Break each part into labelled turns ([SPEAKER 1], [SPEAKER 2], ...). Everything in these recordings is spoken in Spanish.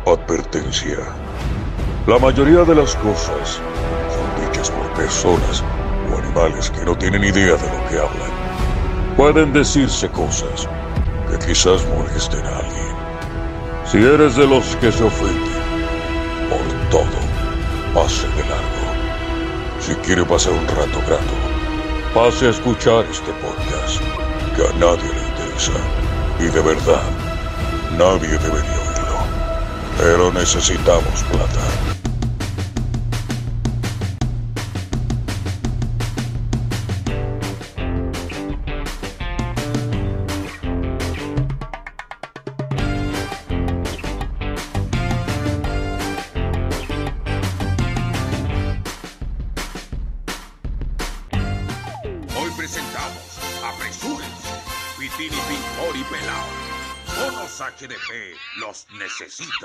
[SPEAKER 1] Advertencia. La mayoría de las cosas son dichas por personas o animales que no tienen idea de lo que hablan. Pueden decirse cosas que quizás molesten a alguien. Si eres de los que se ofenden por todo, pase de largo. Si quiere pasar un rato grato, pase a escuchar este podcast, que a nadie le interesa. Y de verdad, nadie debería oírlo. Pero necesitamos plata.
[SPEAKER 2] Hoy presentamos Apresúrense, Pitini, Pintor y Pelao. Monos HDP los necesita.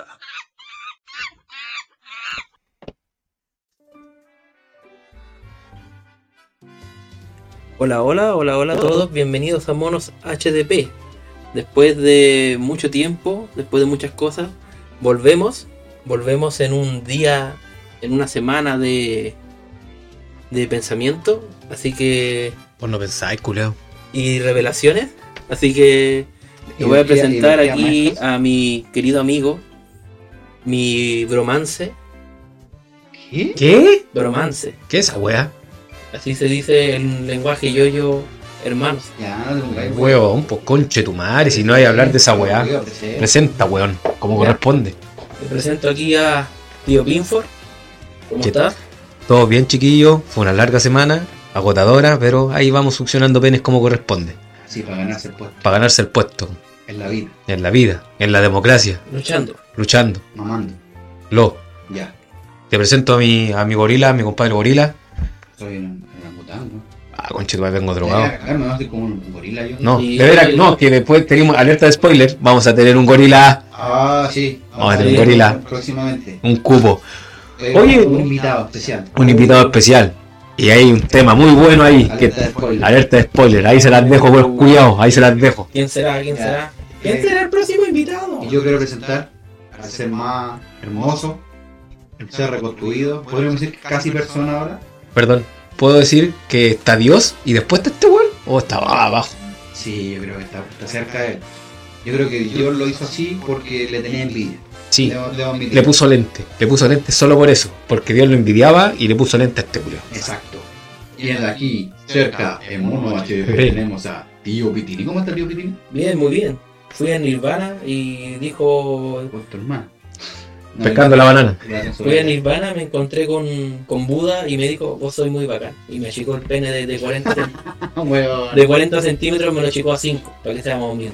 [SPEAKER 3] Hola a todos, bienvenidos a Monos HDP. Después de mucho tiempo, después de muchas cosas, volvemos en un día, en una semana de pensamiento, así que...
[SPEAKER 4] Vos no pensáis, culeo.
[SPEAKER 3] Y revelaciones, así que le voy a presentar aquí a mi querido amigo, mi bromance.
[SPEAKER 4] ¿Qué?
[SPEAKER 3] Bromance,
[SPEAKER 4] ¿Qué es esa weá?
[SPEAKER 3] así se dice en lenguaje yoyo, hermanos.
[SPEAKER 5] Ya, no te pongáis,
[SPEAKER 4] Huevón, pues conche tu madre, si no hay que hablar de esa weá. Presenta, weón, como corresponde.
[SPEAKER 3] Le presento aquí a Tío Pinford. ¿Cómo
[SPEAKER 4] ¿Qué
[SPEAKER 3] estás?
[SPEAKER 4] Todo bien, chiquillo. Fue una larga semana, agotadora, pero ahí vamos succionando penes como corresponde.
[SPEAKER 5] Sí, para ganarse el puesto.
[SPEAKER 4] Para ganarse el puesto.
[SPEAKER 5] En la vida.
[SPEAKER 4] En la vida, en la democracia,
[SPEAKER 3] Luchando.
[SPEAKER 4] luchando.
[SPEAKER 5] Mamando.
[SPEAKER 4] Lo.
[SPEAKER 5] Ya.
[SPEAKER 4] Te presento a mi gorila, a mi compadre gorila.
[SPEAKER 5] Soy un orangután, ¿no?
[SPEAKER 4] Ah, conche tu madre, vengo drogado.
[SPEAKER 5] Me voy a hacer como un gorila yo.
[SPEAKER 4] No,
[SPEAKER 3] Y-
[SPEAKER 4] de veras, no, que después tenemos alerta de spoiler. Vamos a tener un gorila,
[SPEAKER 5] Ah, sí.
[SPEAKER 4] Vamos a
[SPEAKER 3] tener un
[SPEAKER 4] gorila.
[SPEAKER 5] Próximamente.
[SPEAKER 4] un cubo. Oye.
[SPEAKER 5] Un invitado especial.
[SPEAKER 4] Un invitado especial. Y hay un tema muy bueno ahí.
[SPEAKER 5] Alerta de spoiler.
[SPEAKER 4] Alerta de spoiler. Ahí se las dejo, pues cuidado. Ahí se las dejo.
[SPEAKER 3] ¿Quién será?
[SPEAKER 5] Ya.
[SPEAKER 3] ¿Quién será el próximo invitado?
[SPEAKER 5] Y yo quiero presentar al ser más hermoso, el ser reconstruido. Podríamos decir casi persona ahora.
[SPEAKER 4] Perdón. ¿Puedo decir que está Dios y después está este weón? ¿O estaba abajo?
[SPEAKER 5] Sí, yo creo que está cerca de él. Yo creo que Dios lo hizo así porque le tenía envidia.
[SPEAKER 4] Sí.
[SPEAKER 5] Debo admitir.
[SPEAKER 4] Le puso lente. Le puso lente solo por eso. Porque Dios lo envidiaba y le puso lente a este culo.
[SPEAKER 5] Exacto. Y en aquí, cerca, en Mono HDP,
[SPEAKER 4] Sí.
[SPEAKER 5] tenemos a Tío Pitini. ¿Cómo está Tío Pitini?
[SPEAKER 3] Bien, muy bien. Fui a Nirvana y dijo...
[SPEAKER 5] Con tu hermano.
[SPEAKER 4] Pescando la banana.
[SPEAKER 3] Fui a Nirvana, me encontré con Buda y me dijo, vos sois muy bacán. Y me achicó el pene de 40, de 40 centímetros, me lo achicó a 5, para que seamos bien.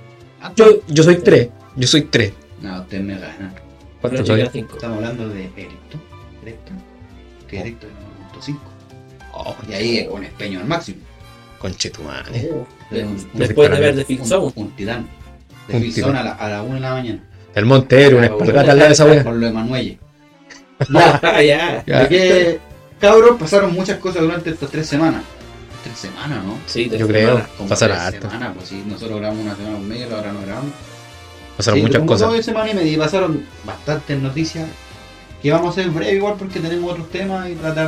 [SPEAKER 4] Yo soy 3. Yo soy 3.
[SPEAKER 5] No, usted me gana.
[SPEAKER 4] ¿Cuánto
[SPEAKER 3] Lo
[SPEAKER 4] soy?
[SPEAKER 3] achicó a 5.
[SPEAKER 5] Estamos hablando de Erecto. Erecto. Que Erecto es 1.5.
[SPEAKER 4] Oh,
[SPEAKER 5] Y ahí es con espeño al máximo.
[SPEAKER 4] conche tu madre.
[SPEAKER 3] Después de ver The Fifth Zone.
[SPEAKER 5] Un titán. De
[SPEAKER 4] Un
[SPEAKER 5] Fifth
[SPEAKER 4] titán.
[SPEAKER 5] Zone a la 1 de la mañana.
[SPEAKER 4] El Monte Era, una espargata al lado de esa wea.
[SPEAKER 5] Con lo de Manuelle.
[SPEAKER 3] Ah, ya.
[SPEAKER 4] Ya.
[SPEAKER 5] De que, cabros, pasaron muchas cosas durante estas 3 semanas. 3 semanas, ¿no?
[SPEAKER 3] Sí,
[SPEAKER 4] Yo creo.
[SPEAKER 5] Como
[SPEAKER 4] Pasará
[SPEAKER 5] 3
[SPEAKER 4] harto.
[SPEAKER 5] semanas, pues sí, nosotros grabamos una semana y media, ahora no grabamos.
[SPEAKER 4] Pasaron
[SPEAKER 5] Sí,
[SPEAKER 4] muchas
[SPEAKER 5] como
[SPEAKER 4] cosas.
[SPEAKER 5] 2 semanas y media y pasaron bastantes noticias que vamos a hacer breve igual porque tenemos otros temas y tratar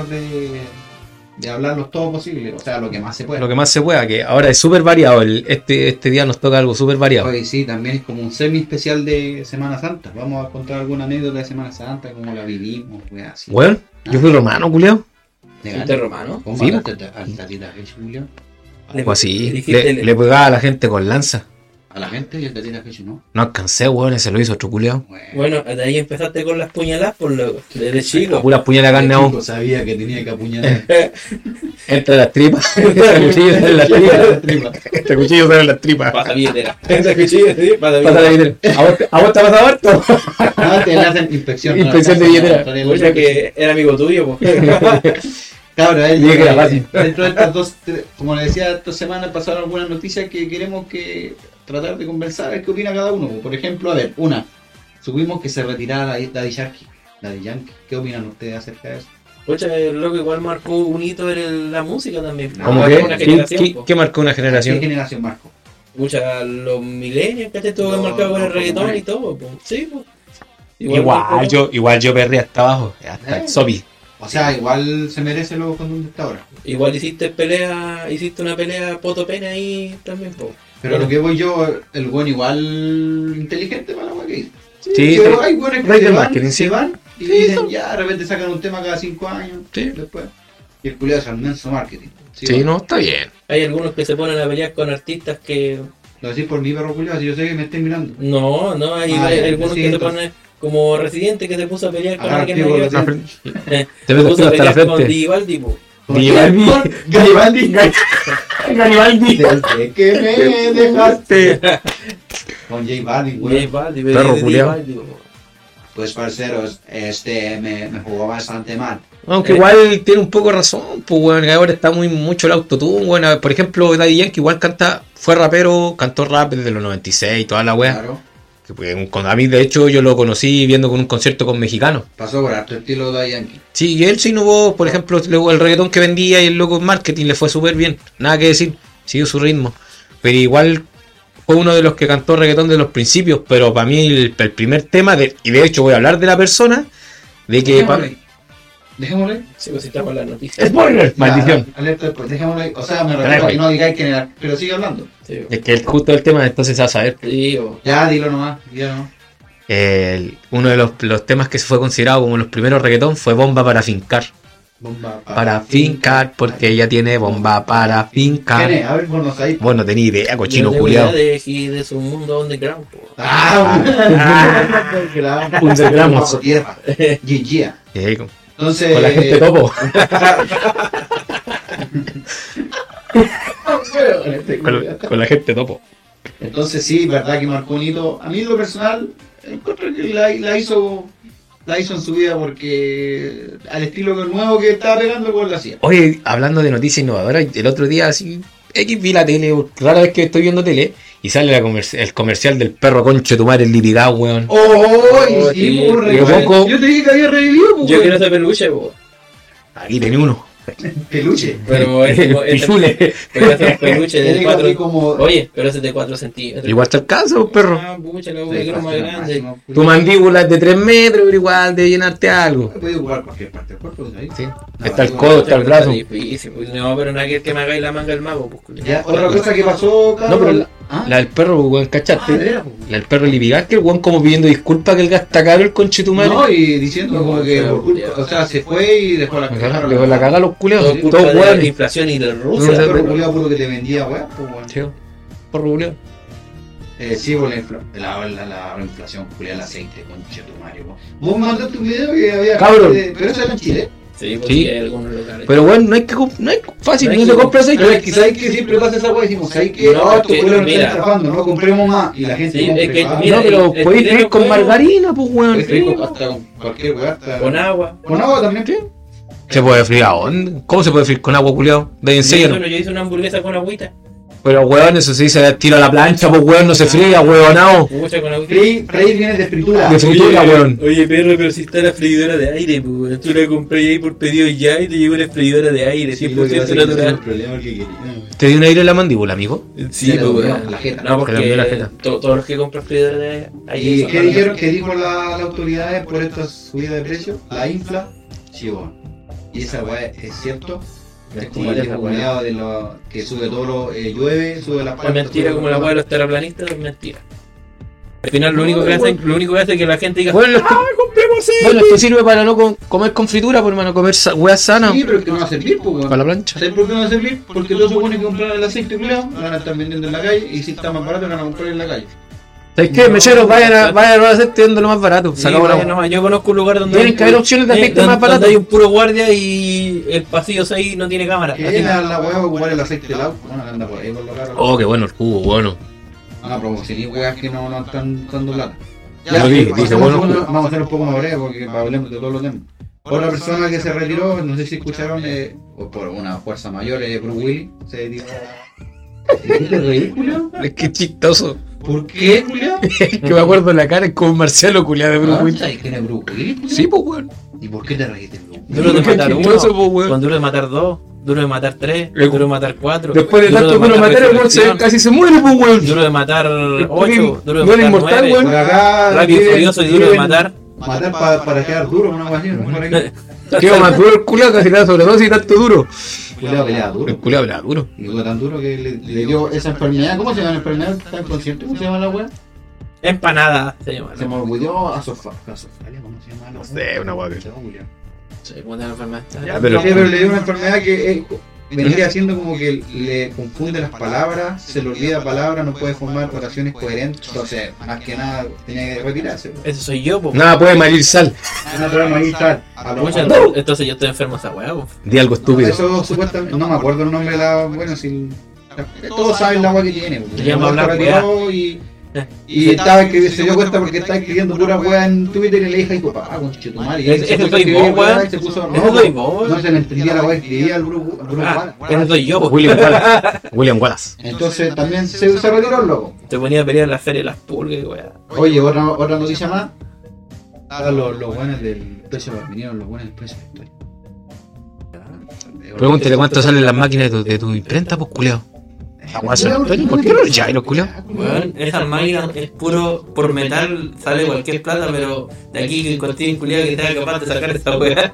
[SPEAKER 5] de hablarlos todo posible, o sea, lo que más se pueda.
[SPEAKER 4] Lo que más se pueda, que ahora es súper variado. Este día nos toca algo súper variado.
[SPEAKER 5] Hoy sí, también es como un semi especial de Semana Santa. Vamos a contar alguna anécdota de Semana Santa, cómo la vivimos, wea, así.
[SPEAKER 4] Weón, yo fui romano, culiao.
[SPEAKER 5] Legal.
[SPEAKER 3] ¿Fuiste romano?
[SPEAKER 5] ¿Cómo
[SPEAKER 4] Sí,
[SPEAKER 5] mataste al tatita Jesús, Julio?
[SPEAKER 4] Algo así.
[SPEAKER 3] Dijiste-
[SPEAKER 4] Le pegaba a la gente con lanza.
[SPEAKER 5] A la gente y el tatita Jesús no.
[SPEAKER 4] No alcancé, weón, ese lo hizo otro culiao.
[SPEAKER 3] Bueno, de ahí empezaste con las puñaladas, por luego, desde chico.
[SPEAKER 4] Pura puñalada de carne
[SPEAKER 5] El
[SPEAKER 4] aún.
[SPEAKER 5] chico sabía que tenía que apuñalar.
[SPEAKER 4] Entre las tripas. Este cuchillo sale en las tripas. Este cuchillo sale en las tripas.
[SPEAKER 3] Pasa billetera. Ese cuchillo, sí, pasa
[SPEAKER 4] Pasa la
[SPEAKER 3] billetera.
[SPEAKER 4] billetera. ¿A vos te ha pasado harto?
[SPEAKER 5] No, te hacen inspección.
[SPEAKER 4] Inspección de billetera.
[SPEAKER 3] Oye, que era amigo tuyo, pues.
[SPEAKER 5] Cabrón,
[SPEAKER 4] Dije que era fácil.
[SPEAKER 5] dentro de estas 2, como le decía, estas semanas pasaron algunas noticias que queremos que tratar de conversar, a ver qué opina cada uno. Por ejemplo, a ver, supimos que se retirara Daddy Yankee. ¿Qué opinan ustedes acerca de eso?
[SPEAKER 3] Oye, el loco igual marcó un hito en la música también.
[SPEAKER 4] ¿Cómo
[SPEAKER 3] Marcó
[SPEAKER 4] que?
[SPEAKER 3] una generación, po.
[SPEAKER 4] ¿Qué marcó una
[SPEAKER 5] ¿Qué
[SPEAKER 4] generación?
[SPEAKER 5] generación marcó?
[SPEAKER 3] Escucha, los milenios, que estuvo
[SPEAKER 5] No,
[SPEAKER 3] marcado con el
[SPEAKER 5] no,
[SPEAKER 3] reggaetón
[SPEAKER 5] no.
[SPEAKER 3] y todo, po. Sí, pues.
[SPEAKER 4] Igual yo perré hasta abajo, hasta el sopi.
[SPEAKER 5] O sea, igual se merece lo con donde está ahora.
[SPEAKER 3] Igual hiciste una pelea poto-pene ahí también, po.
[SPEAKER 5] Pero lo que voy yo, el buen igual inteligente para la wea que hizo.
[SPEAKER 4] Sí,
[SPEAKER 5] Pero hay buenos
[SPEAKER 4] Rey
[SPEAKER 5] que
[SPEAKER 4] del
[SPEAKER 5] se
[SPEAKER 4] marketing,
[SPEAKER 5] van,
[SPEAKER 4] sí.
[SPEAKER 5] se van y dicen ya, de repente sacan un tema cada 5 años.
[SPEAKER 4] Sí.
[SPEAKER 5] Después. Y el culiado es inmenso marketing.
[SPEAKER 4] Sí,
[SPEAKER 5] bueno.
[SPEAKER 4] no, está bien.
[SPEAKER 3] Hay algunos que se ponen a pelear con artistas que...
[SPEAKER 5] Lo decís por mi perro culiado, si yo sé que me estáis mirando.
[SPEAKER 3] No, hay
[SPEAKER 5] ya,
[SPEAKER 3] algunos
[SPEAKER 5] sí,
[SPEAKER 3] que se
[SPEAKER 5] entonces.
[SPEAKER 3] ponen como Residente que se puso a pelear con
[SPEAKER 5] Agarra
[SPEAKER 3] alguien
[SPEAKER 5] el pie
[SPEAKER 3] mayor.
[SPEAKER 5] por
[SPEAKER 3] Se
[SPEAKER 4] Te metes
[SPEAKER 3] puso a
[SPEAKER 4] hasta la
[SPEAKER 3] pelear con
[SPEAKER 4] frente.
[SPEAKER 3] Divaldi, po.
[SPEAKER 5] Garibaldi.
[SPEAKER 4] Garibaldi.
[SPEAKER 5] Desde que me dejaste. Con J Balvin, güey.
[SPEAKER 3] Divaldi,
[SPEAKER 4] Perro
[SPEAKER 3] de
[SPEAKER 4] culiao.
[SPEAKER 3] Divaldi, po.
[SPEAKER 5] Pues parceros, me jugó bastante mal.
[SPEAKER 4] Aunque igual tiene un poco de razón, pues weón, que ahora está mucho el autotune, weón. Por ejemplo, Daddy Yankee igual fue rapero, cantó rap desde los 96 y toda la weá.
[SPEAKER 5] Claro.
[SPEAKER 4] Que pues, a mí de hecho yo lo conocí viendo con un concierto con mexicanos.
[SPEAKER 5] Pasó por harto estilo de Yankee.
[SPEAKER 4] Sí, y él se innovó, por ejemplo, el reggaetón que vendía y el loco en marketing le fue súper bien. Nada que decir, siguió su ritmo. Pero igual fue uno de los que cantó reggaetón de los principios, pero para mí el primer tema, y de hecho voy a hablar de la persona, de que...
[SPEAKER 5] Dejémosle.
[SPEAKER 3] Sí, pues si está con las noticias.
[SPEAKER 4] ¡Spoiler! Maldición.
[SPEAKER 5] Alerta después, dejémosle ahí. O sea, me refiero a que no digáis quién era, pero sigue hablando.
[SPEAKER 3] Sí, po.
[SPEAKER 4] Es que es justo el tema, entonces se va a saber.
[SPEAKER 3] Sí, po.
[SPEAKER 5] Ya, dilo nomás, ya no.
[SPEAKER 4] Uno de los temas que se fue considerado como los primeros reggaetón fue Bomba para fincar.
[SPEAKER 5] Bomba
[SPEAKER 4] Para fincar, porque ella tiene bomba para fincar.
[SPEAKER 5] ¿Quién es? A ver, vos ahí.
[SPEAKER 4] Bueno, tenía idea, cochino
[SPEAKER 3] Yo tengo
[SPEAKER 4] culiao.
[SPEAKER 3] idea de su mundo underground, po.
[SPEAKER 4] Underground.
[SPEAKER 5] Bajo tierra. Gingia. Entonces.
[SPEAKER 4] Con la gente topo. Con la gente topo.
[SPEAKER 5] Entonces sí, verdad que marcó un hito. A mí en lo personal, encuentro que la hizo en su vida porque al estilo nuevo que estaba pegando, pues la hacía.
[SPEAKER 4] Oye, hablando de noticias innovadoras, el otro día así, vi la tele, rara vez que estoy viendo tele, y sale el comercial del perro conche tu madre, el Lipigá, weón.
[SPEAKER 5] ¡Oh!
[SPEAKER 3] sí,
[SPEAKER 5] Sí, por
[SPEAKER 4] yo poco-
[SPEAKER 5] Yo te dije que había revivido, pues.
[SPEAKER 3] Yo quiero ese peluche, po.
[SPEAKER 4] Aquí tenía uno.
[SPEAKER 5] Peluche.
[SPEAKER 3] Pero
[SPEAKER 4] Pichule.
[SPEAKER 3] podría ser un peluche de
[SPEAKER 5] Tiene
[SPEAKER 3] 4.
[SPEAKER 5] así como-
[SPEAKER 3] Oye, pero ese es de 4 centímetros.
[SPEAKER 4] Igual está el caso, perro.
[SPEAKER 3] Ah, pucha, la
[SPEAKER 5] Sí,
[SPEAKER 3] boca más grande.
[SPEAKER 4] Tu mandíbula es de 3 metros, pero igual de llenarte algo.
[SPEAKER 5] Puede ocupar cualquier parte del cuerpo, ¿sabes?
[SPEAKER 4] Sí.
[SPEAKER 5] No,
[SPEAKER 4] Está el
[SPEAKER 5] digo,
[SPEAKER 4] codo, está el brazo.
[SPEAKER 3] Difícil, pues, no, pero no hay que me hagáis la manga del mago, pues. culiao.
[SPEAKER 5] Ya, otra cosa que pasó,
[SPEAKER 4] No, pero
[SPEAKER 5] ¿Ah?
[SPEAKER 4] la del perro, weón,
[SPEAKER 5] Ah,
[SPEAKER 4] ¿cachaste?
[SPEAKER 5] de veras, pues.
[SPEAKER 4] La del perro Lipigá, que el weón como pidiendo disculpas que el gasta caro el conche tu madre.
[SPEAKER 5] No, y diciendo como que
[SPEAKER 3] No,
[SPEAKER 5] por culpa, o sea, se fue y dejó la
[SPEAKER 4] Le dejó la cagada a los culeados.
[SPEAKER 3] Todo culpa
[SPEAKER 4] Todos
[SPEAKER 3] de la
[SPEAKER 4] weón.
[SPEAKER 3] inflación y de
[SPEAKER 5] O
[SPEAKER 3] Rusia.
[SPEAKER 5] sea, el perro culiao puro que te vendía, weón, pues, weón.
[SPEAKER 4] Sí, porro culeado.
[SPEAKER 5] Sí, por la inflación, culiao, el aceite, concha tu madre, weón. Vos mandaste un video que había...
[SPEAKER 4] Cabrón.
[SPEAKER 5] Pero eso era en Chile.
[SPEAKER 3] Sí, pues
[SPEAKER 4] Sí.
[SPEAKER 3] sí, hay algunos locales.
[SPEAKER 4] Pero bueno, no hay fácil,
[SPEAKER 3] No hay
[SPEAKER 4] no
[SPEAKER 3] que
[SPEAKER 4] se compra aceite.
[SPEAKER 5] Pero es que sabes que siempre pasa esa weá, decimos, ¿sabes que
[SPEAKER 3] No,
[SPEAKER 5] no, estos
[SPEAKER 3] que-
[SPEAKER 5] culiados nos
[SPEAKER 3] mira.
[SPEAKER 5] están estafando, no compremos más? Y la gente
[SPEAKER 3] Sí,
[SPEAKER 5] compra,
[SPEAKER 3] es que,
[SPEAKER 5] ah,
[SPEAKER 3] mira,
[SPEAKER 4] No, pero
[SPEAKER 3] el
[SPEAKER 4] podéis
[SPEAKER 3] chileno
[SPEAKER 4] ir con
[SPEAKER 3] puede-
[SPEAKER 4] margarina, pues weón.
[SPEAKER 5] puedes freír con- hasta con cualquier weá, hasta...
[SPEAKER 3] Con agua.
[SPEAKER 5] Con agua también.
[SPEAKER 4] Se puede freír a dónde? ¿Cómo se puede freír con agua, culiado? De enseño.
[SPEAKER 3] Bueno, yo hice una hamburguesa con agüita.
[SPEAKER 4] Pero weón, eso sí se tira a la plancha, pues weón, no se fría, weonao.
[SPEAKER 3] Mucha con agüita.
[SPEAKER 5] Freír viene de fritura.
[SPEAKER 4] De fritura, weón.
[SPEAKER 3] Oye, perro, pero si está la freidora de aire, pues. Tú la compré ahí por pedido ya y te llegó una freidora de aire, 100% natural.
[SPEAKER 4] ¿Te dio un aire en la mandíbula, amigo?
[SPEAKER 3] Sí,
[SPEAKER 5] Ya,
[SPEAKER 3] pues,
[SPEAKER 5] la
[SPEAKER 3] weón.
[SPEAKER 5] jeta.
[SPEAKER 3] No,
[SPEAKER 4] Te cambió la jeta.
[SPEAKER 3] porque todos los que compran freidora de aire.
[SPEAKER 5] ¿Y
[SPEAKER 3] son
[SPEAKER 5] qué
[SPEAKER 3] malos.
[SPEAKER 5] dijeron? ¿Qué dijo las autoridades por esta subida de precios? La infla, sí, weón. Y esa weá es cierto. Es como el viejo culiao de lo que sube todo lo llueve, sube la
[SPEAKER 3] Es mentira, como la weá de los terraplanistas, es mentira. Al final lo único que hace es que la gente diga,
[SPEAKER 4] Bueno,
[SPEAKER 3] compremos
[SPEAKER 4] bueno, esto sirve para no comer con fritura, por hermano, comer weas sanas.
[SPEAKER 5] Sí, pero es que no va a servir, pues, weón.
[SPEAKER 4] Para la plancha.
[SPEAKER 5] ¿Sabes por qué no va a servir? Porque todos se supone que comprar el aceite culiao, lo van a estar vendiendo en la calle y si está más barato lo van a comprar en la calle.
[SPEAKER 4] ¿Sabes qué?
[SPEAKER 3] No,
[SPEAKER 4] Mecheros, vayan a
[SPEAKER 3] no,
[SPEAKER 4] hacer teniendo lo más barato.
[SPEAKER 3] Sí,
[SPEAKER 4] Sacamos
[SPEAKER 3] vaya
[SPEAKER 4] la
[SPEAKER 3] nomás, yo conozco un lugar donde
[SPEAKER 4] Tienen que haber opciones de aceite más barato.
[SPEAKER 3] donde hay un puro guardia y el pasillo 6 no tiene cámara.
[SPEAKER 5] ¿Qué
[SPEAKER 3] Así
[SPEAKER 5] es
[SPEAKER 3] que-
[SPEAKER 5] la weá va a ocupar el aceite del auto? Bueno, anda por ahí por lo caro.
[SPEAKER 4] Oh, qué bueno el jugo, bueno.
[SPEAKER 5] Van a promocionar weas que no están dando plata.
[SPEAKER 4] Ya lo dije, dice, bueno.
[SPEAKER 5] Vamos a hacer un poco más breve porque hablemos de todos los temas. Otra persona que se retiró, no sé si escucharon, o por una fuerza mayor, Bruce Willis, se retiró. ¿Qué te reí, Julio?
[SPEAKER 4] Es que chistoso.
[SPEAKER 5] ¿Por qué, Julio?
[SPEAKER 4] Que me acuerdo en la cara, es como un Marcelo culiado de Bruce Willis.
[SPEAKER 5] ¿Sabes quién es Bruce Willis, Julio?
[SPEAKER 4] Sí, pues weón.
[SPEAKER 5] ¿Y por qué te reíste, Bruce Willis?
[SPEAKER 3] Duro de
[SPEAKER 4] Qué
[SPEAKER 3] matar uno,
[SPEAKER 4] chistoso, po, weón.
[SPEAKER 3] con duro de matar 2, duro de matar 3,
[SPEAKER 4] Le-
[SPEAKER 3] duro de matar 4.
[SPEAKER 4] Después de tanto que lo matar, el weón casi se muere, pues weón.
[SPEAKER 3] Duro de matar 8, duro de
[SPEAKER 4] No era
[SPEAKER 3] matar
[SPEAKER 4] inmortal,
[SPEAKER 3] 9,
[SPEAKER 4] weón.
[SPEAKER 5] Por acá
[SPEAKER 3] Rápido y
[SPEAKER 5] viven-
[SPEAKER 3] Furioso y duro de
[SPEAKER 5] viven-
[SPEAKER 3] matar
[SPEAKER 5] matar para quedar duro, una cosa así, ¿no? Por aquí.
[SPEAKER 4] Quedó más duro el culiao, casi nada sobre todo si tanto duro.
[SPEAKER 5] Culeado pelea
[SPEAKER 4] El
[SPEAKER 5] duro.
[SPEAKER 4] culiao era duro.
[SPEAKER 5] Y fue tan duro que le dio esa enfermedad. ¿Cómo se llama la enfermedad? ¿Está en concierto? ¿Cómo se llama la wea?
[SPEAKER 3] Empanada se llama.
[SPEAKER 5] Se me olvidó asofalia, ¿cómo se llama la
[SPEAKER 4] No
[SPEAKER 5] wea?
[SPEAKER 4] sé, una wea que-
[SPEAKER 3] No sé cómo te la enfermedad está.
[SPEAKER 4] Ya, pero-
[SPEAKER 5] Sí, pero le dio una enfermedad que vendría siendo como que le confunde las palabras, se le olvida palabras, no puede formar oraciones coherentes. Entonces, más que nada, tenía que retirarse.
[SPEAKER 3] Ese soy yo, po.
[SPEAKER 4] Nada puede malir sal.
[SPEAKER 5] Una prueba magistral.
[SPEAKER 3] Pucha, entonces yo estoy enfermo esa weá, po.
[SPEAKER 4] Di algo estúpido.
[SPEAKER 5] Eso supuestamente, no me acuerdo el nombre de la. Bueno, si. Todos saben la agua que tiene.
[SPEAKER 3] Se llama hablar
[SPEAKER 5] retiró y estaba se dio cuenta porque estaba escribiendo pura weá en Twitter y le dije, papá, conche tu madre. Y él se
[SPEAKER 3] Ese
[SPEAKER 5] puso a
[SPEAKER 3] soy
[SPEAKER 5] escribir
[SPEAKER 3] vos, weón.
[SPEAKER 5] y se puso,
[SPEAKER 3] Ese soy vos.
[SPEAKER 5] no se le entendía la weá, escribía al grupo.
[SPEAKER 3] Ese soy yo, po.
[SPEAKER 4] William Wallace. William Wallace.
[SPEAKER 5] Entonces también se retiró el loco.
[SPEAKER 3] Te ponía a pelear en la feria de las pulgas, weá.
[SPEAKER 5] Oye, otra noticia más. Los buenos del precio, vinieron los buenos del precio de la historia.
[SPEAKER 4] Pregúntale cuánto salen las máquinas de tu imprenta, pues culiao. ¿Por qué no lo echáis los culiaos?
[SPEAKER 3] Weón, esas máquinas es puro, por metal sale cualquier plata, pero de aquí que encontré un culiado que sea capaz de sacar esa weá.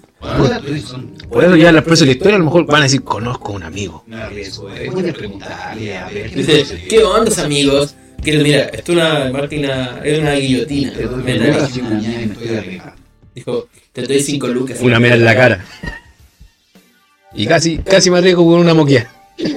[SPEAKER 4] Por eso ya en el precio de la historia a lo mejor van a decir, conozco a un amigo.
[SPEAKER 5] Puedes preguntarle a ver.
[SPEAKER 3] Dice, ¿qué onda, amigos? Que mira, esto es una máquina, es una guillotina metálica. Dijo, te doy 5 lucas.
[SPEAKER 4] Una mera en la cara. Y casi me arriesgo con una moquía.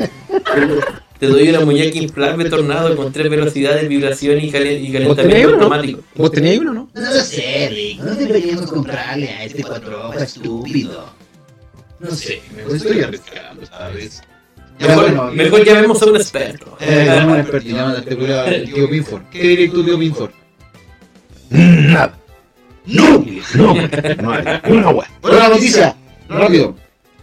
[SPEAKER 3] Te doy una muñeca inflable tornado con 3 velocidades, vibración y
[SPEAKER 4] ¿Vos teníais
[SPEAKER 3] calentamiento
[SPEAKER 4] uno, no?
[SPEAKER 3] automático.
[SPEAKER 4] ¿Vos teníais uno, no?
[SPEAKER 6] No lo sé, Rick. No deberíamos comprarle a este 4 hojas estúpido. No sé, me estoy arriesgando esta vez.
[SPEAKER 3] Mejor llamemos a un experto.
[SPEAKER 5] Llama al experto, llama al culiao, al tío Pinford. ¿Qué dirías tú, tío Pinford?
[SPEAKER 4] Nada.
[SPEAKER 6] ¡No!
[SPEAKER 4] No, una wea.
[SPEAKER 5] Otra noticia, rápido.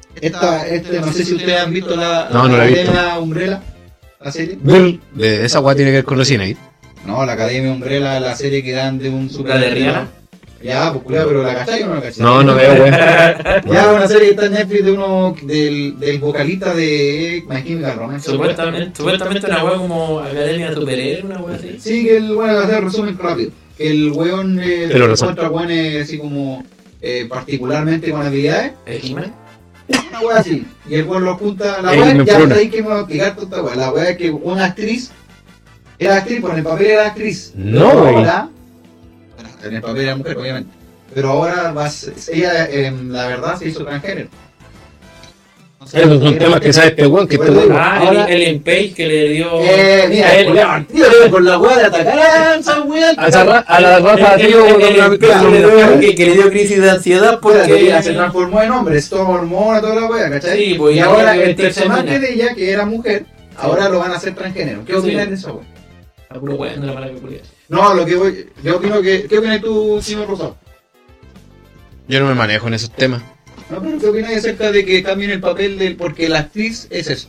[SPEAKER 5] No sé si ustedes han visto la
[SPEAKER 4] No la he visto.
[SPEAKER 5] Academia Umbrella, la serie.
[SPEAKER 4] Esa wea tiene que ver con los cine ahí.
[SPEAKER 5] No, la Academia Umbrella, la serie que dan de un super.
[SPEAKER 3] ¿La de Rihanna?
[SPEAKER 5] Ya, pues culiao, pero la cachai o no la cachai.
[SPEAKER 4] No veo wea.
[SPEAKER 5] Ya, una serie que está en Netflix de uno del vocalista de My Chemical Romance.
[SPEAKER 3] Supuestamente una weá como Academia de Superhéroes, una weá así.
[SPEAKER 5] Sí, que el bueno, hacer resumen rápido. Que el weón
[SPEAKER 4] Te lo resumo.
[SPEAKER 5] encuentra weones así como particularmente con habilidades.
[SPEAKER 3] He-Man.
[SPEAKER 5] Una wea así. Y el weón lo junta. La
[SPEAKER 4] Ey,
[SPEAKER 5] wea,
[SPEAKER 4] me
[SPEAKER 5] ya
[SPEAKER 4] fruna.
[SPEAKER 5] ahí que me voy a explicar toda esta wea. La wea es que una actriz era actriz, pero en el papel era actriz.
[SPEAKER 4] No,
[SPEAKER 5] Pero
[SPEAKER 4] güey.
[SPEAKER 5] ahora, en el papel era mujer, obviamente. Pero ahora ella, la verdad, se hizo transgénero.
[SPEAKER 4] Esos son temas que sabe este weón, que este weón.
[SPEAKER 3] Ah, el Impage que le dio.
[SPEAKER 5] Mira,
[SPEAKER 3] el-
[SPEAKER 5] con la wea de atacar a esa wea.
[SPEAKER 4] A la raza
[SPEAKER 3] el-
[SPEAKER 4] tío,
[SPEAKER 3] el Impage que le dio crisis de ansiedad
[SPEAKER 5] Porque
[SPEAKER 3] porque.
[SPEAKER 5] se transformó en hombre, es todo hormona, toda la wea, ¿cachai?
[SPEAKER 3] Sí, pues,
[SPEAKER 5] y
[SPEAKER 3] ya
[SPEAKER 5] ahora
[SPEAKER 3] que
[SPEAKER 5] el
[SPEAKER 3] viste
[SPEAKER 5] personaje
[SPEAKER 3] femina.
[SPEAKER 5] de ella, que era mujer, ahora lo van a hacer transgénero. ¿Qué
[SPEAKER 3] Sí.
[SPEAKER 5] opinas de eso, wea?
[SPEAKER 3] Ah, puro weón de la mala peculiar.
[SPEAKER 5] No, lo que voy, yo opino que, ¿qué opinas tú, señor Rosado?
[SPEAKER 4] Yo no me manejo en esos temas.
[SPEAKER 5] No, pero ¿qué opinas acerca de que cambien el papel del, porque la actriz es eso?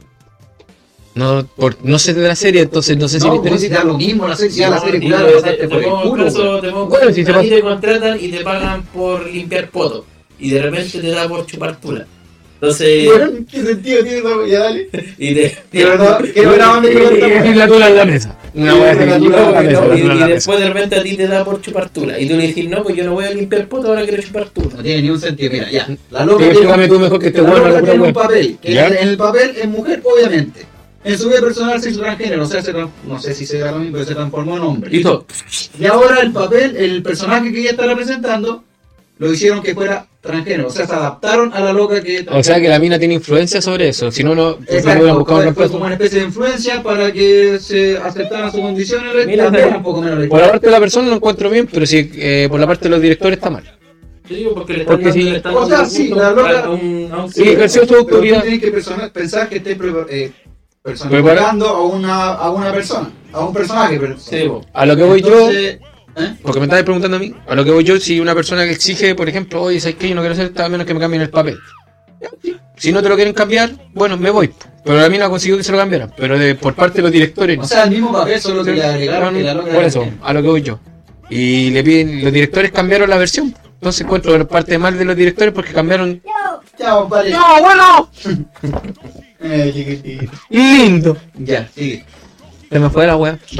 [SPEAKER 4] No sé de la serie, entonces no sé si me
[SPEAKER 5] No, pues
[SPEAKER 4] interesa.
[SPEAKER 5] ya lo mismo, la serie, ya la serie,
[SPEAKER 3] Y
[SPEAKER 5] claro,
[SPEAKER 3] te
[SPEAKER 5] pasaste por el
[SPEAKER 3] pongo
[SPEAKER 5] culo,
[SPEAKER 3] caso,
[SPEAKER 5] wea.
[SPEAKER 3] te pongo
[SPEAKER 4] Bueno, si se
[SPEAKER 3] a ti
[SPEAKER 4] pasa-
[SPEAKER 3] te contratan y te pagan por limpiar poto. Y de repente te da por chupar tula. Entonces.
[SPEAKER 5] Bueno, ¿qué sentido tiene eso? Ya dale.
[SPEAKER 3] Y te.
[SPEAKER 5] De verdad, qué buena onda que
[SPEAKER 4] Y la tula en la mesa. Una wea así, la tula en la mesa, la
[SPEAKER 3] Y
[SPEAKER 4] tula en la mesa.
[SPEAKER 3] después de repente a ti te da por chupar tula. Y tú le dices, no, pues yo no voy a limpiar poto, ahora quiero chupar tula.
[SPEAKER 5] No tiene ni un sentido, mira, ya. La
[SPEAKER 4] Sí,
[SPEAKER 5] loca tiene,
[SPEAKER 4] explícame tú mejor que este
[SPEAKER 5] la
[SPEAKER 4] weón
[SPEAKER 5] loca
[SPEAKER 4] la pura
[SPEAKER 5] tiene un
[SPEAKER 4] wea.
[SPEAKER 5] papel, que
[SPEAKER 4] ¿Ya?
[SPEAKER 5] en el papel es mujer, obviamente. En su vida personal se hizo transgénero, o sea, no sé si se da lo mismo, pero se transformó en hombre.
[SPEAKER 3] Listo.
[SPEAKER 5] Y ahora el papel, el personaje que ella está representando, lo hicieron que fuera transgénero, o sea, se adaptaron a la loca que...
[SPEAKER 4] O sea que la mina tiene influencia sobre eso. Si no, no
[SPEAKER 5] Exacto,
[SPEAKER 4] hubieran buscado un
[SPEAKER 5] fue como
[SPEAKER 4] reemplazo.
[SPEAKER 5] una especie de influencia para que se aceptaran sus condiciones.
[SPEAKER 3] Mira,
[SPEAKER 5] También
[SPEAKER 3] te-
[SPEAKER 5] un poco menos la
[SPEAKER 4] Por la parte de la persona lo encuentro bien, pero si por la parte de los directores está mal.
[SPEAKER 3] Yo digo porque le
[SPEAKER 4] Porque
[SPEAKER 3] están
[SPEAKER 4] sí.
[SPEAKER 3] le están
[SPEAKER 5] O sea,
[SPEAKER 3] dando
[SPEAKER 5] sí,
[SPEAKER 3] punto
[SPEAKER 5] la loca-
[SPEAKER 3] a un
[SPEAKER 4] Sí, ejerció su
[SPEAKER 5] Pero tú
[SPEAKER 4] autoridad.
[SPEAKER 5] tienes que pensar que estés personificando a una persona, a un personaje. Pero,
[SPEAKER 3] Sí, po.
[SPEAKER 4] A lo que voy yo,
[SPEAKER 5] Entonces, ¿eh?
[SPEAKER 4] porque me estabas preguntando a mí, a lo que voy yo, si una persona que exige, por ejemplo, oye, ¿sabes qué? Yo no quiero hacer esto a menos que me cambien el papel. Si no te lo quieren cambiar, bueno, me voy. Pero a mí no consiguió que se lo cambiaran. Pero por parte de los directores,
[SPEAKER 5] O sea, el mismo papel, solo que le agregaron que la loca
[SPEAKER 4] por
[SPEAKER 5] era
[SPEAKER 4] eso,
[SPEAKER 5] transgénero.
[SPEAKER 4] a lo que voy yo. Y le piden, los directores cambiaron la versión. Entonces encuentro parte mal de los directores porque cambiaron.
[SPEAKER 5] Chao, vale.
[SPEAKER 4] ¡No, bueno!
[SPEAKER 5] Chiquitito.
[SPEAKER 4] ¡Lindo!
[SPEAKER 5] Ya, sigue.
[SPEAKER 4] Se me fue la wea.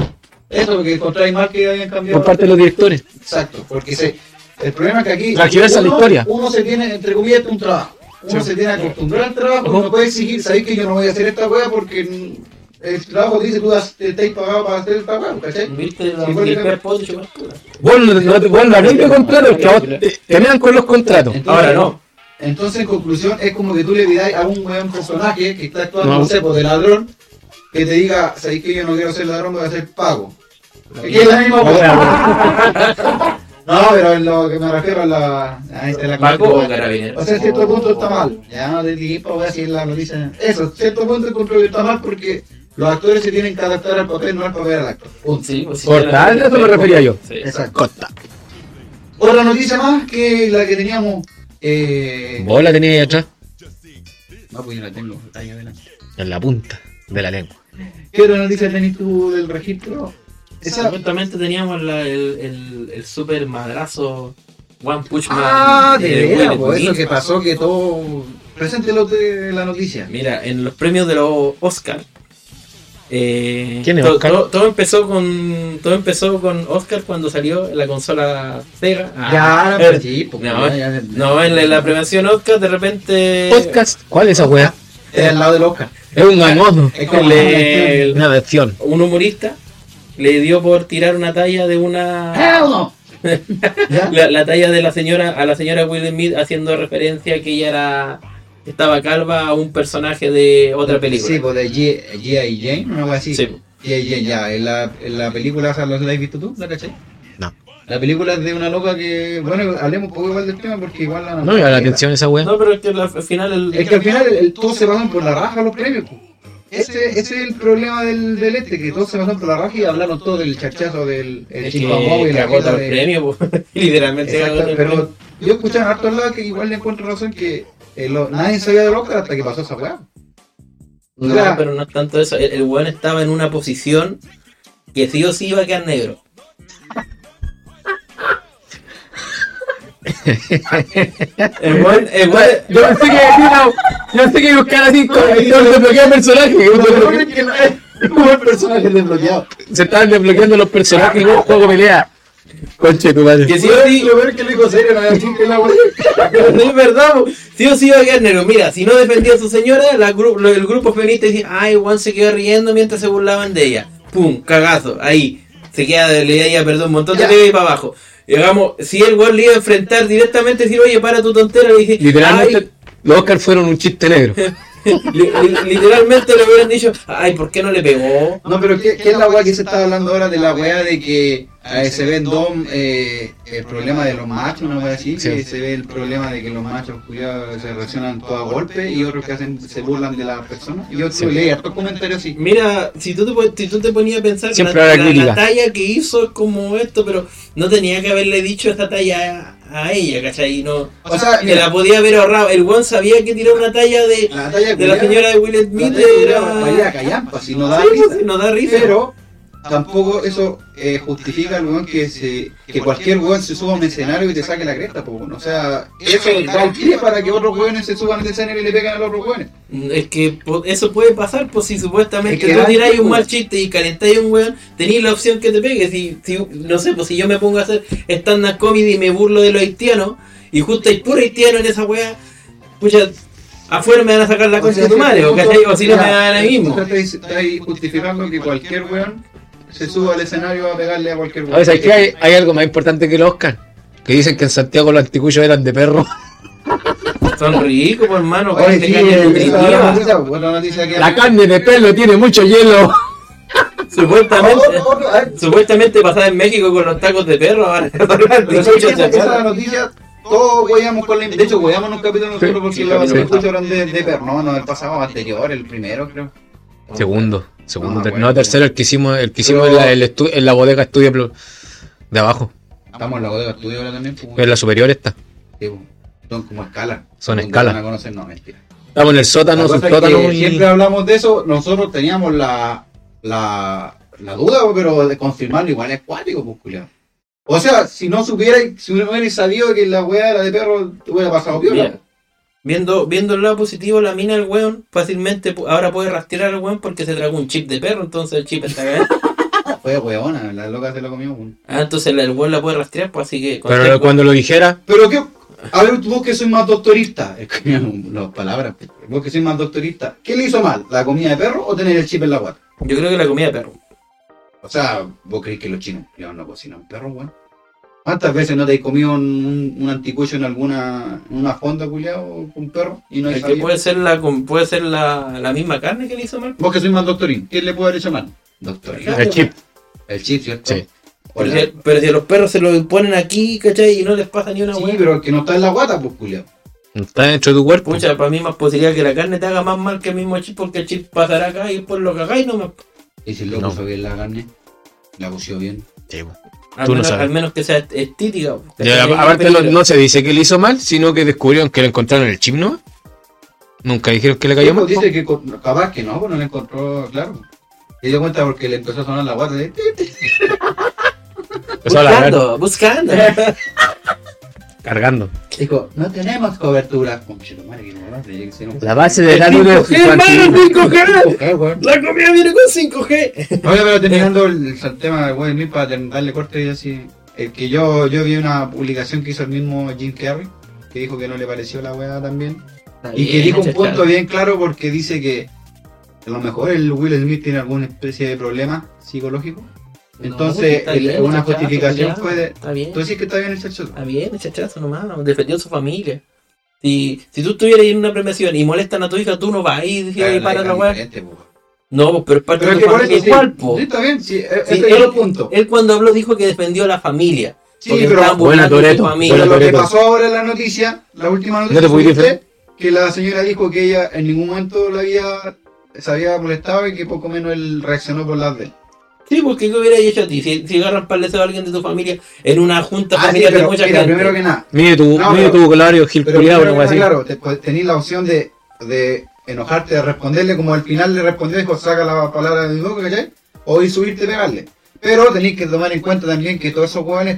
[SPEAKER 5] Eso, porque encontráis mal que hayan cambiado.
[SPEAKER 4] Por parte de los directores.
[SPEAKER 5] Exacto, porque el problema es que aquí
[SPEAKER 4] Transgiversa la historia.
[SPEAKER 5] uno se tiene, entre comillas, un trabajo. Uno se tiene que acostumbrar al trabajo,
[SPEAKER 4] Ujú.
[SPEAKER 5] no puede exigir, sabéis que yo no voy a hacer esta weá porque el trabajo te dice tú te estáis pagado para hacer esta weá, ¿cachai?
[SPEAKER 3] ¿Viste
[SPEAKER 5] Sí,
[SPEAKER 3] el
[SPEAKER 5] porque-
[SPEAKER 3] primer post de Chupatura?
[SPEAKER 4] Vos no habléis de contratos, que a vos te metan con los contratos.
[SPEAKER 5] Entonces,
[SPEAKER 3] Ahora no.
[SPEAKER 5] Entonces, en conclusión, es como que tú le pidáis a un weón personaje que está actuando,
[SPEAKER 4] No.
[SPEAKER 5] no sé, pues, de ladrón, que te diga, sabéis que yo no quiero ser ladrón, voy a ser pago. Aquí es la misma weá. No, pero en lo que me refiero a la
[SPEAKER 3] ¿Paco o carabinero?
[SPEAKER 5] O sea, en cierto punto está mal. Ya no te digo, voy a decir la noticia. Eso, en cierto punto encuentro que está mal porque los actores se tienen que adaptar al papel, no al papel al actor. Punto.
[SPEAKER 3] Sí, pues, sí,
[SPEAKER 4] Cortar, eso me refería yo.
[SPEAKER 3] Sí.
[SPEAKER 5] Exacto.
[SPEAKER 4] Costa.
[SPEAKER 5] Otra noticia más que la que teníamos.
[SPEAKER 4] Vos la tenías ahí atrás,
[SPEAKER 5] No, pues yo la tengo ahí adelante.
[SPEAKER 4] en la punta de la lengua.
[SPEAKER 5] ¿Qué otra noticia tenés tú del registro? Esa.
[SPEAKER 3] Supuestamente teníamos el super madrazo One Punch Man.
[SPEAKER 5] Ah, de veras,
[SPEAKER 3] Will
[SPEAKER 5] pues eso
[SPEAKER 3] Smith.
[SPEAKER 5] que pasó que todo. Preséntelo de la noticia.
[SPEAKER 3] Mira, en los premios de los Oscar.
[SPEAKER 4] ¿Quién es Oscar?
[SPEAKER 3] Todo empezó con Oscar cuando salió la consola Sega.
[SPEAKER 5] Sí, pues,
[SPEAKER 3] No,
[SPEAKER 5] ya.
[SPEAKER 3] no, en la premiación Oscar de repente.
[SPEAKER 4] Podcast, ¿cuál es esa wea?
[SPEAKER 5] Es al lado del Oscar.
[SPEAKER 4] Es un ganoso,
[SPEAKER 5] Es como
[SPEAKER 3] Le-
[SPEAKER 4] una versión.
[SPEAKER 3] un humorista le dio por tirar una talla de una.
[SPEAKER 5] ¡Hell no! ¿Ya?
[SPEAKER 3] La talla de la señora Will Smith haciendo referencia a que ella estaba calva a un personaje de otra película.
[SPEAKER 5] Sí, pues de G.I. Jane, una cosa así.
[SPEAKER 3] Sí.
[SPEAKER 5] G.I. Jane, ya. En la película, ¿la has visto tú? ¿La cachai?
[SPEAKER 4] No.
[SPEAKER 5] La película es de una loca que. Bueno, hablemos un poco igual del tema porque igual la.
[SPEAKER 4] No me llama la atención esa wea.
[SPEAKER 3] No, pero es que al final
[SPEAKER 5] Es que al final todos se pasan por la raja los premios. Po. Ese es el problema del que todos se pasan por la raja y hablaron todo del chachazo del
[SPEAKER 3] es
[SPEAKER 5] chico guapo y
[SPEAKER 3] que
[SPEAKER 5] la
[SPEAKER 3] cagó
[SPEAKER 5] cosa
[SPEAKER 3] todo el
[SPEAKER 5] de.
[SPEAKER 3] premio, po. Literalmente
[SPEAKER 5] Exacto,
[SPEAKER 3] cagó todo el premio.
[SPEAKER 5] pero yo escuché en hartos lados que igual le encuentro razón que nadie sabía del Oscar hasta que pasó esa weá.
[SPEAKER 3] No,
[SPEAKER 5] o sea-
[SPEAKER 3] pero no es tanto eso. El weón estaba en una posición que sí o sí iba a quedar negro. El weón,
[SPEAKER 4] Yo pensé que yo pensé que buscar así con desbloquear el personaje.
[SPEAKER 5] Es como el personaje desbloqueado.
[SPEAKER 4] Se estaban desbloqueando los personajes y un juego de pelea. Conche tu madre.
[SPEAKER 3] que sí o sí,
[SPEAKER 5] Lo peor es que lo dijo serio, no decir que la weá.
[SPEAKER 3] no es verdad, po. Sí o sí iba a quedar negro. Mira, si no defendía a su señora, el grupo feminista decía, ay, Juan se quedó riendo mientras se burlaban de ella. Pum, cagazo, ahí. Se queda, le iba a perder un montón de
[SPEAKER 5] Ya.
[SPEAKER 3] pega y para abajo. Digamos, si el weón le iba a enfrentar directamente, decir, oye, para tu tontera, le dije,
[SPEAKER 4] Literalmente, los Oscars fueron un chiste negro.
[SPEAKER 3] literalmente le hubieran dicho, ay, ¿por qué no le pegó?
[SPEAKER 5] No, pero ¿qué es la weá que se está hablando ahora de la weá de que se ve en Dom el problema de los machos, una weá así?
[SPEAKER 4] Sí.
[SPEAKER 5] Que se ve el problema de que los machos culiados se reaccionan todo a golpe y otros que se burlan de las personas. Yo leí hartos comentarios así.
[SPEAKER 3] Mira, si tú te ponías a pensar,
[SPEAKER 4] Siempre habrá crítica.
[SPEAKER 3] la talla que hizo es como esto, pero no tenía que haberle dicho esta talla a ella, ¿cachai? No,
[SPEAKER 5] O sea,
[SPEAKER 3] que
[SPEAKER 5] mira,
[SPEAKER 3] la podía haber ahorrado. El weón sabía que tirar una talla de
[SPEAKER 5] la talla
[SPEAKER 3] la
[SPEAKER 5] culiada-
[SPEAKER 3] señora de Will Smith
[SPEAKER 5] valía
[SPEAKER 3] era...
[SPEAKER 5] callampa, si no da
[SPEAKER 3] Sí,
[SPEAKER 5] risa.
[SPEAKER 3] pues, no da risa.
[SPEAKER 5] Pero tampoco eso justifica al weón que cualquier weón se suba a un escenario y te saque la cresta, po, weón. O sea, eso da el pie para que otros weones se suban al escenario y le peguen a los otros weones.
[SPEAKER 3] Es que eso puede pasar, pues si supuestamente
[SPEAKER 5] Es que
[SPEAKER 3] tú
[SPEAKER 5] da
[SPEAKER 3] tiráis
[SPEAKER 5] asco,
[SPEAKER 3] un mal
[SPEAKER 5] pues.
[SPEAKER 3] chiste y calentáis a un weón, tenéis la opción que te pegue. Si, no sé, pues si yo me pongo a hacer stand-up comedy y me burlo de los haitianos, y justo hay puro haitiano en esa weá, pucha, afuera me van a sacar la concha de tu madre, o ¿cachai? O si no me dan ahí mismo.
[SPEAKER 5] Está ahí justificando que cualquier weón se suba al escenario a pegarle a cualquier weón.
[SPEAKER 4] A veces aquí hay algo más importante que el Oscar. Que dicen que en Santiago los anticuchos eran de perro.
[SPEAKER 3] Son ricos, pues, hermano,
[SPEAKER 5] Oye,
[SPEAKER 3] carne
[SPEAKER 5] sí,
[SPEAKER 3] caña
[SPEAKER 5] esa
[SPEAKER 3] nutritiva.
[SPEAKER 5] otra noticia que
[SPEAKER 4] La carne de pelo tiene mucho hielo.
[SPEAKER 3] Supuestamente pasada en México con los tacos de perro, ahora
[SPEAKER 5] Pero ¿sabes qué? Esa noticia, todos hueamos con la. De hecho, hueamos en un capítulo nosotros porque
[SPEAKER 3] sí,
[SPEAKER 5] los
[SPEAKER 3] capítulo
[SPEAKER 5] escuchas hablan de perro. No, el pasado anterior, el primero, creo.
[SPEAKER 4] Segundo,
[SPEAKER 5] Ah, bueno.
[SPEAKER 4] no, tercero, el que hicimos
[SPEAKER 5] Pero-
[SPEAKER 4] en la bodega estudio de abajo.
[SPEAKER 5] Estamos en la bodega estudio ahora también. Pues,
[SPEAKER 4] En la superior está.
[SPEAKER 5] sí, pues, son como escalas.
[SPEAKER 4] Son
[SPEAKER 5] Donde
[SPEAKER 4] escalas.
[SPEAKER 5] van a conocer, no, mentira.
[SPEAKER 4] Estamos en el sótano,
[SPEAKER 5] La
[SPEAKER 4] su
[SPEAKER 5] cosa es
[SPEAKER 4] sótano
[SPEAKER 5] que
[SPEAKER 4] y...
[SPEAKER 5] siempre hablamos de eso, nosotros teníamos la duda, pero de confirmarlo igual es cuático, pues, culiao. O sea, si no hubierais sabido que la weá era de perro, te hubiera pasado piola.
[SPEAKER 3] Mira, viendo el lado positivo, la mina del weón fácilmente ahora puede rastrear al weón porque se tragó un chip de perro, entonces el chip está cagado.
[SPEAKER 5] fue huevona, la loca se lo comió. Weón.
[SPEAKER 3] Ah, entonces el weón la puede rastrear, pues así que...
[SPEAKER 4] Pero cuando lo dijera,
[SPEAKER 5] Pero qué, a ver, vos que soy más doctorista, es que las palabras, vos que soy más doctorista, ¿qué le hizo mal? ¿La comida de perro o tener el chip en la guata?
[SPEAKER 3] Yo creo que la comida de perro.
[SPEAKER 5] O sea, vos creés que los chinos no cocinan perro, weón. ¿Cuántas veces no te has comido un anticucho en una fonda, culiao, con perro? Y no hay
[SPEAKER 3] Es que puede ser la misma carne que le hizo mal.
[SPEAKER 5] Vos que sois más doctorín, ¿quién le puede haber hecho mal? Doctorín.
[SPEAKER 4] el chip.
[SPEAKER 5] El chip, ¿cierto?
[SPEAKER 4] Sí.
[SPEAKER 3] Pero si a los perros se lo ponen aquí, ¿cachai? Y no les pasa ni una
[SPEAKER 5] Sí,
[SPEAKER 3] hueá.
[SPEAKER 5] pero el que no está en la guata, pues, culiao.
[SPEAKER 4] Está dentro de tu cuerpo.
[SPEAKER 3] Pucha, para mí más posibilidad que la carne te haga más mal que el mismo chip, porque el chip pasará acá y después lo cagáis nomás.
[SPEAKER 5] Y si el loco
[SPEAKER 4] No.
[SPEAKER 5] hizo bien la carne, la coció bien.
[SPEAKER 4] Sí, weón.
[SPEAKER 3] Al
[SPEAKER 4] Tú no
[SPEAKER 3] menos,
[SPEAKER 4] sabes.
[SPEAKER 3] al menos que sea estética.
[SPEAKER 4] Ya, aparte no se dice que le hizo mal, sino que descubrieron que le encontraron el chip, ¿no? Nunca dijeron que le cayó mal.
[SPEAKER 5] Pues dice que capaz que no, pues no le encontró, claro. Y dio cuenta porque le empezó a sonar la guata de...
[SPEAKER 4] Empezó a ladrar,
[SPEAKER 3] Buscando.
[SPEAKER 4] cargando.
[SPEAKER 5] Dijo, no tenemos cobertura. Conchito, madre, que no va a creer que se nos-
[SPEAKER 4] La base de datos de
[SPEAKER 3] 5G, hermano, 5G.
[SPEAKER 5] Ah, weón.
[SPEAKER 3] La comida viene con 5G.
[SPEAKER 5] Oye, pero terminando el tema de Will Smith para darle corte y así. El que yo vi una publicación que hizo el mismo Jim Carrey, que dijo que no le pareció la weá también. Y que dijo un punto bien claro porque dice que a lo mejor el Will Smith tiene alguna especie de problema psicológico. Entonces, una justificación puede...
[SPEAKER 3] Está bien.
[SPEAKER 5] Tú decís que está bien el chachazo.
[SPEAKER 3] Está bien, el chachazo nomás. Defendió a su familia. Si tú estuvieras en una premiación y molestan a tu hija, tú no vas ahí y decís, para la weá. No, pues, pero es parte
[SPEAKER 5] Pero es
[SPEAKER 3] de
[SPEAKER 5] que
[SPEAKER 3] tu
[SPEAKER 5] por
[SPEAKER 3] familia
[SPEAKER 5] eso
[SPEAKER 3] igual,
[SPEAKER 5] sí,
[SPEAKER 3] po.
[SPEAKER 5] sí, está bien, sí,
[SPEAKER 3] Sí,
[SPEAKER 5] ese es el punto.
[SPEAKER 3] Él cuando habló dijo que defendió a la familia.
[SPEAKER 5] Sí,
[SPEAKER 3] porque
[SPEAKER 5] pero-
[SPEAKER 3] estaban
[SPEAKER 4] Buena,
[SPEAKER 3] burlando de su
[SPEAKER 4] Toretto,
[SPEAKER 3] familia.
[SPEAKER 5] Pero lo que
[SPEAKER 4] Toretto.
[SPEAKER 5] pasó ahora en la noticia, la última noticia,
[SPEAKER 4] No te pudiste
[SPEAKER 5] ¿supiste? Que la señora dijo que ella en ningún momento se había molestado y que poco menos él reaccionó por las de él.
[SPEAKER 3] Sí, porque ¿qué hubieras hecho a ti? Si agarran para el deseo a alguien de tu familia en una junta
[SPEAKER 5] Ah, sí,
[SPEAKER 3] familiar de
[SPEAKER 5] pero
[SPEAKER 3] mucha
[SPEAKER 5] mira,
[SPEAKER 3] gente.
[SPEAKER 5] primero que nada,
[SPEAKER 4] Mide tu
[SPEAKER 5] pero-
[SPEAKER 4] vocabulario, Gil
[SPEAKER 5] pero
[SPEAKER 4] culiao,
[SPEAKER 5] primero
[SPEAKER 4] algo
[SPEAKER 5] que nada,
[SPEAKER 4] así.
[SPEAKER 5] claro, tenés la opción de enojarte, de responderle como al final le respondió, dijo, saca la palabra de mi boca, ¿cachai? O ir subirte y pegarle. Pero tenéis que tomar en cuenta también que todos esos hueones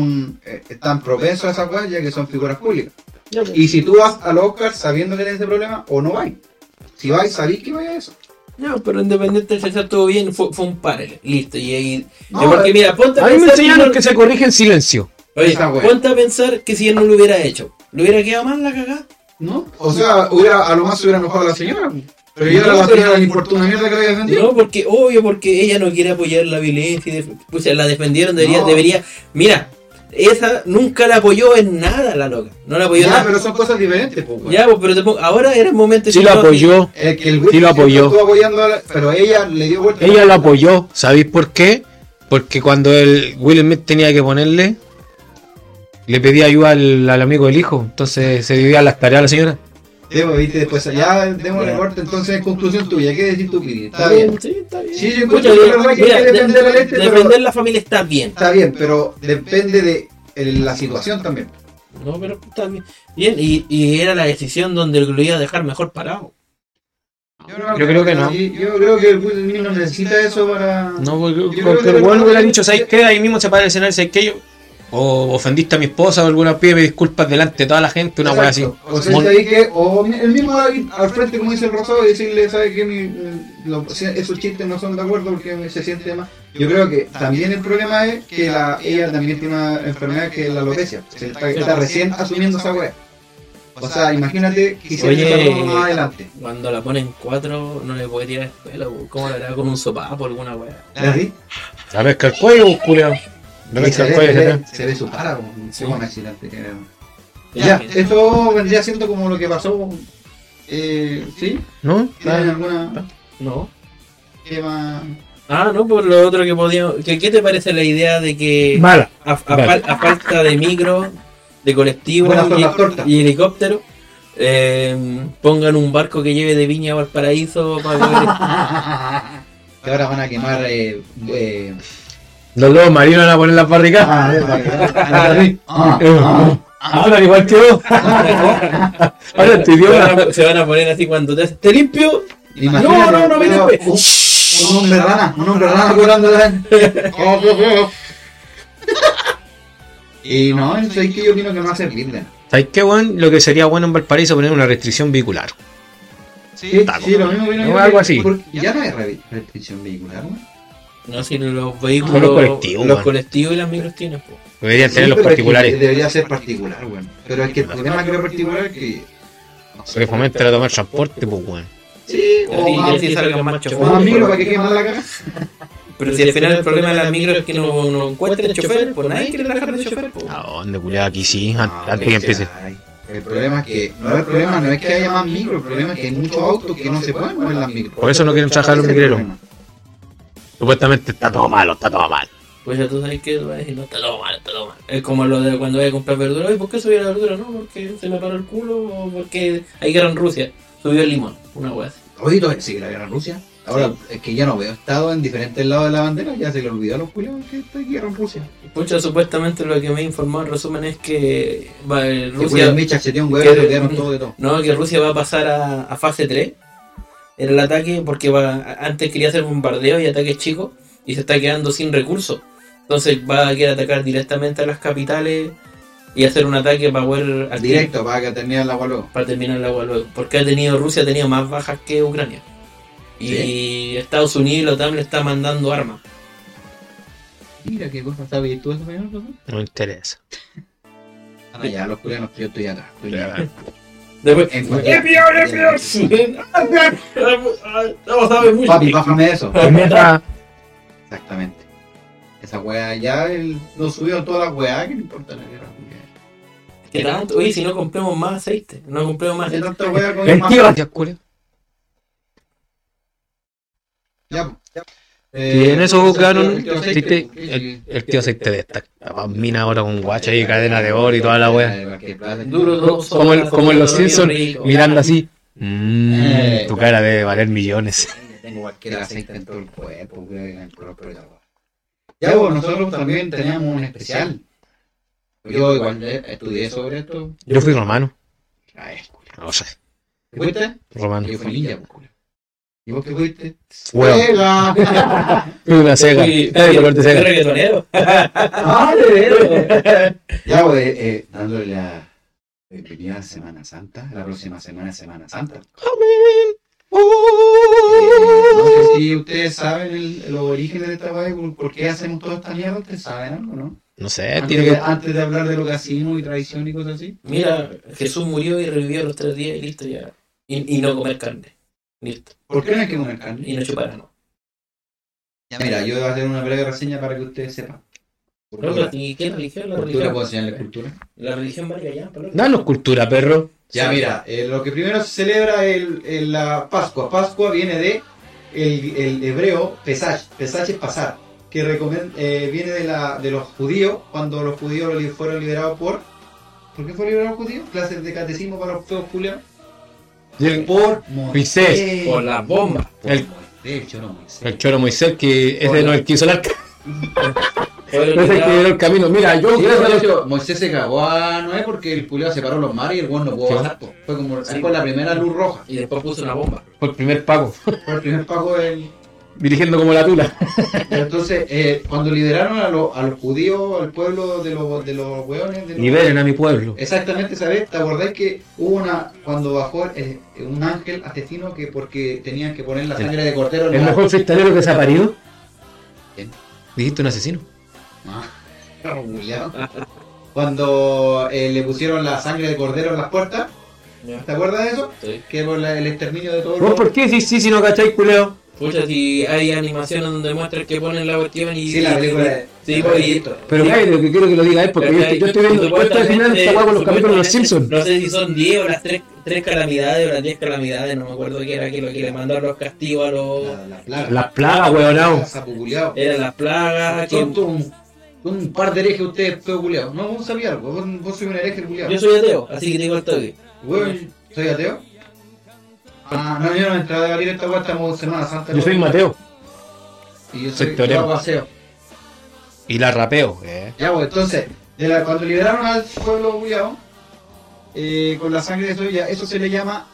[SPEAKER 5] están propensos a esas hueas ya que son figuras públicas.
[SPEAKER 3] Ya, pues.
[SPEAKER 5] Y si tú vas al Oscar sabiendo que tienes ese problema, o no vais. Si vais, sabéis que vais a eso.
[SPEAKER 3] No, pero independiente del sexo estuvo bien, fue un par, listo. Y ahí.
[SPEAKER 5] No,
[SPEAKER 3] porque mira, ponte a
[SPEAKER 4] A mí me
[SPEAKER 3] pensar.
[SPEAKER 4] enseñaron
[SPEAKER 3] no-
[SPEAKER 4] que se corrige en silencio.
[SPEAKER 3] Oye,
[SPEAKER 5] esa wea.
[SPEAKER 3] ponte a pensar que si él no lo hubiera hecho, ¿le hubiera quedado mal la cagada?
[SPEAKER 5] ¿No? O sea, a lo más se hubiera enojado a la señora. Pero ya
[SPEAKER 3] No,
[SPEAKER 5] a la
[SPEAKER 3] pero-
[SPEAKER 5] señora le importó una mierda que la había defendido.
[SPEAKER 3] No, porque, obvio, porque ella no quiere apoyar la violencia. Pues la defendieron,
[SPEAKER 5] No.
[SPEAKER 3] debería. Mira, esa nunca la apoyó en nada, la loca. No la apoyó en
[SPEAKER 5] Ya,
[SPEAKER 3] nada.
[SPEAKER 5] pero son cosas diferentes, pues.
[SPEAKER 3] Ya, pues, pero ahora era el momento.
[SPEAKER 4] Sí lo apoyó.
[SPEAKER 5] El que el
[SPEAKER 4] Sí lo apoyó.
[SPEAKER 5] estuvo apoyando pero ella le dio vuelta.
[SPEAKER 4] Ella lo apoyó. ¿Sabéis por qué? Porque cuando el Will Smith tenía que ponerle, le pedía ayuda al amigo del hijo. Entonces se dividían las tareas a la señora.
[SPEAKER 5] Debo, viste, después ya démosle
[SPEAKER 3] Ya.
[SPEAKER 5] corte, entonces conclusión tuya, ¿qué decís tú, Piri? Está bien.
[SPEAKER 3] Sí, está bien.
[SPEAKER 5] Sí, yo
[SPEAKER 3] Pucha,
[SPEAKER 5] encuentro que es verdad que
[SPEAKER 3] mira,
[SPEAKER 5] hay que defender al este, pero-
[SPEAKER 3] defender la familia está bien.
[SPEAKER 5] Está bien, pero depende de la situación también.
[SPEAKER 3] No, pero está bien. Bien, y era la decisión donde lo iba a dejar mejor parado.
[SPEAKER 4] Yo creo que no.
[SPEAKER 5] Yo creo que el Will Smith no necesita eso para...
[SPEAKER 4] No, porque
[SPEAKER 5] Yo creo que
[SPEAKER 4] el
[SPEAKER 5] de
[SPEAKER 4] bueno
[SPEAKER 5] verdad
[SPEAKER 4] hubiera
[SPEAKER 5] que-
[SPEAKER 4] dicho, ¿sabes qué? Ahí mismo se para el escenario, ¿sabes qué? Yo, o ofendiste a mi esposa o alguna pide disculpas delante de toda la gente, una wea así.
[SPEAKER 5] Exacto. O sea, ahí que, o el mismo ahí al frente, como dice el Rosado, y decirle, ¿sabes qué? Esos chistes no son de acuerdo porque se siente más. Yo creo que también el problema es que ella también tiene una enfermedad que es la alopecia. Se está recién asumiendo esa wea. O sea, imagínate que se
[SPEAKER 3] Oye,
[SPEAKER 5] desarrolla más adelante.
[SPEAKER 3] cuando la ponen 4 no le puede tirar escuela, ¿cómo la hará con un sopapo alguna wea?
[SPEAKER 5] ¿Así?
[SPEAKER 4] A ver, que el cuello, Julián. No
[SPEAKER 5] Y
[SPEAKER 4] me
[SPEAKER 5] se
[SPEAKER 4] el cuello,
[SPEAKER 5] ve,
[SPEAKER 4] se
[SPEAKER 5] se ve su cara,
[SPEAKER 3] Sí.
[SPEAKER 5] como un accidente.
[SPEAKER 3] Ya,
[SPEAKER 5] Ya, esto vendría siendo como lo que pasó. ¿Sí?
[SPEAKER 4] ¿no?
[SPEAKER 5] ¿Tienen alguna
[SPEAKER 3] No.
[SPEAKER 5] tema?
[SPEAKER 3] Ah, no, por lo otro que podíamos... ¿Qué te parece la idea de que
[SPEAKER 4] Mala.
[SPEAKER 3] a
[SPEAKER 4] Vale.
[SPEAKER 3] falta de micro, de colectivo
[SPEAKER 5] Buenas son las tortas.
[SPEAKER 3] y helicóptero, pongan un barco que lleve de Viña a Valparaíso para
[SPEAKER 5] Que ahora van a quemar.
[SPEAKER 4] Los lobos marinos van a poner las barricadas. Hablan igual que vos. Ahora te idioma.
[SPEAKER 3] se van a poner así cuando te limpio.
[SPEAKER 5] Imagínate,
[SPEAKER 3] No, me
[SPEAKER 5] pero
[SPEAKER 3] limpio.
[SPEAKER 5] un hombre rana curando. Y no, eso es que yo opino que no va a servir de nada.
[SPEAKER 4] ¿Sabes qué, weón? Lo que sería bueno en Valparaíso poner una restricción vehicular.
[SPEAKER 5] Sí,
[SPEAKER 4] Taco.
[SPEAKER 5] sí, lo mismo opino
[SPEAKER 4] O
[SPEAKER 5] yo.
[SPEAKER 4] algo así.
[SPEAKER 5] Porque ya no hay restricción vehicular, ¿no?
[SPEAKER 3] No, si los vehículos,
[SPEAKER 4] Son los colectivos,
[SPEAKER 3] los
[SPEAKER 4] weón.
[SPEAKER 3] colectivos y las micros tienen, po.
[SPEAKER 4] Deberían
[SPEAKER 5] Sí,
[SPEAKER 4] tener los
[SPEAKER 5] pero es que
[SPEAKER 4] particulares.
[SPEAKER 5] debería ser particular, weón. Pero es que el problema que lo particular es que. No sé,
[SPEAKER 4] Que fomenten a tomar transporte, pues, weón.
[SPEAKER 5] Sí,
[SPEAKER 3] Y
[SPEAKER 5] o más,
[SPEAKER 3] así salgan más
[SPEAKER 5] o
[SPEAKER 3] choferes.
[SPEAKER 5] más micro para que quede más la caga.
[SPEAKER 3] Pero si al final el problema de las micros es que no encuentren chofer, pues nadie quiere trabajar de chofer, po.
[SPEAKER 4] ¿A dónde, culiado? Aquí sí,
[SPEAKER 5] No,
[SPEAKER 4] antes que empiece.
[SPEAKER 5] El problema es que no es que haya más micro, el problema es que hay muchos autos que no se pueden poner las micros.
[SPEAKER 4] Por eso no quieren trabajar los
[SPEAKER 5] Ese es el
[SPEAKER 4] micreros.
[SPEAKER 5] problema.
[SPEAKER 4] Supuestamente está todo malo, está todo mal.
[SPEAKER 3] Pues ya tú sabes que vas a decir, no, está todo mal, está todo mal. Es como lo de cuando voy a comprar verdura. ¿Y por qué subió la verdura? No, porque se me paró el culo o porque hay guerra en Rusia. Subió el limón, una wea así.
[SPEAKER 5] Oído, sigue la guerra en Rusia. Ahora, es que ya no veo estado en diferentes lados de la bandera, ya se le olvidó a los culiados que está guerra en Rusia.
[SPEAKER 3] Pucha, supuestamente lo que me he informado en resumen es que
[SPEAKER 5] Rusia,
[SPEAKER 3] Rusia...
[SPEAKER 5] Micha, se tiene un huevo,
[SPEAKER 3] que-
[SPEAKER 5] se quedaron todo de todo.
[SPEAKER 3] No, que Rusia va a pasar a fase 3 en el ataque porque antes quería hacer bombardeo y ataques chicos y se está quedando sin recursos. Entonces va a querer atacar directamente a las capitales y hacer un ataque para poder
[SPEAKER 5] Directo, para que termine la agua luego.
[SPEAKER 3] para terminar el agua luego. Porque Rusia ha tenido más bajas que Ucrania. Y Estados Unidos y la OTAN le está mandando armas.
[SPEAKER 5] Mira qué cosa, ¿sabes tú eso, señor?
[SPEAKER 4] No me interesa.
[SPEAKER 5] Ah, ya, los culiados, yo estoy acá. Estoy acá.
[SPEAKER 3] Después,
[SPEAKER 5] En
[SPEAKER 3] ¡Le
[SPEAKER 5] cualquier-
[SPEAKER 3] pilló, le pilló! No sabe mucho.
[SPEAKER 5] Papi, bájame eso.
[SPEAKER 4] Mientras,
[SPEAKER 5] Exactamente. Esa wea ya lo subió toda la wea, que no importa la guerra.
[SPEAKER 3] ¿Qué tanto? Oye, si no compremos más aceite, no compremos más
[SPEAKER 5] De
[SPEAKER 3] aceite.
[SPEAKER 5] tanta wea con
[SPEAKER 4] el
[SPEAKER 5] más-
[SPEAKER 4] tío, ya, culiao.
[SPEAKER 5] Ya, pues.
[SPEAKER 4] Y en eso quedaron.
[SPEAKER 5] el tío aceite,
[SPEAKER 4] ¿Viste?
[SPEAKER 5] porque-
[SPEAKER 4] El tío aceite de esta. Mina ahora con guacha y cadena de oro y toda la wea.
[SPEAKER 3] Duro, dos
[SPEAKER 4] Como,
[SPEAKER 3] horas,
[SPEAKER 4] como en los
[SPEAKER 3] rico,
[SPEAKER 4] Simpsons,
[SPEAKER 3] rico.
[SPEAKER 4] mirando así. Tu cara debe valer millones.
[SPEAKER 5] Tengo cualquier aceite en todo el cuerpo, que en el cuerpo de la wea. Ya, pues nosotros también teníamos un especial. Yo igual estudié sobre esto.
[SPEAKER 4] Yo fui romano.
[SPEAKER 5] Ay,
[SPEAKER 4] No sé.
[SPEAKER 5] ¿fuiste?
[SPEAKER 4] Romano.
[SPEAKER 5] Yo fui ninja, pues, culo. ¿Y vos qué fuiste?
[SPEAKER 4] Huevo.
[SPEAKER 5] ¡Juega!
[SPEAKER 4] Fui una cega.
[SPEAKER 3] Fui-
[SPEAKER 4] De color de
[SPEAKER 3] fui
[SPEAKER 4] cega.
[SPEAKER 3] reggaetonero.
[SPEAKER 5] ¡Ah, de veras! Ya, pues, dándole la bienvenida a Semana Santa. La próxima semana es Semana Santa. No sé si ustedes saben los orígenes de esta weá, por qué hacemos toda esta mierda. ¿Ustedes saben algo, no?
[SPEAKER 4] No sé,
[SPEAKER 5] Antes,
[SPEAKER 4] tiene que.
[SPEAKER 5] antes de hablar de los casinos y tradición y cosas así.
[SPEAKER 3] Mira, Jesús murió y revivió a los 3 días y listo ya. Y no comer carne. Listo.
[SPEAKER 5] ¿Por qué no hay que comer carne?
[SPEAKER 3] Y no chupar, no.
[SPEAKER 5] Ya, mira, yo voy a hacer una breve reseña para que ustedes sepan.
[SPEAKER 3] ¿Y qué religión? La
[SPEAKER 5] Cultura, ¿puedo
[SPEAKER 3] religión,
[SPEAKER 5] enseñarle cultura?
[SPEAKER 3] la religión varia ya, perdón.
[SPEAKER 4] Danos cultura, perro.
[SPEAKER 5] Ya, mira, lo que primero se celebra es la Pascua. Pascua viene de el hebreo Pesach. Pesach es pasar, que viene de los judíos, cuando los judíos fueron liberados por... ¿Por qué fueron liberados los judíos? Clases de catecismo para los feos culiados. Por
[SPEAKER 4] Moisés.
[SPEAKER 3] Por las bombas.
[SPEAKER 4] El-
[SPEAKER 5] El choro Moisés.
[SPEAKER 4] El choro Moisés, que es de no el que hizo el arca.
[SPEAKER 3] Fue
[SPEAKER 4] No es el que dio el camino. Mira, yo,
[SPEAKER 5] Sí,
[SPEAKER 4] gracias a
[SPEAKER 5] de
[SPEAKER 4] los-
[SPEAKER 5] hecho, Moisés se cagó a Noé porque el culiado separó los mares y el weón no pudo
[SPEAKER 4] Sí.
[SPEAKER 5] pasar. Po. Fue como fue la primera luz roja.
[SPEAKER 3] Y después puso una bomba.
[SPEAKER 4] Fue el primer pago.
[SPEAKER 5] Fue el primer pago del...
[SPEAKER 4] Dirigiendo como la tula.
[SPEAKER 5] Entonces, cuando liberaron a los judíos, al pueblo de los hueones... de los-
[SPEAKER 4] Liberen a mi pueblo.
[SPEAKER 5] Exactamente, ¿sabes? ¿Te acordás que hubo cuando bajó un ángel asesino que porque tenían que poner la sangre de cordero en
[SPEAKER 4] El
[SPEAKER 5] la...
[SPEAKER 4] mejor freestalero que se ha parido.
[SPEAKER 5] ¿Quién?
[SPEAKER 4] Dijiste un asesino.
[SPEAKER 5] Ah, Julián. Cuando le pusieron la sangre de cordero en las puertas, ¿te acuerdas de eso?
[SPEAKER 3] Sí.
[SPEAKER 5] Que por el exterminio de todos
[SPEAKER 4] ¿Vos
[SPEAKER 5] los...
[SPEAKER 4] por qué? Sí, si no cacháis, culeo.
[SPEAKER 3] Pucha, si hay animaciones donde muestran que ponen la cuestión y...
[SPEAKER 5] Sí, la película...
[SPEAKER 3] Sí,
[SPEAKER 5] la
[SPEAKER 3] pues, y-
[SPEAKER 5] película.
[SPEAKER 4] Pero
[SPEAKER 3] Sí.
[SPEAKER 4] cállate, lo que quiero que lo diga es porque yo estoy viendo. Yo estoy al final de esta hueá con los capítulos de los Simpsons.
[SPEAKER 3] No sé si son 10 o las 3 calamidades o las 10 calamidades, no me acuerdo qué era, que lo que le mandaron los castigos a los...
[SPEAKER 5] La plaga.
[SPEAKER 4] Las plagas, weonao.
[SPEAKER 5] Sapo culiao.
[SPEAKER 3] Eran las plagas, que...
[SPEAKER 5] Son todos un par de herejes ustedes, feo culiao. No, vos sabías algo, vos sois un hereje culiao.
[SPEAKER 3] Yo soy ateo, así que te digo el toque.
[SPEAKER 5] Weón, ¿soy ateo? Ah, no, yo no me entraba a debatir esta weá, estamos en Semana Santa.
[SPEAKER 4] Yo soy Mateo.
[SPEAKER 5] Y yo
[SPEAKER 4] soy
[SPEAKER 5] soy
[SPEAKER 4] teorema.
[SPEAKER 5] yo hago aseo.
[SPEAKER 4] Y la rapeo.
[SPEAKER 5] Ya, pues entonces, cuando liberaron al pueblo culiao, con la sangre de soya, eso se le llama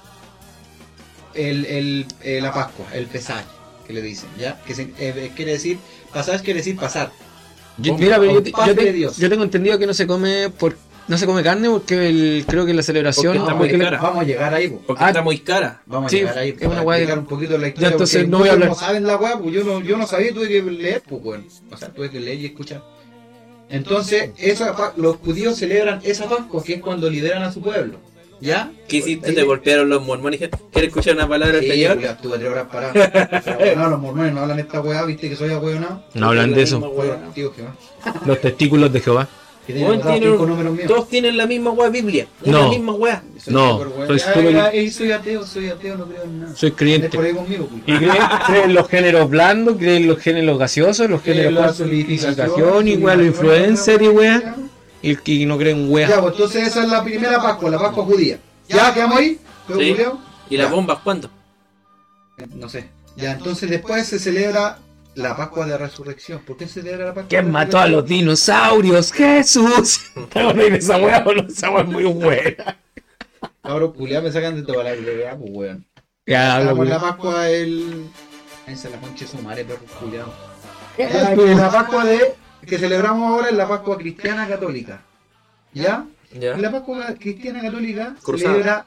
[SPEAKER 5] la Pascua, el Pesach, que le dicen, ¿ya? Que quiere decir, pasar quiere decir pasar.
[SPEAKER 4] Mira, pero
[SPEAKER 5] Con paz de Dios.
[SPEAKER 4] yo tengo entendido que no se come no se come carne porque creo que la celebración...
[SPEAKER 3] Porque está muy
[SPEAKER 4] porque
[SPEAKER 3] cara.
[SPEAKER 5] Vamos a llegar ahí, po.
[SPEAKER 3] Porque está muy cara.
[SPEAKER 5] Vamos a
[SPEAKER 4] Sí,
[SPEAKER 5] llegar ahí.
[SPEAKER 4] es una
[SPEAKER 5] Para
[SPEAKER 4] weá de-
[SPEAKER 5] explicar un poquito la historia.
[SPEAKER 4] Ya, entonces
[SPEAKER 5] porque
[SPEAKER 4] no voy a
[SPEAKER 5] muchos
[SPEAKER 4] hablar.
[SPEAKER 5] no saben la weá, pues yo no sabía, tuve que leer, pues weón. O sea, tuve que leer y escuchar. Entonces, los judíos celebran esa Pascua, que es cuando lideran a su pueblo. ¿Ya?
[SPEAKER 3] ¿Qué hiciste? Te golpearon los mormones y dijeron, ¿quieres escuchar una palabra del
[SPEAKER 5] Sí,
[SPEAKER 3] Señor?
[SPEAKER 5] culiao, estuve 3 horas parado. Pero bueno, los mormones no hablan esta weá, viste que soy ahueonado.
[SPEAKER 4] No hablan de eso.
[SPEAKER 5] Weón, tío, que va.
[SPEAKER 4] Los testículos de Jehová.
[SPEAKER 5] Que tienen
[SPEAKER 3] Weón,
[SPEAKER 5] los
[SPEAKER 3] tienen-
[SPEAKER 5] 5 números míos.
[SPEAKER 3] Todos tienen la misma weá Biblia. Es
[SPEAKER 4] No.
[SPEAKER 3] la misma weá.
[SPEAKER 4] No,
[SPEAKER 5] súper weón.
[SPEAKER 4] soy
[SPEAKER 5] Ya,
[SPEAKER 4] súper-
[SPEAKER 5] ya, soy ateo, no creo en nada.
[SPEAKER 4] Soy
[SPEAKER 5] Andes
[SPEAKER 4] creyente.
[SPEAKER 5] por ahí conmigo, culiao.
[SPEAKER 4] ¿Y creen en los géneros blandos? ¿Creen en los géneros gaseosos? ¿Los géneros
[SPEAKER 5] La
[SPEAKER 4] con solidificación y weá, los influencers y weá? Y no creen
[SPEAKER 5] Ya,
[SPEAKER 4] weá.
[SPEAKER 5] pues entonces esa es la primera Pascua, la Pascua judía. ¿Ya quedamos ahí? ¿Todo
[SPEAKER 3] Sí.
[SPEAKER 5] culiao?
[SPEAKER 3] ¿Y las
[SPEAKER 5] Ya.
[SPEAKER 3] bombas cuándo?
[SPEAKER 5] No sé. Ya, entonces después se celebra la Pascua de Resurrección. ¿Por qué se celebra la Pascua?
[SPEAKER 4] ¿Quién
[SPEAKER 5] de
[SPEAKER 4] mató a los
[SPEAKER 5] Resurrección?
[SPEAKER 4] dinosaurios? ¡Jesús! ¿Te acordás de esa weá o no? Esa weá es muy buena.
[SPEAKER 5] Cabros culiao me sacan de toda la iglesia, pues weón.
[SPEAKER 4] Ya, habla,
[SPEAKER 5] Estamos en la
[SPEAKER 4] weón.
[SPEAKER 5] Pascua Esa es la concha de su madre, perro culiao. Ya, que la Pascua que celebramos ahora es la Pascua cristiana católica. ¿Ya?
[SPEAKER 3] Ya.
[SPEAKER 5] La Pascua cristiana católica
[SPEAKER 3] Cruzada.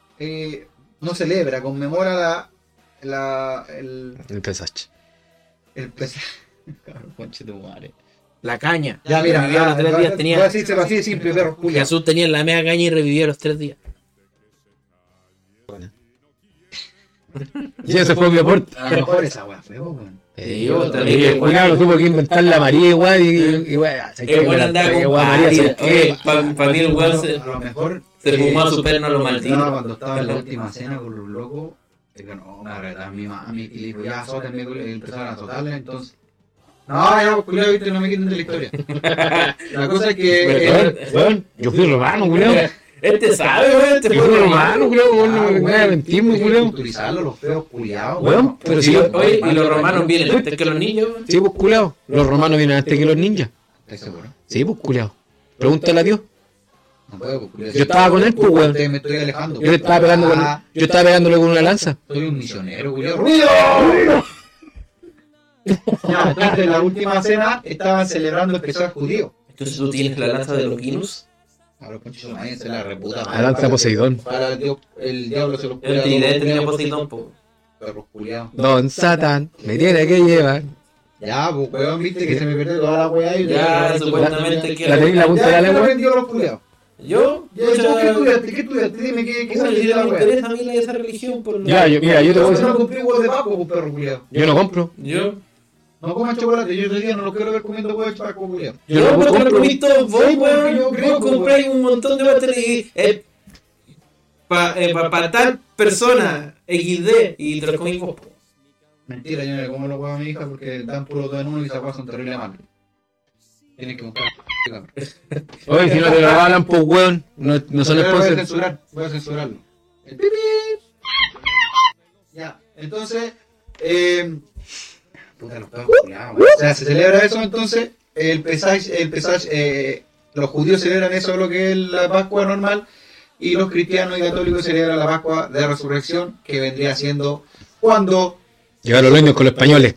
[SPEAKER 5] conmemora el
[SPEAKER 4] El pesaje.
[SPEAKER 5] pesaje. Cabrón, conche tu madre.
[SPEAKER 3] La caña.
[SPEAKER 5] Ya, mira,
[SPEAKER 3] Revivió a los 3 días.
[SPEAKER 5] voy a
[SPEAKER 3] Tenía...
[SPEAKER 5] decírselo así de simple, perro culiao.
[SPEAKER 3] Jesús tenía la media caña y revivió a los 3 días.
[SPEAKER 4] Sí, ese fue mi aporte.
[SPEAKER 5] A lo mejor esa weá fue, weón.
[SPEAKER 3] Yo
[SPEAKER 4] Y
[SPEAKER 3] también.
[SPEAKER 4] el culiao tuvo que inventar la María igual y weá.
[SPEAKER 3] El weón andaba con
[SPEAKER 4] María, ¿sabes qué?
[SPEAKER 3] Para mí el weón se...
[SPEAKER 5] A lo mejor
[SPEAKER 3] Se fumó a su perno a lo
[SPEAKER 5] no,
[SPEAKER 3] maldito.
[SPEAKER 5] cuando estaba en la última cena con los locos, digo, no, me agradaba a mi mami y le dijo, ya, azótenme, y empezaron a azotarle, entonces. No, ya, pues, culiao, viste, no me quiten de la historia. La cosa es que.
[SPEAKER 4] Weón, yo fui romano, culiao.
[SPEAKER 3] Este sabe, weón. Este
[SPEAKER 4] Yo
[SPEAKER 3] fue
[SPEAKER 4] fui
[SPEAKER 3] romano.
[SPEAKER 4] romano, culiao. No me voy a mentir,
[SPEAKER 5] Hay que
[SPEAKER 4] culiao.
[SPEAKER 5] culturizarlo, los feos culiados.
[SPEAKER 4] Weón, pero si
[SPEAKER 3] Oye, y los romanos vienen antes que los niños.
[SPEAKER 4] Sí, pues culiao. Los romanos vienen antes que los ninjas.
[SPEAKER 5] ¿Estás seguro?
[SPEAKER 4] Sí, pues culiao. Pregúntale a Dios.
[SPEAKER 5] No puedo, pues, culiao.
[SPEAKER 4] Yo estaba con él, pues, weón.
[SPEAKER 5] Me estoy alejando.
[SPEAKER 4] Yo le estaba pegando con,
[SPEAKER 5] Ah,
[SPEAKER 4] yo estaba pegándole con una lanza.
[SPEAKER 5] soy un misionero, culiao. ¡Ruido! Ya, entonces en la última cena estaban celebrando el Pesaj judío.
[SPEAKER 3] Entonces tú tienes la lanza de Longinus.
[SPEAKER 5] A los conchos, nadie se la reputa.
[SPEAKER 4] La lanza Poseidón.
[SPEAKER 5] Para el diablo se los
[SPEAKER 3] El tridente tenía Poseidón, po.
[SPEAKER 5] Perros culiados.
[SPEAKER 4] Don Satán, me tiene que llevar.
[SPEAKER 5] Ya, pues, weón, viste que se me perdió toda la weá y
[SPEAKER 3] Ya, supuestamente que...
[SPEAKER 4] La tenés la punta de la
[SPEAKER 5] ¿Quién
[SPEAKER 4] lengua.
[SPEAKER 5] aprendió los culiados?
[SPEAKER 3] Yo,
[SPEAKER 5] ¿Qué estudiaste? ¿Qué estudiaste? Dime qué
[SPEAKER 3] ¿Cómo
[SPEAKER 5] sabes de
[SPEAKER 3] le
[SPEAKER 5] la
[SPEAKER 3] me
[SPEAKER 5] weá.
[SPEAKER 3] interesa a mí esa religión? Por
[SPEAKER 4] Ya, mira, yo te voy a
[SPEAKER 5] Yo no
[SPEAKER 4] decir.
[SPEAKER 5] compré huevos de Paco, pues, perro culiado.
[SPEAKER 4] Yo no compro.
[SPEAKER 3] Yo...
[SPEAKER 5] No coman chocolate, yo te digo, no los quiero ver comiendo huevos de Paco, culiado.
[SPEAKER 4] Yo
[SPEAKER 3] Yo
[SPEAKER 4] no
[SPEAKER 3] no, pero
[SPEAKER 4] compro.
[SPEAKER 3] comí todos vos,
[SPEAKER 5] Sí, porque
[SPEAKER 3] weón.
[SPEAKER 5] yo creo,
[SPEAKER 3] Vos compráis un montón de baterías y... Para tal persona, XD, y te los comí vos, po.
[SPEAKER 5] Mentira, yo no le como los huevos a mi hija porque dan puro todo en uno y esas huevas son terribles malas. Tienes que buscar.
[SPEAKER 4] Oye, si no te lo regalan, pues weón. No son
[SPEAKER 5] Voy a
[SPEAKER 4] sponsors.
[SPEAKER 5] censurar, voy a censurarlo. El pipí. Ya, entonces, puta, los huevos culiados, weón. O sea, se celebra eso, entonces, el Pesaj, los judíos celebran eso, lo que es la Pascua normal, y los cristianos y católicos celebran la Pascua de Resurrección, que vendría siendo cuando
[SPEAKER 4] Llegaron los indios con los españoles.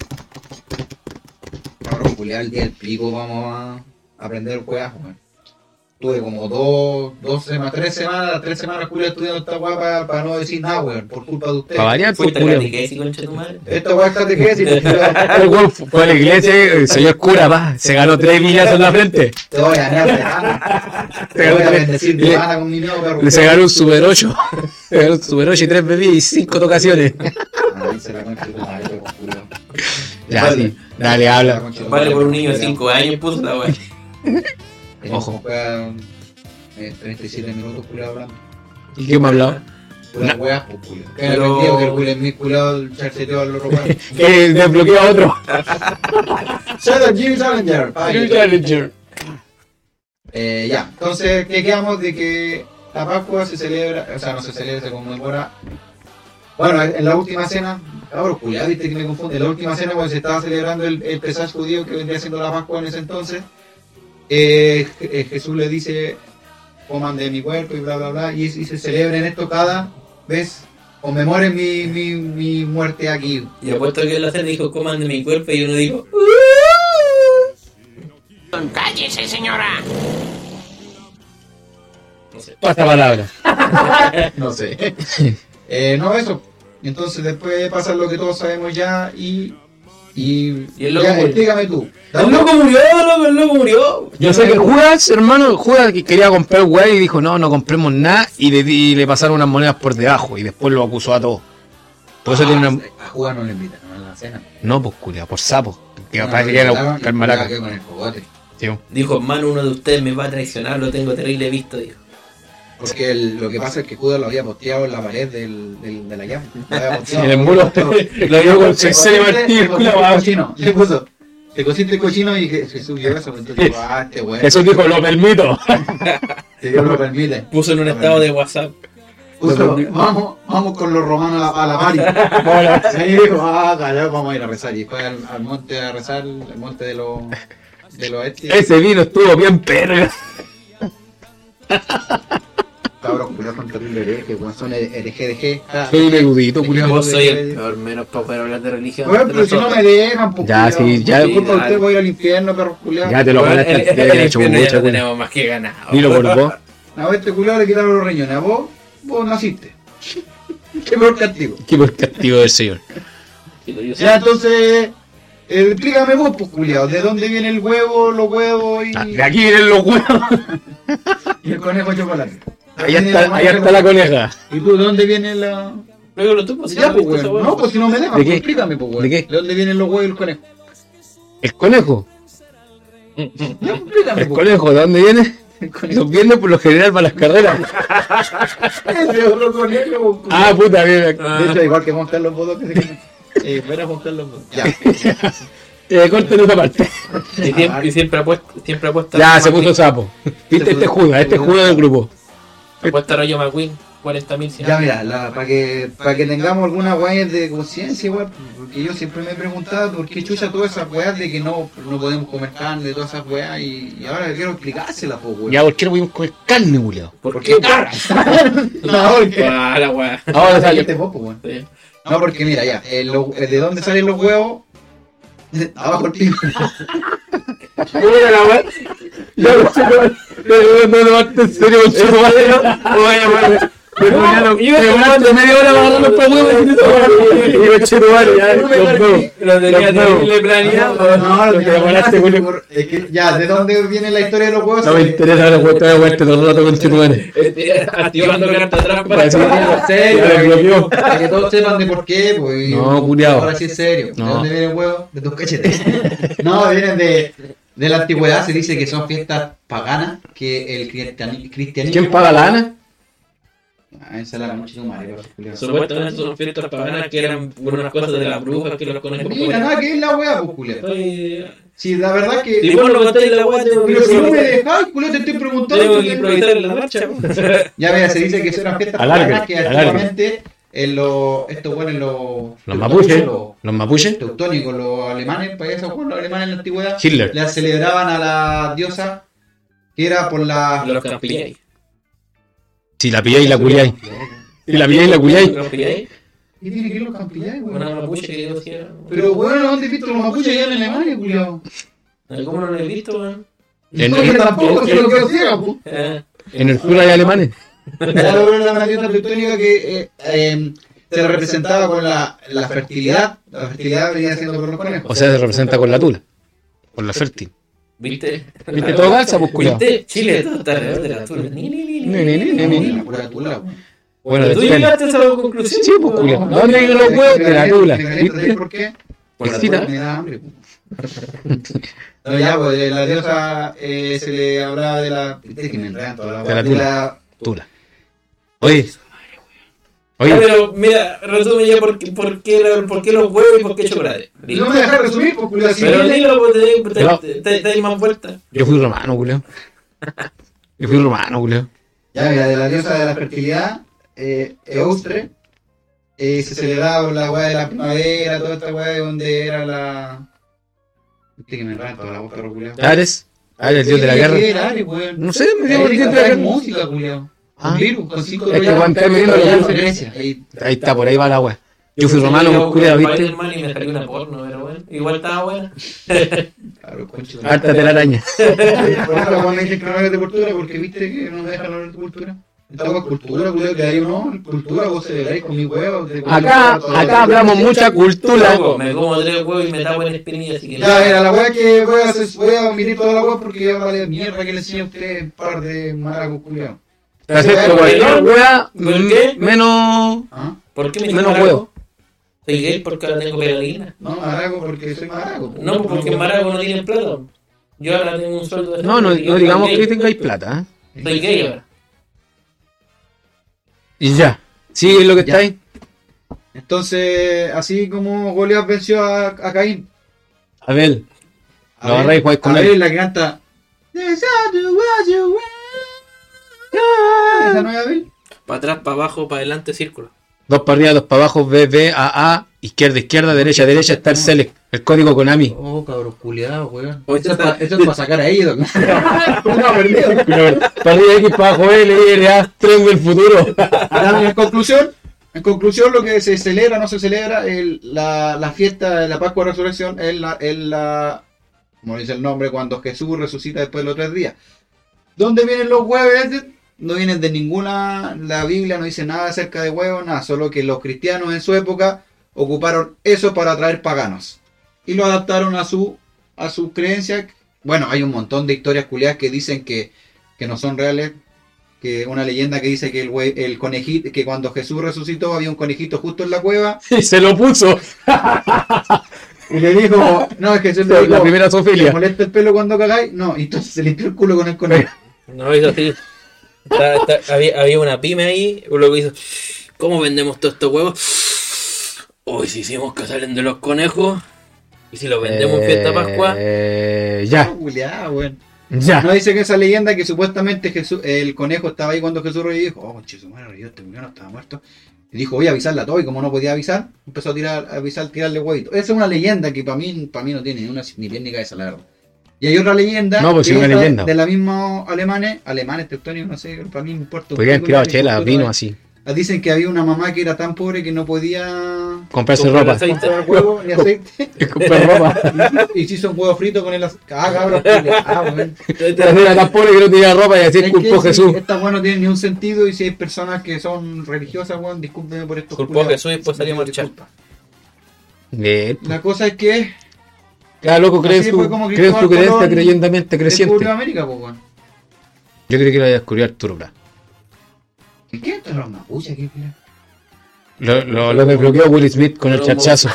[SPEAKER 5] Vamos a culiar el día del pico, vamos a aprender juegas, weón. Tuve como 3 semanas culiar estudiando esta weá para no decir nada, weón, por culpa de ustedes.
[SPEAKER 4] Para variar, pues
[SPEAKER 3] Fuiste a
[SPEAKER 4] culiao.
[SPEAKER 3] catequesis, concha tu madre.
[SPEAKER 5] Esta weá está de qué, si
[SPEAKER 4] El weón fue a la iglesia, el señor cura, va. Se ganó 3 villas en la frente.
[SPEAKER 5] te voy a near de gana. Te voy a bendecir de gana con mi nuevo perro.
[SPEAKER 4] Se ganó un Super 8. Se ganó un Super 8 y 3 bebidas y 5 tocaciones.
[SPEAKER 5] Ahí se la concha de tu madre, perro culiao.
[SPEAKER 4] Ya,
[SPEAKER 5] Vale.
[SPEAKER 4] sí. Dale, habla.
[SPEAKER 3] Vale por un niño de 5 años, puso la weá.
[SPEAKER 5] Ojo. 37 minutos culiao hablando.
[SPEAKER 4] ¿Y qué me ha hablado?
[SPEAKER 5] Puras weas, pues culiao. Que me
[SPEAKER 3] Pero-
[SPEAKER 5] aprendido que el Will Smith culiao el charceteo al otro weón.
[SPEAKER 4] Que desbloqueó a otro.
[SPEAKER 5] Shadow Jimmy Challenger. Ay,
[SPEAKER 4] Challenger.
[SPEAKER 5] Ya, entonces, ¿qué quedamos de que la Pascua se celebra, o sea, no se celebra, se conmemora? Bueno, en la última cena, ahora culiado, viste que me confunde, en la última cena cuando se estaba celebrando el Pesaj judío que vendría siendo la Pascua en ese entonces, Jesús le dice, coman de mi cuerpo y bla bla bla, y se celebren esto cada vez, conmemoren mi muerte aquí.
[SPEAKER 3] Y apuesto que la cena dijo, coman de mi cuerpo, y uno dijo,
[SPEAKER 7] ¡Cállese, señora!
[SPEAKER 3] No sé.
[SPEAKER 4] Pasa palabra.
[SPEAKER 5] No sé. No, eso. Entonces después pasa lo que todos sabemos ya y
[SPEAKER 3] el loco
[SPEAKER 5] ya,
[SPEAKER 3] murió.
[SPEAKER 5] explícame tú.
[SPEAKER 3] El loco murió, loco, el loco murió.
[SPEAKER 4] Yo sé que Judas, hermano, Judas que quería comprar weá y dijo, no compremos nada y le pasaron unas monedas por debajo y después lo acusó a todos. Por eso tiene una...
[SPEAKER 5] A jugar no le invitan a la cena.
[SPEAKER 4] No, pues culia, por sapo. Que
[SPEAKER 5] No,
[SPEAKER 4] capaz
[SPEAKER 5] no,
[SPEAKER 4] que era
[SPEAKER 5] no,
[SPEAKER 4] buscar maraca.
[SPEAKER 5] que con el cogote.
[SPEAKER 4] Tío.
[SPEAKER 3] Dijo, hermano, uno de ustedes me va a traicionar, lo tengo terrible visto, dijo.
[SPEAKER 5] Porque lo que pasa es que Judas lo había posteado en la pared de la llave. Lo había posteado.
[SPEAKER 4] En el muro lo vio con César Martí, el culo abajo.
[SPEAKER 5] Le puso, te cosiste el cochino y Jesús vio eso. Entonces dijo, este weón.
[SPEAKER 4] Jesús dijo, lo permito.
[SPEAKER 5] Si Dios lo permite.
[SPEAKER 3] Puso en un estado de WhatsApp.
[SPEAKER 5] Puso, vamos con los romanos a la pari. Ahí dijo, callado, vamos a ir a rezar. Y fue al monte a rezar, al monte de los
[SPEAKER 4] Ese vino estuvo bien perga.
[SPEAKER 5] cabros culiados son terribles herejes, weón, son herejes.
[SPEAKER 4] Soy un erudito, culiao.
[SPEAKER 3] Vos soy el peor, menos para poder hablar de religión.
[SPEAKER 5] Bueno, pero si no me dejan, pues
[SPEAKER 4] Ya,
[SPEAKER 5] culiao.
[SPEAKER 4] sí, ya.
[SPEAKER 5] Por culpa de
[SPEAKER 3] Sí,
[SPEAKER 5] usted voy a ir al infierno, perros culiados.
[SPEAKER 4] Ya te lo
[SPEAKER 3] Bueno,
[SPEAKER 4] ganaste,
[SPEAKER 3] en
[SPEAKER 4] te habían
[SPEAKER 3] el
[SPEAKER 4] hecho
[SPEAKER 3] infierno ya
[SPEAKER 4] mucho,
[SPEAKER 3] lo
[SPEAKER 4] culiao.
[SPEAKER 3] tenemos más que ganado.
[SPEAKER 4] Dilo por vos.
[SPEAKER 5] A este culiado le quitaron los riñones, a vos naciste. Qué peor castigo.
[SPEAKER 4] Qué por castigo del Señor.
[SPEAKER 5] Ya, entonces, explícame vos, pues culiado, ¿de dónde viene el huevo, los huevos
[SPEAKER 4] Ah, de aquí vienen los huevos.
[SPEAKER 5] y el conejo de chocolate?
[SPEAKER 4] Allá está la coneja.
[SPEAKER 5] ¿Y tú de dónde viene la...?
[SPEAKER 3] Luego lo tuvo, si
[SPEAKER 5] Ya,
[SPEAKER 3] no
[SPEAKER 5] pues,
[SPEAKER 3] viste esa
[SPEAKER 5] weón.
[SPEAKER 3] weá.
[SPEAKER 5] No, pues si no me dejas,
[SPEAKER 4] ¿De
[SPEAKER 5] pues,
[SPEAKER 4] qué?
[SPEAKER 5] explícame, pues, weón.
[SPEAKER 4] ¿De qué?
[SPEAKER 5] ¿De dónde vienen los huevos y el conejo?
[SPEAKER 4] ¿El conejo?
[SPEAKER 5] Ya, pues, explícame,
[SPEAKER 4] ¿El
[SPEAKER 5] pues.
[SPEAKER 4] conejo de dónde viene?
[SPEAKER 5] El conejo.
[SPEAKER 4] Los viernes por lo general para las carreras.
[SPEAKER 5] Ese otro conejo, pues,
[SPEAKER 4] Ah, puta, mira.
[SPEAKER 5] de hecho, igual que Juan Carlos Bodo, que se queda. Espera, Juan Carlos Bodo. Ya.
[SPEAKER 4] Corten esa parte.
[SPEAKER 3] Y siempre apuesta.
[SPEAKER 4] Ya, se puso sapo. Viste, este Judas del grupo.
[SPEAKER 3] Apuesta Rayo McQueen, 40.000.
[SPEAKER 5] Ya, mira, para que tengamos alguna weá de conciencia, weá, porque yo siempre me he preguntado por qué chucha todas esas weas de que no podemos comer carne, todas esas weas, y ahora quiero explicárselas, pues, weón.
[SPEAKER 4] Ya, ¿por qué no pudimos comer carne, culiao?
[SPEAKER 3] ¿Por qué?
[SPEAKER 5] No, porque...
[SPEAKER 3] Ah, la weá.
[SPEAKER 4] Ahora sale.
[SPEAKER 5] Este poco, weón.
[SPEAKER 3] Sí.
[SPEAKER 5] No, porque mira, ya, ¿de dónde salen los huevos? Abajo el pico.
[SPEAKER 4] Mira la weá. No, en serio, conchetumare.
[SPEAKER 3] Yo
[SPEAKER 4] demoraste media hora para agarrar los huevos y conchetumare, ya, los huevos.
[SPEAKER 3] lo tenía
[SPEAKER 4] Los huevos.
[SPEAKER 3] terrible planeado.
[SPEAKER 5] No,
[SPEAKER 4] Lo que demoraste, Julio.
[SPEAKER 5] es que ya, ¿de dónde viene la historia de los huevos?
[SPEAKER 4] No me interesa la vuelta de vuelta todo el rato, conchetumare.
[SPEAKER 3] Activando carta trampa.
[SPEAKER 4] Así que,
[SPEAKER 5] En serio,
[SPEAKER 4] ya lo bloqueó.
[SPEAKER 5] para que todos sepan de por qué, pues.
[SPEAKER 4] No, culiao.
[SPEAKER 5] Ahora sí es serio.
[SPEAKER 4] No.
[SPEAKER 5] ¿De dónde viene el huevo? De tus cachetes. No, vienen de la antigüedad, se dice que son fiestas paganas, que el cristianismo...
[SPEAKER 4] ¿Quién paga la Ana?
[SPEAKER 5] Ah, esa era la noche de tu madre, culiao.
[SPEAKER 3] Supuestamente son fiestas paganas que eran unas cosas de las brujas que los conejos
[SPEAKER 5] Mira, nada, que es la hueá, pues, culiao.
[SPEAKER 3] Estoy...
[SPEAKER 5] Sí, la verdad que...
[SPEAKER 3] Si vos no contáis la weá, tengo que
[SPEAKER 5] Pero si no me
[SPEAKER 3] improvisar.
[SPEAKER 5] dejas, culo, te estoy preguntando.
[SPEAKER 3] Tengo que improvisar en la marcha.
[SPEAKER 5] Ya vea, se dice que eran fiestas
[SPEAKER 4] Alargue,
[SPEAKER 5] paganas que
[SPEAKER 4] alargue.
[SPEAKER 5] antiguamente estos buenos,
[SPEAKER 4] Los mapuches.
[SPEAKER 5] los
[SPEAKER 4] Los mapuches.
[SPEAKER 5] teutónicos, los alemanes, para esos los alemanes en la antigüedad,
[SPEAKER 4] Hitler.
[SPEAKER 5] le celebraban a la diosa que era por la...
[SPEAKER 3] Los campilláis.
[SPEAKER 4] Si la pilláis, la culiáis. Si la pilláis, la culiáis.
[SPEAKER 3] ¿Los campilláis?
[SPEAKER 5] ¿Qué tiene que ver los campilláis, weón?
[SPEAKER 3] Una mapuche que yo decía.
[SPEAKER 5] Pero bueno, ¿dónde he visto los mapuches allá en Alemania, culiao?
[SPEAKER 3] ¿Cómo no lo he visto, weón?
[SPEAKER 5] No, yo tampoco, se lo quiero ciega, po.
[SPEAKER 4] En el sur hay alemanes.
[SPEAKER 5] Era una diosa teutónica que se representaba con la fertilidad. La fertilidad venía siendo por los conejos.
[SPEAKER 4] O sea, se representa con la tula. Con la fértil.
[SPEAKER 3] ¿Viste?
[SPEAKER 4] ¿Viste todo calza, pues, culiao?
[SPEAKER 3] ¿Viste? Chile, todo está alrededor de la tula.
[SPEAKER 5] La pura tula, weón.
[SPEAKER 4] Bueno,
[SPEAKER 3] ¿Tú
[SPEAKER 4] depende.
[SPEAKER 3] llegaste a esa conclusión?
[SPEAKER 4] Sí, pues, culiao. ¿De dónde vienen los huevos? De la tula.
[SPEAKER 5] ¿Sabes por qué?
[SPEAKER 3] Por la
[SPEAKER 4] Excita.
[SPEAKER 5] Me da hambre. No, ya, pues de la diosa se le hablaba de la... Viste que me enredan toda la
[SPEAKER 4] De la
[SPEAKER 5] de
[SPEAKER 4] tula.
[SPEAKER 5] la-
[SPEAKER 4] Tula. Oye.
[SPEAKER 3] Ya,
[SPEAKER 4] Oye.
[SPEAKER 3] pero mira, resume ya por qué los huevos y por qué chocolate.
[SPEAKER 5] No me dejas resumir, pues, culiao, si
[SPEAKER 3] Pero
[SPEAKER 5] viene-
[SPEAKER 3] dilo, pues te hay más vueltas.
[SPEAKER 4] Yo fui romano, culiao. Yo fui romano, culiao.
[SPEAKER 5] Ya, mira, de la diosa de la fertilidad, Eustre, se celebraba la weá de la primavera, toda esta weá de donde era la... Viste que me enredan toda la boca, culiao.
[SPEAKER 4] Ares. Ares, el dios de la guerra.
[SPEAKER 5] ¿Qué era Ares, weón?
[SPEAKER 4] No sé, me dio por el dios de la
[SPEAKER 5] Trae
[SPEAKER 4] guerra.
[SPEAKER 5] música, culiao.
[SPEAKER 4] Ah.
[SPEAKER 5] Un virus con 5
[SPEAKER 4] Es que cuando está midiendo los dioses.
[SPEAKER 5] Grecia. Ahí.
[SPEAKER 4] Ahí está, por ahí va la wea. Yo fui romano, pues, culiao, ¿viste?
[SPEAKER 3] Spider-Man y me salió una porno, pero bueno. igual estaba buena.
[SPEAKER 5] Claro, concho.
[SPEAKER 4] Harta telaraña.
[SPEAKER 5] Por eso la me dicen que no hagas de cultura, porque viste que no me dejan hablar de cultura. Esta hueá es cultura, cultura, que hay uno, cultura, vos celebráis con mi huevo.
[SPEAKER 4] Acá hablamos mucha cultura.
[SPEAKER 3] Loco, me como 3 huevos y me tapo en espinilla, así que...
[SPEAKER 5] Ya, era la weá que voy a omitir toda la weá porque ya vale mierda que le enseñe a usted un par de maracos culiados.
[SPEAKER 4] Te acepto cualquier wea,
[SPEAKER 3] ¿Por qué?
[SPEAKER 4] menos.
[SPEAKER 5] ¿Ah?
[SPEAKER 3] ¿Por qué me
[SPEAKER 4] Menos
[SPEAKER 3] maraco?
[SPEAKER 4] huevo.
[SPEAKER 3] Soy gay porque ahora tengo pegatina.
[SPEAKER 5] No, maraco porque soy maraco.
[SPEAKER 3] No, porque en Maraco no tienen plata. Yo ahora tengo un sueldo de...
[SPEAKER 4] No
[SPEAKER 3] Yo
[SPEAKER 4] digamos
[SPEAKER 3] soy
[SPEAKER 4] que
[SPEAKER 3] gay.
[SPEAKER 4] tengáis plata, ¿eh?
[SPEAKER 3] Soy gay ahora.
[SPEAKER 4] Y ya. Sigue lo que
[SPEAKER 5] Ya.
[SPEAKER 4] está ahí.
[SPEAKER 5] Entonces, así como Goliat venció a Caín.
[SPEAKER 4] Abel.
[SPEAKER 5] A
[SPEAKER 4] Lo
[SPEAKER 5] ver,
[SPEAKER 4] agarráis y jugáis con
[SPEAKER 5] a ver,
[SPEAKER 4] él.
[SPEAKER 5] la que canta. Esa no es Abel.
[SPEAKER 3] Para atrás, para abajo, para adelante, círculo.
[SPEAKER 4] 2 para arriba, 2 para abajo, B, B, A, izquierda, izquierda, derecha, derecha, está el select. El código Konami.
[SPEAKER 5] Oh, cabrón, culiado, weón.
[SPEAKER 3] Oh,
[SPEAKER 5] Esto es para sacar a ellos. No, perdido.
[SPEAKER 4] Para arriba, X, para abajo, L, I, A, tren del futuro.
[SPEAKER 5] Ya, en conclusión, lo que se celebra, no se celebra, la fiesta de la Pascua de Resurrección es la, como dice el nombre, cuando Jesús resucita después de los 3 días. ¿Dónde vienen los huevos? No vienen de ninguna, la Biblia no dice nada acerca de huevos, nada, solo que los cristianos en su época ocuparon eso para atraer paganos. Y lo adaptaron a su creencia. Bueno, hay un montón de historias culiadas que dicen que no son reales. Que una leyenda que dice que el conejito, que cuando Jesús resucitó había un conejito justo en la cueva
[SPEAKER 4] Y se lo puso.
[SPEAKER 5] y le dijo, no, es que Jesús le dijo,
[SPEAKER 4] La primera
[SPEAKER 5] ¿te
[SPEAKER 4] zoofilia.
[SPEAKER 5] molesta el pelo cuando cagáis? No, y entonces se limpió el culo con el conejo.
[SPEAKER 3] No, hizo así. Había una pyme ahí, luego hizo, ¿cómo vendemos todos estos huevos? Hoy si hicimos que salen de los conejos, y si los vendemos en fiesta Pascua,
[SPEAKER 4] Ya.
[SPEAKER 5] Juliá, weón.
[SPEAKER 4] Ya.
[SPEAKER 5] No dice que esa leyenda que supuestamente el conejo estaba ahí cuando Jesús revivió y dijo, oh, conche su madre, revivió, este culiao no estaba muerto. Y dijo, voy a avisarle a todo, y como no podía avisar, empezó a tirarle huevitos. Esa es una leyenda que para mí no tiene ni pie ni cabeza, la verdad. Y hay otra leyenda,
[SPEAKER 4] No, pues sí,
[SPEAKER 5] que
[SPEAKER 4] una
[SPEAKER 5] esa
[SPEAKER 4] leyenda.
[SPEAKER 5] de la misma alemanes, teutónicos, no sé, para mí me importa. un
[SPEAKER 4] Podrían
[SPEAKER 5] pico,
[SPEAKER 4] tirado
[SPEAKER 5] la
[SPEAKER 4] chela,
[SPEAKER 5] agricultura.
[SPEAKER 4] vino así.
[SPEAKER 5] Dicen que había una mamá que era tan pobre que no podía
[SPEAKER 4] Comprarse
[SPEAKER 3] Comprar
[SPEAKER 4] ropa.
[SPEAKER 3] aceite.
[SPEAKER 5] comprar huevo ni aceite.
[SPEAKER 4] Comprar ropa.
[SPEAKER 5] Y se hizo un huevo frito con el aceite. Ah, cabrón, weón.
[SPEAKER 4] Era tan pobre que no tenía ropa y así
[SPEAKER 5] Es
[SPEAKER 4] culpó
[SPEAKER 5] que
[SPEAKER 4] Jesús.
[SPEAKER 5] si esta weá no tiene ni un sentido y si hay personas que son religiosas, weón, discúlpeme por esto.
[SPEAKER 3] Culpó a Jesús y después salió a marchar.
[SPEAKER 4] Bien.
[SPEAKER 5] La cosa es que
[SPEAKER 4] Ya, loco, crees
[SPEAKER 5] Así
[SPEAKER 4] tu
[SPEAKER 5] fue como Cristóbal
[SPEAKER 4] creencia
[SPEAKER 5] Colón
[SPEAKER 4] creyendamente creciente.
[SPEAKER 5] descubrió América, pues, weón.
[SPEAKER 4] Yo creo que lo voy a descubrir Arturo Prat.
[SPEAKER 5] ¿Y qué entra los mapuches aquí, weón?
[SPEAKER 4] Lo desbloqueó Will Smith con el chachazo.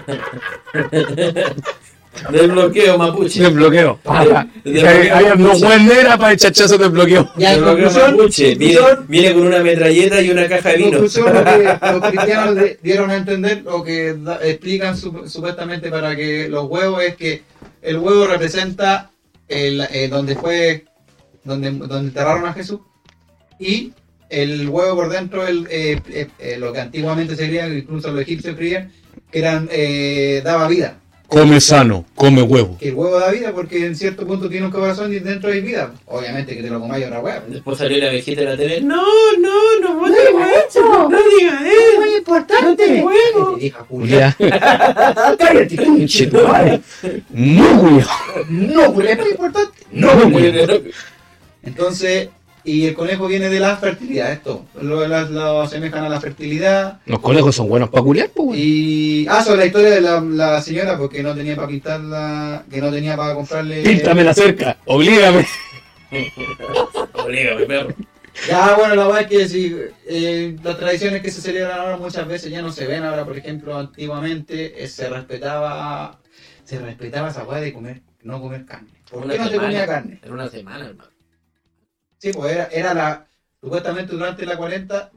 [SPEAKER 3] Desbloqueo mapuche.
[SPEAKER 4] Desbloqueo.
[SPEAKER 3] Desbloqueo
[SPEAKER 4] Había no
[SPEAKER 3] mapuche.
[SPEAKER 4] buen era para el chachazo desbloqueo.
[SPEAKER 5] Ya, en
[SPEAKER 3] Desbloqueo
[SPEAKER 5] conclusión,
[SPEAKER 3] mapuche. Viene con una metralleta y una caja de
[SPEAKER 5] en
[SPEAKER 3] vino.
[SPEAKER 5] conclusión, lo que los cristianos dieron a entender, o que explican supuestamente para que los huevos, es que el huevo representa donde enterraron a Jesús, y el huevo por dentro, lo que antiguamente se creía, incluso los egipcios creían, que daba vida.
[SPEAKER 4] Come sano, come huevo.
[SPEAKER 5] Que el huevo da vida porque en cierto punto tiene un corazón y dentro hay vida. Obviamente que te lo comáis otra huevo.
[SPEAKER 3] Después salió la viejita de la tele. No diga eso. No diga eso.
[SPEAKER 6] Muy importante.
[SPEAKER 5] Te deja culiar.
[SPEAKER 4] Ya.
[SPEAKER 6] Cállate, pinche tu madre.
[SPEAKER 4] No, güey.
[SPEAKER 5] No, pues es muy importante.
[SPEAKER 4] No, güey.
[SPEAKER 5] Entonces, y el conejo viene de la fertilidad, esto. Lo asemejan a la fertilidad.
[SPEAKER 4] Los conejos son buenos para culiar, pues, güey.
[SPEAKER 5] Y. Sobre la historia de la señora, porque no tenía para pintarla, que no tenía para comprarle.
[SPEAKER 4] Píntame cerca, oblígame.
[SPEAKER 3] Oblígame, perro.
[SPEAKER 5] Ya, bueno, la verdad es que si las tradiciones que se celebran ahora muchas veces ya no se ven. Ahora, por ejemplo, antiguamente se respetaba esa weá de no comer carne. ¿Por qué no se comía carne?
[SPEAKER 3] En una semana, hermano.
[SPEAKER 5] Sí, pues supuestamente durante la cuaresma,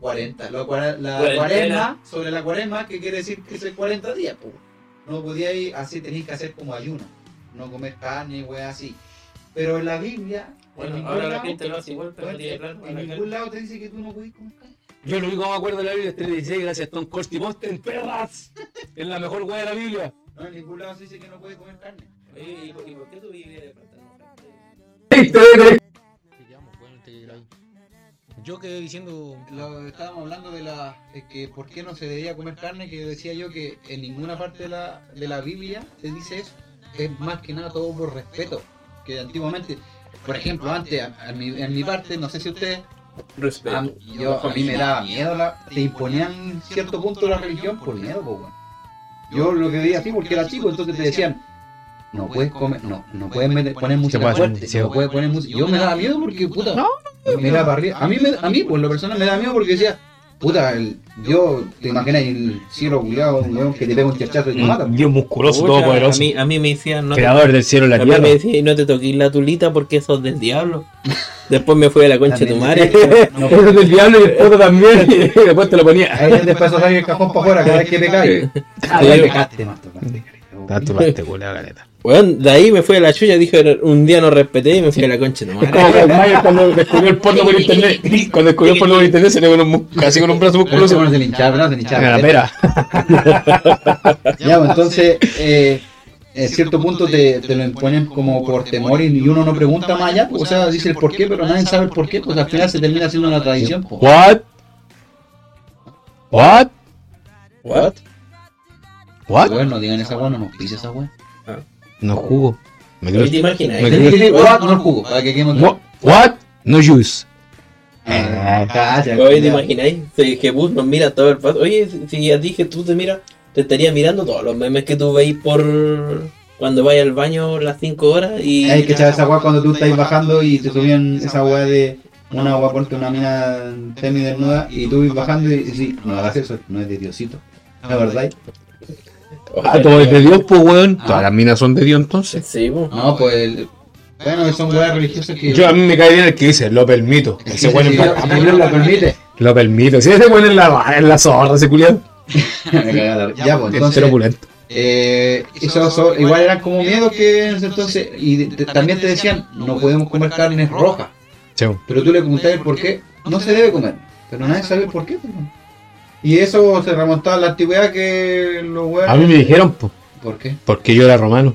[SPEAKER 5] sobre la cuaresma, que quiere decir que es 40 días, pues. No podía ir así, tenéis que hacer como ayuno, no comer carne, weá, así. Pero en la Biblia,
[SPEAKER 3] Bueno,
[SPEAKER 5] en
[SPEAKER 3] ahora
[SPEAKER 5] ningún
[SPEAKER 3] la
[SPEAKER 5] lado,
[SPEAKER 3] gente lo hace igual, pero no tiene plata para
[SPEAKER 5] en
[SPEAKER 3] la
[SPEAKER 5] ningún
[SPEAKER 3] carne.
[SPEAKER 5] lado te dice que tú no podés comer carne.
[SPEAKER 4] Yo lo único que me acuerdo de la Biblia es 3:16, gracias Tom Costi Posten, perras. Es la mejor weá de la Biblia.
[SPEAKER 5] No, en ningún lado se dice que no puedes comer carne.
[SPEAKER 3] Oye, ¿y por qué tu Biblia le falta?
[SPEAKER 4] Yo quedé diciendo.
[SPEAKER 5] Estábamos hablando de que por qué no se debía comer carne, que decía yo que en ninguna parte de la Biblia se dice eso. Es más que nada todo por respeto. Que antiguamente, por ejemplo, antes, en mi parte, no sé si ustedes,
[SPEAKER 3] Respeto.
[SPEAKER 5] a mí me daba miedo, te imponían cierto punto de la religión por miedo, pues, bueno. Yo lo que veía así porque era chico, entonces te decían, no puedes comer, no puedes poner música fuerte, no puedes poner música. Yo me daba miedo porque, puta, me daba para arriba. A mí, pues, la persona me daba miedo porque decía, puta, yo, te imaginas el cielo culiado, un weón que te pega un chachazo y te mata.
[SPEAKER 4] Dios musculoso,
[SPEAKER 3] Pucha,
[SPEAKER 4] todopoderoso.
[SPEAKER 3] a mí me decían, no
[SPEAKER 4] Creador del cielo y la
[SPEAKER 3] a mí
[SPEAKER 4] tierra.
[SPEAKER 3] me decían, no te toques la tulita porque eso es del diablo. Después me fui a la concha de tu madre.
[SPEAKER 5] No,
[SPEAKER 4] Eso es del diablo y el poto también. Y después te lo ponía.
[SPEAKER 5] ahí después salir el cajón para afuera cada vez que pecáis. Ahí pecaste, más tocaste,
[SPEAKER 4] Tanto parte, culea, caleta.
[SPEAKER 3] Bueno, de ahí me fui a la chulla, dije, un día no respeté y me fui a la concha de tu madre.
[SPEAKER 4] Como que el Mayer cuando descubrió el porno por internet. Cuando descubrió el porno por internet se le con casi con un brazo
[SPEAKER 5] Pero
[SPEAKER 4] musculoso.
[SPEAKER 5] se le hinchaba, se le hinchaba.
[SPEAKER 4] En la pera.
[SPEAKER 5] Ya, pues, entonces, en cierto punto te lo imponen como por temor y uno no pregunta más allá, pues, o sea, dice el por qué, pero nadie sabe el por qué, pues al final se termina siendo una tradición. Pues.
[SPEAKER 4] What? What?
[SPEAKER 3] What?
[SPEAKER 4] What?
[SPEAKER 5] Bueno, no digan esa weá, no nos pise esa weá.
[SPEAKER 4] No jugo. Me
[SPEAKER 3] ¿Te
[SPEAKER 4] creo.
[SPEAKER 3] imaginas?
[SPEAKER 4] Me
[SPEAKER 5] Tiene que decir, what, no el jugo, para que quedemos.
[SPEAKER 4] What? No juice.
[SPEAKER 5] Cállate,
[SPEAKER 3] Oye, ¿te imagináis? Si Jebus nos mira todo el paso. Oye, si a ti Jesús te mira, te estaría mirando todos los memes que tú veis por cuando vayas al baño las 5 horas y...
[SPEAKER 5] Hay que echar esa weá cuando tú estás bajando y te subían esa weá de una weá, ponte una mina semidesnuda y tú vas bajando y sí, no hagas eso, no es de Diosito. ¿La verdad?
[SPEAKER 4] Ah, todo es de Dios, pues, weón. Todas las minas son de Dios, entonces.
[SPEAKER 3] Sí, pues.
[SPEAKER 5] No, pues, bueno, son weas religiosas que...
[SPEAKER 4] Yo a mí me cae bien el que dice, lo permito. Ese weón
[SPEAKER 5] Sí,
[SPEAKER 4] es
[SPEAKER 5] a Pablo la permite.
[SPEAKER 4] Lo permito. Si ese weón es la zorra, ese culiado.
[SPEAKER 5] Ya, pues,
[SPEAKER 4] Es
[SPEAKER 5] entonces...
[SPEAKER 4] opulento.
[SPEAKER 5] Eso igual eran como miedo que en ese entonces... Y también te decían, no podemos comer carnes rojas.
[SPEAKER 4] Chau.
[SPEAKER 5] Pero tú le preguntas el por qué, no se debe comer. Pero nadie sabe el por qué. Pues. Y eso se remontaba a la antigüedad que los weones...
[SPEAKER 4] A mí me dijeron, pues,
[SPEAKER 5] ¿Por qué?
[SPEAKER 4] porque yo era romano.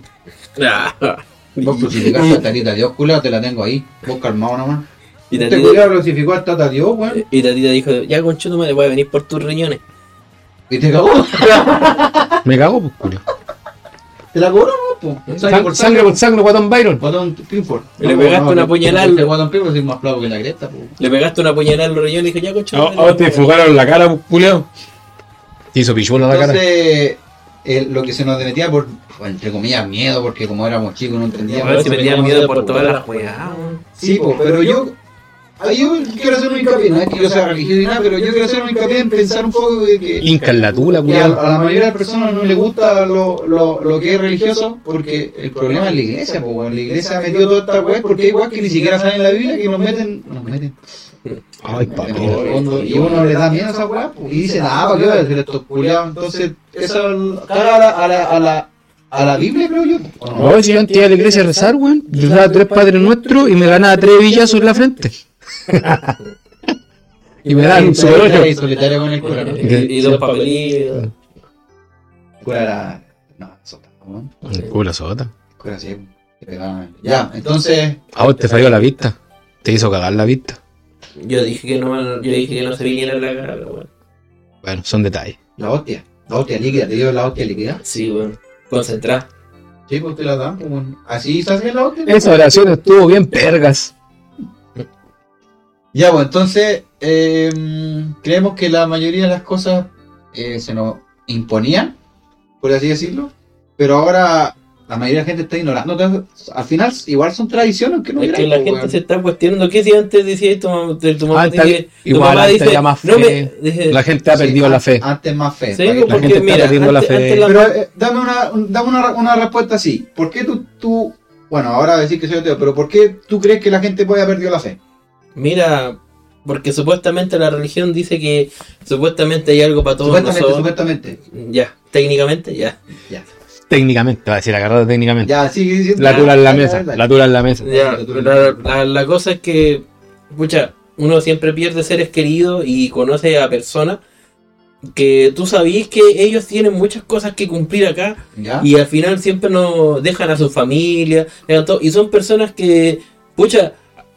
[SPEAKER 5] Vos crucificaste a Tatita Dios, culiao, te la tengo ahí. Vos calmado nomás.
[SPEAKER 3] Y
[SPEAKER 5] Este culiao crucificó a Tata Dios, weón.
[SPEAKER 3] Y Tatita dijo, ya conchudo me voy a venir por tus riñones.
[SPEAKER 5] Y te cagó.
[SPEAKER 4] Me cago, pues, culiao.
[SPEAKER 5] Te la cobró, ¿no? Po.
[SPEAKER 4] Sangre por sangre, guatón Byron.
[SPEAKER 5] Guatón Pinford.
[SPEAKER 3] Le pegaste una puñalada.
[SPEAKER 5] El Guatón Pinford es más plavo que la cresta, po.
[SPEAKER 3] Le pegaste una puñalada en los riñones y dije, ya conchudo.
[SPEAKER 4] Ahora te fugaron la cara, pues, culiao. Te hizo pichuela la cara.
[SPEAKER 5] Entonces, lo que se nos metía por, entre comillas, miedo, porque como éramos chicos no entendíamos.
[SPEAKER 3] Weón, si me tenían miedo por todas las weas.
[SPEAKER 5] Sí, po, pero yo quiero hacer un hincapié, no es que yo sea religioso ni nada, pero yo quiero hacer un hincapié en pensar un poco de que
[SPEAKER 4] Inca en la tula,
[SPEAKER 5] que a
[SPEAKER 4] culiao.
[SPEAKER 5] la mayoría de las personas no les gusta lo que es religioso, porque el problema es la iglesia, po, weón. La iglesia ha metido toda esta weá, porque hay weas que ni siquiera salen en la Biblia, que nos meten.
[SPEAKER 4] Ay, papi.
[SPEAKER 5] Y uno le da miedo a esa weá, po, y dice, ¿para qué voy a decir esto, culiao? Entonces, eso cara a la Biblia, creo yo. ¿O no?
[SPEAKER 4] No, si yo antes iba a la iglesia a rezar, weón. Yo usaba 3 Padres Nuestros y me ganaba 3 villazos en la frente. Y me daban un super 8.
[SPEAKER 5] Y solitario con el cura, ¿no?
[SPEAKER 3] Y dos papelitos.
[SPEAKER 5] El cura era... No, sota, ¿no?
[SPEAKER 4] Cura sota.
[SPEAKER 5] El cura sí, que pegaba. Ya, entonces...
[SPEAKER 4] A vos te falló la vista. Te hizo cagar la vista.
[SPEAKER 3] Yo dije que no se viniera en la cara, pero bueno.
[SPEAKER 4] Bueno, son detalles.
[SPEAKER 5] La hostia líquida, te digo la hostia líquida.
[SPEAKER 3] Sí, weón. Concentrá.
[SPEAKER 5] Sí, pues te la dan, pues, bueno. Así se hace la hostia.
[SPEAKER 4] Esa oración estuvo bien pergas.
[SPEAKER 5] Ya, pues entonces, creemos que la mayoría de las cosas se nos imponían, por así decirlo, pero ahora la mayoría de la gente está ignorando. Entonces, al final, igual son tradiciones que no
[SPEAKER 3] Es que
[SPEAKER 5] quieran,
[SPEAKER 3] la
[SPEAKER 5] pues,
[SPEAKER 3] gente
[SPEAKER 5] weón.
[SPEAKER 3] se está cuestionando. ¿Qué si antes decía tu mamá?
[SPEAKER 4] Antes-
[SPEAKER 3] Dice, tu
[SPEAKER 4] igual
[SPEAKER 3] mamá
[SPEAKER 4] antes
[SPEAKER 3] dice,
[SPEAKER 4] había más
[SPEAKER 3] no
[SPEAKER 4] fe.
[SPEAKER 3] me. Dije,
[SPEAKER 4] La gente ha perdido la fe.
[SPEAKER 5] Antes más fe.
[SPEAKER 3] sí,
[SPEAKER 5] para que
[SPEAKER 3] porque
[SPEAKER 5] la gente-
[SPEAKER 4] está
[SPEAKER 3] mira,
[SPEAKER 4] perdiendo la
[SPEAKER 3] antes,
[SPEAKER 4] fe.
[SPEAKER 3] antes la
[SPEAKER 5] Pero dame una respuesta así. ¿Por qué tú, bueno, ahora decir que soy ateo, pero ¿por qué tú crees que la gente puede haber perdido la fe?
[SPEAKER 3] Mira, porque supuestamente la religión dice que supuestamente hay algo para todos nosotros.
[SPEAKER 5] Supuestamente.
[SPEAKER 3] Ya, técnicamente ya.
[SPEAKER 5] Ya.
[SPEAKER 4] Técnicamente, va a decir agarrado técnicamente.
[SPEAKER 5] Ya, sigue diciendo.
[SPEAKER 4] La tula en la
[SPEAKER 5] Dale,
[SPEAKER 4] mesa.
[SPEAKER 5] dale.
[SPEAKER 4] La tula en la mesa.
[SPEAKER 3] Ya, la cosa es que, pucha, uno siempre pierde seres queridos y conoce a personas que tú sabís que ellos tienen muchas cosas que cumplir acá
[SPEAKER 5] Ya.
[SPEAKER 3] y al final siempre nos dejan a su familia, dejan todo, y son personas que, pucha,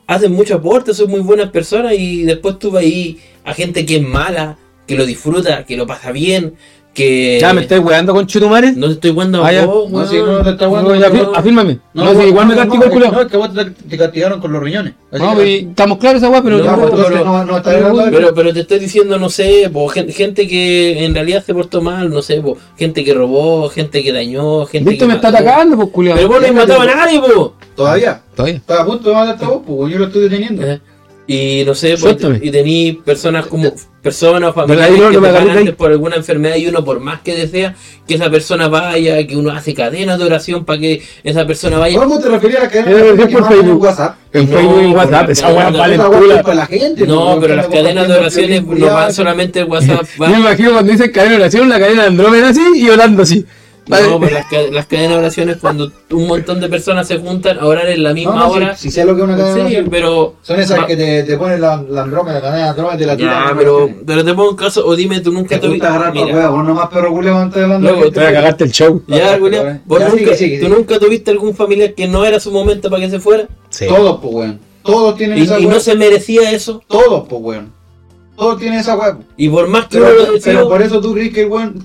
[SPEAKER 3] hacen mucho aporte, son muy buenas personas y después tú vas ahí a gente que es mala, que lo disfruta, que lo pasa bien, que...
[SPEAKER 4] Ya, ¿me estás weando con Chutumare?
[SPEAKER 3] No te estoy jugando a
[SPEAKER 4] ya.
[SPEAKER 3] vos,
[SPEAKER 5] No,
[SPEAKER 3] weón.
[SPEAKER 5] si no te está jugando.
[SPEAKER 4] No, ya, afírmame. No, si igual me castigo el culo.
[SPEAKER 5] No, es que vos te castigaron con los riñones. Así
[SPEAKER 4] No,
[SPEAKER 5] que-
[SPEAKER 4] pero estamos claros esa weá, pero...
[SPEAKER 3] No,
[SPEAKER 5] Ya, pues, entonces
[SPEAKER 3] pero-
[SPEAKER 5] no está hablando de eso.
[SPEAKER 3] Pero te estoy diciendo, no sé, po, gente que en realidad se portó mal, no sé, po, gente que robó, gente que dañó, gente
[SPEAKER 4] Viste,
[SPEAKER 3] que
[SPEAKER 4] me está
[SPEAKER 3] mató.
[SPEAKER 4] atacando, pues, culiao.
[SPEAKER 3] Pero vos no has matado a nadie, po.
[SPEAKER 5] Todavía.
[SPEAKER 4] Todavía.
[SPEAKER 5] Está a punto de matarte a vos, pues yo lo estoy deteniendo.
[SPEAKER 3] Y no sé, pues,
[SPEAKER 4] Suéltame.
[SPEAKER 3] y tení personas como personas o
[SPEAKER 4] Pero
[SPEAKER 3] familiares
[SPEAKER 4] ahí no
[SPEAKER 3] que
[SPEAKER 4] me
[SPEAKER 3] te
[SPEAKER 4] agarré
[SPEAKER 3] van
[SPEAKER 4] ahí.
[SPEAKER 3] antes por alguna enfermedad y uno por más que desea que esa persona vaya, que uno hace cadenas de oración para que esa persona vaya.
[SPEAKER 5] ¿Cómo te referías a la cadena
[SPEAKER 4] Yo
[SPEAKER 5] de
[SPEAKER 4] decía
[SPEAKER 5] que
[SPEAKER 4] por
[SPEAKER 5] mandan en
[SPEAKER 4] Facebook.
[SPEAKER 5] WhatsApp?
[SPEAKER 4] En
[SPEAKER 3] No,
[SPEAKER 4] Facebook y
[SPEAKER 3] por
[SPEAKER 4] WhatsApp,
[SPEAKER 3] la
[SPEAKER 4] esa
[SPEAKER 3] cadena
[SPEAKER 4] weá
[SPEAKER 3] de-
[SPEAKER 4] vale
[SPEAKER 5] Esa
[SPEAKER 4] culo.
[SPEAKER 5] weá es para la gente.
[SPEAKER 3] No,
[SPEAKER 5] pues,
[SPEAKER 3] pero las
[SPEAKER 5] porque
[SPEAKER 3] cadenas de
[SPEAKER 5] compartiendo
[SPEAKER 3] oraciones
[SPEAKER 5] violín,
[SPEAKER 3] no van
[SPEAKER 5] culiao,
[SPEAKER 3] solamente el WhatsApp,
[SPEAKER 4] Yo me
[SPEAKER 3] van.
[SPEAKER 4] imagino cuando dicen cadena de oración, la cadena de Andrómeda así y orando así.
[SPEAKER 3] No, pero las cadenas de oraciones cuando un montón de personas se juntan a orar en la misma
[SPEAKER 5] No, no,
[SPEAKER 3] hora.
[SPEAKER 5] si sé lo que es una cadena de
[SPEAKER 3] Sí,
[SPEAKER 5] oración.
[SPEAKER 3] pero.
[SPEAKER 5] Son esas
[SPEAKER 3] va-
[SPEAKER 5] que te ponen la Andrómeda, la cadena de Andrómeda y te la tiran.
[SPEAKER 3] Ya,
[SPEAKER 5] las
[SPEAKER 3] pero
[SPEAKER 5] oraciones.
[SPEAKER 3] te pongo un caso, o dime, tú nunca
[SPEAKER 5] Te gusta agarrar para
[SPEAKER 3] Mira,
[SPEAKER 5] hueá, vos nomás perro culeo antes de hablar.
[SPEAKER 3] Luego,
[SPEAKER 4] Te voy a cagarte el show.
[SPEAKER 3] ya, Julián, vos
[SPEAKER 5] Ya,
[SPEAKER 3] nunca,
[SPEAKER 5] sigue.
[SPEAKER 3] ¿tú nunca tuviste algún familiar que no era su momento para que se fuera?
[SPEAKER 4] Sí.
[SPEAKER 5] Todos, pues weón. Todos tienen esa
[SPEAKER 3] Y no
[SPEAKER 5] hueá.
[SPEAKER 3] se merecía eso.
[SPEAKER 5] Todos, pues weón. Todos tienen esa hueá.
[SPEAKER 3] Y por más que uno lo
[SPEAKER 5] Pero
[SPEAKER 3] decida,
[SPEAKER 5] por eso tú crees que el weón.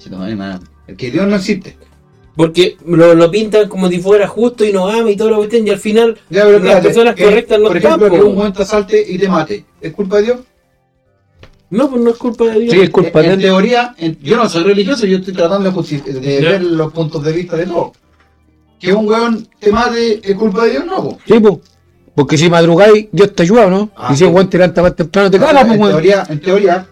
[SPEAKER 5] El que Dios no existe.
[SPEAKER 3] porque lo pintan como si fuera justo y no ama y todo lo que y al final
[SPEAKER 5] Ya, pero
[SPEAKER 3] las
[SPEAKER 5] espérate,
[SPEAKER 3] personas
[SPEAKER 5] que,
[SPEAKER 3] correctas no
[SPEAKER 5] por
[SPEAKER 3] están.
[SPEAKER 5] ejemplo, que
[SPEAKER 3] po.
[SPEAKER 5] un weón te asalte y te mate. ¿Es culpa de Dios?
[SPEAKER 3] No, pues no es culpa de Dios.
[SPEAKER 4] Sí, es culpa
[SPEAKER 5] En
[SPEAKER 4] de
[SPEAKER 5] teoría, yo no soy religioso, yo estoy tratando de
[SPEAKER 3] Ya.
[SPEAKER 5] ver los puntos de vista de todos. Que un weón te mate es culpa de Dios, no, po.
[SPEAKER 4] Sí, pues. Porque si madrugáis, Dios te ayuda, ¿o no?
[SPEAKER 5] Ah,
[SPEAKER 4] Y si el
[SPEAKER 5] sí.
[SPEAKER 4] weón te levanta más temprano, te cagas, pues, weón.
[SPEAKER 5] En teoría,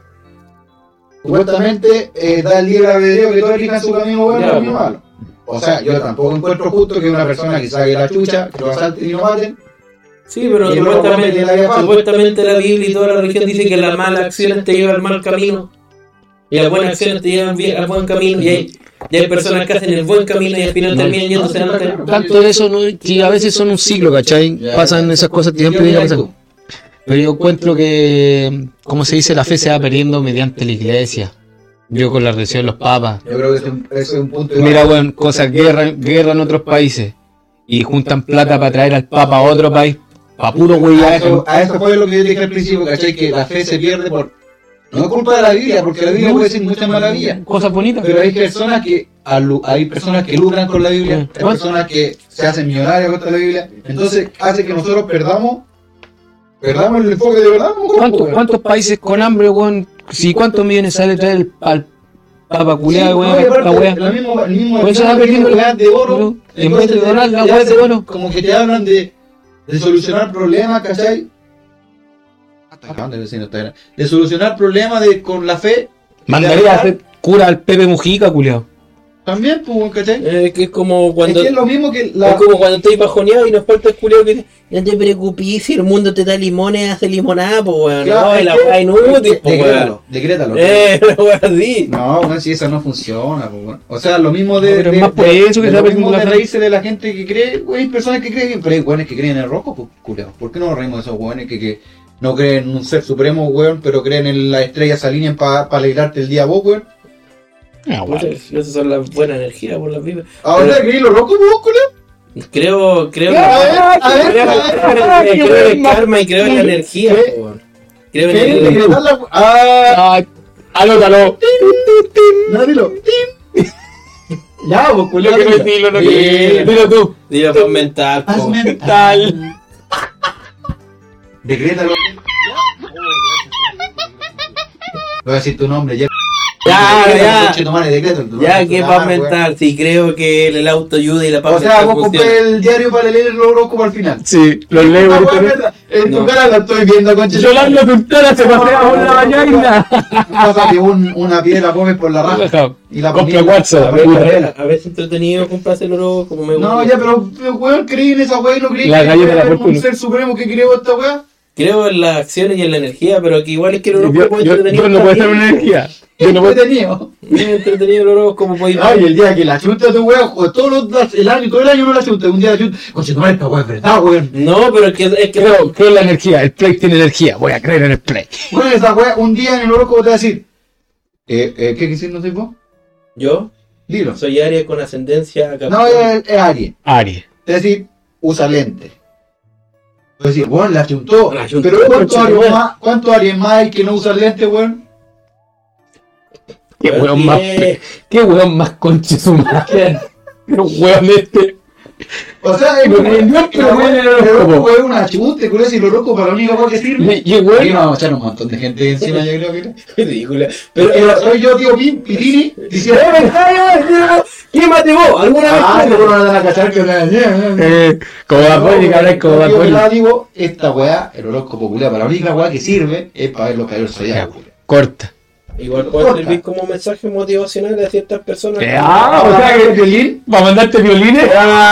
[SPEAKER 5] supuestamente da el libre albedrío que todos elijan su camino bueno
[SPEAKER 3] Ya,
[SPEAKER 5] o camino
[SPEAKER 3] pues.
[SPEAKER 5] malo. O sea, yo tampoco encuentro justo que una persona que saque la chucha, que lo asalten y lo maten.
[SPEAKER 3] Sí, pero
[SPEAKER 5] Y luego
[SPEAKER 3] supuestamente,
[SPEAKER 5] come y la lleva.
[SPEAKER 3] supuestamente la Biblia y toda la religión dice que las malas acciones te llevan al mal camino y las buenas acciones te llevan al buen camino. Y hay personas que hacen el buen camino y al final terminan yéndose
[SPEAKER 5] no,
[SPEAKER 3] delante.
[SPEAKER 5] claro.
[SPEAKER 4] Tanto de eso, ¿no? Que a veces son un ciclo, ¿cachai?
[SPEAKER 5] Ya,
[SPEAKER 4] Pasan
[SPEAKER 5] ya.
[SPEAKER 4] esas cosas que siempre
[SPEAKER 5] Yo
[SPEAKER 4] vienen a
[SPEAKER 5] mira,
[SPEAKER 4] pasar. Pero yo encuentro que, como se dice, la fe se va perdiendo mediante la iglesia. Yo con la religión de los papas.
[SPEAKER 5] Yo creo que ese es un punto.
[SPEAKER 4] Mira, weón, cosas, guerra en otros países. Y juntan plata para traer al papa a otro país. Pa' puro weón.
[SPEAKER 5] A eso fue lo que yo dije al principio, ¿cachai? Que la fe se pierde por. No es culpa de la Biblia, porque la Biblia puede decir muchas maravillas.
[SPEAKER 4] Cosas bonitas.
[SPEAKER 5] Pero hay personas que lucran con la Biblia, hay personas que se hacen millonarias con la Biblia, entonces hace que nosotros perdamos el enfoque de verdad.
[SPEAKER 4] ¿Cuántos países con hambre, weón? Si cuántos millones sale traer al papa culeado,
[SPEAKER 5] Sí,
[SPEAKER 4] weón,
[SPEAKER 5] no, y aparte,
[SPEAKER 4] esta weá?
[SPEAKER 5] el mismo
[SPEAKER 4] Por eso va perdiendo
[SPEAKER 5] weas de oro,
[SPEAKER 4] en vez de
[SPEAKER 5] entonces
[SPEAKER 4] donar la
[SPEAKER 5] te
[SPEAKER 4] weá de
[SPEAKER 5] hacen
[SPEAKER 4] oro.
[SPEAKER 5] como que te hablan de solucionar problemas, ¿cachai? Acaban de decir, no está bien. De solucionar problemas con la fe.
[SPEAKER 4] Mandaría a hacer cura al Pepe Mujica, culeado.
[SPEAKER 5] También, pues, ¿cachai?
[SPEAKER 3] Que es como cuando.
[SPEAKER 5] Es que es lo mismo que
[SPEAKER 3] Es
[SPEAKER 5] la.
[SPEAKER 3] como cuando estoy bajoneado y nos falta el culeo que dice, no te preocupes, si el mundo te da limones, hace limonada, pues weón.
[SPEAKER 5] Claro,
[SPEAKER 3] No,
[SPEAKER 5] es
[SPEAKER 3] la
[SPEAKER 5] que-
[SPEAKER 3] weá inútil, pues weón.
[SPEAKER 5] Decrétalo.
[SPEAKER 3] La weá así.
[SPEAKER 5] No, bueno, si eso no funciona, pues, bueno. O sea, lo mismo
[SPEAKER 4] No,
[SPEAKER 5] de.
[SPEAKER 4] pero es más por eso que se
[SPEAKER 5] lo
[SPEAKER 4] va
[SPEAKER 5] mismo
[SPEAKER 4] perdiendo la
[SPEAKER 5] de
[SPEAKER 4] fe.
[SPEAKER 5] reírse de la gente que cree, güey, hay personas que creen, pero hay güeyes que creen en el rojo, pues, culiao. ¿Por qué no nos reímos de esos güeyes que no creen en un ser supremo, weón, pero creen en las estrellas se alinean para alegrarte el día a vos, weón?
[SPEAKER 4] Ah, weón.
[SPEAKER 3] Esas son las buenas energías por las vidas.
[SPEAKER 5] ¿Ahora creí lo rojo, vos, culiao?
[SPEAKER 3] Creo
[SPEAKER 5] ver, a ver,
[SPEAKER 3] creo en el karma y creo en la energía,
[SPEAKER 5] ¿Qué?
[SPEAKER 3] po, weón. Creo en
[SPEAKER 5] ¿Qué?
[SPEAKER 3] el
[SPEAKER 5] ¿Decretar la- Ah,
[SPEAKER 4] Ah, anótalo.
[SPEAKER 5] no, dilo. Ya, vos, culiao.
[SPEAKER 4] No quiero decirlo, no quiero decirlo. Dilo tú.
[SPEAKER 3] Dilo paz mental,
[SPEAKER 5] Paz
[SPEAKER 3] po.
[SPEAKER 5] mental. Decrétalo. Voy a decir tu nombre, ya.
[SPEAKER 3] Ya.
[SPEAKER 5] Conche tu madre, decrétalo.
[SPEAKER 3] Ya que
[SPEAKER 5] Claro,
[SPEAKER 3] paz
[SPEAKER 5] weón.
[SPEAKER 3] mental, sí creo que el autoayuda y la paz
[SPEAKER 5] O sea,
[SPEAKER 3] mental
[SPEAKER 5] vos compré
[SPEAKER 3] funciona.
[SPEAKER 5] el diario para leer el horóscopo al final.
[SPEAKER 4] Sí, los leo.
[SPEAKER 5] Ah, weón, verdad. En tu
[SPEAKER 3] No.
[SPEAKER 5] cara la estoy viendo, conche.
[SPEAKER 4] Yolanda Sultana se pasea por la bañaina.
[SPEAKER 5] Pásate una piedra, comes por la raja. Y la
[SPEAKER 4] Compra
[SPEAKER 5] ponís-
[SPEAKER 4] WhatsApp,
[SPEAKER 5] la ponís en la
[SPEAKER 4] puta.
[SPEAKER 5] vela.
[SPEAKER 3] A veces entretenido comprarse el oro como me
[SPEAKER 5] No,
[SPEAKER 3] gusta.
[SPEAKER 5] ya, pero weón, creí en esa weá y no creí
[SPEAKER 4] La
[SPEAKER 5] que
[SPEAKER 4] galleta
[SPEAKER 5] puede
[SPEAKER 4] la
[SPEAKER 5] haber
[SPEAKER 4] por
[SPEAKER 5] un
[SPEAKER 4] culo.
[SPEAKER 5] ser supremo que creó esta weá.
[SPEAKER 3] Creo en las acciones y en la energía, pero que igual es que el horóscopo es
[SPEAKER 4] Yo
[SPEAKER 3] entretenido.
[SPEAKER 4] no puedo ser una energía. Yo no puedo.
[SPEAKER 5] Entretenido.
[SPEAKER 3] Es entretenido el horóscopo, pues.
[SPEAKER 5] Ay, el día que la chunta tu weá, o todo el año no la chunta, un día la chunta. Conche, tu madre, esta weá es verdad, weón.
[SPEAKER 3] No, pero es que
[SPEAKER 4] Creo en la energía. El Play tiene energía. Voy a creer en el Play.
[SPEAKER 5] Weón, esa weá, un día en el horóscopo te va a decir, ¿qué quisiste, no sé vos?
[SPEAKER 3] yo
[SPEAKER 5] Dilo.
[SPEAKER 3] soy Aries con ascendencia
[SPEAKER 5] No, es Aries.
[SPEAKER 4] Aries.
[SPEAKER 5] Te va a decir, usa lente. Pues decir, weón, la chuntó.
[SPEAKER 3] La chuntó.
[SPEAKER 5] Pero ¿cuántos aliens más hay que no usan lentes, weón?
[SPEAKER 4] Qué weón más conche su madre. Qué weón este.
[SPEAKER 5] O sea, el horóscopo es una chunte, curioso, y el horóscopo para lo único que sirve.
[SPEAKER 4] Y weón.
[SPEAKER 5] Aquí vamos a echar un montón de gente encima, yo creo que.
[SPEAKER 3] Ridícula.
[SPEAKER 5] Pero soy yo, tío Pitini, diciendo.
[SPEAKER 3] ¡Quémate vos! ¿Alguna vez?
[SPEAKER 5] Ah, seguro no van a cachar que
[SPEAKER 4] Como va a hablar como va a
[SPEAKER 5] digo, esta weá, el horóscopo culiao, para la única weá que sirve es para ver los caballeros zodiacos.
[SPEAKER 4] corta.
[SPEAKER 3] Igual puede servir como mensaje motivacional a ciertas personas.
[SPEAKER 4] O sea que el violín, ¿va a mandarte violines?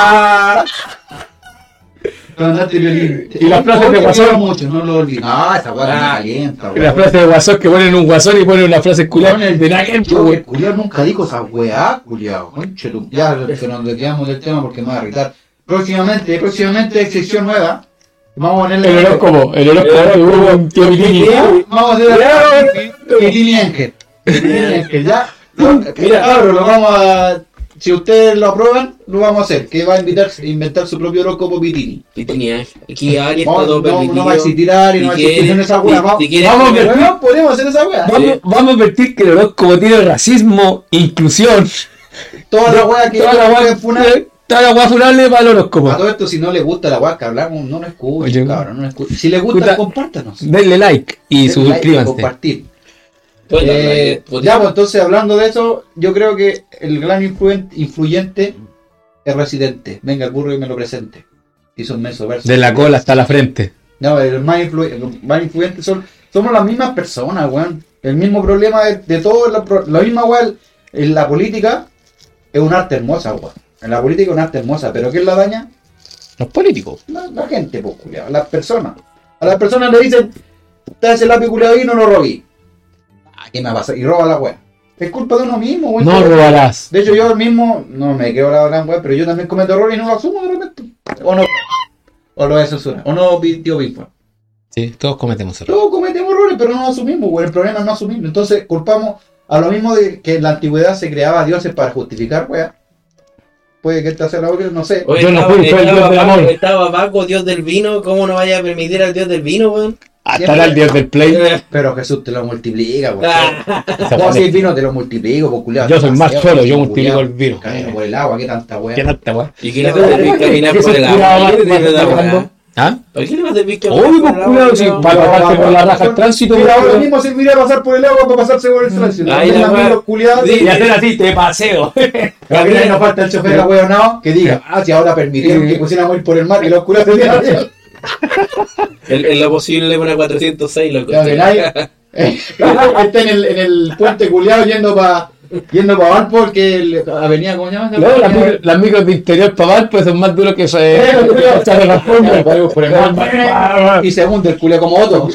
[SPEAKER 5] Mandaste violín.
[SPEAKER 4] Y las frases de Guasón.
[SPEAKER 5] Mucho, no lo olvides. Esa weá me calienta,
[SPEAKER 4] Y las frases de Guasón que ponen un Guasón y ponen una frase culiada de Nagel.
[SPEAKER 5] El culiao nunca dijo esa weá, culiao. Ya que nos desviamos del tema porque me va a irritar. Próximamente hay sección nueva. Vamos a ponerle
[SPEAKER 4] El horóscopo de un tío Pitini.
[SPEAKER 5] Vamos a hacer Pitini Ángel. Ya. Mira, cabrón, lo vamos a. Si ustedes lo aprueban, lo vamos a hacer. Que va a inventar su propio horóscopo Pitini.
[SPEAKER 3] Pitini Ángel. Aquí Ari está todo permitido.
[SPEAKER 5] No va a existir Ari, no va a existir esa weá. Podemos hacer esa weá.
[SPEAKER 4] Vamos a advertir que el horóscopo tiene racismo, inclusión.
[SPEAKER 5] Toda la weá que
[SPEAKER 4] Toda la weá funable para el horóscopo.
[SPEAKER 5] A todo esto, si no le gusta la weá que hablamos, no lo escuchen, cabrón, no lo escuchen. Si le gusta, compártanos.
[SPEAKER 4] Denle like y suscríbanse.
[SPEAKER 5] Compartir. Ya, pues entonces, hablando de eso, yo creo que el gran influyente es Residente. Venga, el burro y me lo presente. Hizo un menso verso.
[SPEAKER 4] De la cola hasta la frente.
[SPEAKER 5] No, el más influyente somos las mismas personas, weón. El mismo problema de todo, la misma weá en la política es un arte hermosa, weón. En la política es una arte hermosa, pero ¿quién la daña?
[SPEAKER 4] Los políticos.
[SPEAKER 5] La gente, pues, culiado, las personas. A las personas le dicen, está ese lápiz culiado ahí, no lo robí. ¿Qué me va a pasar? Y roba la weá. Es culpa de uno mismo, weón.
[SPEAKER 4] No robarás.
[SPEAKER 5] De hecho, yo mismo, no me quedo la gran weá, pero yo también cometo errores y no lo asumo de repente. O no. O lo voy a censurar. O no, tío Bitcoin.
[SPEAKER 4] Sí, todos cometemos errores.
[SPEAKER 5] Todos cometemos errores, pero no lo asumimos, weón. El problema es no asumirlo. Entonces, culpamos a lo mismo de que en la antigüedad se creaba dioses para justificar, weá. Puede que esta sea la otra, no sé.
[SPEAKER 3] Oye,
[SPEAKER 4] yo no fui el dios del amor.
[SPEAKER 3] Estaba Paco, dios del vino. ¿Cómo no vaya a permitir al dios del vino, weón?
[SPEAKER 4] Hasta era el dios del play.
[SPEAKER 5] Pero Jesús te lo multiplica, weón. No, si el vino te lo multiplico, por culiado.
[SPEAKER 4] Yo soy más solo, yo multiplico el vino.
[SPEAKER 5] Camino por el agua, qué tanta weá.
[SPEAKER 4] ¿Qué tanta weá?
[SPEAKER 3] ¿Y quién le va a servir caminar por el agua?
[SPEAKER 4] ¿Ah?
[SPEAKER 3] ¿Por qué le va a servir caminar
[SPEAKER 4] Uy,
[SPEAKER 3] por
[SPEAKER 4] pues
[SPEAKER 3] el
[SPEAKER 4] cuidado, si
[SPEAKER 3] agua?
[SPEAKER 4] para pasarte por la raja el tránsito.
[SPEAKER 5] Mira, ahora mismo serviría pasar por el agua para pasarse por el tránsito.
[SPEAKER 3] Ahí la weá.
[SPEAKER 5] Los culiados.
[SPEAKER 4] Y hacer así, te paseo.
[SPEAKER 5] Aquí nos falta el chofer ahueonado que diga, si ahora permitieron que pusiéramos ir por el mar y los culiados se dieran.
[SPEAKER 3] En lo posible una 406, loco.
[SPEAKER 5] Está en el puente culiado yendo para Valpo, porque avenida, ¿cómo se llama?
[SPEAKER 4] No, las micros de interior para Valpo son más duros que eso.
[SPEAKER 5] Y se hunde el culiado como otro.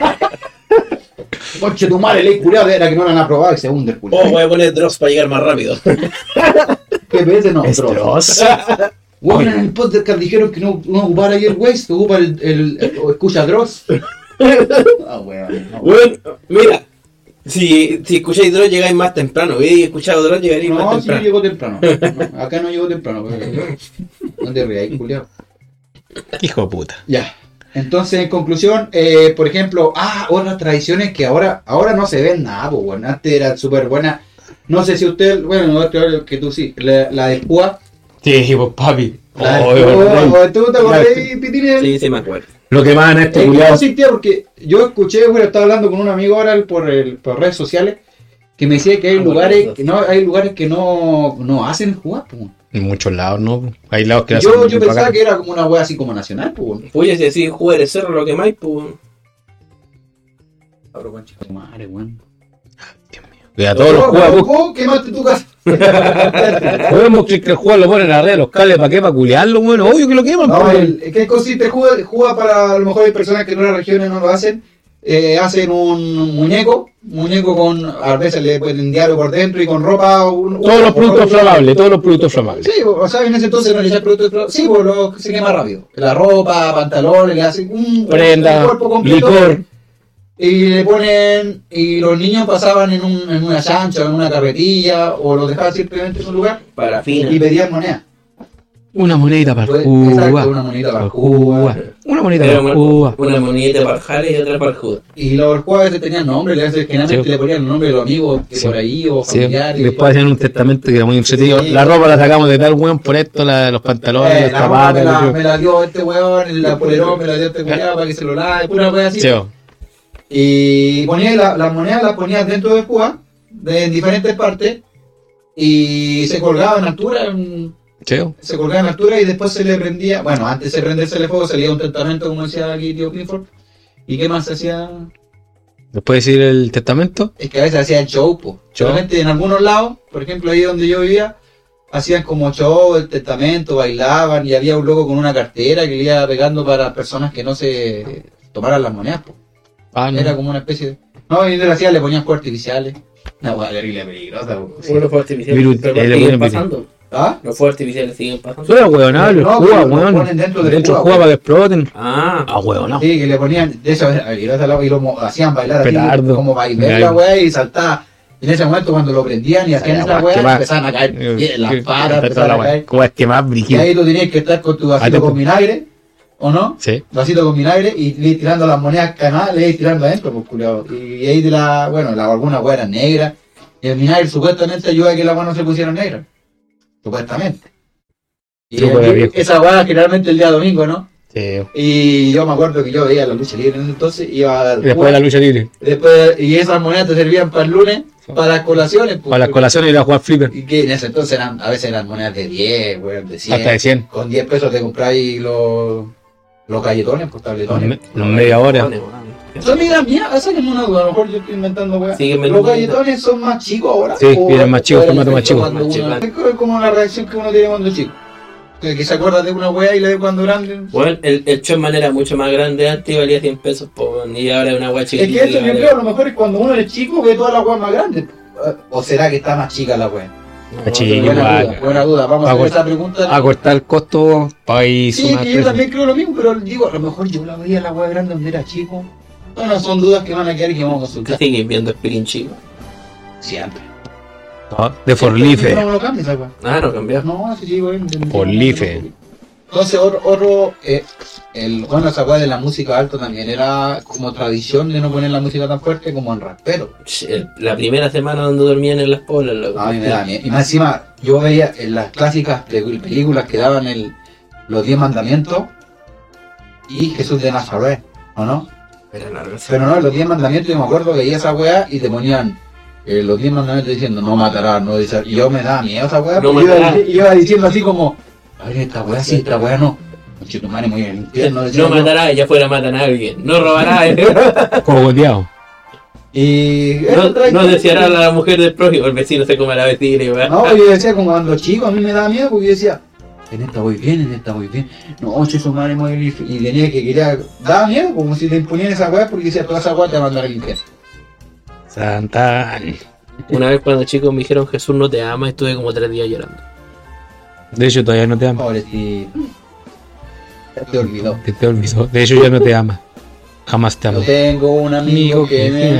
[SPEAKER 5] Conche tu madre, ley culiado, era que no lo han aprobado y se hunde el culiado.
[SPEAKER 3] Voy a poner drops para llegar más rápido.
[SPEAKER 5] GPS no, Dross. Bueno, en el podcast dijeron que no ocupara ahí el Waze, que ocupa o escucha Dross.
[SPEAKER 3] Bueno, mira, si escucháis Dross llegáis más temprano. Hubiera escuchado Dross llegaréis más
[SPEAKER 5] No,
[SPEAKER 3] temprano.
[SPEAKER 5] sí llegó temprano. No, acá no llegó temprano. No te rías, culiado.
[SPEAKER 4] Hijo de puta.
[SPEAKER 5] Ya. Entonces, en conclusión, por ejemplo, otras tradiciones que ahora no se ven nada, pues bueno, antes era súper buena. No sé si usted, bueno, no creo que tú sí, la del Púa.
[SPEAKER 4] Sí, pues papi.
[SPEAKER 5] ¿Tú te acordás, Pitini?
[SPEAKER 3] Sí, me acuerdo.
[SPEAKER 4] Lo que van a este
[SPEAKER 5] culiado. Sí, tío, porque yo escuché, bueno, estaba hablando con un amigo ahora por redes sociales, que me decía que hay lugares que no hacen jugar, pues.
[SPEAKER 4] En muchos lados, ¿no? Hay lados que
[SPEAKER 5] yo pensaba que era como una wea así como nacional, pues.
[SPEAKER 3] Oye, si así jugar el cerro lo que más, pues.
[SPEAKER 5] Abro concha tu madre, weón.
[SPEAKER 4] De a todos los juegos.
[SPEAKER 5] Quemaste tu casa.
[SPEAKER 4] Podemos que el juego lo ponen arriba de los cables, ¿para qué? ¿Para culiarlo? Bueno, obvio que lo queman.
[SPEAKER 5] No, ¿qué consiste? Juega para, a lo mejor hay personas que en otras regiones no lo hacen. Hacen un muñeco con, a veces le ponen diario por dentro y con ropa.
[SPEAKER 4] Todos los productos flamables.
[SPEAKER 5] Sí, o sea, en ese entonces no le echan productos flamables. Sí, pues se quema rápido. La ropa, pantalones, le hacen un
[SPEAKER 4] prenda,
[SPEAKER 5] cuerpo completo.
[SPEAKER 4] Licor.
[SPEAKER 5] Y le ponen, y los niños pasaban en una chancha o en una carretilla, o los dejaban simplemente en un lugar
[SPEAKER 3] para fina.
[SPEAKER 5] y pedían moneda.
[SPEAKER 4] Una monedita para
[SPEAKER 5] Exacto,
[SPEAKER 4] Cuba.
[SPEAKER 5] una monedita para Cuba.
[SPEAKER 4] Una monedita
[SPEAKER 3] Era
[SPEAKER 4] para Cuba.
[SPEAKER 3] una monedita para el Jale y otra para el Judas.
[SPEAKER 5] Y los Cuba a veces tenían nombre, generalmente
[SPEAKER 4] Sí.
[SPEAKER 5] le ponían el nombre de los amigos que
[SPEAKER 4] Sí.
[SPEAKER 5] por ahí o
[SPEAKER 4] Sí,
[SPEAKER 5] familiares.
[SPEAKER 4] después hacían un testamento que era muy entretenido.
[SPEAKER 5] Sí.
[SPEAKER 4] La ropa la sacamos de tal weón por esto, los pantalones, los
[SPEAKER 5] la ropa
[SPEAKER 4] zapatos.
[SPEAKER 5] me la dio este weón, la polerón me la dio este culiao para que se lo lave, pura wea así.
[SPEAKER 4] Sí,
[SPEAKER 5] Y ponía las monedas las ponías dentro de Cuba, en diferentes partes, y se colgaba en altura,
[SPEAKER 4] sí.
[SPEAKER 5] se colgaba en altura y después se le prendía, bueno, antes de prenderse fuego salía un testamento, como decía aquí tío Clifford. ¿Y qué más se hacía?
[SPEAKER 4] Después de decir el testamento,
[SPEAKER 5] Es que a veces hacían show, po.
[SPEAKER 4] Show.
[SPEAKER 5] Solamente en algunos lados, por ejemplo ahí donde yo vivía, hacían como show, el testamento, bailaban y había un loco con una cartera que le iba pegando para personas que no se tomaran las monedas, po. Era como una especie de... No, y le hacían, le ponían fuegos artificiales. Una hueá terrible peligrosa, po.
[SPEAKER 3] Los fuegos artificiales
[SPEAKER 4] Virus-
[SPEAKER 3] pero
[SPEAKER 4] le
[SPEAKER 3] siguen
[SPEAKER 4] ponen
[SPEAKER 3] pasando.
[SPEAKER 5] ¿Ah?
[SPEAKER 3] Los fuegos artificiales siguen pasando.
[SPEAKER 4] Eso era huevonable,
[SPEAKER 5] No,
[SPEAKER 4] Cuba,
[SPEAKER 5] pero lo
[SPEAKER 4] weón.
[SPEAKER 5] ponen dentro de
[SPEAKER 4] Dentro de
[SPEAKER 5] Cuba,
[SPEAKER 4] Cuba para que exploten.
[SPEAKER 3] Ah,
[SPEAKER 4] Ah, huevonado.
[SPEAKER 5] Sí, que le ponían, de eso era peligrosa, y lo hacían bailar así,
[SPEAKER 4] Petardo.
[SPEAKER 5] como bailar la weá y saltaba. Y en ese momento cuando lo prendían y hacían esa weá, empezaban a caer las patas, empezaban a caer.
[SPEAKER 4] Cuba es que más
[SPEAKER 5] Y
[SPEAKER 4] brígido.
[SPEAKER 5] ahí tú tenías que estar con tu vasito
[SPEAKER 4] Atento.
[SPEAKER 5] con vinagre, ¿o no?
[SPEAKER 4] Sí.
[SPEAKER 5] Vasito con vinagre y le ibas tirando las monedas canadas, le ibas tirando adentro, pues culiao. Y ahí algunas weas eran negras. Y el vinagre supuestamente ayuda a que las weas no se pusieran negras. Supuestamente. Y
[SPEAKER 4] Truco de
[SPEAKER 5] aquí,
[SPEAKER 4] viejo.
[SPEAKER 5] esa wea generalmente el día domingo, ¿no?
[SPEAKER 4] Sí.
[SPEAKER 5] Y yo me acuerdo que yo veía la lucha libre en ese entonces, iba a
[SPEAKER 4] Y después de la lucha libre.
[SPEAKER 5] y esas monedas te servían para el lunes, para las colaciones. pues,
[SPEAKER 4] Para las colaciones y la jugar flipper.
[SPEAKER 5] Y que en ese entonces a veces eran monedas de 10, weón, de 100.
[SPEAKER 4] Hasta de 100.
[SPEAKER 5] Con 10 pesos te compráis los galletones, pues tabletones.
[SPEAKER 4] Los media hora.
[SPEAKER 3] Pone, weón.
[SPEAKER 5] Son medidas mías, sáquenme una duda, a lo mejor yo estoy inventando weón.
[SPEAKER 3] Sigue
[SPEAKER 5] ¿Los
[SPEAKER 3] vendiendo.
[SPEAKER 5] galletones son más chicos ahora?
[SPEAKER 4] Sí, vienen más chicos,
[SPEAKER 5] o era el
[SPEAKER 4] formato más
[SPEAKER 5] efecto
[SPEAKER 4] chico.
[SPEAKER 5] cuando
[SPEAKER 3] Más
[SPEAKER 5] uno-
[SPEAKER 3] chico.
[SPEAKER 5] Es como la reacción que uno tiene cuando es chico. Que se acuerda de una weá y la ve cuando grande.
[SPEAKER 3] Bueno, el Chopman era mucho más grande antes y valía 100 pesos, po, y ahora es una guay
[SPEAKER 5] Es que
[SPEAKER 3] chiquitita.
[SPEAKER 5] eso yo creo, a lo mejor es cuando uno es chico ve toda la weá más grande. ¿O será que está más chica la weá?
[SPEAKER 4] Está chica, igual.
[SPEAKER 5] Buena duda, vamos a hacer esa pregunta.
[SPEAKER 4] A cortar el costo para ir
[SPEAKER 5] Sí,
[SPEAKER 4] sumar
[SPEAKER 5] que yo
[SPEAKER 4] precios.
[SPEAKER 5] también creo lo mismo, pero digo, a lo mejor yo la veía la weá grande donde era chico. Bueno, son dudas que van a quedar y que vamos a
[SPEAKER 3] ¿Qué
[SPEAKER 5] consultar.
[SPEAKER 3] sigues viendo el Pirín chico?
[SPEAKER 5] Siempre.
[SPEAKER 4] No, de Forlife.
[SPEAKER 5] No, no cambia esa weá.
[SPEAKER 3] Ah, no cambió.
[SPEAKER 5] No, sí, sí, güey.
[SPEAKER 4] Forlife.
[SPEAKER 5] Entonces, bueno, esa weá de la música alta también era como tradición de no poner la música tan fuerte como en rapero.
[SPEAKER 3] La primera semana donde dormían en las polas, loco.
[SPEAKER 5] A mí me da miedo. Y más encima, yo veía en las clásicas películas que daban los 10 mandamientos y Jesús de Nazaret, ¿o no?
[SPEAKER 3] Era largo ese.
[SPEAKER 5] Pero no, los 10 mandamientos, yo me acuerdo que veía esa weá y te ponían los 10 mandamientos diciendo no matarás, no desearás. Y yo me daba miedo esa weá,
[SPEAKER 3] No
[SPEAKER 5] porque
[SPEAKER 3] matarás.
[SPEAKER 5] iba diciendo así como, a ver, esta weá sí, esta weá no. Conche tu madre, muy en el infierno. decía
[SPEAKER 3] No
[SPEAKER 5] yo.
[SPEAKER 3] matará, ya fuera matan a alguien. No robará,
[SPEAKER 4] Cogoteado.
[SPEAKER 5] Y
[SPEAKER 3] no deseará a la mujer del prójimo. El vecino se come a la vecina y va.
[SPEAKER 5] No, yo decía como cuando chico a mí me daba miedo porque yo decía, en esta voy bien, en esta voy bien. No, che, su madre muy bien. Y tenía que quería, daba miedo como si te imponían esa weá porque decía, toda esa weá te va a mandar al infierno.
[SPEAKER 4] Santa.
[SPEAKER 3] Una vez cuando chicos me dijeron Jesús no te ama, estuve como 3 días llorando.
[SPEAKER 4] De hecho, todavía no te ama.
[SPEAKER 5] Pobrecito. Ya te olvidó.
[SPEAKER 4] Te olvidó. De hecho, ya no te ama. Jamás te
[SPEAKER 5] Yo
[SPEAKER 4] amó.
[SPEAKER 5] tengo un amigo que me...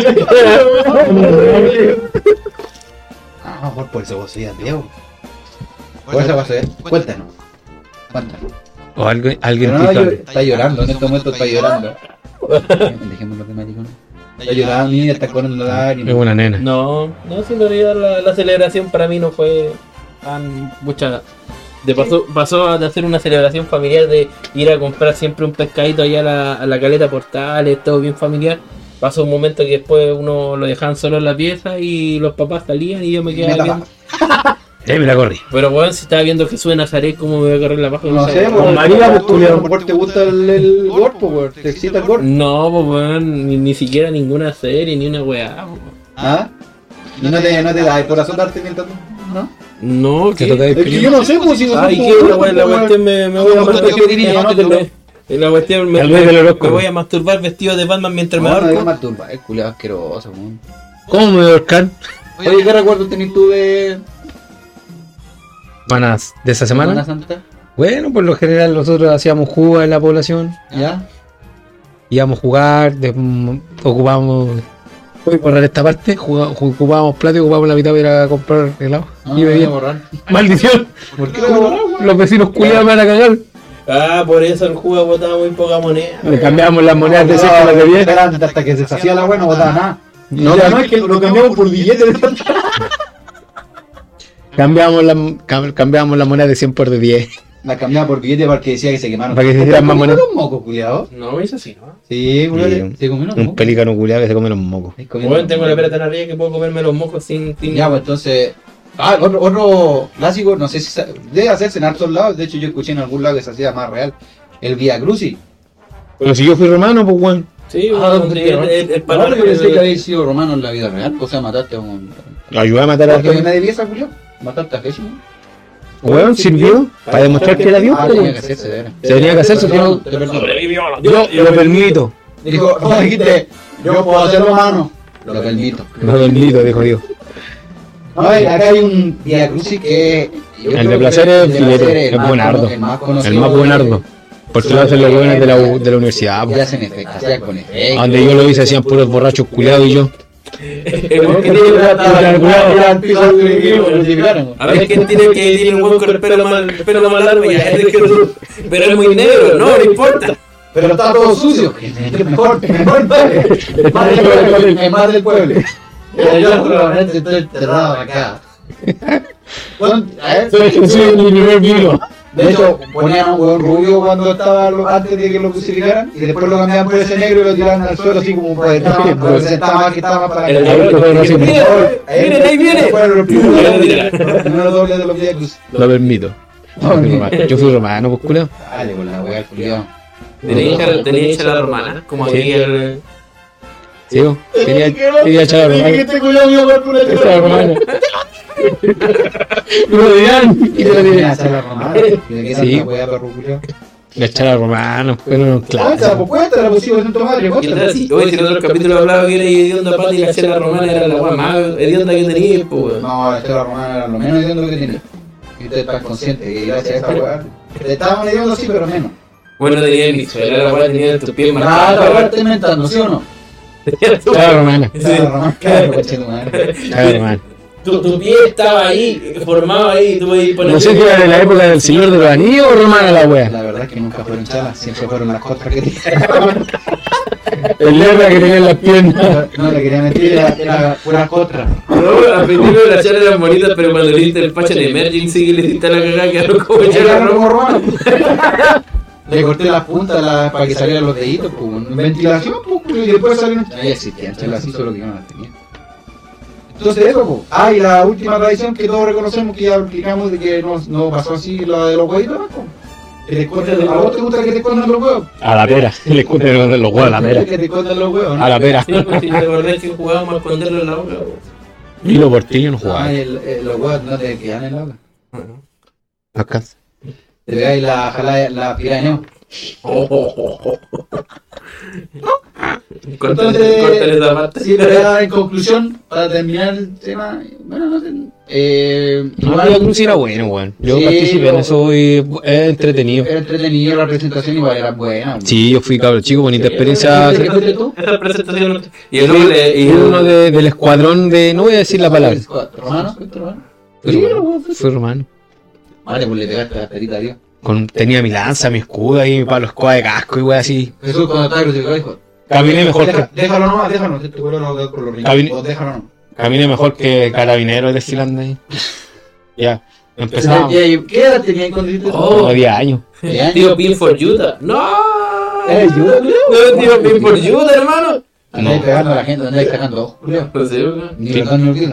[SPEAKER 5] Ah, mejor por eso vos soy Diego. Por eso vas a ver. Cuéntanos. Cuéntanos.
[SPEAKER 4] O alguien
[SPEAKER 5] Pero no,
[SPEAKER 4] pica.
[SPEAKER 5] está llorando, en este momento está llorando. Dejémoslo de maricón. Está llorando, mira, está corriendo
[SPEAKER 4] Es
[SPEAKER 5] lágrimas.
[SPEAKER 4] una nena.
[SPEAKER 3] No, si en realidad la celebración para mí no fue tan mucha. Pasó de hacer una celebración familiar de ir a comprar siempre un pescadito allá a la caleta Portales, todo bien familiar. Pasó un momento que después uno lo dejaban solo en la pieza y los papás salían y yo me quedaba viendo.
[SPEAKER 4] Me la corrí.
[SPEAKER 3] Pero bueno, si estaba viendo Jesús de Nazaret, ¿cómo me voy a correr la paja?
[SPEAKER 5] No sé,
[SPEAKER 3] Con
[SPEAKER 5] pues
[SPEAKER 3] María,
[SPEAKER 5] María,
[SPEAKER 3] pues,
[SPEAKER 5] pues tú a lo mejor te gusta el cuerpo, pues, te excita el cuerpo.
[SPEAKER 3] No, pues weón, ni siquiera ninguna serie, ni una weá. Pues.
[SPEAKER 5] ¿Ah? Y no te da el corazón darte mientras tú, ¿no?
[SPEAKER 3] No,
[SPEAKER 4] Te
[SPEAKER 3] ¿qué?
[SPEAKER 4] toca
[SPEAKER 5] Es que yo no sé, pues si no
[SPEAKER 3] Ay,
[SPEAKER 5] sé
[SPEAKER 3] ¿qué?
[SPEAKER 5] cómo-
[SPEAKER 3] La cuestión me voy a
[SPEAKER 5] No,
[SPEAKER 3] masturbar.
[SPEAKER 5] yo diría, no,
[SPEAKER 3] La cuestión
[SPEAKER 4] Tal vez el horóscopo.
[SPEAKER 3] me voy a masturbar vestido de Batman mientras me
[SPEAKER 5] No, no digas
[SPEAKER 3] ahorco.
[SPEAKER 5] masturba, es culiado asqueroso, weón.
[SPEAKER 4] ¿Cómo me voy a ahorcar?
[SPEAKER 5] Oye, ¿qué recuerdo tenés tú de
[SPEAKER 4] Panas de esa
[SPEAKER 5] Semana
[SPEAKER 4] semana.
[SPEAKER 5] Santa?
[SPEAKER 4] Bueno, por lo general nosotros hacíamos jugas en la población.
[SPEAKER 5] ¿Ya?
[SPEAKER 4] Íbamos a jugar, ocupábamos Voy a borrar esta parte. Ocupábamos plata y ocupábamos la mitad para ir a comprar helado.
[SPEAKER 5] No,
[SPEAKER 4] Y
[SPEAKER 5] no voy a
[SPEAKER 4] bebía.
[SPEAKER 5] borrar.
[SPEAKER 4] ¡Maldición!
[SPEAKER 5] ¿Por qué lo voy a borrar, weón?
[SPEAKER 4] Los vecinos culiados me van a cagar.
[SPEAKER 3] Ah, por eso el juego botaba muy poca moneda.
[SPEAKER 4] Le cambiamos las monedas de 6 con las de 10.
[SPEAKER 5] Esperando hasta que se deshacía la buena, no botaba nada.
[SPEAKER 4] No,
[SPEAKER 5] Y además que lo cambiamos por billetes.
[SPEAKER 4] cambiamos la moneda de 100 por de 10.
[SPEAKER 5] La cambiaba por billetes porque decía que se quemaron.
[SPEAKER 4] Para que se hicieran más monedas.
[SPEAKER 5] los mocos, culiados?
[SPEAKER 3] No, es así, ¿no?
[SPEAKER 5] Sí, weón. Se comieron los
[SPEAKER 4] Un
[SPEAKER 5] mocos.
[SPEAKER 4] pelícano culiado que se come los mocos.
[SPEAKER 5] Se comieron
[SPEAKER 3] Bueno, tengo
[SPEAKER 5] los
[SPEAKER 3] la
[SPEAKER 5] mocos.
[SPEAKER 3] pera tan arriba que puedo comerme los mocos sin...
[SPEAKER 5] Ya, pues entonces. Ah, otro clásico, no sé si debe hacerse en hartos lados. De hecho, yo escuché en algún lado que se hacía más real. El Via Crucis.
[SPEAKER 4] Pero si yo fui romano, pues weón.
[SPEAKER 3] Sí,
[SPEAKER 5] Ah,
[SPEAKER 3] bueno, el
[SPEAKER 5] no, yo pensé que habéis sido romano en la vida real. O sea, mataste a un.
[SPEAKER 4] Ayudé a matar a
[SPEAKER 5] Porque me
[SPEAKER 4] alguien.
[SPEAKER 5] de pieza, Julio. Mataste a Jesús.
[SPEAKER 4] Weón, sirvió para demostrar que era Dios.
[SPEAKER 5] Ah,
[SPEAKER 4] pues,
[SPEAKER 5] tenía
[SPEAKER 4] weón.
[SPEAKER 5] que hacerse, de veras.
[SPEAKER 4] Se tenía que hacer su
[SPEAKER 5] Perdón,
[SPEAKER 4] tiempo.
[SPEAKER 5] te perdono.
[SPEAKER 4] Yo lo permito.
[SPEAKER 5] Dijo, no, dijiste, yo puedo hacer romano. Lo permito.
[SPEAKER 4] Lo permito, dijo Dios.
[SPEAKER 5] No, acá hay un Via Crucis que. yo
[SPEAKER 4] El
[SPEAKER 5] creo
[SPEAKER 4] de
[SPEAKER 5] que
[SPEAKER 4] placer es
[SPEAKER 5] el de
[SPEAKER 4] filete,
[SPEAKER 5] placer
[SPEAKER 4] es
[SPEAKER 5] más
[SPEAKER 4] buenardo.
[SPEAKER 5] el más conocido
[SPEAKER 4] El más buenardo. Porque lo hacen los jóvenes de la universidad.
[SPEAKER 5] Ya
[SPEAKER 4] pues.
[SPEAKER 5] hacen efecto, hacían con efecto.
[SPEAKER 4] Donde yo lo hice hacían puros borrachos culiados y yo.
[SPEAKER 3] El weón que tiene a ver quién tiene que tiene un buen con el pelo más largo ya, pero es muy negro, no importa.
[SPEAKER 5] Pero está todo sucio. Mejor el más del pueblo. Yo probablemente estoy enterrado acá. Bueno, a ver,
[SPEAKER 4] Soy mi primer vino.
[SPEAKER 5] de hecho, ponían un hueón rubio cuando estaba antes de que lo crucificaran y después lo cambiaban por ese negro y lo tiraban al suelo así como para estaba que estaba más para
[SPEAKER 3] El
[SPEAKER 5] acá.
[SPEAKER 3] miren, ahí viene.
[SPEAKER 5] Fueron los primeros dobles de los Via Crucis.
[SPEAKER 4] Lo permito. Yo fui romano, pues culiao.
[SPEAKER 5] Dale con la wea, culiao.
[SPEAKER 3] Tenía hecha la romana, como aquí el...
[SPEAKER 4] Sí, po. Quería echar a romano.
[SPEAKER 5] este culiao mío fue por
[SPEAKER 4] Echar a romano. Y lo dirán. Y lo dirán. Sí. Le echar a romano. Pero no,
[SPEAKER 5] Claro,
[SPEAKER 4] claro.
[SPEAKER 5] pues cuéntala, pues sí, tu madre, cuéntala.
[SPEAKER 3] Oye, si en otro capítulo hablaba que era hedionda pata y la chela romana era la guay más hedionda que tenía, pues.
[SPEAKER 5] No, la chela romana era lo menos hediondo que tenía. Y usted está consciente que gracias a esa weá. Te estaban hediondo sí, pero menos.
[SPEAKER 3] Bueno, tenía mi suela, la guay tenía tus pies
[SPEAKER 5] Ah,
[SPEAKER 3] marcados.
[SPEAKER 5] la weá está inventando, ¿sí o no?
[SPEAKER 4] Echar a romano.
[SPEAKER 5] Chela romana, claro, coche tu madre.
[SPEAKER 4] Echar a romano.
[SPEAKER 3] Tu pie estaba ahí, formado ahí, tú podías poner...
[SPEAKER 4] No sé si era de la época del Señor de los Anillos o romana la wea.
[SPEAKER 5] La verdad es que nunca fueron chalas, siempre fueron las costras que tenían.
[SPEAKER 4] El lerra que tenía en las piernas.
[SPEAKER 5] No, le quería mentir, era puras costras.
[SPEAKER 3] No, al principio las chelas eran bonitas, pero cuando le diste el patch en emergency y le hiciste la cagada, quedaron como
[SPEAKER 5] Era
[SPEAKER 3] chelas
[SPEAKER 5] como
[SPEAKER 3] romanas.
[SPEAKER 5] romano. Le corté las puntas para que salieran los deditos, pues, ventilación, pues, y después salieron. Ahí existían chelas así, solo que yo no las tenía. Entonces eso, pues. Ah, y la última tradición que todos reconocemos, que ya explicamos de que no pasó así, la de los huevitos, pues. Que te esconden, ¿a vos te gusta que te escondan los huevos?
[SPEAKER 4] A la pera. Le escupen los huevos a la pera.
[SPEAKER 5] Que te escondan los huevos, ¿no?
[SPEAKER 4] A la pera.
[SPEAKER 3] Sí, pues si te acordás que jugábamos a esconderlo en la boca.
[SPEAKER 4] Y los portillos no jugaban.
[SPEAKER 5] Ah, los huevos no te quedan en la boca.
[SPEAKER 4] Acá.
[SPEAKER 5] Te pegáis la pira de neo.
[SPEAKER 3] Córtale esa parte.
[SPEAKER 5] Sí, pero ya en conclusión, para terminar el tema, bueno, no sé.
[SPEAKER 4] No, Via Crucis era bueno, weón. Yo
[SPEAKER 5] Sí,
[SPEAKER 4] participé en
[SPEAKER 5] pero-
[SPEAKER 4] eso y es entretenido.
[SPEAKER 5] Era entretenido, la presentación igual era buena.
[SPEAKER 4] Sí, yo fui cabrón chico, bonita experiencia.
[SPEAKER 5] ¿Qué fuiste tú?
[SPEAKER 3] Esa presentación. Y
[SPEAKER 4] Fui
[SPEAKER 3] el doble. Y
[SPEAKER 4] uno del escuadrón de. No voy a decir la palabra.
[SPEAKER 5] ¿Romano? ¿Fuiste romano?
[SPEAKER 4] Fui romano.
[SPEAKER 5] Vale, pues le pegaste la perita a Dios.
[SPEAKER 4] Tenía mi lanza, mi escudo ahí, mi palo escudo de casco y wey así.
[SPEAKER 5] Jesús cuando estaba crucificado dijo,
[SPEAKER 4] Caminé mejor que,
[SPEAKER 5] déjalo nomás, este vuelo no va con los
[SPEAKER 4] Caminé-
[SPEAKER 5] rines, déjalo nomás.
[SPEAKER 4] caminé mejor que carabineros desfilando ahí. Ya, empezamos.
[SPEAKER 5] ¿Qué edad tenías cuando hiciste eso?
[SPEAKER 3] Oh.
[SPEAKER 4] Como 10 años.
[SPEAKER 3] Tío Pin for Utah. ¡No!
[SPEAKER 5] ¿Eres Utah, Julio?
[SPEAKER 3] No, tío Pin for Utah, hermano.
[SPEAKER 5] Andáis pegando a la gente, andáis sacando ojos, Julio.
[SPEAKER 3] No sé, weón.
[SPEAKER 5] Ni lo dan ni olvidan.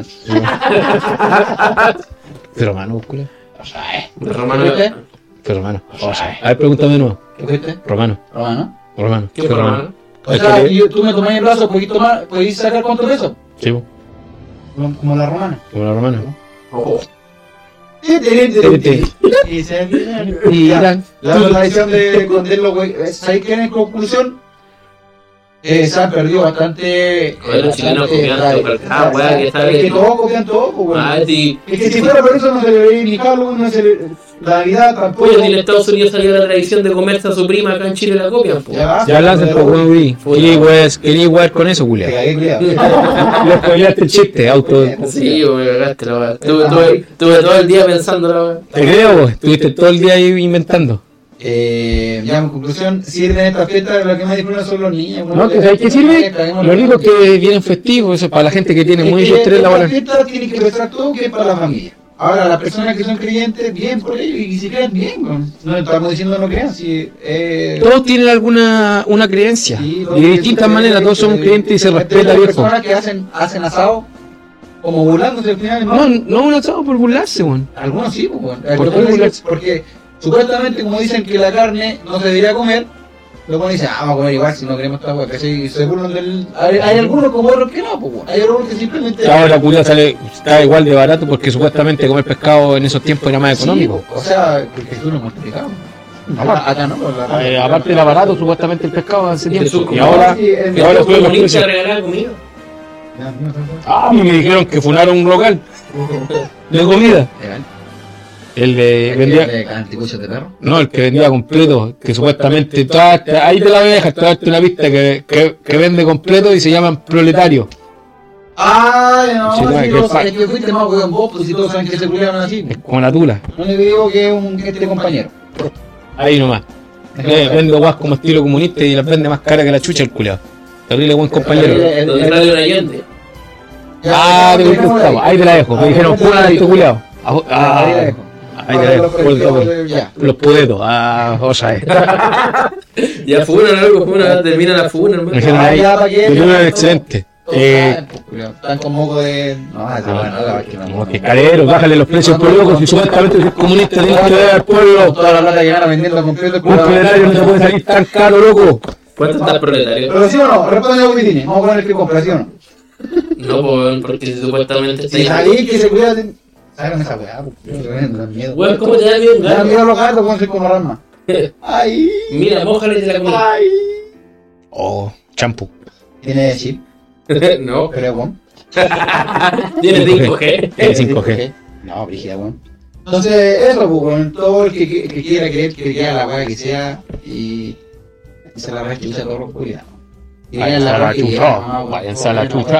[SPEAKER 4] Fui romano, culo.
[SPEAKER 3] Romano.
[SPEAKER 4] Fui romano. A ver, pregúntame de nuevo.
[SPEAKER 5] ¿Qué fuiste?
[SPEAKER 4] Romano.
[SPEAKER 5] ¿Romano?
[SPEAKER 4] Romano.
[SPEAKER 3] ¿Qué
[SPEAKER 4] Fui
[SPEAKER 3] fue romano?
[SPEAKER 5] O sea, tú me tomás en el brazo, ¿podéis sacar cuánto peso?
[SPEAKER 4] Sí, po,
[SPEAKER 5] Como la romana.
[SPEAKER 4] como la romana.
[SPEAKER 5] Y ya, la tradición de esconder los güeyes. ¿Sabéis qué en conclusión? Se han perdido bastante.
[SPEAKER 3] Joder, los chilenos copian todo, cada weá que sale.
[SPEAKER 5] Es que todos copian todo, pues, weón.
[SPEAKER 3] Ah, sí.
[SPEAKER 5] Es que si fuera por eso no se le vería ni Halloween, no se le. La Navidad tampoco.
[SPEAKER 3] Oye, si en Estados Unidos salió la tradición de comerse a su prima, acá en Chile la copian, po.
[SPEAKER 4] Ya lanzan, pues, weón, vi. Quería jugar con eso,
[SPEAKER 5] Te
[SPEAKER 4] culiao.
[SPEAKER 5] cagué, culiao.
[SPEAKER 4] Le spoileaste el chiste, auto.
[SPEAKER 3] Sí, me cagaste la weá. Tuve todo el día pensando la weá.
[SPEAKER 4] Te creo, vos. Estuviste todo el día ahí inventando.
[SPEAKER 5] Ya en conclusión, sirven estas fiestas, lo que más disfrutan son los niños.
[SPEAKER 4] No, que ¿sabes qué sirve? Lo único que vienen festivos, eso es para la gente que tiene muy estrés
[SPEAKER 5] la
[SPEAKER 4] laboral.
[SPEAKER 5] fiesta tiene que pensar todo que es para la familia. Ahora, las personas que son creyentes, bien por ellos, y si creen, bien, weón. No estamos diciendo no crean, si
[SPEAKER 4] Todos tienen una creencia.
[SPEAKER 5] sí,
[SPEAKER 4] Y de distintas maneras, todos somos creyentes y se respeta,
[SPEAKER 5] Las
[SPEAKER 4] viejo.
[SPEAKER 5] personas que hacen asado, como burlándose al final,
[SPEAKER 4] No un asado por burlarse, weón.
[SPEAKER 5] Algunos sí, pues, weón.
[SPEAKER 4] ¿Por qué burlarse?
[SPEAKER 5] Porque supuestamente, como dicen que la carne no se debería comer, luego dicen, vamos a comer igual si no queremos esta hueá, y se burlan del. Hay algunos como otros que no, pues, weón. Hay algunos que simplemente.
[SPEAKER 4] Ahora la curia está igual de barato porque supuestamente comer pescado en esos tiempos era más económico.
[SPEAKER 5] Sí, o sea, porque Jesús nos multiplicaba. Acá no,
[SPEAKER 4] Aparte era barato supuestamente el pescado hace tiempo.
[SPEAKER 3] Jesús,
[SPEAKER 4] Y ahora
[SPEAKER 3] Ahora
[SPEAKER 4] sube los
[SPEAKER 3] comunista
[SPEAKER 4] precios.
[SPEAKER 3] regalar comida.
[SPEAKER 4] Me dijeron que funaron un local de comida.
[SPEAKER 5] Legal.
[SPEAKER 4] El de vendía.
[SPEAKER 5] ¿De anticuchos de perro?
[SPEAKER 4] No, el que vendía completo, que supuestamente ahí te la voy a dejar, te voy a darte una pista que vende completo y se llaman proletarios.
[SPEAKER 5] Ay, no,
[SPEAKER 4] Sí, no,
[SPEAKER 5] sí,
[SPEAKER 4] que
[SPEAKER 5] no,
[SPEAKER 4] fa-
[SPEAKER 5] es que fuiste más weón vos, pues si todos saben que se culiaron así.
[SPEAKER 4] Es como la tula,
[SPEAKER 5] No le digo que es un compañero.
[SPEAKER 4] ahí nomás. Vende guas como estilo comunista y las vende más cara que la chucha el culiao. Terrible buen compañero.
[SPEAKER 3] Donde Radio Allende.
[SPEAKER 4] Te gustaba, ahí te la dejo. Me dijeron, funa de este culiao.
[SPEAKER 5] Ahí la dejo.
[SPEAKER 4] Ahí te la dejo.
[SPEAKER 5] Ya.
[SPEAKER 4] Los pudetos, o sea,
[SPEAKER 3] Ya funan algo, termina la funa,
[SPEAKER 4] me
[SPEAKER 3] hermano.
[SPEAKER 4] dijeron ahí,
[SPEAKER 5] ya, ¿para qué?
[SPEAKER 4] me dijeron excelente.
[SPEAKER 5] Están con moco de. No, es bueno, la que
[SPEAKER 4] Como que calero, bájale los precios por loco, si supuestamente si es comunista tenés que ver al pueblo.
[SPEAKER 5] Toda la plata que gana vendiendo completo.
[SPEAKER 4] Un proletario no se puede salir tan caro, loco.
[SPEAKER 3] ¿Cuánto está el proletario?
[SPEAKER 5] Pero sí o no, responde a Vitini. Vamos a poner que compra, ¿sí o no?
[SPEAKER 3] No, pues, porque supuestamente
[SPEAKER 5] Si salí que se cuida. Sacan esa weá, porque me da miedo.
[SPEAKER 3] Weón, ¿cómo te da miedo un
[SPEAKER 5] Me da
[SPEAKER 3] gato?
[SPEAKER 5] miedo a los gatos cuando soy como rama. Ay.
[SPEAKER 3] Mira, mójale de la comida.
[SPEAKER 5] Ay.
[SPEAKER 4] Oh, champú.
[SPEAKER 5] Tiene chip,
[SPEAKER 3] No,
[SPEAKER 5] creo, weón.
[SPEAKER 3] tiene 5G.
[SPEAKER 4] Es 5G.
[SPEAKER 5] No, brígida, weón. Entonces, eso, pues, weón. Todo el que quiera creer que quiera la weá que sea y se la rechucha a todos los culiados. Y
[SPEAKER 4] Váyanse a la chucha. Váyanse a la chucha.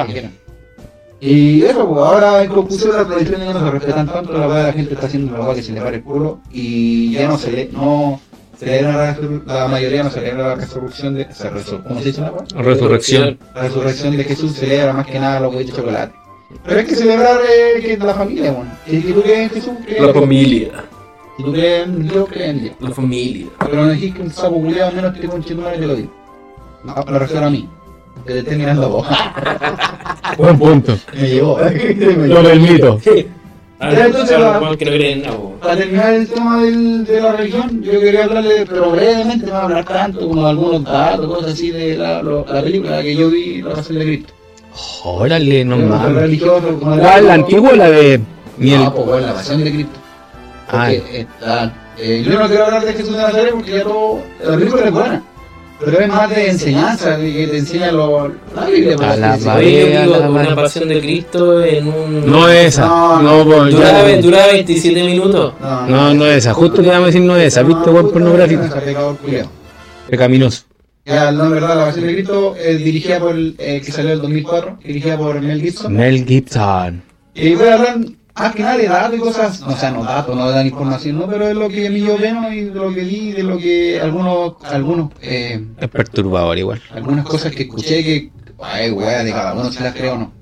[SPEAKER 5] Y eso, pues ahora en conclusión las tradiciones ya no se respetan tanto, la weá la gente está haciendo la weá que se le pare el culo y ya no celebra la mayoría no celebra la resurrección de. ¿Cómo se dice la weá?
[SPEAKER 4] Resurrección.
[SPEAKER 5] La resurrección de Jesús celebra más que nada los huevos de chocolate. Pero hay que celebrar que la familia, weón. Si tú crees en Jesús, crees
[SPEAKER 3] La
[SPEAKER 5] en Dios.
[SPEAKER 3] familia.
[SPEAKER 5] Si tú crees en Dios, crees en Dios.
[SPEAKER 3] La familia.
[SPEAKER 5] Pero no dijiste que un sapo culiado menos que te conche tu madre te lo digo. No, me refiero a mí. Que te esté mirando a vos.
[SPEAKER 4] Buen punto.
[SPEAKER 5] Me llevó.
[SPEAKER 4] Lo permito.
[SPEAKER 5] Entonces,
[SPEAKER 3] que no creen en nada.
[SPEAKER 5] Para terminar el tema de la religión, yo quería hablarle, pero brevemente, no voy a hablar tanto como algunos datos, cosas así de la película que yo vi, La Pasión de Cristo.
[SPEAKER 4] Órale, no mames.
[SPEAKER 5] Religioso, como
[SPEAKER 4] ¿Cuál? ¿La antigua o la de miel?
[SPEAKER 5] No, pues bueno, La Pasión de Cristo.
[SPEAKER 4] Ah,
[SPEAKER 5] Porque yo no quiero hablar de Jesús de Nazaret porque ya todo. La película es buena. Pero es más de enseñanza, de que te enseña la Biblia. por
[SPEAKER 4] A
[SPEAKER 5] así
[SPEAKER 4] la
[SPEAKER 5] decirlo.
[SPEAKER 3] Oye, yo
[SPEAKER 4] Vea,
[SPEAKER 3] digo,
[SPEAKER 4] la
[SPEAKER 3] una
[SPEAKER 4] madre.
[SPEAKER 3] pasión de Cristo en un.
[SPEAKER 4] no es esa.
[SPEAKER 5] No,
[SPEAKER 4] pues, ya-
[SPEAKER 3] Duraba 27 minutos.
[SPEAKER 4] No es esa. Justo te vamos a decir no es esa. ¿Viste buen pornográfico?
[SPEAKER 5] Esa, pecador culiao.
[SPEAKER 4] Pecaminoso.
[SPEAKER 5] Ya, no, en verdad, La Pasión de Cristo es dirigida por que salió en el 2004, dirigida por Mel Gibson.
[SPEAKER 4] Mel Gibson.
[SPEAKER 5] Y voy a hablar más que nada de datos y cosas, o sea, no datos, no dan información, no, pero es lo que a mí yo veo y de lo que vi, de lo que algunos
[SPEAKER 4] Es perturbador igual.
[SPEAKER 5] algunas cosas que escuché que, ay, wea, de cada uno si las creo o no.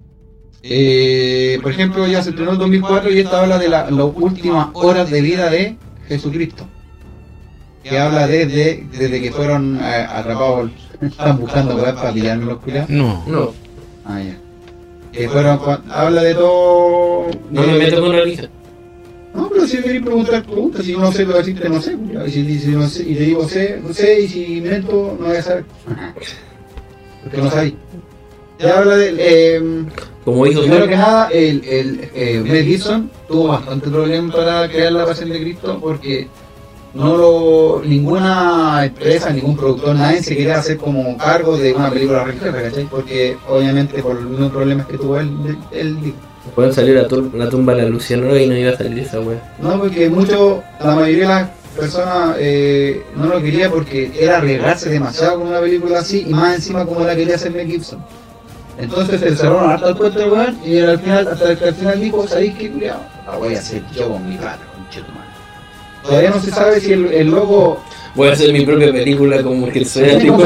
[SPEAKER 5] Por ejemplo, ya se estrenó el 2004 y esta habla de las últimas horas de vida de Jesucristo. Que habla desde que fueron atrapados, están buscando weas para pillarme los culiados.
[SPEAKER 4] No.
[SPEAKER 3] No,
[SPEAKER 5] Ah, ya. Que fueron, habla de todo.
[SPEAKER 3] no me meto con religión.
[SPEAKER 5] No, pero si queréis preguntar preguntas, si yo no sé lo decirte, no sé. Y si no sé, y te digo sé, no sé, y si invento, no voy a saber. Porque no sabéis. Ya habla de.
[SPEAKER 3] Como dijo
[SPEAKER 5] Primero
[SPEAKER 3] Fer,
[SPEAKER 5] que nada, Mel Gibson tuvo bastante problema para crear La Pasión de Cristo porque ninguna empresa, ningún productor, nadie se quería hacer como cargo de una película religiosa, ¿cachai? Porque obviamente por los mismos problemas que tuvo él dijo.
[SPEAKER 3] Pueden salir la tumba de la Luciano y no iba a salir esa wea.
[SPEAKER 5] No, porque la mayoría de las personas no lo quería porque era arriesgarse demasiado con una película así y más encima como la quería hacer Mel Gibson. Entonces se cerraron hasta el puesto de weón y al final, hasta que al final dijo, ¿sabéis qué, culiao? La voy a hacer yo con mi pata, conchetumare. Todavía no se sabe si el loco...
[SPEAKER 3] Voy a hacer mi propia película como que sea.
[SPEAKER 5] Digo,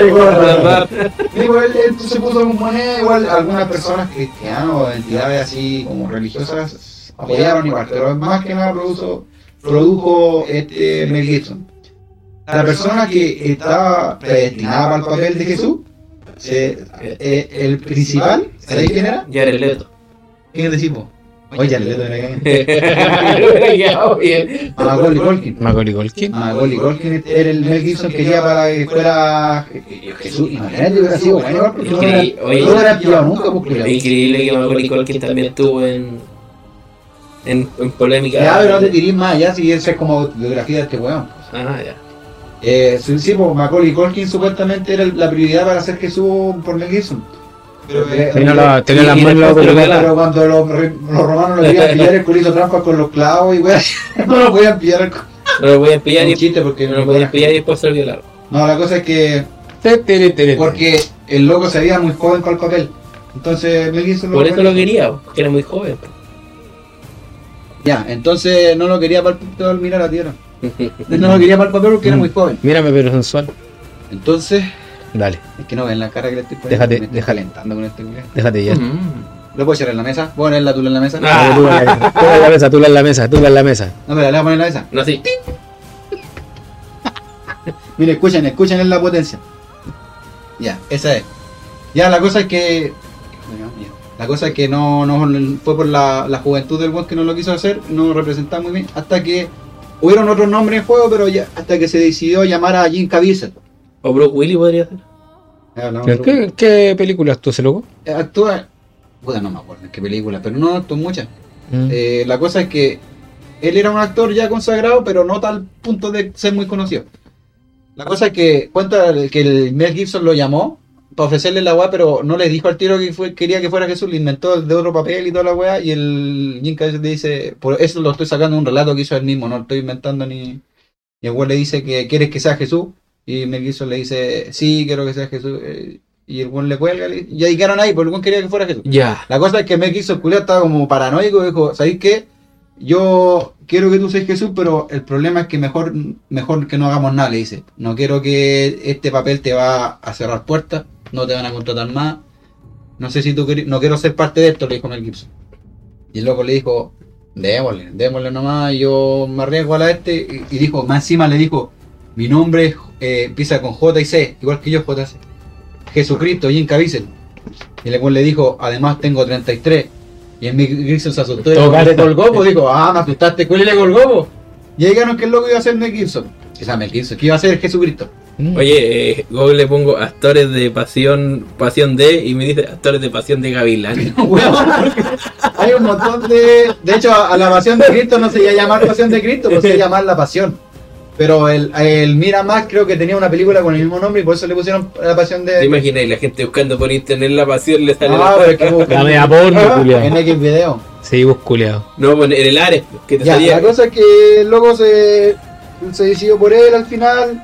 [SPEAKER 5] él se puso como moneda, igual algunas personas cristianas o entidades así como religiosas apoyaron igual, pero más que nada produjo Mel Gibson. La persona que estaba predestinada para el papel de Jesús, el principal, ¿sabéis quién era?
[SPEAKER 3] Jared Leto.
[SPEAKER 5] ¿Quién decimos? Oye, Jared Leto era
[SPEAKER 3] Bien.
[SPEAKER 5] Macaulay Culkin era el Mel Gibson que quería para que fuera Jesús. Imagínate que hubiera sido bueno, porque no hubiera pillado nunca.
[SPEAKER 3] Increíble que Macaulay Culkin también estuvo en polémica.
[SPEAKER 5] Ya, pero no te tirís más, ya si esa es como biografía de este weón.
[SPEAKER 3] Ya.
[SPEAKER 5] Sí, pues Macaulay Culkin supuestamente era la prioridad para hacer Jesús por Mel Gibson. Pero
[SPEAKER 4] tenía las manos,
[SPEAKER 5] pero cuando los romanos lo querían pillar el culito trampas con los clavos y weón, no lo podían pillar.
[SPEAKER 3] No lo podían pillar
[SPEAKER 5] y chiste porque
[SPEAKER 3] no lo podían pillar y después se lo violaron.
[SPEAKER 5] No, la cosa es que porque el loco se veía muy joven para el papel. Entonces Mel Gibson
[SPEAKER 3] por eso lo quería, porque era muy joven.
[SPEAKER 5] Ya, entonces no lo quería para el papel, mira la tierra. No lo quería para el papel porque era muy joven.
[SPEAKER 4] Mírame, pero sensual.
[SPEAKER 5] Entonces,
[SPEAKER 4] dale.
[SPEAKER 5] Es que no ven la cara que le estoy poniendo. Me estoy calentando con este culo.
[SPEAKER 4] Déjate ya.
[SPEAKER 5] ¿Lo puedo echar en la mesa? ¿Puedo ponerla tú en la mesa?
[SPEAKER 4] Tú en la mesa.
[SPEAKER 5] No, pero la voy a poner en la mesa.
[SPEAKER 3] No, sí.
[SPEAKER 5] Mire, escuchen la potencia. Ya, esa es. Ya, la cosa es que... La cosa es que no fue por la juventud del buen que no lo quiso hacer, no lo representaba muy bien, hasta que hubieron otros nombres en juego, pero ya hasta que se decidió llamar a Jim Caviezel.
[SPEAKER 3] O Bruce Willis podría ser.
[SPEAKER 4] ¿Qué película actúa ese loco?
[SPEAKER 5] Actúa... Puta, no me acuerdo en qué película, pero no actuó muchas. La cosa es que él era un actor ya consagrado, pero no tal punto de ser muy conocido. La cosa es que cuenta que el Mel Gibson lo llamó para ofrecerle la weá, pero no le dijo al tiro que quería que fuera Jesús, le inventó el de otro papel y toda la weá, y el Jim Caviezel le dice, por eso lo estoy sacando de un relato que hizo él mismo, no lo estoy inventando ni... Y el weá le dice que ¿quieres que sea Jesús? Y Mel Gibson le dice, sí, quiero que sea Jesús. Y el weón le cuelga, y ahí quedaron ahí, porque el weón quería que fuera Jesús.
[SPEAKER 3] Ya.
[SPEAKER 5] La cosa es que Mel Gibson, culiao, estaba como paranoico, y dijo, ¿sabéis qué? Yo quiero que tú seas Jesús, pero el problema es que mejor que no hagamos nada, le dice. No quiero que este papel te va a cerrar puertas, no te van a contratar más. No sé si tú quieres, no quiero ser parte de esto, le dijo Mel Gibson. Y el loco le dijo, démosle nomás, yo me arriesgo a la y dijo, más encima le dijo, mi nombre empieza con J y C, igual que yo, JC. Jesucristo, Jim Caviezel. Y el weón le dijo, además tengo 33. Y el Mel Gibson se asustó y le colgó, pues dijo, me asustaste, ¿cuál le colgó? Po? Y ahí ganó que el loco iba a ser Mel Gibson. Esa Mel Gibson, que iba a ser Jesucristo.
[SPEAKER 3] Oye, Google le pongo actores de pasión D y me dice actores de pasión de Gavilán.
[SPEAKER 5] Hay un montón de hecho, a la pasión de Cristo no se iba a llamar pasión de Cristo, pues se iba a llamar la pasión. Pero el Miramax creo que tenía una película con el mismo nombre y por eso le pusieron la pasión de...
[SPEAKER 3] ¿Te imaginas? La gente buscando por internet la pasión le sale
[SPEAKER 5] pero es que busca
[SPEAKER 4] la porno, culiao.
[SPEAKER 5] En X video.
[SPEAKER 4] Sí, vos culiao.
[SPEAKER 3] No, pues en el Ares, que te
[SPEAKER 5] ya,
[SPEAKER 3] salía.
[SPEAKER 5] La cosa es que el loco se decidió por él al final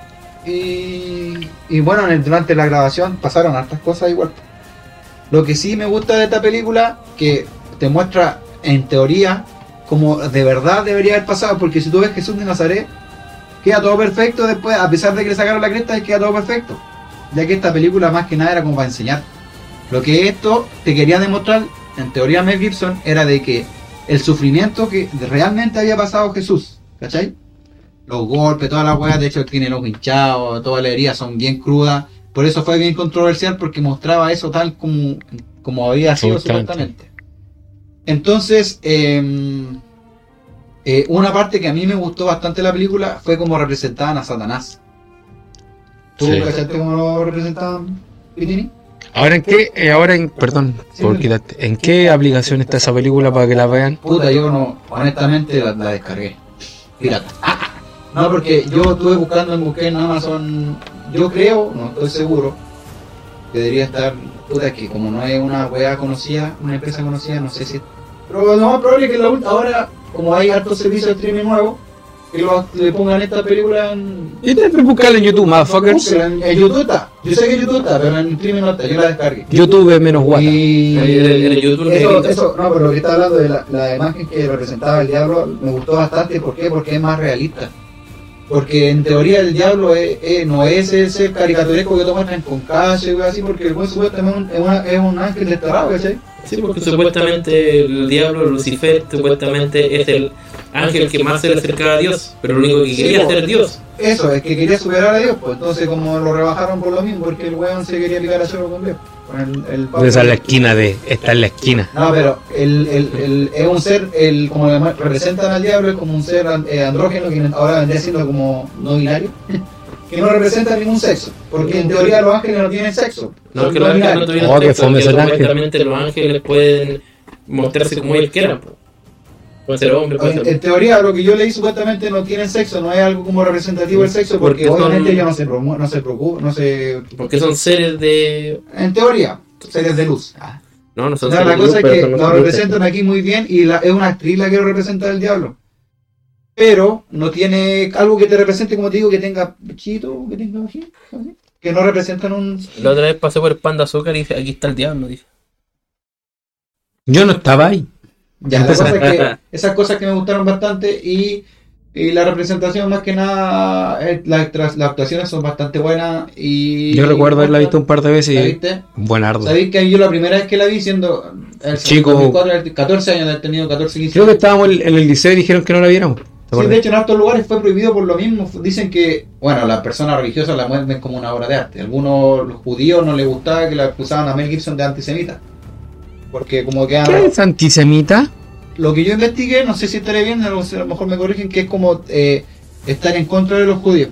[SPEAKER 5] y bueno, durante la grabación pasaron hartas cosas igual. Lo que sí me gusta de esta película, que te muestra en teoría como de verdad debería haber pasado, porque si tú ves Jesús de Nazaret, queda todo perfecto después, a pesar de que le sacaron la cresta, queda todo perfecto. Ya que esta película más que nada era como para enseñar. Lo que esto te quería demostrar, en teoría Mel Gibson, era de que el sufrimiento que realmente había pasado Jesús, ¿cachai? Los golpes, todas las weas, de hecho tiene los hinchados, todas las heridas son bien crudas. Por eso fue bien controversial, porque mostraba eso tal como había sido supuestamente. Entonces, una parte que a mí me gustó bastante de la película fue como representaban a Satanás. ¿Tú cachaste cómo lo representaban, Pitini?
[SPEAKER 4] Perdón por quitarte. ¿En qué aplicación está esa película para que la vean?
[SPEAKER 5] Puta, yo no, honestamente la descargué. Pirata. No, porque yo estuve busqué en Amazon, yo creo, no estoy seguro, que debería estar, puta, que como no es una weá conocida, una empresa conocida, no sé si... Pero lo más probable es que ahora, como hay hartos servicios de streaming nuevos, que le pongan esta película en...
[SPEAKER 4] Intenten buscarla en YouTube, motherfuckers.
[SPEAKER 5] En YouTube está, yo sé que YouTube está, pero en streaming no está, yo la descargué.
[SPEAKER 4] YouTube es menos guata.
[SPEAKER 5] Y
[SPEAKER 3] En YouTube
[SPEAKER 5] eso, no, pero lo que está hablando de la imagen que representaba el diablo me gustó bastante. ¿Por qué? Porque es más realista. Porque en teoría el diablo no es ese caricaturesco que te muestran con calle y así, porque el buen supuestamente es un ángel desterrado, ¿cachai?
[SPEAKER 3] Sí, porque supuestamente el diablo, Lucifer, supuestamente es el ángel que más se le acercaba a Dios, pero lo único que quería
[SPEAKER 5] pues,
[SPEAKER 3] ser Dios.
[SPEAKER 5] Eso, es que quería superar a Dios, pues entonces como lo rebajaron por lo mismo, porque el weón se quería picar a chorro con Dios. Con el
[SPEAKER 4] Esa es la esquina está en la esquina.
[SPEAKER 5] No, pero es un ser, como representan al diablo, es como un ser andrógeno que ahora vendría siendo como no binario, que no representa ningún sexo, porque en teoría los ángeles no tienen sexo.
[SPEAKER 3] No, que los ángeles no tuvieron
[SPEAKER 4] Oh, que
[SPEAKER 3] sexo,
[SPEAKER 4] fome
[SPEAKER 3] que
[SPEAKER 4] ese ángel.
[SPEAKER 3] supuestamente los ángeles pueden mostrarse como ellos quieran. Po. Pueden ser hombres, pueden
[SPEAKER 5] En
[SPEAKER 3] ser...
[SPEAKER 5] teoría, lo que yo leí supuestamente no tienen sexo, no es algo como representativo del sexo, porque
[SPEAKER 3] Porque
[SPEAKER 5] obviamente
[SPEAKER 3] son-
[SPEAKER 5] ellos no se preocupan,
[SPEAKER 3] Porque son seres de...
[SPEAKER 5] en teoría, seres de luz.
[SPEAKER 3] No son
[SPEAKER 5] No,
[SPEAKER 3] seres
[SPEAKER 5] la
[SPEAKER 3] de luz,
[SPEAKER 5] cosa es
[SPEAKER 3] pero
[SPEAKER 5] que
[SPEAKER 3] son
[SPEAKER 5] lo
[SPEAKER 3] nosotros.
[SPEAKER 5] representan aquí muy bien y es una actriz la que lo representa el diablo. Pero no tiene algo que te represente, como te digo, que tenga pechito, que tenga así, que no representan un...
[SPEAKER 3] La otra vez pasé por el Panda Azúcar y dije, aquí está el diablo, dije.
[SPEAKER 4] Yo no estaba ahí.
[SPEAKER 5] Ya, la cosa es que esas cosas que me gustaron bastante y la representación más que nada, las actuaciones son bastante buenas y...
[SPEAKER 4] Yo recuerdo haberla visto un par de veces
[SPEAKER 5] ¿La
[SPEAKER 4] y
[SPEAKER 5] viste?
[SPEAKER 4] buenardo.
[SPEAKER 5] ¿Sabéis que yo la primera vez que la vi siendo el
[SPEAKER 4] Chico.
[SPEAKER 5] 2004, 14 años de haber tenido 14, 15
[SPEAKER 4] Creo que estábamos en el liceo y dijeron que no la viéramos. ¿Te
[SPEAKER 5] Sí,
[SPEAKER 4] acuerdas?
[SPEAKER 5] de hecho en otros lugares fue prohibido por lo mismo. Dicen que, bueno, las personas religiosas la mueven como una obra de arte. Algunos, los judíos, no les gustaba que la acusaban a Mel Gibson de antisemita. Porque como que
[SPEAKER 4] ¿Qué es antisemita?
[SPEAKER 5] lo que yo investigué, no sé si estaré bien, a lo mejor me corrigen, que es como estar en contra de los judíos.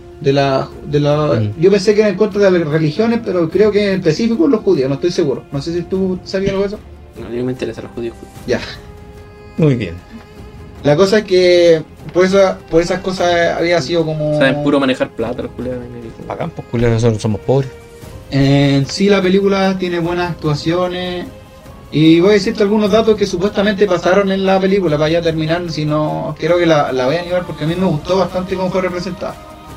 [SPEAKER 5] Yo pensé que era en contra de las religiones, pero creo que en específico los judíos, no estoy seguro. No sé si tú sabías algo de eso.
[SPEAKER 3] No, a mí me interesan los judíos.
[SPEAKER 5] Ya.
[SPEAKER 4] Muy bien.
[SPEAKER 5] La cosa es que por esas cosas había sido como...
[SPEAKER 3] Saben puro manejar plata los culiados.
[SPEAKER 4] Bacán, pues culiao, nosotros somos pobres.
[SPEAKER 5] En sí la película tiene buenas actuaciones y voy a decirte algunos datos que supuestamente pasaron en la película para ya terminar, si no quiero que la vean igual porque a mí me gustó bastante cómo fue representada.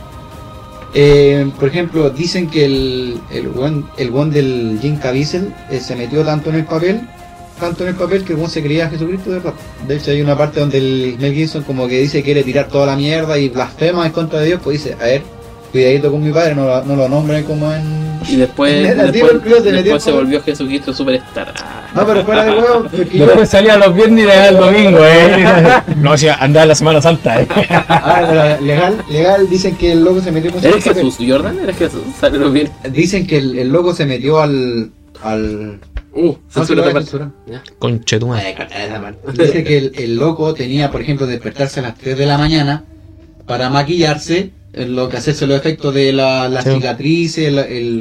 [SPEAKER 5] Por ejemplo, dicen que el buen del Jim Caviezel se metió tanto en el papel que el buen se creía Jesucristo de verdad. De hecho hay una parte donde el Mel Gibson como que dice que quiere tirar toda la mierda y blasfema en contra de Dios, pues dice, a ver, cuidadito con mi padre, no lo nombren como en...
[SPEAKER 3] Y después,
[SPEAKER 5] Neta, tío, el culo se metió
[SPEAKER 3] después se
[SPEAKER 5] por-
[SPEAKER 3] volvió Jesucristo Superstar.
[SPEAKER 5] No, pero fuera de huevo, porque yo...
[SPEAKER 4] Después salía los viernes y le el domingo, No, o sea, andaba la Semana Santa,
[SPEAKER 5] Pero legal, dicen que el loco se metió mucho en
[SPEAKER 3] ¿Eres
[SPEAKER 5] el papel.
[SPEAKER 3] Jesús, Jordan? ¿Eres Jesús? Sale bien.
[SPEAKER 5] Dicen que el loco se metió al...
[SPEAKER 3] Censura
[SPEAKER 5] no,
[SPEAKER 3] esta
[SPEAKER 5] sí, lo
[SPEAKER 3] parte.
[SPEAKER 5] voy a
[SPEAKER 3] Ya.
[SPEAKER 4] Conchetumá.
[SPEAKER 5] Dice que el loco tenía, por ejemplo, despertarse a las 3 de la mañana para maquillarse, lo que hacerse los efectos de las
[SPEAKER 4] Sí.
[SPEAKER 5] cicatrices,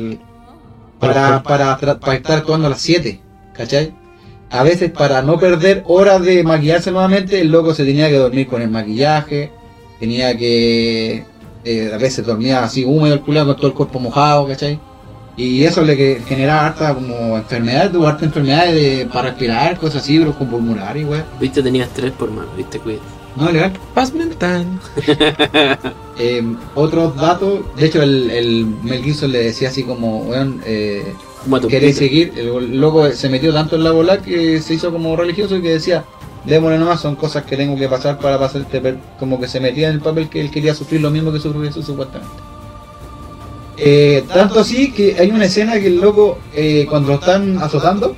[SPEAKER 5] para estar actuando a las 7, ¿cachai? A veces para no perder horas de maquillarse nuevamente, el loco se tenía que dormir con el maquillaje, tenía que... a veces dormía así húmedo el culo con todo el cuerpo mojado, ¿cachai? Y eso le generaba harta como enfermedades para respirar, cosas así, bronco pulmonar y weón.
[SPEAKER 3] Viste, tenías 3 por mano, viste, cuida.
[SPEAKER 5] No, legal.
[SPEAKER 4] Paz mental.
[SPEAKER 5] Otros datos, de hecho el Mel Gibson le decía así como, weón,
[SPEAKER 3] Como a tu
[SPEAKER 5] ¿queréis
[SPEAKER 3] pito.
[SPEAKER 5] seguir? El loco se metió tanto en la bola que se hizo como religioso y que decía, démosle nomás, son cosas que tengo que pasar para pasar como que se metía en el papel que él quería sufrir lo mismo que sufrió Jesús supuestamente. Tanto así que hay una escena que el loco, cuando lo están azotando,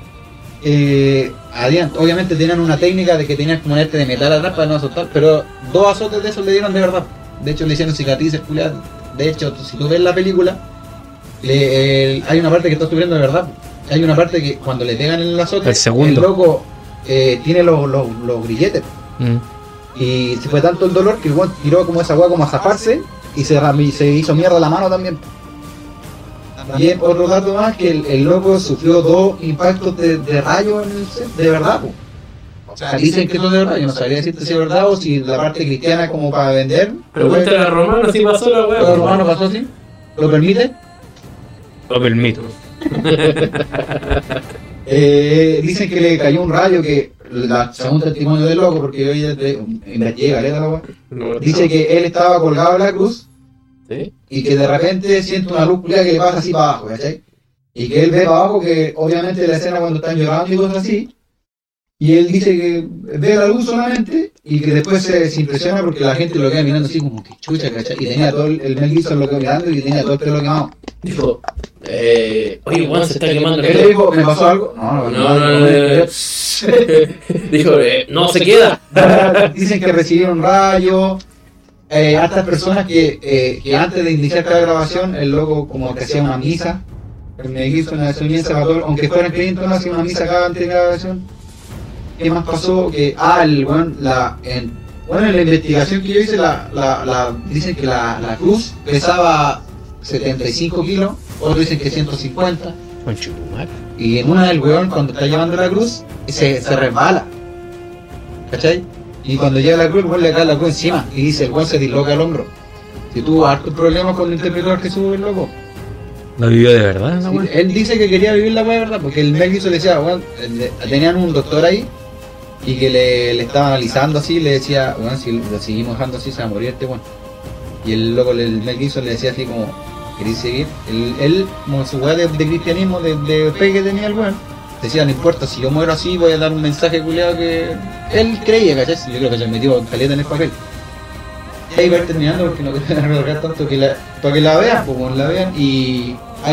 [SPEAKER 5] obviamente tenían una técnica de que tenían que ponerte de metal atrás para no azotar, pero 2 azotes de esos le dieron de verdad. De hecho le hicieron cicatrices, culiadas. De hecho, si tú ves la película, hay una parte que está sufriendo de verdad. Hay una parte que cuando le pegan el azote,
[SPEAKER 4] El segundo.
[SPEAKER 5] el loco tiene los grilletes. Y se fue tanto el dolor que el weón tiró como esa weá como a zafarse y se hizo mierda la mano también. También otro dato más que el loco sufrió 2 impactos de rayo en el set, de verdad, po. O sea, dicen que todo es verdad, yo no sabría decirte si es verdad o si la parte cristiana es como para vender.
[SPEAKER 3] Pregúntale a Romano si pasó la
[SPEAKER 5] ¿Los
[SPEAKER 3] weá.
[SPEAKER 5] romanos pasó así? ¿Lo permite?
[SPEAKER 4] Lo permito.
[SPEAKER 5] Dicen que le cayó un rayo que, según testimonio del loco, porque hoy investigué caleta la weá, dice que él estaba colgado en la cruz
[SPEAKER 3] ¿Sí?
[SPEAKER 5] y que de repente siente una luz culiada que le pasa así para abajo, ¿cachai? Y que él ve para abajo que obviamente la escena cuando están llorando y cosas así, y él dice que ve la luz solamente y que después se impresiona porque la gente lo queda mirando así como que chucha, ¿cachai? Y tenía todo el Mel Gibson lo quedó mirando y tenía todo el pelo quemado.
[SPEAKER 3] Dijo, oye, Juan se está quemando.
[SPEAKER 5] Él le dijo, ¿me pasó algo? No.
[SPEAKER 3] Dijo, no se queda.
[SPEAKER 5] Dicen que recibieron rayos. Estas personas que antes de iniciar cada grabación, el loco como que hacía una misa. El Mel Gibson hacía una misa para todo, aunque fueran creyentes, no hacía una misa cada antes de cada grabación. ¿Qué más pasó? Que, en la investigación que yo hice, dicen que la cruz pesaba 75 kilos, otros dicen que 150. Y en una del weón, cuando está llevando la cruz, se resbala. ¿Cachai? Y cuando llega la cruz, el weón le cae la cruz encima y dice, el weón se disloca el hombro. Si tuvo hartos problemas con el interpretador que sube el loco.
[SPEAKER 4] ¿Lo vivió de verdad?
[SPEAKER 5] Sí, él dice que quería vivir la weá de verdad, porque el Mel Gibson le decía, weón, tenían un doctor ahí y que le estaba analizando así, le decía, weón, si lo seguimos dejando así se va a morir este weón. Y el loco, el Mel Gibson le decía así como, ¿queréis seguir? Él como su weá de cristianismo, de fe que tenía el weón, decía, no importa, si yo muero así voy a dar un mensaje culiado que él creía, ¿cachai? Yo creo que se metió caleta en el papel. Y ahí va a ir terminando porque no quiero alargar tanto para que la vean, pues la vean. Y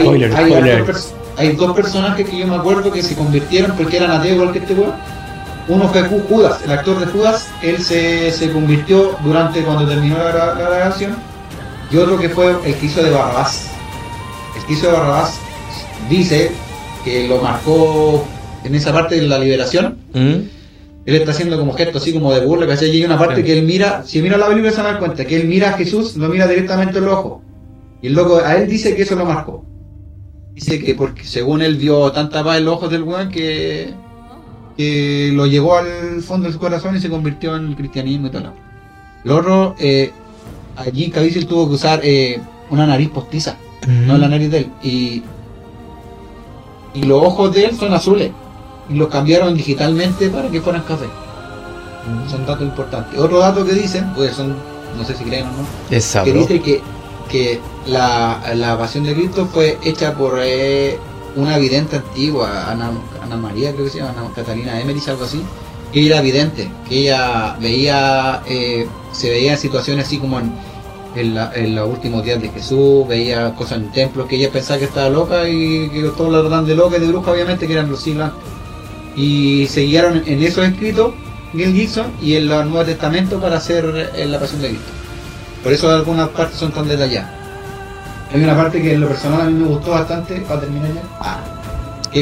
[SPEAKER 5] hay dos personajes que yo me acuerdo que se convirtieron porque eran ateos igual que este weón. Uno fue Judas, el actor de Judas, él se convirtió cuando terminó la grabación. Y otro que fue el que hizo de Barrabás. El que hizo de Barrabás dice que lo marcó en esa parte de la liberación. Él está haciendo como gesto así como de burla, ¿cachai? Y hay una parte que él mira, si mira la película se va a dar cuenta, que él mira a Jesús, lo mira directamente en los ojos. Y el loco, a él dice que eso lo marcó. Dice que porque según él vio tanta paz en los ojos del weón que lo llevó al fondo de su corazón y se convirtió en el cristianismo y todo. Lo otro, allí Caviezel tuvo que usar una nariz postiza, no la nariz de él. Y los ojos de él son azules. Y los cambiaron digitalmente para que fueran café. Son datos importantes. Otro dato que dicen, pues son, no sé si creen o no, que dice que la Pasión de Cristo fue hecha por una vidente antigua, Ana María creo que se llama, Ana Catalina Emmerich, algo así, que ella era vidente, que ella veía, se veía en situaciones así como en los últimos días de Jesús, veía cosas en templos que ella pensaba que estaba loca y que todos la trataban de loca y de bruja, obviamente, que eran los siglos antes. Y se guiaron en esos escritos Mel Gibson y en el Nuevo Testamento para hacer la Pasión de Cristo. Por eso algunas partes son tan detalladas. Hay una parte que en lo personal a mí me gustó bastante, para terminar ya. Que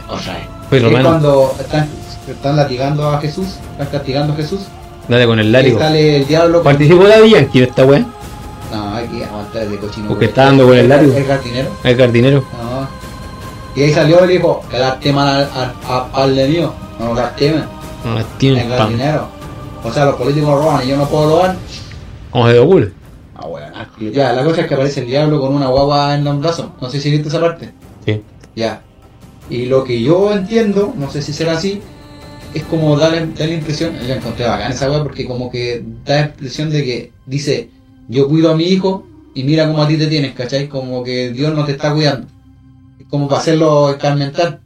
[SPEAKER 5] cuando están latigando a Jesús, están castigando a Jesús.
[SPEAKER 4] Dale con el látigo.
[SPEAKER 5] Sale el diablo.
[SPEAKER 4] ¿Participó Daddy Yankee en esta weá?
[SPEAKER 5] No, hay que aguantar de cochino.
[SPEAKER 4] Porque está dando con el látigo.
[SPEAKER 5] El jardinero.
[SPEAKER 4] El jardinero.
[SPEAKER 5] No. Y ahí salió y dijo, que lastiman al de mío. No lo lastimen.
[SPEAKER 4] No lastimen.
[SPEAKER 5] El jardinero. O sea, los políticos roban y yo no puedo robar.
[SPEAKER 4] ¿Cómo se dio culo?
[SPEAKER 5] Ah, bueno. Ya, la cosa es que aparece el diablo con una guagua en los brazos. No sé si viste esa parte.
[SPEAKER 4] Sí.
[SPEAKER 5] Ya. Y lo que yo entiendo, no sé si será así, es como da la impresión, yo encontré bacán esa weá porque como que da la impresión de que dice, yo cuido a mi hijo y mira cómo a ti te tienes, ¿cachai? Como que Dios no te está cuidando. Es como para hacerlo escarmentar.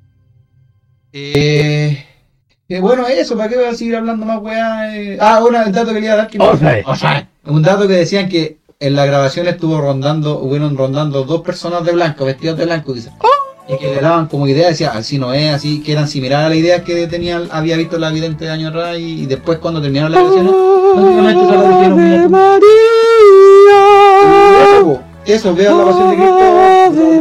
[SPEAKER 5] Bueno, eso, ¿para qué voy a seguir hablando más weá? El dato que le iba a dar que un dato que decían que en la grabación hubieron rondando dos personas de blanco, vestidos de blanco, dice. Y que le daban como idea, decía, así no es, así, que eran similares a las ideas que había visto la vidente de años atrás y después cuando terminaron las grabaciones, básicamente se lo dijeron eso, vean la Pasión de Cristo,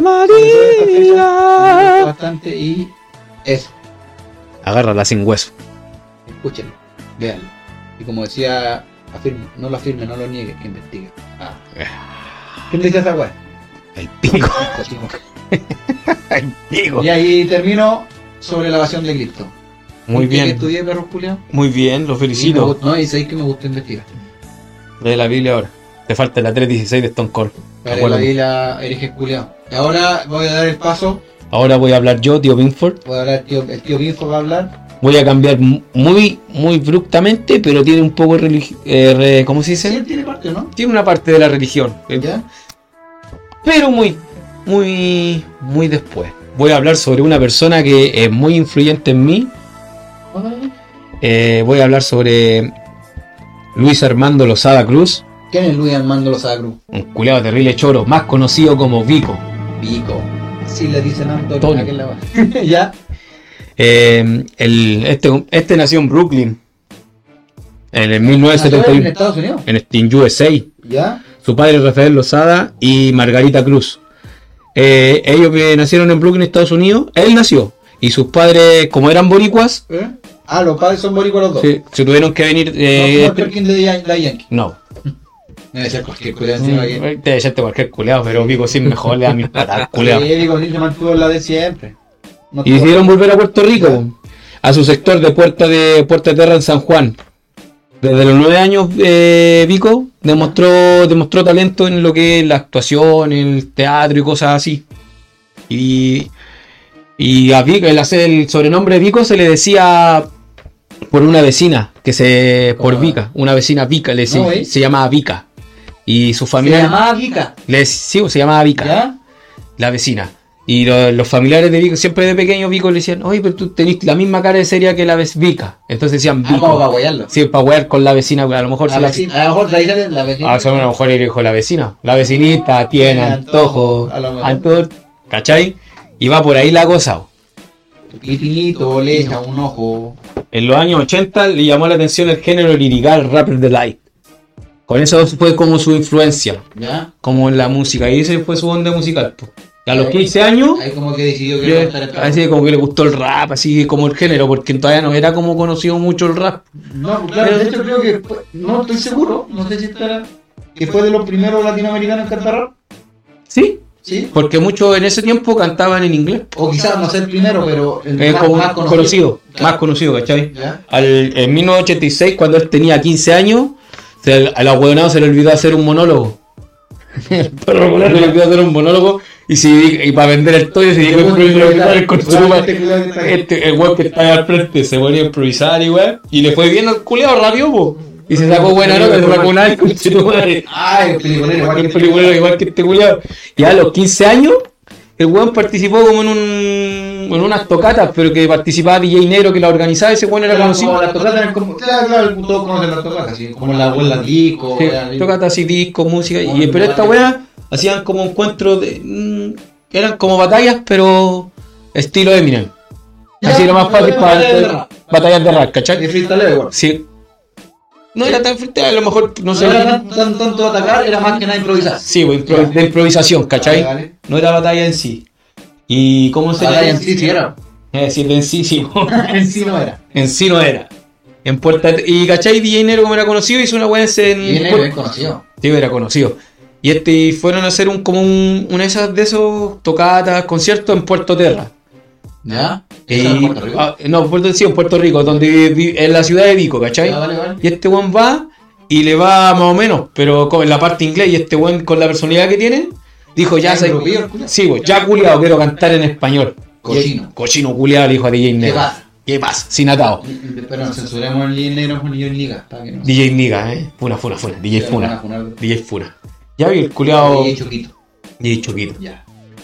[SPEAKER 5] bastante y eso.
[SPEAKER 4] Agárrala sin hueso.
[SPEAKER 5] Escúchenlo, véanlo. Y como decía, no lo afirme, no lo niegue, que investigue. ¿Quién dice esa weá?
[SPEAKER 4] El pico. El pico.
[SPEAKER 5] Y ahí termino sobre la Pasión de Cristo.
[SPEAKER 4] Muy
[SPEAKER 5] ¿Y qué
[SPEAKER 4] bien.
[SPEAKER 5] estudié, perros culiados?
[SPEAKER 4] Muy bien, lo felicito.
[SPEAKER 5] No, y sabéis que me gustó investigar.
[SPEAKER 4] De la Biblia ahora. Te falta la 3.16 de Stone Cold.
[SPEAKER 5] Para
[SPEAKER 4] Acuérdate.
[SPEAKER 5] la isla herejes culiados. Ahora voy a dar el paso.
[SPEAKER 4] Ahora voy a hablar yo, tío Binford.
[SPEAKER 5] Voy a hablar, el tío Binfo va a hablar.
[SPEAKER 4] Voy a cambiar muy abruptamente, pero tiene un poco de ¿cómo se
[SPEAKER 5] Sí,
[SPEAKER 4] dice?
[SPEAKER 5] él tiene parte, ¿no?
[SPEAKER 4] Tiene una parte de la religión.
[SPEAKER 5] ¿Ya?
[SPEAKER 4] Pero muy después. Voy a hablar sobre una persona que es muy influyente en mí. Voy a hablar sobre Luis Armando Lozada Cruz,
[SPEAKER 5] ¿Quién es Luis Armando Lozada Cruz?
[SPEAKER 4] un culeado terrible choro, más conocido como Vico.
[SPEAKER 5] Vico. Así le dicen a Antonio.
[SPEAKER 4] Tony.
[SPEAKER 5] aquel lado. ¿Ya?
[SPEAKER 4] Este nació en Brooklyn en el
[SPEAKER 5] ¿Nació en
[SPEAKER 4] 1971
[SPEAKER 5] Estados Unidos?
[SPEAKER 4] en USA.
[SPEAKER 5] ¿Ya?
[SPEAKER 4] Su padre Rafael Lozada y Margarita Cruz. Ellos nacieron en Brooklyn, Estados Unidos. Él nació y sus padres, como eran boricuas,
[SPEAKER 5] ¿Eh? Ah, los padres son boricuas los dos.
[SPEAKER 4] se tuvieron que venir.
[SPEAKER 5] No, no, ¿quién de la Yankee?
[SPEAKER 4] No,
[SPEAKER 5] Debe ser cualquier culiado encima aquí.
[SPEAKER 4] debe serte cualquier culeado, pero Vico sí mejor le da mis patas, culeado.
[SPEAKER 5] Sí, Vico sí se mantuvo en la de siempre. No
[SPEAKER 4] Y decidieron volver a Puerto Rico, a su sector de Puerta Terra en San Juan. Desde los 9 años, Vico demostró talento en lo que es la actuación, el teatro y cosas así. Y a Vico, el sobrenombre de Vico se le decía por una vecina, por Vica, una vecina Vica, se llamaba Vica. Y su
[SPEAKER 5] Se
[SPEAKER 4] familia
[SPEAKER 5] llamaba Vica.
[SPEAKER 4] se llamaba Vica,
[SPEAKER 5] ¿Ya?
[SPEAKER 4] la vecina. Y los familiares de Vico, siempre de pequeño Vico le decían, oye, pero tú tenés la misma cara de seria que la Vica. Entonces decían
[SPEAKER 5] Ah,
[SPEAKER 4] Vico.
[SPEAKER 5] como para guayarlo.
[SPEAKER 4] Sí, para wear con la vecina, a lo mejor
[SPEAKER 5] A lo mejor de ahí sale la vecina.
[SPEAKER 4] a lo mejor le dijo la vecina. La vecinita tiene antojo.
[SPEAKER 5] A lo mejor.
[SPEAKER 4] Antojo, ¿cachai? Y va por ahí la cosa.
[SPEAKER 5] Pipito, le echa un ojo.
[SPEAKER 4] En los años 80 le llamó la atención el género lirical Rapper Delight. Con eso fue como su influencia,
[SPEAKER 5] ¿Ya?
[SPEAKER 4] como en la música. Y ese fue su onda musical. Po. Y a los 15 años,
[SPEAKER 5] Ahí como que decidió que iba a estar el
[SPEAKER 4] así como que le gustó el rap, así como el género, porque todavía no era como conocido mucho el rap.
[SPEAKER 5] No, claro, de hecho creo que no estoy seguro, no sé si estará, que fue de los primeros latinoamericanos en cantar rap.
[SPEAKER 4] Sí,
[SPEAKER 5] Sí.
[SPEAKER 4] porque muchos en ese tiempo cantaban en inglés.
[SPEAKER 5] O quizás no sé el primero, pero el
[SPEAKER 4] Es
[SPEAKER 5] rap
[SPEAKER 4] como
[SPEAKER 5] más
[SPEAKER 4] conocido,
[SPEAKER 5] Claro.
[SPEAKER 4] más conocido, ¿cachai?
[SPEAKER 5] ¿Ya?
[SPEAKER 4] En 1986, cuando él tenía 15 años, al ahueonado se le olvidó hacer un monólogo. El perro culero se le olvidó hacer un monólogo y para vender el toyo se dijo improvisar con su el weón que está ahí al frente se ponía a improvisar y le fue bien al culeado rápido, po. Y se sacó buena nota, se sacó una vez con su madre.
[SPEAKER 5] Ay, el peliculero, igual que
[SPEAKER 4] El peliculero igual que este culiado. Y a los 15 años, el weón participó como en unas tocatas, pero que participaba DJ Negro que la organizaba, ese weón era conocido.
[SPEAKER 5] Como las tocatas, claro, todos conocen las tocatas, ¿sí? Como la abuela disco.
[SPEAKER 4] Sí, tocatas así, disco, música. Pero esta weá hacían como encuentros de. Eran como batallas, pero estilo Eminem. Así era más fácil para batallas de rap,
[SPEAKER 5] De
[SPEAKER 4] ¿cachai?
[SPEAKER 5] freestyle igual.
[SPEAKER 4] Sí. No era tan fuerte, a lo mejor, no
[SPEAKER 5] No
[SPEAKER 4] sé.
[SPEAKER 5] era tanto atacar, era más que nada improvisar.
[SPEAKER 4] Sí, pues, de improvisación, ¿cachai?
[SPEAKER 5] Vale.
[SPEAKER 4] No era batalla en sí. ¿Y cómo se
[SPEAKER 5] Batalla en sí, sí era.
[SPEAKER 4] Es decir, en sí, sí.
[SPEAKER 5] En sí no era.
[SPEAKER 4] En sí no era. En Puerta y ¿cachai? DJ Negro como era conocido hizo una weá en
[SPEAKER 5] Y él es conocido.
[SPEAKER 4] Sí, era conocido. Y fueron a hacer una de esos tocatas, conciertos en Puerto Terra.
[SPEAKER 5] ¿Ya? ¿Eso en Puerto Rico?
[SPEAKER 4] En Puerto Rico, donde en la ciudad de Vico, ¿cachai?
[SPEAKER 5] Ya, vale.
[SPEAKER 4] Y este weón va y le va más o menos, pero en la parte inglés, y este weón con la personalidad que tiene, dijo ya,
[SPEAKER 5] ¿Ya europeo, el culiao?
[SPEAKER 4] sí, pues ya culiado, quiero cantar en español.
[SPEAKER 5] Cochino.
[SPEAKER 4] Cochino culiado, le dijo a DJ Negro.
[SPEAKER 5] pasa?
[SPEAKER 4] ¿Qué pasa? Sin atado.
[SPEAKER 5] Pero no censuremos el negro con John Liga. Para que no.
[SPEAKER 4] DJ Niga, Funa. DJ
[SPEAKER 5] Ya,
[SPEAKER 4] Funa.
[SPEAKER 5] Funa.
[SPEAKER 4] DJ Funa. Ya vi el culiado.
[SPEAKER 5] DJ Choquito.
[SPEAKER 4] DJ Choquito.
[SPEAKER 5] Ya.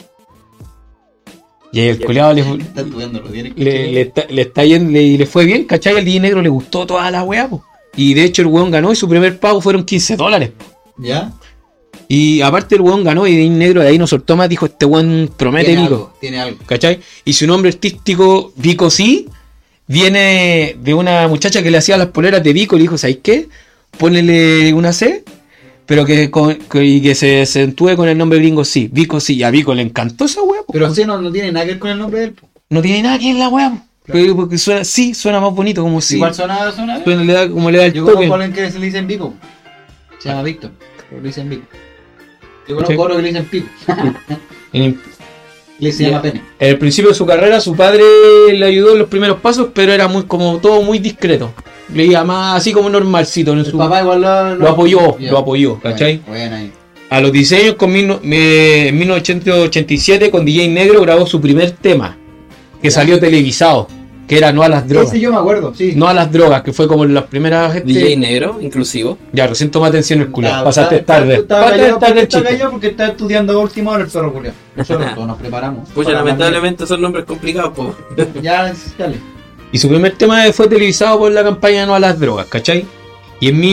[SPEAKER 4] Y el culiado
[SPEAKER 5] Está estudiando, lo tiene que
[SPEAKER 4] le está yendo y le fue bien, ¿cachai? El DJ Negro le gustó toda la weá, po. Y de hecho el weón ganó y su primer pago fueron $15.
[SPEAKER 5] ¿Ya?
[SPEAKER 4] Y aparte el weón ganó y DJ Negro de ahí no soltó más, dijo este weón promete Vico.
[SPEAKER 5] Tiene algo.
[SPEAKER 4] ¿Cachai? Y su nombre artístico, Vico sí, viene de una muchacha que le hacía las poleras de Vico y le dijo, ¿sabes qué? Pónele una C, pero que se acentúe con el nombre gringo sí. Vico sí, y a Vico le encantó esa weá, po.
[SPEAKER 5] Pero sí, no tiene nada que ver con el nombre de él. Po.
[SPEAKER 4] No tiene nada que ver la weá, po. Pero porque suena más bonito, como si.
[SPEAKER 5] Igual suena bien.
[SPEAKER 4] Le da el
[SPEAKER 5] Yo
[SPEAKER 4] toque.
[SPEAKER 5] conozco a alguien que se le dicen Vico. Se llama Víctor. Pero le dicen Vico. Yo conozco a otro que le dicen Pico. Se llama Pene.
[SPEAKER 4] En el principio de su carrera, su padre le ayudó en los primeros pasos, pero era muy como todo muy discreto. Leía más así como normalcito.
[SPEAKER 5] El papá igual
[SPEAKER 4] lo apoyó, ¿cachai?
[SPEAKER 5] Bueno, ahí.
[SPEAKER 4] A los 16 años, en 1987, con DJ Negro grabó su primer tema, que salió televisado, que era No a las drogas.
[SPEAKER 5] Ese yo me acuerdo, sí.
[SPEAKER 4] No a las drogas, que fue como las primeras...
[SPEAKER 3] DJ Negro, inclusivo.
[SPEAKER 4] Ya, recién toma atención el culo.
[SPEAKER 5] Ah,
[SPEAKER 4] Pasaste tarde.
[SPEAKER 5] Estaba
[SPEAKER 4] el chiste.
[SPEAKER 5] callado porque está estudiando a última hora el perro culiao. Nosotros todos nos preparamos.
[SPEAKER 3] Pues
[SPEAKER 5] para
[SPEAKER 3] lamentablemente son nombres complicados, po.
[SPEAKER 5] Ya, dale.
[SPEAKER 4] Y su primer tema fue televisado por la campaña No a las drogas, ¿cachai? Y en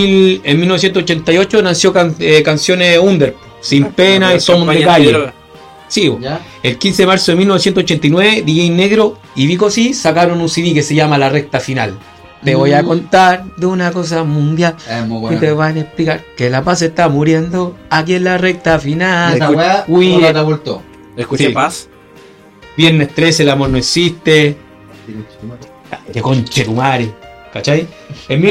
[SPEAKER 4] 1988 nació canciones Under, Sin Pena y Somos de Calle. Sí,
[SPEAKER 5] ¿Ya?
[SPEAKER 4] el 15 de marzo de 1989, DJ Negro y Vico C sacaron un CD que se llama La Recta Final. Te voy a contar de una cosa mundial
[SPEAKER 5] Es muy
[SPEAKER 4] y
[SPEAKER 5] bueno.
[SPEAKER 4] te van a explicar que la paz está muriendo aquí en la recta final.
[SPEAKER 5] Esa weá
[SPEAKER 4] Uy,
[SPEAKER 5] no la catapultó.
[SPEAKER 3] Escuché
[SPEAKER 4] Sí.
[SPEAKER 3] Paz.
[SPEAKER 4] Viernes 13, el amor no existe. De conchetumare, ¿cachai? En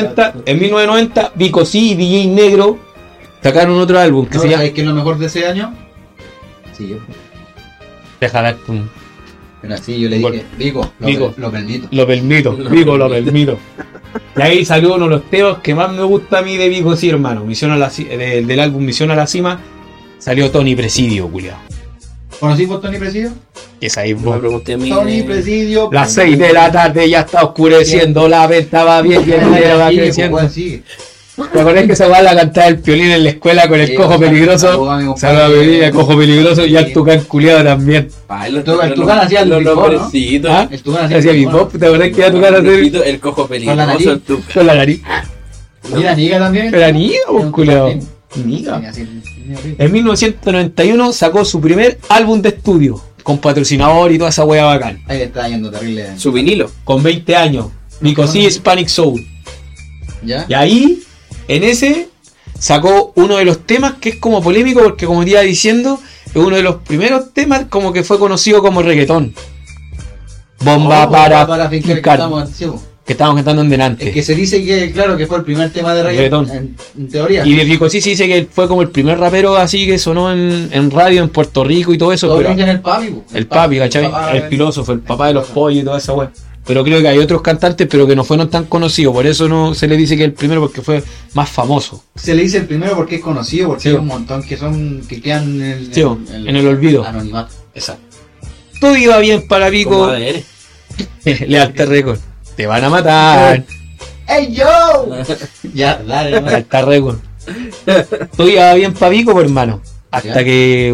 [SPEAKER 4] 1990, Vico C y DJ Negro sacaron otro álbum que
[SPEAKER 5] ¿No
[SPEAKER 4] se llama...
[SPEAKER 5] sabes qué es lo mejor de ese año? Sí, yo.
[SPEAKER 4] Deja darte un...
[SPEAKER 5] Pero así yo le dije, Vico,
[SPEAKER 4] Vico.
[SPEAKER 5] lo permito.
[SPEAKER 4] Lo permito, Vico, lo permito. Y ahí salió uno de los temas que más me gusta a mí de Vico C, hermano. Del álbum Misión a la Cima, salió Tony Presidio, culiao.
[SPEAKER 5] ¿Conocí por Tony Presidio?
[SPEAKER 4] Esa ahí,
[SPEAKER 3] Me
[SPEAKER 4] vos.
[SPEAKER 3] pregunté a mí.
[SPEAKER 5] Tony Presidio.
[SPEAKER 4] Las 6 de la tarde ya está oscureciendo, la venta va bien y el dinero va creciendo.
[SPEAKER 5] Sí.
[SPEAKER 4] ¿Te acordás que se va a cantar el piolín en la escuela con el
[SPEAKER 5] Sí,
[SPEAKER 4] cojo peligroso?
[SPEAKER 5] amigo,
[SPEAKER 4] Se va a pedir el cojo peligroso y al
[SPEAKER 5] Sí.
[SPEAKER 4] tucán culiado también.
[SPEAKER 5] El Tucán hacía el before, ¿no?
[SPEAKER 3] nombrecitos.
[SPEAKER 4] ¿Ah?
[SPEAKER 5] El Tucán
[SPEAKER 4] Hacía
[SPEAKER 5] el
[SPEAKER 4] hip hop, ¿te acordás que ya tucán hacer
[SPEAKER 3] El cojo
[SPEAKER 5] Con la nariz.
[SPEAKER 3] peligroso, el Tucán.
[SPEAKER 4] con la nariz?
[SPEAKER 5] Mira, Niga también.
[SPEAKER 4] Era niga, pues, culiao.
[SPEAKER 5] Sí,
[SPEAKER 4] Niga.
[SPEAKER 5] así,
[SPEAKER 4] En 1991 sacó su primer álbum de estudio, con patrocinador y toda esa wea bacán.
[SPEAKER 5] Ahí está yendo terrible.
[SPEAKER 3] Su vinilo.
[SPEAKER 4] Con 20 años, Vico C Hispanic Soul.
[SPEAKER 5] ¿Ya?
[SPEAKER 4] Y ahí, en ese, sacó uno de los temas que es como polémico porque, como te iba diciendo, es uno de los primeros temas como que fue conocido como reggaetón. Bomba para
[SPEAKER 5] fincar
[SPEAKER 4] fincar,
[SPEAKER 5] que estamos, sí, po.
[SPEAKER 4] que estábamos cantando en delante.
[SPEAKER 5] Es que se dice que, claro, que fue el primer tema de reggaetón. En teoría.
[SPEAKER 4] Y de Vico C se dice que fue como el primer rapero así que sonó en radio en Puerto Rico y todo eso.
[SPEAKER 5] Todo
[SPEAKER 4] Pero
[SPEAKER 5] origen el papi, po.
[SPEAKER 4] el papi, ¿cachai?
[SPEAKER 5] papá,
[SPEAKER 4] El filósofo, el papá de los pollos y toda esa wea. Pero creo que hay otros cantantes, pero que no fueron tan conocidos. Por eso no se le dice que el primero, porque fue más famoso.
[SPEAKER 5] Se le dice el primero porque es conocido, porque
[SPEAKER 4] Sí.
[SPEAKER 5] hay un montón que quedan
[SPEAKER 4] Sí, en el olvido.
[SPEAKER 5] Anonimato.
[SPEAKER 4] Exacto. Todo iba bien para
[SPEAKER 3] Como
[SPEAKER 4] Vico.
[SPEAKER 3] ADN.
[SPEAKER 4] Lealtad Record. Te van a matar.
[SPEAKER 5] ¡Ey, yo! Ya, dale, hermano.
[SPEAKER 4] Lealtad Record. Todo iba bien para Vico, pues, hermano. Hasta
[SPEAKER 5] Ya.
[SPEAKER 4] que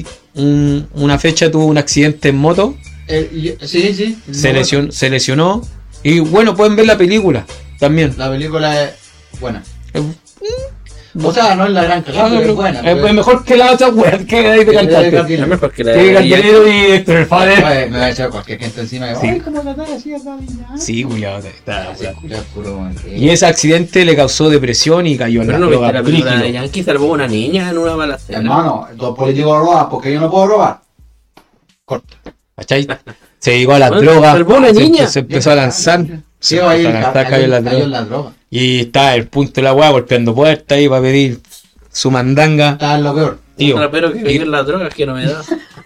[SPEAKER 4] una fecha tuvo un accidente en moto.
[SPEAKER 5] Sí.
[SPEAKER 4] Se lesionó. Y bueno, pueden ver la película también.
[SPEAKER 5] La película es buena.
[SPEAKER 4] Es-
[SPEAKER 5] O sea, no es la gran cagada, pero es buena.
[SPEAKER 4] Es mejor que la otra wea que hay de cantante.
[SPEAKER 3] Es mejor que la
[SPEAKER 4] Sí,
[SPEAKER 3] de
[SPEAKER 4] Candelero y Héctor el Fader.
[SPEAKER 5] Ay, me va a echar cualquier gente encima.
[SPEAKER 4] Sí.
[SPEAKER 5] Ay, ¿cómo tratar así a Daddy Yankee?
[SPEAKER 4] Sí, culiado. está-
[SPEAKER 5] Se escucha puro.
[SPEAKER 4] Y ese accidente le causó depresión y cayó en
[SPEAKER 3] Pero
[SPEAKER 4] la
[SPEAKER 3] no viste
[SPEAKER 4] droga.
[SPEAKER 3] la película de
[SPEAKER 4] brígido.
[SPEAKER 3] Yankee, salvó a una niña en una balacera.
[SPEAKER 5] Hermano, los políticos roban porque yo no puedo robar. Corta.
[SPEAKER 4] ¿Cachai? Se dedicó a las
[SPEAKER 3] Bueno,
[SPEAKER 4] drogas.
[SPEAKER 3] salvó a una niña.
[SPEAKER 4] Se empezó a lanzar. Se
[SPEAKER 5] Sí, ahí
[SPEAKER 4] empezó a lanzar, cayó en las
[SPEAKER 5] cayó en
[SPEAKER 4] drogas.
[SPEAKER 5] la droga.
[SPEAKER 4] Y está el punto de la weá golpeando puertas ahí para pedir su mandanga.
[SPEAKER 5] Está en lo peor.
[SPEAKER 4] Tío.
[SPEAKER 3] Un rapero que vive en las drogas, qué novedad.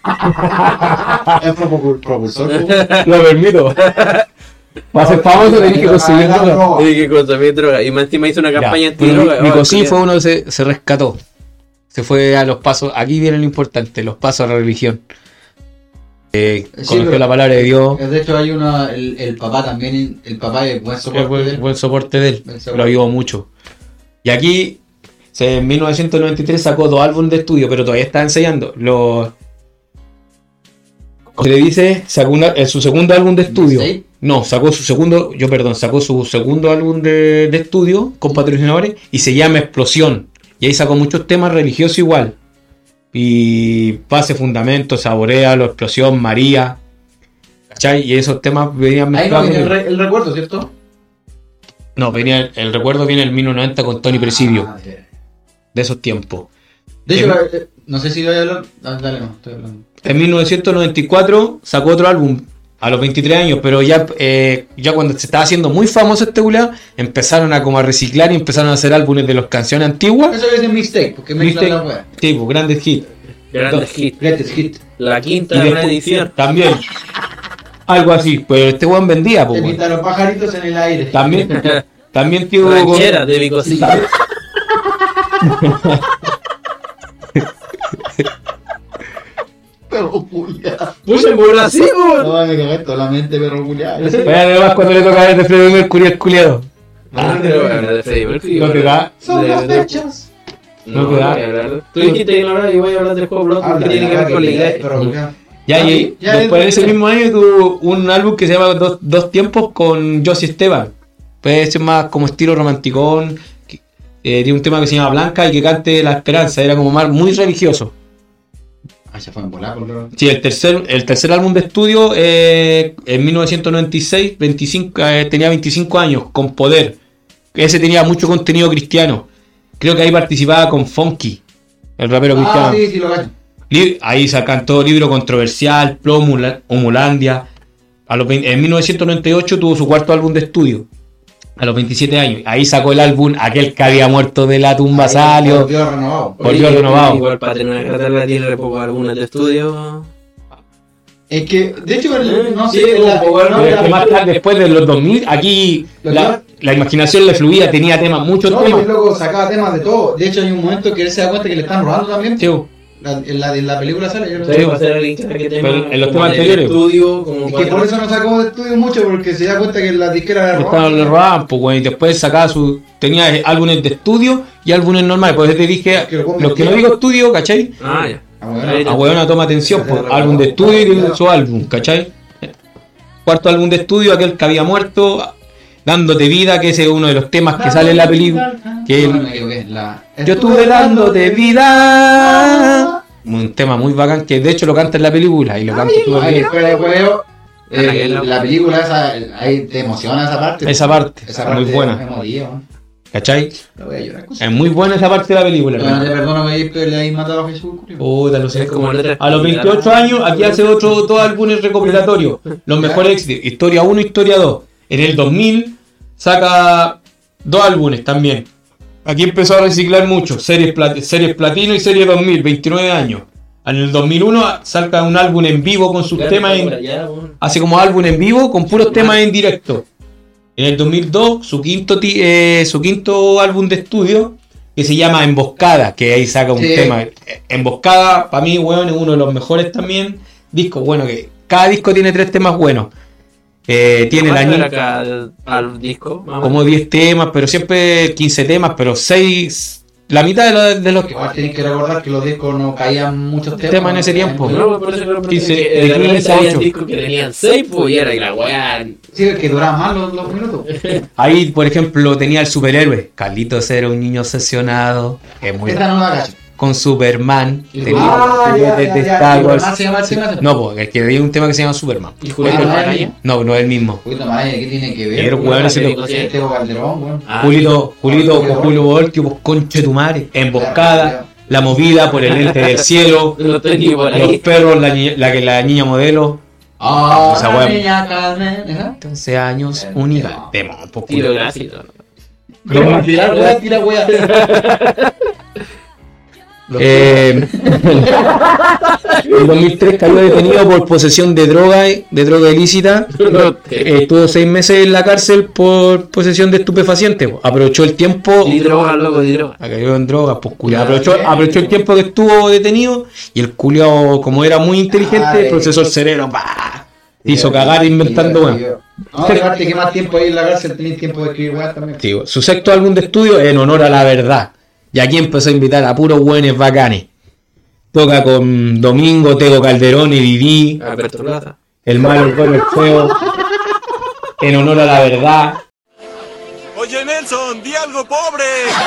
[SPEAKER 5] Es propulsor.
[SPEAKER 4] Lo permito. Para ser famoso tenés que conseguir droga.
[SPEAKER 3] Tiene que consumir droga. Y más encima hizo una campaña antidroga.
[SPEAKER 4] Vico C fue uno que se rescató. Se fue a los pasos. Aquí viene lo importante: los pasos a la religión. Conoció
[SPEAKER 5] pero-
[SPEAKER 4] la palabra de Dios.
[SPEAKER 5] De hecho, hay uno, el papá también, el papá es buen
[SPEAKER 4] Es
[SPEAKER 5] soporte de él.
[SPEAKER 4] buen soporte de él.
[SPEAKER 5] Buen soporte.
[SPEAKER 4] Lo ayudó mucho. Y aquí, en 1993 sacó 2 álbumes de estudio, pero todavía está ensayando. Se le dice, sacó su segundo álbum de estudio.
[SPEAKER 5] ¿Sí?
[SPEAKER 4] No, sacó su segundo álbum de estudio con patrocinadores y se llama Explosión. Y ahí sacó muchos temas religiosos igual. Y Pase Fundamento, Saborealo, Explosión, María. ¿Cachai? Y esos temas venían
[SPEAKER 5] Ahí no
[SPEAKER 4] mezclados.
[SPEAKER 5] viene
[SPEAKER 4] con-
[SPEAKER 5] el recuerdo, ¿cierto?
[SPEAKER 4] No, venía el recuerdo viene el 1990 con Tony Presidio,
[SPEAKER 5] Ah, bien.
[SPEAKER 4] de esos tiempos.
[SPEAKER 5] De hecho, no sé si voy a hablar. Dale, no, estoy hablando.
[SPEAKER 4] En 1994 sacó otro álbum a los 23 años, pero ya cuando se estaba haciendo muy famoso este culiao, empezaron a como a reciclar y empezaron a hacer álbumes de las canciones antiguas.
[SPEAKER 5] Eso es un mixtape, porque me
[SPEAKER 4] Mixtape,
[SPEAKER 5] la wea.
[SPEAKER 4] tipo, grandes hits.
[SPEAKER 3] Grandes hits.
[SPEAKER 5] Greatest Hit.
[SPEAKER 3] La
[SPEAKER 4] Y
[SPEAKER 3] quinta
[SPEAKER 4] después-
[SPEAKER 3] edición.
[SPEAKER 4] También. Algo así. Pero este weón vendía,
[SPEAKER 5] Te
[SPEAKER 4] pues.
[SPEAKER 5] pintan los pajaritos en el aire.
[SPEAKER 4] También tío.
[SPEAKER 3] Ranchera de Vicosilla.
[SPEAKER 5] Perro culiado.
[SPEAKER 3] Pucha, por así, por.
[SPEAKER 5] No, me cagué toda la mente, perro culiado.
[SPEAKER 4] Además cuando le toca a de Freddie Mercury el culiado.
[SPEAKER 3] De Freddie Mercury.
[SPEAKER 4] No te da.
[SPEAKER 5] Son las fechas.
[SPEAKER 4] No te da.
[SPEAKER 3] voy a hablar. Tú dijiste que no hablaba y voy a hablar del juego Blood porque tiene que ver con la idea.
[SPEAKER 5] Perro culiado.
[SPEAKER 4] Ya, y
[SPEAKER 5] Ya,
[SPEAKER 4] después de ese
[SPEAKER 5] ya.
[SPEAKER 4] mismo año tuvo un álbum que se llama Dos Tiempos con Josie Esteban. Pues es más como estilo romanticón. Tiene un tema que se llama Blanca y que cante La Esperanza. Era como más muy religioso.
[SPEAKER 5] Ah, se fue en volar, por lo.
[SPEAKER 4] Sí, el tercer álbum de estudio en 1996 tenía 25 años, con Poder. Ese tenía mucho contenido cristiano. Creo que ahí participaba con Funky, el rapero cristiano.
[SPEAKER 5] Ah, sí, lo cacho.
[SPEAKER 4] Ahí se cantó Libro Controversial, Pro Humulandia. En 1998 tuvo su cuarto álbum de estudio, a los 27 años. Ahí sacó el álbum Aquel que había muerto de la tumba salió.
[SPEAKER 5] Volvió renovado.
[SPEAKER 4] Volvió renovado.
[SPEAKER 3] Igual para tener una cartera tiene poco álbumes de estudio.
[SPEAKER 5] Es que, de hecho, no
[SPEAKER 3] Sí,
[SPEAKER 5] sé.
[SPEAKER 3] como bueno,
[SPEAKER 4] Pero es que más tarde, después de los 2000, aquí la imaginación le fluía, tenía temas, muchos
[SPEAKER 5] No,
[SPEAKER 4] temas.
[SPEAKER 5] y luego sacaba temas de todo. De hecho, hay un momento que él se da cuenta que le están robando también.
[SPEAKER 4] Sí,
[SPEAKER 5] En la película sale. Yo no
[SPEAKER 3] Sí,
[SPEAKER 5] sé.
[SPEAKER 3] va a ser alguien que saque temas.
[SPEAKER 4] Pero en los
[SPEAKER 3] como
[SPEAKER 4] temas
[SPEAKER 3] del
[SPEAKER 4] anteriores.
[SPEAKER 3] Estudio, como
[SPEAKER 5] Es que por eso no sacó de estudio mucho, porque se da cuenta que la disquera
[SPEAKER 4] le robaban, pues, güey, y después sacaba tenía álbumes de estudio y álbumes normales. Por eso te dije, los que no digo estudio, ¿cachai?
[SPEAKER 3] Ah, ya.
[SPEAKER 4] A huevona toma atención, pues, álbum de estudio y tiene su álbum, ¿cachai? Cuarto álbum de estudio, Aquel que había muerto, Dándote Vida, que ese es uno de los temas que sale en la película. Que
[SPEAKER 5] No, me equivoqué.
[SPEAKER 4] Yo estuve dándote vida. Un tema muy bacán que de hecho lo canta en la película y lo canta súper
[SPEAKER 5] Ay,
[SPEAKER 4] bien.
[SPEAKER 5] fuera de juego. La película esa, ahí te emociona esa parte.
[SPEAKER 4] Esa parte,
[SPEAKER 5] Esa
[SPEAKER 4] muy
[SPEAKER 5] parte
[SPEAKER 4] buena.
[SPEAKER 5] me moría, man.
[SPEAKER 4] ¿Cachai?
[SPEAKER 5] No voy a llorar.
[SPEAKER 4] Es muy buena esa parte de la película.
[SPEAKER 5] Bueno, te
[SPEAKER 4] hermano.
[SPEAKER 5] perdono que le hayas matado a Jesús, culiao.
[SPEAKER 4] Puta, lo sé.
[SPEAKER 3] Es como letras.
[SPEAKER 4] A los 28 años, aquí hace dos álbumes recopilatorios. Los mejores éxitos. Historia 1 y Historia 2. En el 2000 saca dos álbumes también. Aquí empezó a reciclar mucho. Series Platino y Serie 2000, 29 años. En el 2001 saca un álbum en vivo con sus temas. Hace como álbum en vivo con puros temas en directo. En el 2002 su quinto álbum de estudio que se llama Emboscada, que ahí saca un
[SPEAKER 5] Sí.
[SPEAKER 4] tema. Emboscada, para mí, weón, es uno de los mejores también discos. Bueno, que cada disco tiene 3 temas buenos. Tiene la niña
[SPEAKER 3] al disco. Más o
[SPEAKER 4] como 10 temas, pero siempre 15 temas, pero 6. La mitad de los
[SPEAKER 5] Igual tenés que recordar que los discos no caían muchos
[SPEAKER 4] Temas en ese tiempo.
[SPEAKER 3] menos. No, por eso creo que
[SPEAKER 4] 15,
[SPEAKER 3] de
[SPEAKER 4] de
[SPEAKER 3] repente
[SPEAKER 4] 15 a
[SPEAKER 3] había
[SPEAKER 4] 8.
[SPEAKER 3] discos que tenían 6, pues y era y la weá.
[SPEAKER 5] Sí, que duraban más los minutos.
[SPEAKER 4] Ahí, por ejemplo, tenía el superhéroe. Carlitos era un niño obsesionado. Es muy
[SPEAKER 5] Esta no la cacho.
[SPEAKER 4] con Superman. Tenía
[SPEAKER 5] ya,
[SPEAKER 4] de
[SPEAKER 5] ya,
[SPEAKER 4] Star
[SPEAKER 5] ya.
[SPEAKER 4] Wars.
[SPEAKER 5] ¿Superman se llama el tema?
[SPEAKER 4] No, porque el que había un tema que se llama Superman.
[SPEAKER 3] ¿Y Julián
[SPEAKER 5] Ah,
[SPEAKER 3] Araña?
[SPEAKER 4] No, no es el mismo.
[SPEAKER 5] Poquito más, ¿qué tiene que ver?
[SPEAKER 4] Pero, weón, ese
[SPEAKER 5] Tego
[SPEAKER 4] lo-
[SPEAKER 5] Calderón, weón.
[SPEAKER 3] Ah,
[SPEAKER 4] Julito con Julio Voltio, pues conche tu madre. Emboscada, la movida por el ente del cielo.
[SPEAKER 3] no estoy ni por
[SPEAKER 4] Los
[SPEAKER 3] ahí.
[SPEAKER 4] perros, la niña modelo.
[SPEAKER 5] Ah,
[SPEAKER 4] esa
[SPEAKER 5] la
[SPEAKER 4] weá.
[SPEAKER 5] niña Carmen, ¿esa?
[SPEAKER 4] 11 años, única. Tema, pues,
[SPEAKER 3] Tiro
[SPEAKER 4] culo.
[SPEAKER 3] gracias.
[SPEAKER 5] Tirar weá, tira weá.
[SPEAKER 4] En 2003 cayó detenido por posesión de droga ilícita. Estuvo 6 meses en la cárcel por posesión de estupefacientes. Aprovechó el tiempo.
[SPEAKER 3] Di droga, loco, di droga.
[SPEAKER 4] Cayó en drogas, pues culiao. Aprovechó el tiempo que estuvo detenido. Y el culiao, como era muy inteligente,
[SPEAKER 5] Ay.
[SPEAKER 4] procesó el cerebro. ¡Bah! Se hizo cagar inventando, weón.
[SPEAKER 5] No, aparte que más tiempo ahí en la cárcel tenéis tiempo de escribir weá también.
[SPEAKER 4] Digo, su sexto álbum de estudio en honor a la verdad. Y aquí empezó a invitar a puros buenos bacanes. Toca con Domingo, Tego Calderón y Didi,
[SPEAKER 3] Alberto Plaza.
[SPEAKER 4] el malo, el bueno, el feo. En honor a la verdad.
[SPEAKER 7] Oye Nelson, di algo pobre.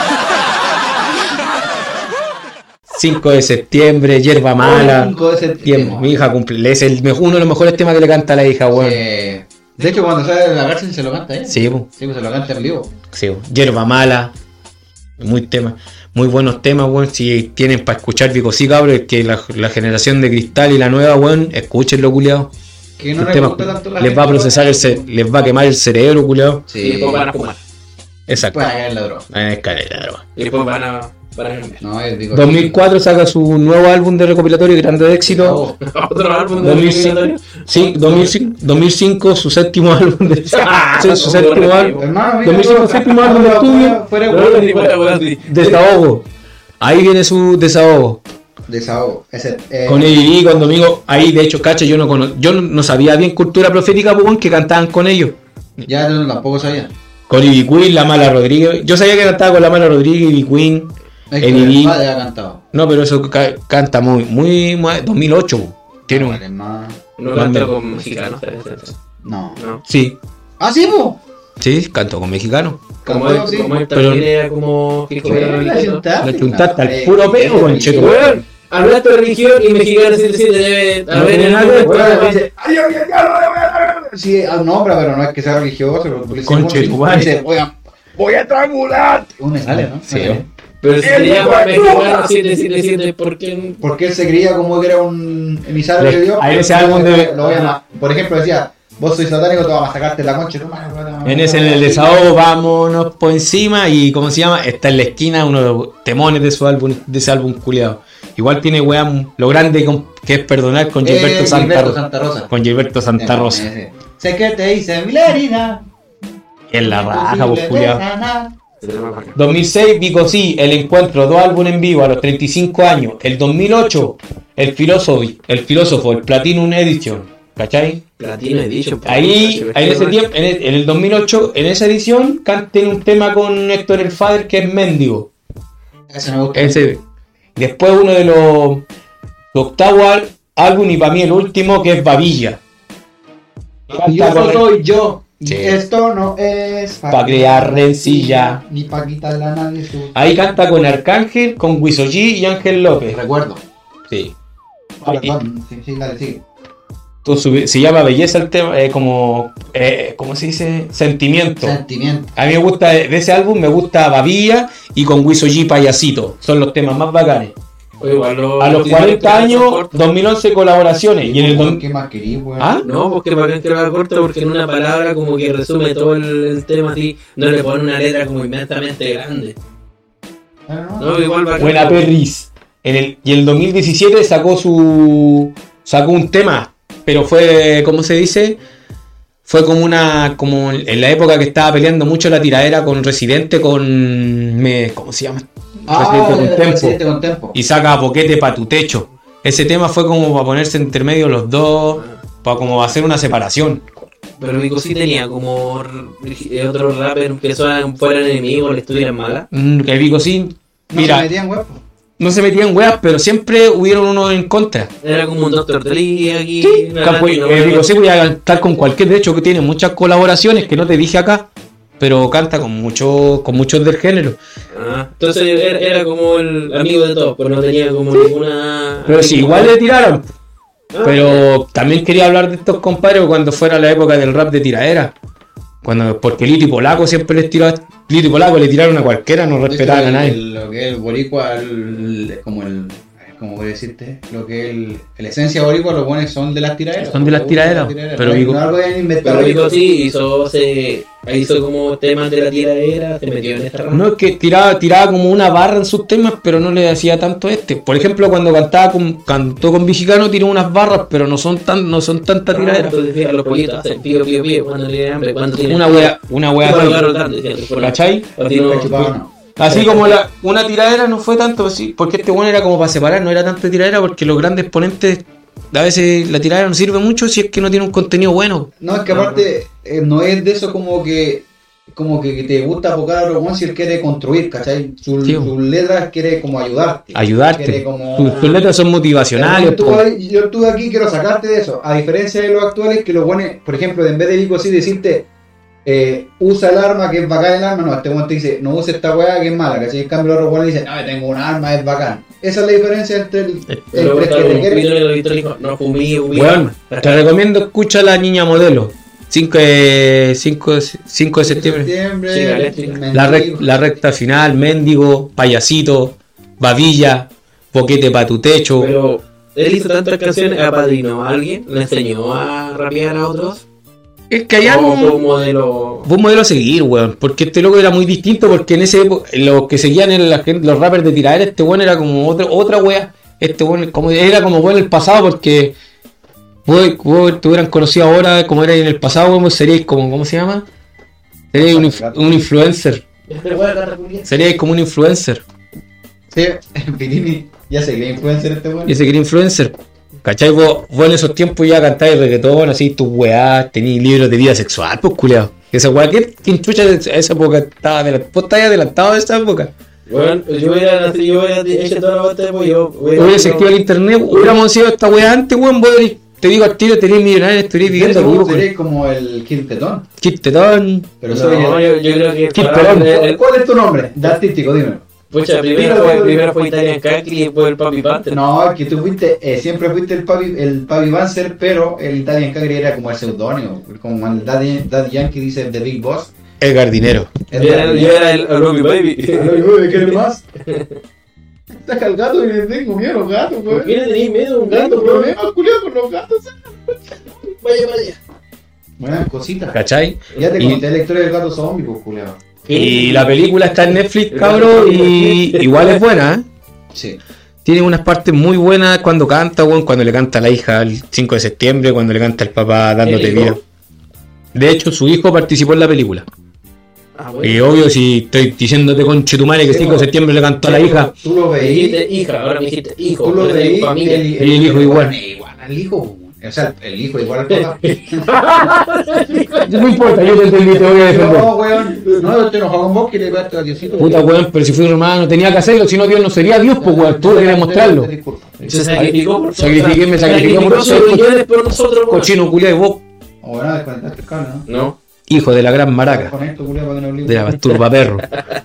[SPEAKER 4] 5 de septiembre, Hierba Mala.
[SPEAKER 5] 5 de septiembre.
[SPEAKER 4] Mi hija cumple. Es uno de los mejores temas que le canta a la hija, weón.
[SPEAKER 5] De hecho, cuando sale de la cárcel se lo canta, ¿eh?
[SPEAKER 4] Sí, po.
[SPEAKER 5] Sí, pues se lo canta en vivo.
[SPEAKER 4] Sí, Hierba Mala. Muy buenos temas, weón. Si tienen para escuchar Vico, sí, cabrón, es que la generación de Cristal y la nueva, weón, escúchenlo, culiao.
[SPEAKER 5] Que no
[SPEAKER 4] Los
[SPEAKER 5] le
[SPEAKER 4] temas,
[SPEAKER 5] gusta tanto la
[SPEAKER 4] les
[SPEAKER 5] gente,
[SPEAKER 4] va a procesar les va a quemar el cerebro, culiao.
[SPEAKER 3] Y
[SPEAKER 5] Sí,
[SPEAKER 3] después van a fumar.
[SPEAKER 4] Exacto.
[SPEAKER 5] puede caer en la droga.
[SPEAKER 4] En escalera, droga.
[SPEAKER 3] Y después van a Para cambiar.
[SPEAKER 5] No, es Vico
[SPEAKER 4] 2004 saca su nuevo álbum de recopilatorio Grande éxito.
[SPEAKER 3] Otro álbum de
[SPEAKER 4] 2005, sí, 2005 su séptimo álbum de su séptimo álbum.
[SPEAKER 5] Hermano, mira,
[SPEAKER 4] 2005 séptimo álbum de estudio.
[SPEAKER 5] fuera
[SPEAKER 4] Desahogo. Ahí viene su desahogo.
[SPEAKER 5] desahogo. Ese,
[SPEAKER 4] Con Eddie con Domingo. Ahí de hecho, cacha, yo no sabía bien cultura profética, pues, que cantaban con ellos.
[SPEAKER 5] ya yo tampoco sabía.
[SPEAKER 4] Con Ivy Queen, La Mala Rodríguez. Yo sabía que cantaba con La Mala Rodríguez, Ivy Queen.
[SPEAKER 5] Es que
[SPEAKER 4] Eddie.
[SPEAKER 5] el padre ha cantado.
[SPEAKER 4] No, pero eso canta muy 2008. Tiene
[SPEAKER 5] Vale, más.
[SPEAKER 3] No canta con mexicanos.
[SPEAKER 5] No.
[SPEAKER 3] No.
[SPEAKER 4] Sí,
[SPEAKER 5] ¿Ah, sí, po?
[SPEAKER 4] sí, cantó con mexicano.
[SPEAKER 3] Como
[SPEAKER 5] Cantó, sí.
[SPEAKER 3] él
[SPEAKER 4] Pero-
[SPEAKER 3] también era como fijo de
[SPEAKER 5] La
[SPEAKER 3] religión.
[SPEAKER 5] chuntaste,
[SPEAKER 4] Le chuntaste al
[SPEAKER 5] no,
[SPEAKER 4] puro pelo, concheto.
[SPEAKER 3] Weón, hablaste de religión y mexicano sí debe
[SPEAKER 4] No
[SPEAKER 3] haber
[SPEAKER 4] tiene
[SPEAKER 3] en
[SPEAKER 4] nada
[SPEAKER 3] algún
[SPEAKER 4] que ver,
[SPEAKER 3] momento.
[SPEAKER 5] Dice, "Ay, ay, ay, ay". Sí, nombra, pero no es que sea religioso. Pero tú le dices,
[SPEAKER 4] Conchetumare.
[SPEAKER 5] dice, "Oigan, voy a estrangular. Uno sale, ¿no?
[SPEAKER 4] Sí.
[SPEAKER 3] Pero si se llama mexicano, sí decirle por qué.
[SPEAKER 5] Porque él se creía como que era un emisario de Dios.
[SPEAKER 4] Ahí ese álbum de-
[SPEAKER 5] Lo voy a ma- Por ejemplo, decía, vos sois satánico, te vas a sacarte la concha.
[SPEAKER 4] En el desahogo, vámonos por encima. Y ¿cómo se llama? Está en la esquina uno de los temones de ese álbum culiado. Igual tiene weá lo grande que es perdonar con Gilberto Santa Rosa. Con Gilberto Santa Rosa.
[SPEAKER 5] Sé que te hice mil heridas.
[SPEAKER 4] En la raja, pues
[SPEAKER 5] imposible de
[SPEAKER 4] culiado.
[SPEAKER 5] sanar.
[SPEAKER 4] 2006, Vico sí, el encuentro, 2 álbumes en vivo a los 35 años. El 2008, el filósofo, el Platinum Edition, ¿cachai?
[SPEAKER 3] Platino Edition.
[SPEAKER 4] Ahí en ese tiempo, en el 2008, en esa edición, canten un tema con Héctor el Father que es Mendigo.
[SPEAKER 5] Ese me gusta.
[SPEAKER 4] Ese. Después uno de los su octavo álbum y para mí el último que es Babilla.
[SPEAKER 5] Y yo soy yo. Y
[SPEAKER 4] Sí.
[SPEAKER 5] esto no es
[SPEAKER 4] Pa' crear rencilla.
[SPEAKER 5] Ni para quitarle a nadie su.
[SPEAKER 4] Ahí canta con Arcángel, con Wiso G y Ángel López.
[SPEAKER 5] Recuerdo.
[SPEAKER 4] Sí.
[SPEAKER 5] Perdón. Sí, dale, sigue.
[SPEAKER 4] Se llama Belleza el tema, ¿cómo se dice? Sentimiento.
[SPEAKER 5] Sentimiento.
[SPEAKER 4] A mí me gusta, de ese álbum me gusta Babilla y con Wiso G Payasito. Son los temas más bacanes. A los 40 años, 2011 colaboraciones. Y en el
[SPEAKER 5] ¿Qué más querí, weón?
[SPEAKER 4] ¿Ah?
[SPEAKER 3] No, porque bacán que lo haga corto, porque en una palabra como que resume todo el tema así, no le pone una letra como inmensamente grande. No, igual bacán.
[SPEAKER 4] Buena Perris. Y el 2017 sacó un tema, pero fue, ¿cómo se dice? Fue como en la época que estaba peleando mucho la tiradera con Residente, ¿cómo se llama?
[SPEAKER 5] Residente con Tempo.
[SPEAKER 4] Y saca Boquete pa' tu techo. Ese tema fue como para ponerse entre medio los dos, para como hacer una separación.
[SPEAKER 3] Pero Vico sí tenía como otro rapper que fueran enemigos, le estuvieran malas.
[SPEAKER 4] Que Vico sí,
[SPEAKER 5] No
[SPEAKER 4] mira,
[SPEAKER 5] se metían, weón.
[SPEAKER 4] no se metían weas, pero siempre hubieron uno en contra.
[SPEAKER 3] Era como un Dr. Dre aquí.
[SPEAKER 4] Sí,
[SPEAKER 3] Vico
[SPEAKER 4] Vico sí voy a cantar con cualquier, de hecho que tiene muchas colaboraciones que no te dije acá, pero canta con muchos del género.
[SPEAKER 3] Entonces era como el amigo de todos, pero no tenía como ninguna.
[SPEAKER 4] Pero sí, igual le tiraron. Pero también quería hablar de estos compadres cuando fuera la época del rap de tiradera. Porque Lito y Polaco siempre les tiró. Lito y Polaco le tiraron a cualquiera, no respetaban a nadie.
[SPEAKER 5] Lo que es el boricua, como voy a decirte, lo que es la esencia boricua, los buenos son de las tiraderas.
[SPEAKER 4] Son de las tiraderas, pero
[SPEAKER 5] no,
[SPEAKER 4] Vico-
[SPEAKER 5] no algo que han inventado.
[SPEAKER 3] Pero Vico sí hizo como temas de la tiradera, se metió en esta rama.
[SPEAKER 4] No, es que tiraba como una barra en sus temas, pero no le hacía tanto este. Por ejemplo, cuando cantó con Vigicano, tiró unas barras, pero no son tanta tiradera.
[SPEAKER 3] Entonces decía, los pollitos hacen pío, cuando tienen hambre, cuando tienen
[SPEAKER 4] Una wea
[SPEAKER 3] Cuando
[SPEAKER 4] así.
[SPEAKER 3] agarro tanto, decían,
[SPEAKER 4] ¿Cachai?
[SPEAKER 3] así no-
[SPEAKER 5] Chupado, no.
[SPEAKER 4] Así como una tiradera no fue tanto, sí, porque este bueno era como para separar, no era tanto tiradera, porque los grandes exponentes, a veces la tiradera no sirve mucho si es que no tiene un contenido bueno.
[SPEAKER 5] No, es que aparte no es de eso como que te gusta apocar a otro weón si él quiere construir, ¿cachai? Sus letras quiere como ayudarte. Quiere como...
[SPEAKER 4] Sus letras son motivacionales.
[SPEAKER 5] Yo estuve aquí, quiero sacarte de eso. A diferencia de los actuales, que los buenos, por ejemplo, en vez de Vico sí decirte usa el arma que es bacán el arma, no, este weón te dice no use esta weá que es mala, ¿cachai? En cambio, los otros weones dicen, no, tengo un arma, es bacán. Esa es la diferencia entre el
[SPEAKER 3] Pero
[SPEAKER 5] que te quiere.
[SPEAKER 3] no fumí,
[SPEAKER 4] Bueno, te recomiendo escucha La Niña Modelo. 5 de septiembre. La recta final, Mendigo, Payasito, Babilla, Boquete pa' tu techo.
[SPEAKER 3] Pero él hizo tantas canciones, apadrinó a alguien, le enseñó a rapear a otros.
[SPEAKER 4] Es que hay algo.
[SPEAKER 3] Fue un modelo.
[SPEAKER 4] Fue un modelo a seguir, weón. Porque este loco era muy distinto. Porque en ese época, los que seguían en los rappers de tiradera, este weón era como otra wea. Este weón era como bueno en el pasado. Porque vos te hubieran conocido ahora como era en el pasado, weón. Seríais como, ¿cómo se llama? Seríais un influencer. Seríais como un influencer.
[SPEAKER 5] Sí, Pitini ya se cree influencer este weón.
[SPEAKER 4] Y se quería influencer. ¿Cachai? Vos en esos tiempos ya cantáis reggaetón, así tus weás, tenías libros de vida sexual, pues culiao. Esa weá, ¿quién chucha de esa época estaba adelantado? ¿Vos estáis adelantado de esa época?
[SPEAKER 3] Bueno, yo hubiera hecho toda la vuelta, pues yo
[SPEAKER 4] Hubiera existido el internet, hubiéramos sido esta weá antes, weón, vos te digo al tiro, tenías millonarios, estarías viviendo aquí, weón.
[SPEAKER 5] Sería como el Kid Tetón.
[SPEAKER 4] Kid Tetón.
[SPEAKER 5] Pero
[SPEAKER 3] no, yo creo que
[SPEAKER 4] Kid Tetón.
[SPEAKER 5] ¿Cuál es tu nombre? De artístico, dime.
[SPEAKER 3] Pucha, primero fue Italian Cacri y después el Papi Panther.
[SPEAKER 5] No, que tú fuiste, siempre fuiste el Papi Banzer, pero el Italian Cagri era como el seudónimo, como cuando el Daddy Yankee dice The Big Boss.
[SPEAKER 4] El gardinero.
[SPEAKER 3] Yo era el Robbie Baby.
[SPEAKER 5] ¿Qué más? Estás al gato y le tengo miedo a los gatos, güey.
[SPEAKER 3] ¿Por qué le tenéis miedo a un gato,
[SPEAKER 5] Tengo problemas, culiao, con los gatos.
[SPEAKER 3] Vaya.
[SPEAKER 5] Buenas cositas.
[SPEAKER 4] ¿Cachai?
[SPEAKER 5] Ya te conté la historia del gato zombie, pues, culiao.
[SPEAKER 4] Y la película está en Netflix, cabrón, y igual es buena, ¿eh?
[SPEAKER 5] Sí.
[SPEAKER 4] Tiene unas partes muy buenas cuando canta, weón, cuando le canta a la hija el 5 de septiembre, cuando le canta al papá dándote
[SPEAKER 3] ¿El hijo?
[SPEAKER 4] vida. De hecho, su hijo participó en la película.
[SPEAKER 3] Ah, bueno.
[SPEAKER 4] Y obvio, si estoy diciéndote con Chetumare que el 5 de septiembre le cantó a la hija,
[SPEAKER 5] Tú lo
[SPEAKER 3] Me
[SPEAKER 5] veías.
[SPEAKER 3] dijiste hija, ahora me dijiste hijo.
[SPEAKER 5] Tú lo
[SPEAKER 3] pero
[SPEAKER 5] veías.
[SPEAKER 3] familia.
[SPEAKER 4] Y el hijo igual.
[SPEAKER 5] Igual al hijo. O sea, el hijo igual al papá.
[SPEAKER 4] no importa, yo te entendí, te voy a defender.
[SPEAKER 5] No, weón. No, te enojado con vos que le pegaste a Diosito.
[SPEAKER 4] Puta, weón, pero si fui romano no tenía que hacerlo, si no Dios no sería Dios, pues weón, tuve que demostrarlo.
[SPEAKER 3] Se sacrificó por
[SPEAKER 4] Sacrifiqué, me sacrifiqué por
[SPEAKER 3] nosotros. Millones por nosotros, weón.
[SPEAKER 4] Cochino culiao y vos,
[SPEAKER 5] O bueno, desconectaste el cable, ¿no?
[SPEAKER 3] No.
[SPEAKER 4] hijo de la gran maraca,
[SPEAKER 5] Desconecto, culiao, para que no olvide.
[SPEAKER 4] de la masturba perro.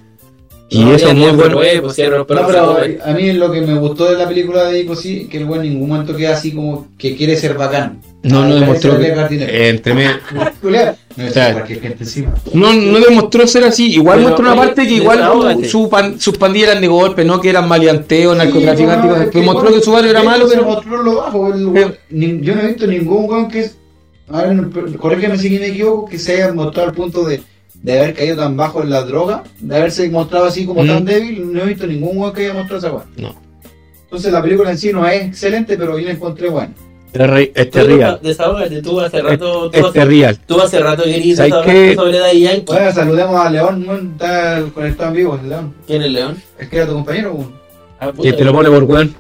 [SPEAKER 4] Y
[SPEAKER 3] No,
[SPEAKER 4] eso
[SPEAKER 3] ya
[SPEAKER 4] es muy bueno.
[SPEAKER 3] fue, pues, cierro,
[SPEAKER 5] No,
[SPEAKER 3] pero
[SPEAKER 5] pero a mí lo que me gustó de la película de Ico, sí, que el weón en ningún momento queda así como que quiere ser bacán.
[SPEAKER 4] No demostró que entre medio.
[SPEAKER 5] Culiao. No
[SPEAKER 4] O sea,
[SPEAKER 5] sé, cualquier gente encima.
[SPEAKER 4] No demostró ser así. Igual
[SPEAKER 3] Pero,
[SPEAKER 4] mostró una
[SPEAKER 3] oye,
[SPEAKER 4] parte que igual
[SPEAKER 3] desahógate.
[SPEAKER 4] sus pandillas eran de golpe, no que eran maleanteos, narcotraficantes.
[SPEAKER 5] Sí,
[SPEAKER 4] Después
[SPEAKER 5] no,
[SPEAKER 4] mostró que su barrio era malo,
[SPEAKER 5] se
[SPEAKER 4] pero.
[SPEAKER 5] mostró lo bajo. Yo no he visto ningún weón que. A ver, corrígeme si me equivoco, que se haya mostrado al punto de haber caído tan bajo en la droga, de haberse mostrado así como tan débil. No he visto ningún weón que haya mostrado esa weón.
[SPEAKER 4] No.
[SPEAKER 5] Entonces la película en sí no es excelente, pero yo la encontré buena.
[SPEAKER 4] Este real.
[SPEAKER 3] Desahógate, tú hace rato.
[SPEAKER 4] Este real.
[SPEAKER 3] Tú hace rato querías
[SPEAKER 4] ¿Sabes
[SPEAKER 3] hablar
[SPEAKER 4] qué?
[SPEAKER 3] sobre Daddy Yankee.
[SPEAKER 5] Bueno, saludemos a León, weón, está conectado en vivo, el León.
[SPEAKER 3] ¿Quién es León?
[SPEAKER 5] Es que era tu compañero, weón.
[SPEAKER 3] Ah,
[SPEAKER 4] Que te lo pone por weón.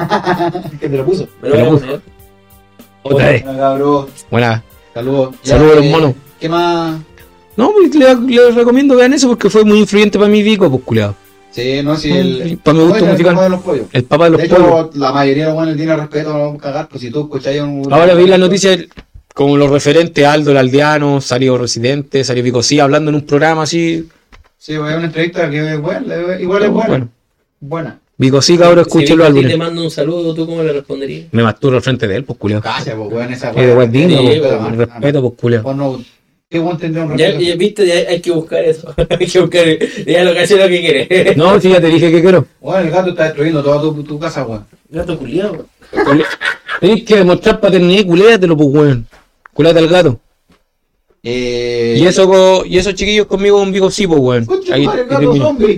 [SPEAKER 5] Es que te lo puso.
[SPEAKER 3] Me lo voy a poner.
[SPEAKER 4] Otra vez.
[SPEAKER 5] Hola, cabrón.
[SPEAKER 4] Buena.
[SPEAKER 5] Saludos.
[SPEAKER 4] Saludos a los monos.
[SPEAKER 5] ¿Qué más?
[SPEAKER 4] No, pues les recomiendo vean eso porque fue muy influyente para mi Vico, pues culiado.
[SPEAKER 5] Sí, no, sí, el.
[SPEAKER 4] Para mi gusto
[SPEAKER 5] Oye, el
[SPEAKER 4] musical.
[SPEAKER 5] papá de los pollos.
[SPEAKER 4] El papá de los
[SPEAKER 5] De
[SPEAKER 4] pueblos.
[SPEAKER 5] hecho, la mayoría de los buenos tienen respeto, no cagar, pues si tú escucháis un.
[SPEAKER 4] Ahora vi la noticia como los referentes Aldo el Aldeano, salió Residente, salió Vico sí hablando en un programa así.
[SPEAKER 5] Sí, voy a una entrevista que es buena, igual es buena.
[SPEAKER 4] Bueno.
[SPEAKER 5] Buena.
[SPEAKER 4] Vico sí, cabrón, escuché
[SPEAKER 3] Si
[SPEAKER 4] los
[SPEAKER 3] te
[SPEAKER 4] álbumes.
[SPEAKER 3] mando un saludo, ¿tú cómo le responderías?
[SPEAKER 4] Me masturbo al frente de él, pues culiado.
[SPEAKER 5] Calla, pues weón, esa
[SPEAKER 4] Es de buen digno,
[SPEAKER 3] Sí,
[SPEAKER 4] pues,
[SPEAKER 3] bueno,
[SPEAKER 4] respeto, pues culiado.
[SPEAKER 5] Vos no. ¿Qué buen tendría un
[SPEAKER 3] Ya,
[SPEAKER 5] respeto?
[SPEAKER 3] ya viste, ya hay que buscar eso. Hay que buscar. Ya lo caché lo que quiere.
[SPEAKER 4] No, sí, ya te dije que quiero.
[SPEAKER 5] Bueno, el gato está destruyendo toda tu casa, weón.
[SPEAKER 3] Gato culiado.
[SPEAKER 4] Tenés que demostrar paternidad y culéatelo, pues weón. Culéate al gato. Y eso chiquillos conmigo con Vico sí, pues weón.
[SPEAKER 5] Concha
[SPEAKER 4] Ahí,
[SPEAKER 5] tu madre,
[SPEAKER 4] ahí
[SPEAKER 5] gato
[SPEAKER 4] terminé.
[SPEAKER 5] zombie.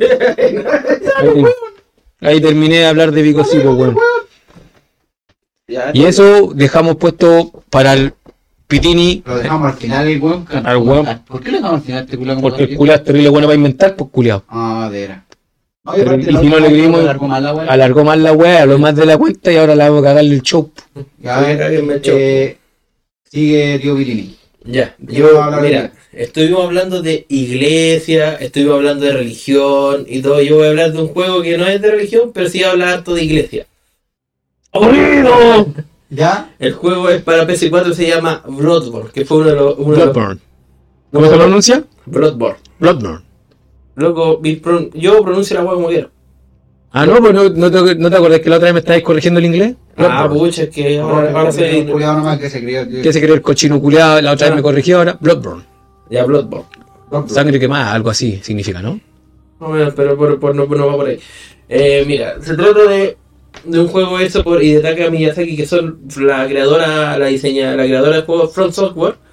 [SPEAKER 4] Ahí terminé de hablar de Vico sí, pues weón.
[SPEAKER 3] Ya,
[SPEAKER 4] Y eso dejamos puesto para el Pitini.
[SPEAKER 5] Lo dejamos al final, el weón.
[SPEAKER 4] Al weón.
[SPEAKER 5] ¿Por qué lo dejamos al final este culo?
[SPEAKER 4] Porque el culiado es terrible bueno para inventar, pues culiado.
[SPEAKER 5] Ah, de veras.
[SPEAKER 4] Pero, y si no le creímos, alargó más la weá, habló más de la cuenta y ahora la vamos a cagarle el show.
[SPEAKER 5] Ya, a ver, sigue tío Vitini.
[SPEAKER 3] Ya,
[SPEAKER 5] Yo
[SPEAKER 3] yo,
[SPEAKER 5] hablar
[SPEAKER 3] mira, estuvimos hablando de iglesia, estuvimos hablando de religión y todo. Yo voy a hablar de un juego que no es de religión, pero sí voy a hablar harto de iglesia. ¡Aburrido!
[SPEAKER 5] ¿Ya?
[SPEAKER 3] El juego es para PS4, se llama Bloodborne, que fue uno de los...
[SPEAKER 4] Bloodborne. ¿Cómo se pronuncia?
[SPEAKER 3] Bloodborne.
[SPEAKER 4] Bloodborne.
[SPEAKER 3] Loco, yo pronuncio la hueá como quiero.
[SPEAKER 4] Ah, no, pues no te acordás que la otra vez me estabais corrigiendo el inglés.
[SPEAKER 3] Ah, pucha, es que ahora
[SPEAKER 5] se
[SPEAKER 3] se...
[SPEAKER 5] culiado nomás que se crió.
[SPEAKER 4] Que se creó el cochino culiado, la otra vez me corrigió ahora. Bloodborne.
[SPEAKER 3] Ya, Bloodborne.
[SPEAKER 4] Sangre quemada, algo así significa, ¿no?
[SPEAKER 3] No, pero no va por ahí. Mira, se trata de un juego hecho por Hidetaka Miyazaki, que son la creadora de juegos From Software,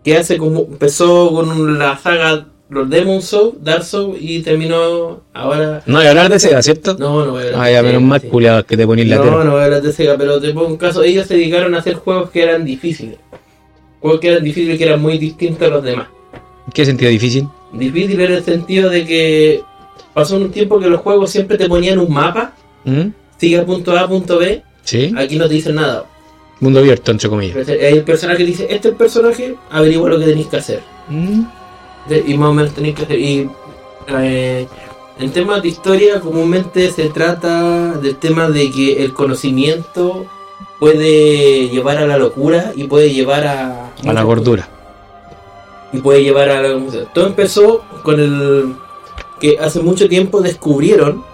[SPEAKER 3] que hace como empezó con la saga los Demon's Souls, Dark Souls y terminó ahora.
[SPEAKER 4] No voy a hablar de Sega, ¿cierto?
[SPEAKER 3] No voy a hablar
[SPEAKER 4] Ah, ya, menos mal,
[SPEAKER 3] sí.
[SPEAKER 4] culiados, que te ponís la
[SPEAKER 3] No
[SPEAKER 4] tela.
[SPEAKER 3] voy a hablar de Sega, pero te pongo un caso, ellos se dedicaron a hacer juegos que eran difíciles. Juegos que eran difíciles, que eran muy distintos a los demás.
[SPEAKER 4] ¿En qué sentido difícil?
[SPEAKER 3] Difícil en el sentido de que pasó un tiempo que los juegos siempre te ponían un mapa,
[SPEAKER 4] ¿Mm?
[SPEAKER 3] sigue a punto A, punto B,
[SPEAKER 4] Sí.
[SPEAKER 3] aquí no te dicen nada.
[SPEAKER 4] Mundo abierto, entre comillas.
[SPEAKER 3] El personaje dice, este es el personaje, averigua lo que tenéis que hacer. Y más o menos tenéis que hacer. Y en temas de historia comúnmente se trata del tema de que el conocimiento puede llevar a la locura y puede llevar a
[SPEAKER 4] A la gordura.
[SPEAKER 3] y puede llevar a la... Todo empezó con el que hace mucho tiempo descubrieron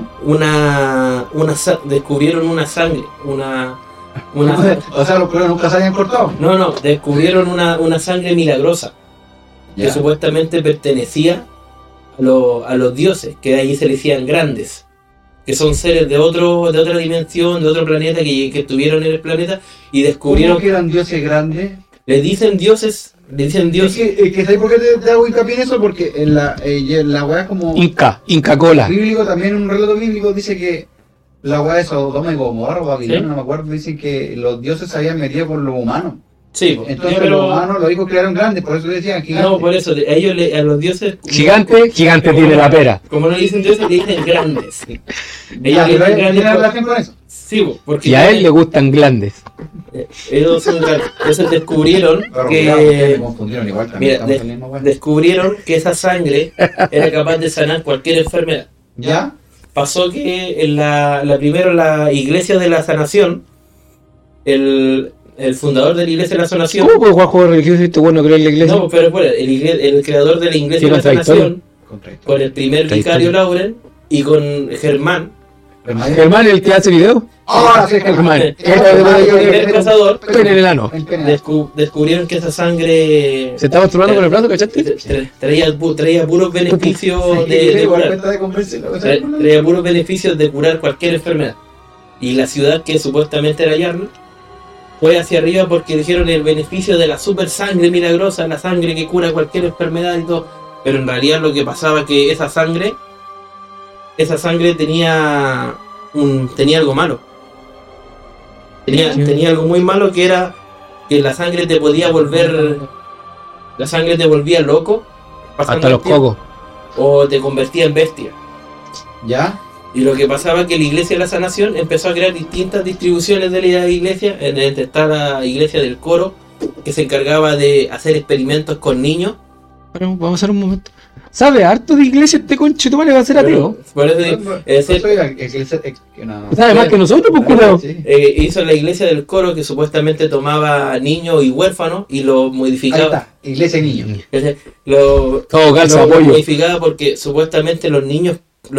[SPEAKER 3] descubrieron una sangre, una
[SPEAKER 5] O sea, los culeros nunca se habían cortado.
[SPEAKER 3] no, descubrieron una sangre milagrosa que supuestamente pertenecía a los dioses, que de ahí se le decían grandes, que son seres de otra dimensión, de otro planeta que estuvieron en el planeta y descubrieron
[SPEAKER 5] ¿Cómo que eran dioses grandes?
[SPEAKER 3] le dicen dioses. Es
[SPEAKER 5] que ¿sabes por qué te hago hincapié en eso? Porque en la weá como
[SPEAKER 4] Inca Cola.
[SPEAKER 5] bíblico, también un relato bíblico dice que la weá de Sodoma y Gomorra o Babilonia,
[SPEAKER 3] ¿Sí?
[SPEAKER 5] no me acuerdo, dicen que los dioses se habían metido por los humanos.
[SPEAKER 3] Sí,
[SPEAKER 5] Entonces
[SPEAKER 3] pero
[SPEAKER 5] los humanos, los hijos crearon grandes, por eso decían gigantes.
[SPEAKER 3] no, por eso a los dioses
[SPEAKER 4] Gigante tiene la pera.
[SPEAKER 3] como no le dicen dioses, le dicen grandes.
[SPEAKER 5] Ya,
[SPEAKER 3] Ellos le
[SPEAKER 5] pero
[SPEAKER 3] dicen
[SPEAKER 5] ¿tiene
[SPEAKER 3] grandes
[SPEAKER 5] relación con eso?
[SPEAKER 3] sí, porque
[SPEAKER 4] Y a él le gustan grandes.
[SPEAKER 3] ellos son grandes. Entonces descubrieron
[SPEAKER 5] Pero cuidado, que
[SPEAKER 3] que
[SPEAKER 5] me confundieron igual también.
[SPEAKER 3] mira,
[SPEAKER 5] Estamos en la misma weá.
[SPEAKER 3] descubrieron que esa sangre era capaz de sanar cualquier enfermedad.
[SPEAKER 5] ¿Ya?
[SPEAKER 3] Pasó que en la iglesia de la sanación, el fundador de la iglesia de la sanación,
[SPEAKER 4] ¿Cómo puede jugar juegos religiosos y este bueno creer en la iglesia?
[SPEAKER 3] no, pero espera, el creador de la iglesia de la sanación, con el primer vicario Lauren y con Germán,
[SPEAKER 4] Germán, el que hace video.
[SPEAKER 5] Ahora sí,
[SPEAKER 4] Germán.
[SPEAKER 3] el primer cazador,
[SPEAKER 4] Pene en el ano.
[SPEAKER 5] El pene.
[SPEAKER 3] descubrieron que esa sangre
[SPEAKER 4] Se está masturbando con el brazo, ¿cachaste?
[SPEAKER 3] traía puros beneficios de curar. Traía puros beneficios de curar cualquier enfermedad. Y la ciudad, que supuestamente era Yarn, fue hacia arriba porque dijeron el beneficio de la super sangre milagrosa, la sangre que cura cualquier enfermedad y todo. Pero en realidad lo que pasaba es que esa sangre tenía algo malo. Tenía algo muy malo, que era que la sangre te volvía loco pasando
[SPEAKER 4] Hasta
[SPEAKER 3] el
[SPEAKER 4] los
[SPEAKER 3] tiempo,
[SPEAKER 4] cocos.
[SPEAKER 3] o te convertía en bestia.
[SPEAKER 5] ¿Ya?
[SPEAKER 3] Y lo que pasaba es que la iglesia de la sanación empezó a crear distintas distribuciones de la iglesia. Está la iglesia del coro, que se encargaba de hacer experimentos con niños.
[SPEAKER 4] Pero vamos a hacer un momento. ¿Sabe harto de iglesia este conchetumare va a ser ateo?
[SPEAKER 3] Por eso digo, es decir,
[SPEAKER 4] ¿Sabe más que nosotros, pues, culiao?
[SPEAKER 3] hizo la iglesia del coro, que supuestamente tomaba niños y huérfanos y los
[SPEAKER 5] Ahí
[SPEAKER 3] modificaba.
[SPEAKER 5] está, iglesia y niños.
[SPEAKER 4] Todo calza
[SPEAKER 3] Lo
[SPEAKER 4] apoyo.
[SPEAKER 3] modificaba porque supuestamente los niños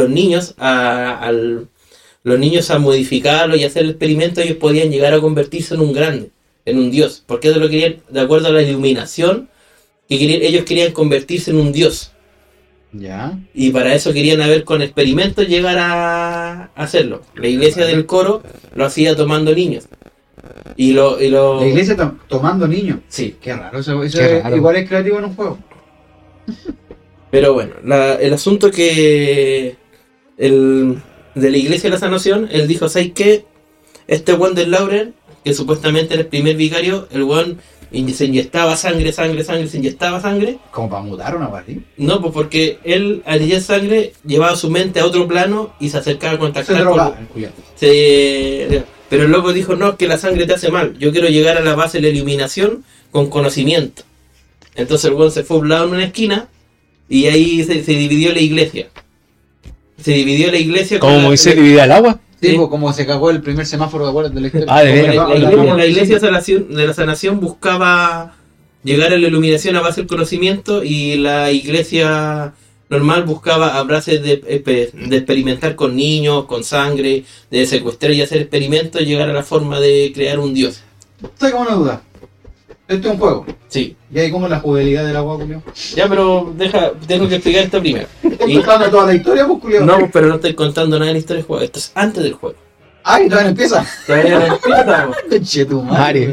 [SPEAKER 3] a modificarlo y hacer el experimento, ellos podían llegar a convertirse en un grande, en un dios, porque eso lo querían, de acuerdo a la iluminación que ellos querían convertirse en un dios,
[SPEAKER 5] ¿Ya?
[SPEAKER 3] y para eso querían con experimentos llegar a hacerlo. La iglesia del coro lo hacía tomando niños y
[SPEAKER 5] La iglesia tomando niños.
[SPEAKER 3] sí.
[SPEAKER 5] Qué raro, eso
[SPEAKER 4] Qué raro.
[SPEAKER 5] igual es creativo en un juego.
[SPEAKER 3] Pero bueno, el asunto que de la iglesia de la sanación, él dijo, ¿sabes qué? Este Juan del Lauren, que supuestamente era el primer vicario, el Juan se inyectaba sangre, se inyectaba sangre.
[SPEAKER 5] Como para mutar una partida.
[SPEAKER 3] No, pues porque él al inyectar sangre llevaba su mente a otro plano y se acercaba a
[SPEAKER 5] Se
[SPEAKER 3] contactar
[SPEAKER 5] drogaba, el culiao.
[SPEAKER 3] Pero el loco dijo, no, que la sangre te hace mal, yo quiero llegar a la base de la iluminación con conocimiento. Entonces el Juan se fue a un lado en una esquina y ahí se dividió la iglesia. Se dividió la iglesia.
[SPEAKER 4] ¿Cómo Moisés dividía el agua?
[SPEAKER 5] Sí,
[SPEAKER 3] Sí.
[SPEAKER 5] pues como se cagó el primer semáforo de acuerdo de la historia.
[SPEAKER 4] Ah, de veras.
[SPEAKER 3] La iglesia de la sanación buscaba llegar a la iluminación a base del conocimiento, y la iglesia normal buscaba a base de experimentar con niños, con sangre, de secuestrar y hacer experimentos y llegar a la forma de crear un dios.
[SPEAKER 5] Tengo una duda. Esto es un juego.
[SPEAKER 3] Sí.
[SPEAKER 5] ¿Y ahí cómo es la jugabilidad del agua, culiao?
[SPEAKER 3] Ya, pero tengo que explicar esto primero.
[SPEAKER 5] ¿Estás contando toda la historia, pues, culiao?
[SPEAKER 3] No, pero no estoy contando nada de la historia del juego. Esto es antes del juego.
[SPEAKER 5] Ay, todavía no empieza.
[SPEAKER 3] Todavía no empieza, po.
[SPEAKER 5] Conche tu madre.
[SPEAKER 4] Mare.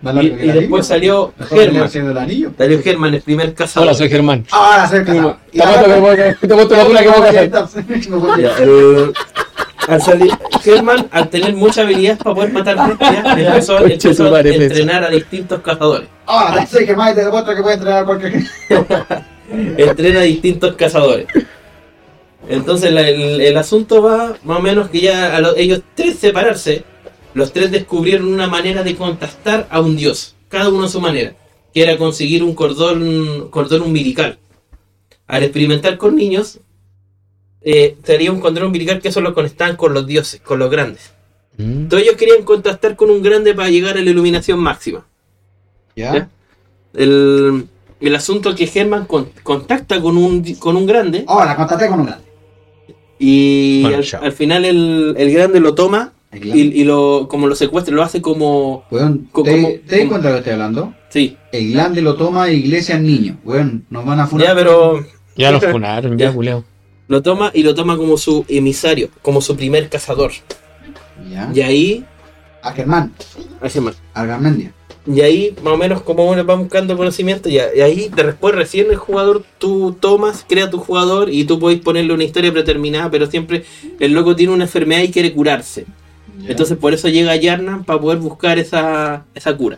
[SPEAKER 5] Más largo que el
[SPEAKER 3] después
[SPEAKER 5] anillo.
[SPEAKER 3] salió
[SPEAKER 5] Mejor que
[SPEAKER 3] Germán.
[SPEAKER 5] el Señor del Anillo.
[SPEAKER 3] Salió Germán, el primer cazador.
[SPEAKER 4] Hola, soy Germán.
[SPEAKER 5] Ahora soy casado.
[SPEAKER 4] Te apuesto la cuna que voy a hacer.
[SPEAKER 3] Ya, al salir, Germán, al tener mucha habilidad para poder matar bestias, empezó a entrenar a distintos cazadores.
[SPEAKER 5] Ahora soy Germán y te demuestro que puede entrenar a cualquier.
[SPEAKER 3] Entrena a distintos cazadores. Entonces el asunto va más o menos que ya ellos tres separarse, los tres descubrieron una manera de contactar a un dios, cada uno a su manera, que era conseguir un cordón umbilical. Al experimentar con niños, sería un cordón umbilical que solo conectaban con los dioses, con los grandes. Entonces ellos querían contactar con un grande para llegar a la iluminación máxima.
[SPEAKER 5] ¿Ya?
[SPEAKER 3] El asunto es que Germán contacta con un grande.
[SPEAKER 5] Ahora, contacté con un grande.
[SPEAKER 3] Y
[SPEAKER 4] Bueno,
[SPEAKER 3] al final el grande lo toma
[SPEAKER 5] El grande.
[SPEAKER 3] y como lo secuestra, lo hace como...
[SPEAKER 5] Weón,
[SPEAKER 3] Co-
[SPEAKER 5] ¿te
[SPEAKER 3] como-
[SPEAKER 5] das
[SPEAKER 3] como-
[SPEAKER 5] cuenta de lo que estoy hablando?
[SPEAKER 3] Sí,
[SPEAKER 5] El grande lo toma iglesia al niño. Weón, nos van a funar.
[SPEAKER 3] ya, pero
[SPEAKER 4] Ya los funaron, ya,
[SPEAKER 3] Ya.
[SPEAKER 4] culeo.
[SPEAKER 3] lo toma como su emisario, como su primer cazador.
[SPEAKER 5] Ya.
[SPEAKER 3] Y ahí...
[SPEAKER 5] A Germán,
[SPEAKER 3] a Germán.
[SPEAKER 5] a Garmendia.
[SPEAKER 3] Y ahí, más o menos, como uno va buscando conocimiento, y ahí después recién el jugador, tú crea tu jugador y tú podés ponerle una historia predeterminada, pero siempre el loco tiene una enfermedad y quiere curarse.
[SPEAKER 5] Ya.
[SPEAKER 3] Entonces por eso llega Yarnan para poder buscar esa cura.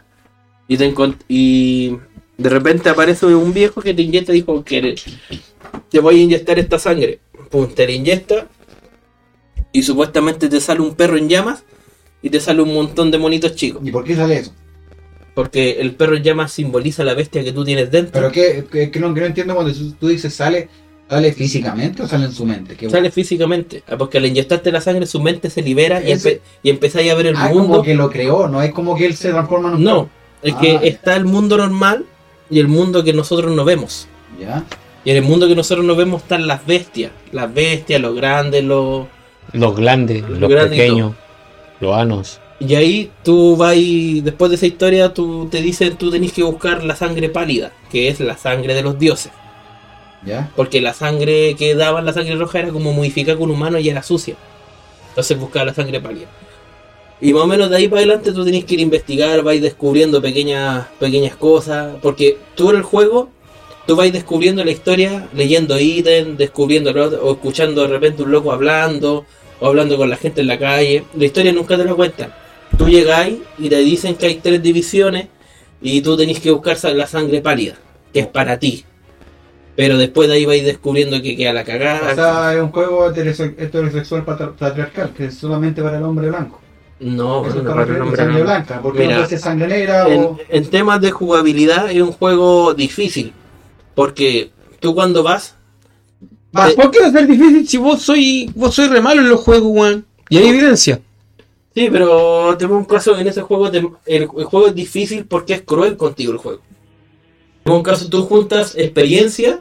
[SPEAKER 3] Y de repente aparece un viejo que te inyecta, dijo que te voy a inyectar esta sangre. Pum, te la inyecta y supuestamente te sale un perro en llamas y te sale un montón de monitos chicos.
[SPEAKER 5] ¿Y por qué sale eso?
[SPEAKER 3] Porque el perro en llamas simboliza la bestia que tú tienes dentro.
[SPEAKER 5] Pero que no entiendo cuando tú dices ¿sale físicamente o sale en su mente? ¿Qué
[SPEAKER 3] Sale físicamente, porque al inyectarte la sangre su mente se libera y,
[SPEAKER 5] Ese-
[SPEAKER 3] y empezáis a ver el
[SPEAKER 5] como
[SPEAKER 3] mundo.
[SPEAKER 5] que lo creó, no es como que él se transforma en un
[SPEAKER 3] No, es
[SPEAKER 5] Ah.
[SPEAKER 3] que está el mundo normal y el mundo que nosotros no vemos.
[SPEAKER 5] perro. Ya.
[SPEAKER 3] Y en el mundo que nosotros no vemos están las bestias, los grandes, los...
[SPEAKER 4] Los grandes, los
[SPEAKER 3] grandes y
[SPEAKER 4] pequeños, los anos.
[SPEAKER 3] Y ahí tú vas, después de esa historia, tú te dicen, tú tenés que buscar la sangre pálida, que es la sangre de los dioses.
[SPEAKER 5] Ya.
[SPEAKER 3] Porque la sangre que daban, la sangre roja, era como modificada con humano y era sucia. Entonces buscaba la sangre pálida. Y más o menos de ahí para adelante tú tenés que ir a investigar, vais descubriendo pequeñas cosas. Porque tú en el juego, tú vais descubriendo la historia, leyendo ítems, descubriendo o escuchando de repente un loco hablando, o hablando con la gente en la calle. La historia nunca te la cuentan. Tú llegáis y te dicen que hay 3 divisiones y tú tenés que buscar la sangre pálida, que es para ti. Pero después de ahí vais descubriendo que queda la
[SPEAKER 5] O
[SPEAKER 3] cagada.
[SPEAKER 5] sea, es un juego heterosexual patriarcal, que es solamente para el hombre blanco.
[SPEAKER 3] No,
[SPEAKER 5] Eso
[SPEAKER 3] no,
[SPEAKER 5] está
[SPEAKER 3] para el
[SPEAKER 5] referido a
[SPEAKER 3] hombre
[SPEAKER 5] sangre
[SPEAKER 3] no.
[SPEAKER 5] blanca, porque
[SPEAKER 3] Mira,
[SPEAKER 5] no puede ser sangre negra o...
[SPEAKER 3] En temas de jugabilidad es un juego difícil. Porque tú cuando vas...
[SPEAKER 4] ¿Por qué va a ser difícil si vos sois re malo en los juegos, weón? Y hay evidencia.
[SPEAKER 3] Sí, pero tengo un caso en ese juego, el juego es difícil porque es cruel contigo el juego. En un caso tú juntas experiencia,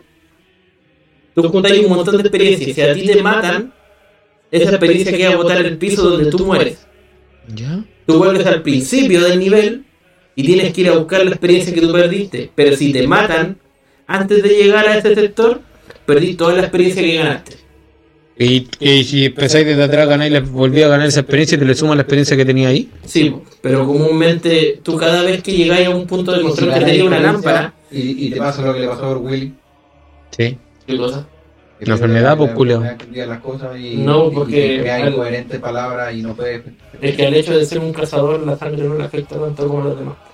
[SPEAKER 3] tú juntas un montón de experiencia. Si a ti te matan, esa experiencia queda a botar en el piso donde tú mueres.
[SPEAKER 4] ¿Ya?
[SPEAKER 3] Tú vuelves al principio del nivel y tienes que ir a buscar la experiencia que tú perdiste. Pero si te matan antes de llegar a ese sector, perdí toda la experiencia que ganaste.
[SPEAKER 4] Y si empezáis desde atrás a ganar y les volví a ganar esa experiencia y te le suman la experiencia que tenía ahí.
[SPEAKER 3] Sí, pero comúnmente tú cada vez que llegáis a un punto de control que tenía una lámpara.
[SPEAKER 5] Y te pasa lo que le pasó a Willy.
[SPEAKER 4] Sí.
[SPEAKER 3] ¿Qué cosa?
[SPEAKER 5] Que
[SPEAKER 4] Una enfermedad, pues, culeo.
[SPEAKER 5] las cosas y,
[SPEAKER 3] No, porque
[SPEAKER 5] y crea
[SPEAKER 3] al-
[SPEAKER 5] incoherentes palabras y no puede...
[SPEAKER 3] Es que al hecho de ser un cazador, la sangre no le afecta tanto como a los demás.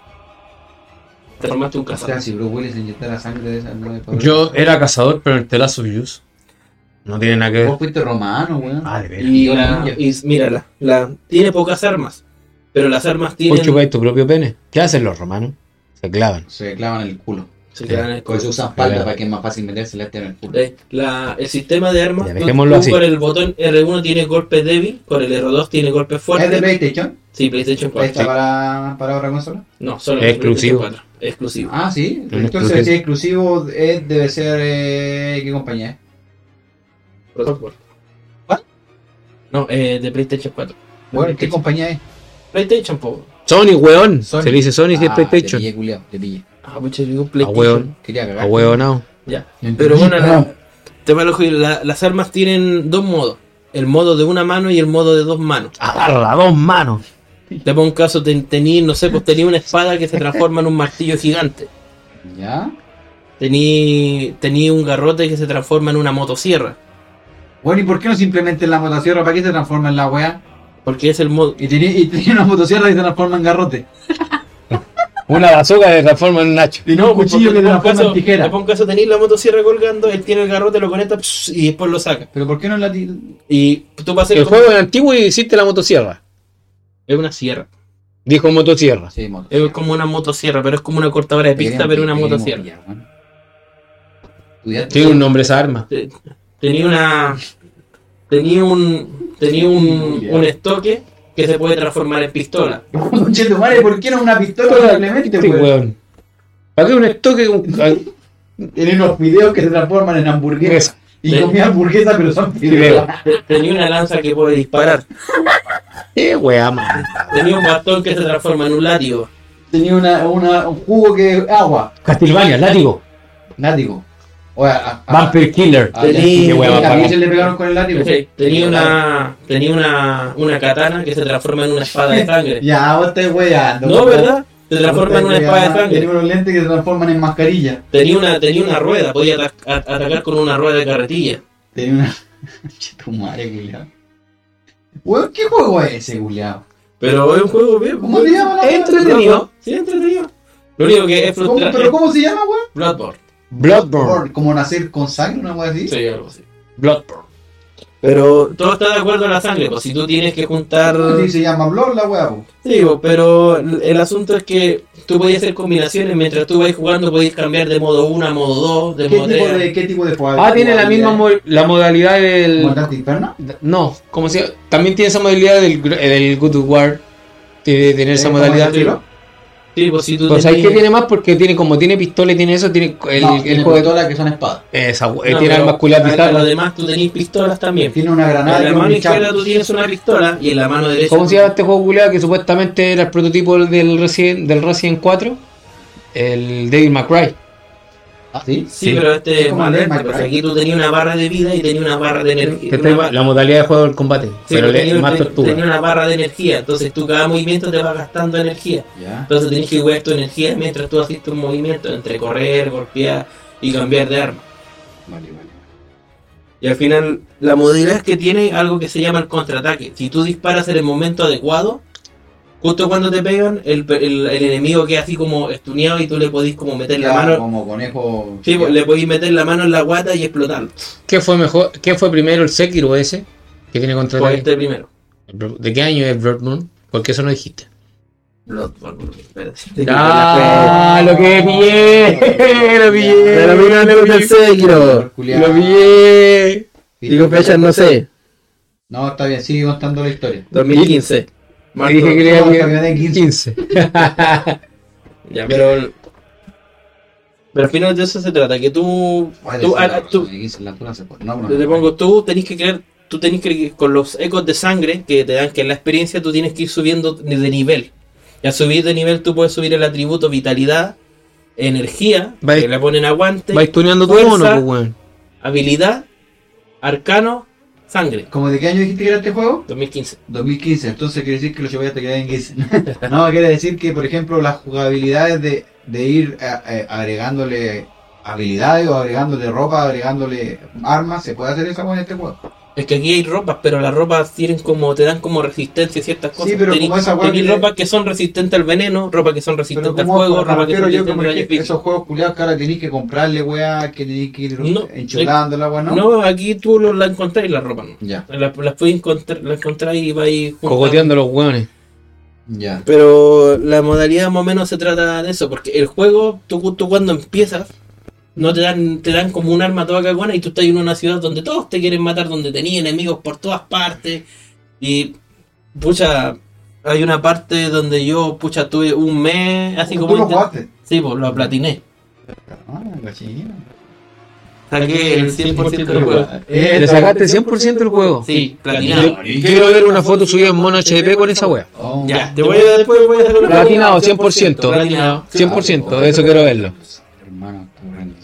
[SPEAKER 3] Te formaste un
[SPEAKER 5] O sea,
[SPEAKER 3] cazador.
[SPEAKER 5] si Bruce Willis inyectara sangre de esa... No le
[SPEAKER 4] Yo era cazador, pero en The Last of Us. No tiene nada que ver.
[SPEAKER 5] Vos fuiste romano, weón.
[SPEAKER 4] Ah, de veras.
[SPEAKER 3] Y,
[SPEAKER 5] yo
[SPEAKER 3] la,
[SPEAKER 5] ninja.
[SPEAKER 3] y mírala, tiene pocas armas. Pero las armas
[SPEAKER 4] Vos
[SPEAKER 3] tienen.
[SPEAKER 4] chupáis tu propio pene. ¿Qué hacen los romanos? Se clavan.
[SPEAKER 5] Se clavan el culo.
[SPEAKER 3] Se quedan en el
[SPEAKER 5] Por eso usan
[SPEAKER 4] Ya.
[SPEAKER 5] falda para que es más fácil meterse la en el culo.
[SPEAKER 3] el sistema de armas,
[SPEAKER 4] Ya,
[SPEAKER 3] tú
[SPEAKER 4] dejémoslo así.
[SPEAKER 3] con el botón R1 tiene golpe débil, con el R2 tiene golpe
[SPEAKER 5] ¿Es de
[SPEAKER 3] fuerte.
[SPEAKER 5] PlayStation?
[SPEAKER 3] Sí, PlayStation 4.
[SPEAKER 5] ¿Está para otra consola?
[SPEAKER 3] No, solo
[SPEAKER 4] Es exclusivo.
[SPEAKER 3] PlayStation 4. Es exclusivo.
[SPEAKER 5] Ah, sí.
[SPEAKER 4] Es
[SPEAKER 5] Entonces,
[SPEAKER 4] exclusivo.
[SPEAKER 5] si es exclusivo, debe ser... ¿Qué compañía es?
[SPEAKER 3] Protocol.
[SPEAKER 5] ¿Cuál?
[SPEAKER 3] No, de PlayStation 4.
[SPEAKER 5] Bueno, ¿qué compañía es?
[SPEAKER 3] PlayStation, po.
[SPEAKER 4] Sony, weón.
[SPEAKER 5] Sony.
[SPEAKER 4] Se le dice Sony si es PlayStation.
[SPEAKER 5] Te pillé, culiao, te pillé.
[SPEAKER 3] Ah, mucho digo
[SPEAKER 4] A
[SPEAKER 3] PlayStation.
[SPEAKER 4] weón.
[SPEAKER 5] Quería cagar.
[SPEAKER 4] A weón, no.
[SPEAKER 3] Ya. Pero bueno, te va a elegir, las armas tienen 2 modos. El modo de una mano y el modo de 2 manos.
[SPEAKER 4] Agarra 2 manos.
[SPEAKER 3] Te pongo un caso, tení, no sé, pues tenía una espada que se transforma en un martillo gigante.
[SPEAKER 5] ¿Ya?
[SPEAKER 3] Tení un garrote que se transforma en una motosierra.
[SPEAKER 5] Bueno, ¿y por qué no simplemente en la motosierra? ¿Para qué se transforma en la wea?
[SPEAKER 3] Porque es el modo.
[SPEAKER 5] Y tenía una motosierra que se transforma en garrote.
[SPEAKER 4] Una bazooka se transforma en un hacho.
[SPEAKER 5] Y no un cuchillo que se transforma en tijera.
[SPEAKER 3] Te pongo un caso, tenís la motosierra colgando, él tiene el garrote, lo conecta y después lo saca.
[SPEAKER 5] Pero ¿por qué no la
[SPEAKER 3] Y tú vas a hacer
[SPEAKER 4] El juego es antiguo y hiciste la motosierra.
[SPEAKER 3] Es una sierra.
[SPEAKER 4] Dijo motosierra.
[SPEAKER 5] Sí,
[SPEAKER 3] Es como una motosierra, pero es como una cortadora de pista, pero una motosierra.
[SPEAKER 4] Tiene un nombre esa arma.
[SPEAKER 3] Tenía un estoque que se puede transformar en pistola.
[SPEAKER 5] Conche tu madre, ¿por qué no una pistola simplemente,
[SPEAKER 4] Este
[SPEAKER 5] weón?
[SPEAKER 4] weón. ¿Para qué un estoque?
[SPEAKER 5] Tienen unos videos que se transforman en hamburguesas. Y comía hamburguesas, pero son fideos.
[SPEAKER 3] Tenía una lanza que puede disparar.
[SPEAKER 4] Weá, man.
[SPEAKER 3] Tenía un bastón que se transforma en un látigo.
[SPEAKER 5] Tenía un jugo que es agua.
[SPEAKER 4] Castlevania, látigo.
[SPEAKER 5] Látigo. O sea,
[SPEAKER 4] Vampire Killer.
[SPEAKER 3] Qué
[SPEAKER 4] weá,
[SPEAKER 5] también se le pegaron con el látigo.
[SPEAKER 3] Sí, tenía una katana que se transforma en una espada de sangre.
[SPEAKER 5] Ya, vos estás weando.
[SPEAKER 3] No, ¿verdad? Se transforma en una espada de
[SPEAKER 5] Tenía
[SPEAKER 3] sangre.
[SPEAKER 5] unos lentes que se transforman en mascarilla.
[SPEAKER 3] Tenía una rueda, podía atacar con una rueda de carretilla.
[SPEAKER 5] Tenía una... Che, tu madre, culiao. Weón, ¿qué juego es ese, culiao?
[SPEAKER 3] Pero es un juego bien.
[SPEAKER 5] ¿Cómo se llama la
[SPEAKER 3] Es entretenido. Sí, es entretenido. Lo único que es frustrante.
[SPEAKER 5] ¿Pero cómo se llama, weón?
[SPEAKER 3] Bloodborne.
[SPEAKER 4] Bloodborne.
[SPEAKER 5] Como nacer con sangre, una weá así.
[SPEAKER 3] Sí, algo así.
[SPEAKER 4] Bloodborne.
[SPEAKER 3] Pero todo está de acuerdo a la sangre, pues si tú tienes que juntar.
[SPEAKER 5] Sí, se llama Blood la weá, po.
[SPEAKER 3] Sí, pues, pero el asunto es que tú podías hacer combinaciones mientras tú vas jugando, podías cambiar de modo 1 a modo 2, de modo 3.
[SPEAKER 5] ¿Qué tipo de juego?
[SPEAKER 4] Ah, tiene la misma la modalidad del.
[SPEAKER 5] ¿Comandante Inferno?
[SPEAKER 4] No, como si. También tiene esa modalidad del God of War. Tiene que tener esa modalidad.
[SPEAKER 3] Sí, pues si tú
[SPEAKER 4] Pues ahí que tiene más porque tiene como tiene pistola y tiene eso, tiene el
[SPEAKER 5] Tiene
[SPEAKER 4] juego de
[SPEAKER 5] pistolas que son espadas.
[SPEAKER 4] esa,
[SPEAKER 3] No,
[SPEAKER 4] tiene
[SPEAKER 3] pero
[SPEAKER 4] armas culiadas
[SPEAKER 3] Lo
[SPEAKER 4] bizarras.
[SPEAKER 3] demás tú tenés pistolas también.
[SPEAKER 5] Tiene una
[SPEAKER 3] En
[SPEAKER 5] granada
[SPEAKER 3] la
[SPEAKER 5] y
[SPEAKER 3] mano
[SPEAKER 5] un
[SPEAKER 3] izquierda
[SPEAKER 5] bichazo.
[SPEAKER 3] tú tienes una pistola y en la mano derecha.
[SPEAKER 4] ¿Cómo se llama este juego culiado que supuestamente era el prototipo del Resident 4? El Devil May Cry.
[SPEAKER 5] ¿Ah, sí?
[SPEAKER 3] Sí,
[SPEAKER 4] Sí.
[SPEAKER 3] pero este
[SPEAKER 5] Es
[SPEAKER 3] es
[SPEAKER 5] como
[SPEAKER 3] más
[SPEAKER 5] el
[SPEAKER 3] lento,
[SPEAKER 5] Devil May
[SPEAKER 3] pues
[SPEAKER 5] Cry.
[SPEAKER 3] aquí tú tenías una barra de vida y tenías una barra de energía.
[SPEAKER 4] Que está la modalidad de juego del combate.
[SPEAKER 3] Sí,
[SPEAKER 4] pero
[SPEAKER 3] tenía,
[SPEAKER 4] es más tortuga.
[SPEAKER 3] tenía una barra de energía, entonces tú cada movimiento te va gastando energía.
[SPEAKER 5] Ya.
[SPEAKER 3] Entonces tenés que jugar tu energía mientras tú haces un movimiento entre correr, golpear y cambiar de arma.
[SPEAKER 5] Vale.
[SPEAKER 3] Y al final la modalidad es que tiene algo que se llama el contraataque. Si tú disparas en el momento adecuado, justo cuando te pegan, el enemigo queda así como estuneado y tú le podís como meter la mano.
[SPEAKER 5] Como conejo.
[SPEAKER 3] Sí, pues, le podís meter la mano en la guata y explotarlo.
[SPEAKER 4] ¿Qué fue mejor? ¿Qué fue primero, el Sekiro ese? Que tiene
[SPEAKER 3] Por
[SPEAKER 4] contraataque.
[SPEAKER 3] este primero.
[SPEAKER 4] ¿De qué año es Bloodborne? Porque eso no dijiste.
[SPEAKER 3] Bloodborne, espérate.
[SPEAKER 4] ¡Ah! ¡Lo que pillé! ¡Lo pillé!
[SPEAKER 3] Pero mira, no el Sekiro.
[SPEAKER 4] ¡Lo pillé!
[SPEAKER 3] Digo fechas, no sé.
[SPEAKER 5] No, está bien, sigue contando la historia.
[SPEAKER 3] 2015.
[SPEAKER 4] Me dije que le
[SPEAKER 5] No,
[SPEAKER 4] iba a
[SPEAKER 5] campeón de
[SPEAKER 4] 15.
[SPEAKER 3] Ya, pero al final de eso se trata, que tú te pongo, tú tenés que creer, tú tenés que con los ecos de sangre que te dan, que en la experiencia tú tienes que ir subiendo de nivel. Y al subir de nivel tú puedes subir el atributo vitalidad, energía,
[SPEAKER 4] Vais-
[SPEAKER 3] que le ponen aguante,
[SPEAKER 4] ¿Vais tuneando tu
[SPEAKER 3] fuerza,
[SPEAKER 4] mono, pues, weón?
[SPEAKER 3] habilidad, arcano, sangre.
[SPEAKER 5] ¿Cómo de qué año dijiste que era este juego?
[SPEAKER 3] 2015.
[SPEAKER 5] 2015, entonces quiere decir que los llevaste a quedar en 15. No, quiere decir que, por ejemplo, las jugabilidades de ir agregándole habilidades o agregándole ropa, agregándole armas, ¿se puede hacer eso en este juego?
[SPEAKER 3] Es que aquí hay ropas, pero las ropas tienen como, te dan como resistencia a ciertas cosas.
[SPEAKER 5] Sí, pero
[SPEAKER 3] Tení-
[SPEAKER 5] como esa weá
[SPEAKER 3] tení
[SPEAKER 5] que-
[SPEAKER 3] ropas que son resistentes al veneno, ropas que son resistentes al
[SPEAKER 5] como
[SPEAKER 3] fuego, ropas que son
[SPEAKER 5] yo
[SPEAKER 3] resistentes
[SPEAKER 5] como
[SPEAKER 3] a rayos
[SPEAKER 5] que
[SPEAKER 3] X.
[SPEAKER 5] esos juegos culiados que ahora tenéis que comprarle, weá, que tenéis que ir
[SPEAKER 3] No,
[SPEAKER 5] enchulándola, weá, ¿no?
[SPEAKER 3] No, aquí tú la encontráis la ropa, ¿no?
[SPEAKER 5] Ya,
[SPEAKER 3] Las puedes encontrar, la encontráis y vais juntando.
[SPEAKER 4] Cogoteando los weones.
[SPEAKER 5] ya.
[SPEAKER 3] Pero la modalidad más o menos se trata de eso, porque el juego, tú cuando empiezas, no te dan como un arma toda cagona y tú estás en una ciudad donde todos te quieren matar, donde tenías enemigos por todas partes. Y, pucha, hay una parte donde yo, pucha, tuve un mes así
[SPEAKER 5] ¿Tú
[SPEAKER 3] como...
[SPEAKER 5] lo jugaste?
[SPEAKER 3] Sí, pues lo platiné.
[SPEAKER 5] Ah, gachino.
[SPEAKER 3] Saqué el 100% del juego.
[SPEAKER 4] Le sacaste 100% del juego.
[SPEAKER 3] Sí, platinado.
[SPEAKER 4] Quiero ver una foto subida en mono HDP con esa wea.
[SPEAKER 5] Oh,
[SPEAKER 3] Ya, después voy a hacer una
[SPEAKER 4] Platinado, 100%.
[SPEAKER 3] Platinado.
[SPEAKER 4] 100%, de eso quiero verlo.
[SPEAKER 5] hermano, tu grande.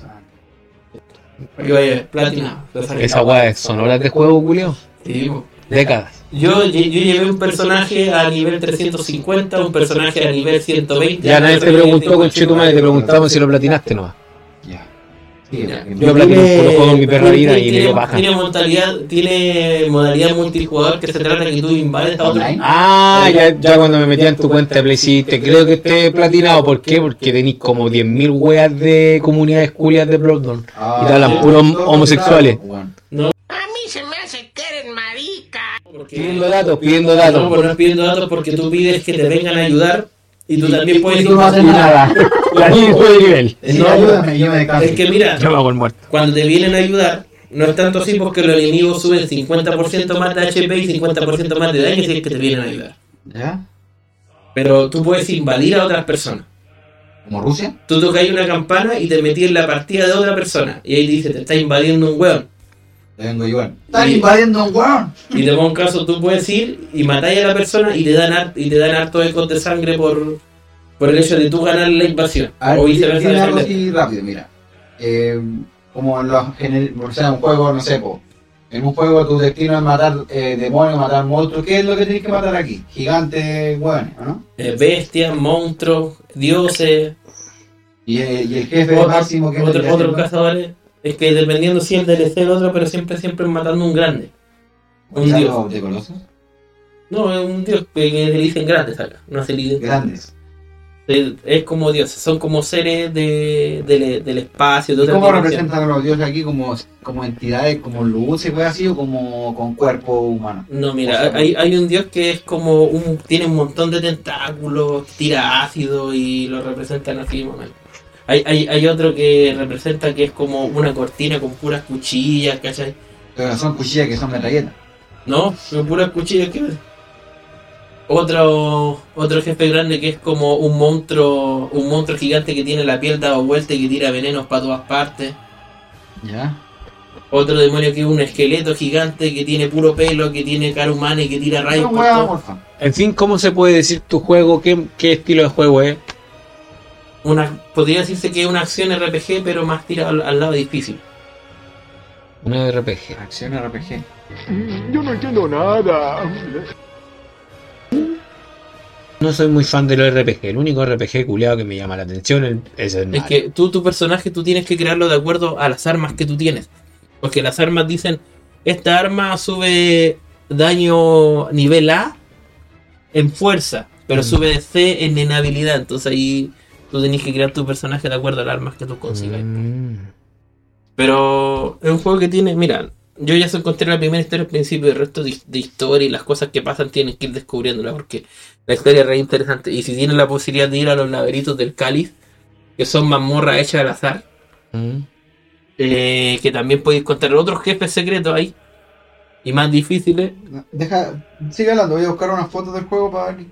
[SPEAKER 3] Platinado.
[SPEAKER 4] Esa wea es son horas de juego, Julio.
[SPEAKER 3] Sí, po.
[SPEAKER 4] Décadas.
[SPEAKER 3] Yo llevé un personaje a nivel 350, un personaje a nivel 120.
[SPEAKER 4] Ya nadie te preguntó, conchetumadre, te preguntábamos si lo platinaste nomás.
[SPEAKER 5] Ya. Sí,
[SPEAKER 3] Ya.
[SPEAKER 4] Yo platiné por los juegos de mi perra vida y me dio paja.
[SPEAKER 3] Tiene modalidad multijugador que se trata de que tú invades a otro.
[SPEAKER 5] Online.
[SPEAKER 4] Ah, ya cuando me metía en tu cuenta de Play, sí, te creo que esté platinado. ¿Por qué? Porque tenéis como 10.000 weas de comunidades culias de Bloodborne. Y te hablan puros homosexuales.
[SPEAKER 5] Bueno.
[SPEAKER 8] A mí se me hace que eres marica.
[SPEAKER 4] Pidiendo datos, pidiendo
[SPEAKER 3] No,
[SPEAKER 4] datos.
[SPEAKER 3] pero no pidiendo datos porque tú pides que te vengan a ayudar y tú también puedes
[SPEAKER 5] tú no haces nada.
[SPEAKER 4] La misma de nivel.
[SPEAKER 5] Sí,
[SPEAKER 3] No,
[SPEAKER 5] ayúdame, yo me descanso.
[SPEAKER 3] Es que mira,
[SPEAKER 4] Yo me hago el muerto.
[SPEAKER 3] cuando te vienen a ayudar, no es tanto así porque los enemigos suben 50% más de HP y 50% más de daño si es que te vienen a ayudar.
[SPEAKER 5] ¿Ya?
[SPEAKER 3] Pero tú puedes invadir a otras personas.
[SPEAKER 5] ¿Como Rusia?
[SPEAKER 3] Tú tocas una campana y te metí en la partida de otra persona. Y ahí te dice, te está invadiendo un weón.
[SPEAKER 5] Te vengo igual. ¡Están invadiendo un weón!
[SPEAKER 3] Y te pongo un caso, tú puedes ir y matáis a la persona y te dan harto ecos de sangre por el hecho de tú ganar la invasión.
[SPEAKER 5] A ver,
[SPEAKER 3] O viceversa.
[SPEAKER 5] tiene algo
[SPEAKER 3] defender.
[SPEAKER 5] así rápido, mira. Como en o sea, un juego, no sé, en un juego tu destino es matar demonios, matar monstruos. ¿Qué es lo que tienes que matar aquí? Gigantes, hueones, ¿no?
[SPEAKER 3] Bestias, monstruos, dioses.
[SPEAKER 5] Y el jefe máximo que
[SPEAKER 3] Otros cazadores. Es que dependiendo si el DLC el otro, pero siempre matando un grande. Un dios.
[SPEAKER 5] ¿Te conoces?
[SPEAKER 3] No, es un dios que le dicen grandes acá. No se le dicen
[SPEAKER 5] Grandes.
[SPEAKER 3] Es como dioses, son como seres del espacio, de
[SPEAKER 5] ¿Y
[SPEAKER 3] otra
[SPEAKER 5] cómo
[SPEAKER 3] dimensión.
[SPEAKER 5] representan a los dioses aquí? ¿Como entidades, como luces, pues así, o como con cuerpo humano?
[SPEAKER 3] No, mira, hay un dios que es como tiene un montón de tentáculos, tira ácido y lo representan así, momento. Hay otro que representa que es como una cortina con puras cuchillas, ¿cachai?
[SPEAKER 5] Pero son cuchillas que son metralletas.
[SPEAKER 3] No, son puras cuchillas que otro jefe grande que es como un monstruo gigante que tiene la piel dada vuelta y que tira venenos para todas partes.
[SPEAKER 5] ¿Ya?
[SPEAKER 3] Otro demonio que es un esqueleto gigante que tiene puro pelo, que tiene cara humana y que tira rayos
[SPEAKER 5] Son
[SPEAKER 3] por
[SPEAKER 5] hueá
[SPEAKER 3] todo.
[SPEAKER 5] amorfa.
[SPEAKER 4] En fin, ¿cómo se puede decir tu juego? ¿Qué estilo de juego es?
[SPEAKER 3] Podría decirse que es una acción RPG, pero más tira al lado difícil.
[SPEAKER 4] Una RPG.
[SPEAKER 5] Acción RPG.
[SPEAKER 7] Yo no entiendo nada.
[SPEAKER 4] No soy muy fan de los RPG. El único RPG culiado que me llama la atención es el
[SPEAKER 3] Es
[SPEAKER 4] Mario.
[SPEAKER 3] que tu personaje tú tienes que crearlo de acuerdo a las armas que tú tienes. Porque las armas dicen, esta arma sube daño nivel A en fuerza, pero sube C en habilidad. Entonces ahí tú tenés que crear tu personaje de acuerdo a las armas que tú consigas. Pero es un juego que tiene, mira, yo ya se encontré la primera historia al principio, el resto de historia y las cosas que pasan tienen que ir descubriéndola porque la historia es re interesante. Y si tienen la posibilidad de ir a los laberintos del cáliz, que son mazmorras hechas al azar, que también podéis encontrar otros jefes secretos ahí y más difíciles.
[SPEAKER 5] Sigue hablando, voy a buscar unas fotos del juego para ver.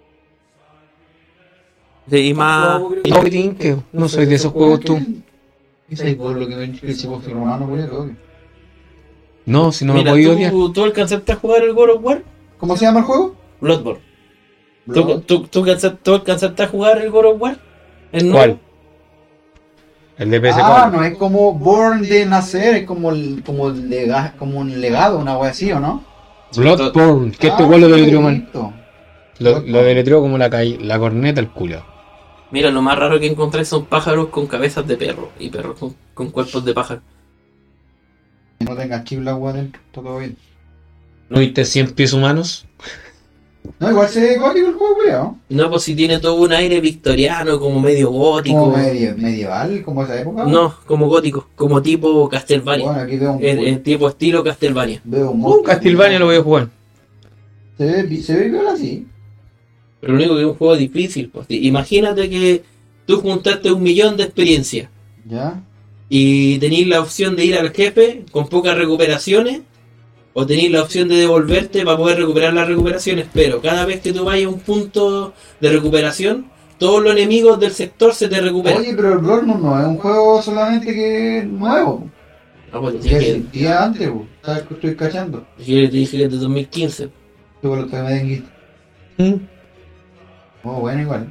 [SPEAKER 3] Y más.
[SPEAKER 4] No soy de esos juegos tú.
[SPEAKER 5] ¿Qué sabes por lo que me hicimos romano, todo?
[SPEAKER 4] No, si no me
[SPEAKER 3] Mira,
[SPEAKER 4] he podido odiar.
[SPEAKER 3] ¿tú alcanzaste a jugar el God of War?
[SPEAKER 5] ¿Cómo se llama el juego?
[SPEAKER 3] Bloodborne. ¿Tú alcanzaste a jugar el God of War? ¿El nuevo?
[SPEAKER 4] ¿Cuál? El de PS4.
[SPEAKER 5] Ah, no, es como Born de nacer, es como un legado, una wea así, ¿o no?
[SPEAKER 4] Bloodborne. Que este
[SPEAKER 5] Ah,
[SPEAKER 4] igual lo
[SPEAKER 5] qué
[SPEAKER 4] deletreó mal.
[SPEAKER 5] bonito.
[SPEAKER 4] Lo deletreó como la corneta el culo.
[SPEAKER 3] Mira, lo más raro que encontré son pájaros con cabezas de perro y perros con cuerpos de pájaro.
[SPEAKER 5] Que no tengas chibla, wea dentro, está todo bien.
[SPEAKER 4] ¿No viste 100 pies humanos?
[SPEAKER 5] No, igual se ve gótico el juego, creo.
[SPEAKER 3] No, pues si tiene todo un aire victoriano, como medio gótico.
[SPEAKER 5] Como medieval, como esa época.
[SPEAKER 3] No, como gótico, como tipo Castlevania.
[SPEAKER 5] Bueno, aquí veo un
[SPEAKER 3] Tipo estilo Castlevania.
[SPEAKER 5] veo un monstruo.
[SPEAKER 4] Castlevania lo voy a jugar.
[SPEAKER 5] Se ve viola así.
[SPEAKER 3] Pero lo único que es un juego difícil. Pues. Imagínate que tú juntaste 1.000.000 de experiencia
[SPEAKER 5] Ya.
[SPEAKER 3] y tenéis la opción de ir al jefe con pocas recuperaciones o tenéis la opción de devolverte para poder recuperar las recuperaciones, pero cada vez que tú vayas a un punto de recuperación, todos los enemigos del sector se te recuperan.
[SPEAKER 5] Oye, pero el Bloodborne no es un juego solamente que es nuevo.
[SPEAKER 3] No, pues,
[SPEAKER 5] Ya
[SPEAKER 3] que
[SPEAKER 5] existía antes, po. ¿Sabes que estoy cachando?
[SPEAKER 3] te dije que es de 2015.
[SPEAKER 5] Tuve los medenguitos. Oh, bueno, igual.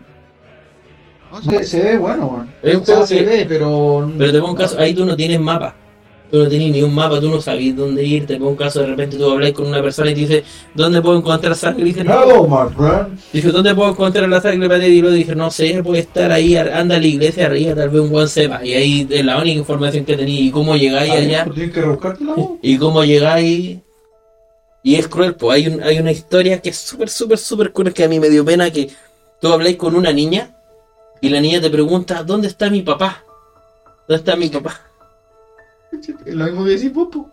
[SPEAKER 5] Se ve bueno, weón.
[SPEAKER 3] Es un
[SPEAKER 5] O sea,
[SPEAKER 3] juego
[SPEAKER 5] se
[SPEAKER 3] que-
[SPEAKER 5] ve, pero.
[SPEAKER 3] Pero te pongo un caso, ahí tú no tienes mapa. Tú no tenías ni un mapa, tú no sabías dónde ir. Te pongo un caso, de repente tú hablas con una persona y te dice, ¿dónde puedo encontrar sangre? Y dice,
[SPEAKER 5] Hello, my friend.
[SPEAKER 3] dice, ¿dónde puedo encontrar la sangre para ti? Y luego dije, no sé, puede estar ahí, anda a la iglesia arriba, tal vez un buen sepa. Y ahí es la única información que tenía. ¿Y cómo llegáis allá?
[SPEAKER 5] Tienes que rebuscártela, vos.
[SPEAKER 3] ¿Y cómo llegáis? Y es cruel, pues hay una historia que es súper cruel, que a mí me dio pena, que tú habláis con una niña y la niña te pregunta, ¿dónde está mi papá? ¿Dónde está mi papá?
[SPEAKER 5] Es lo mismo que decís, Popo.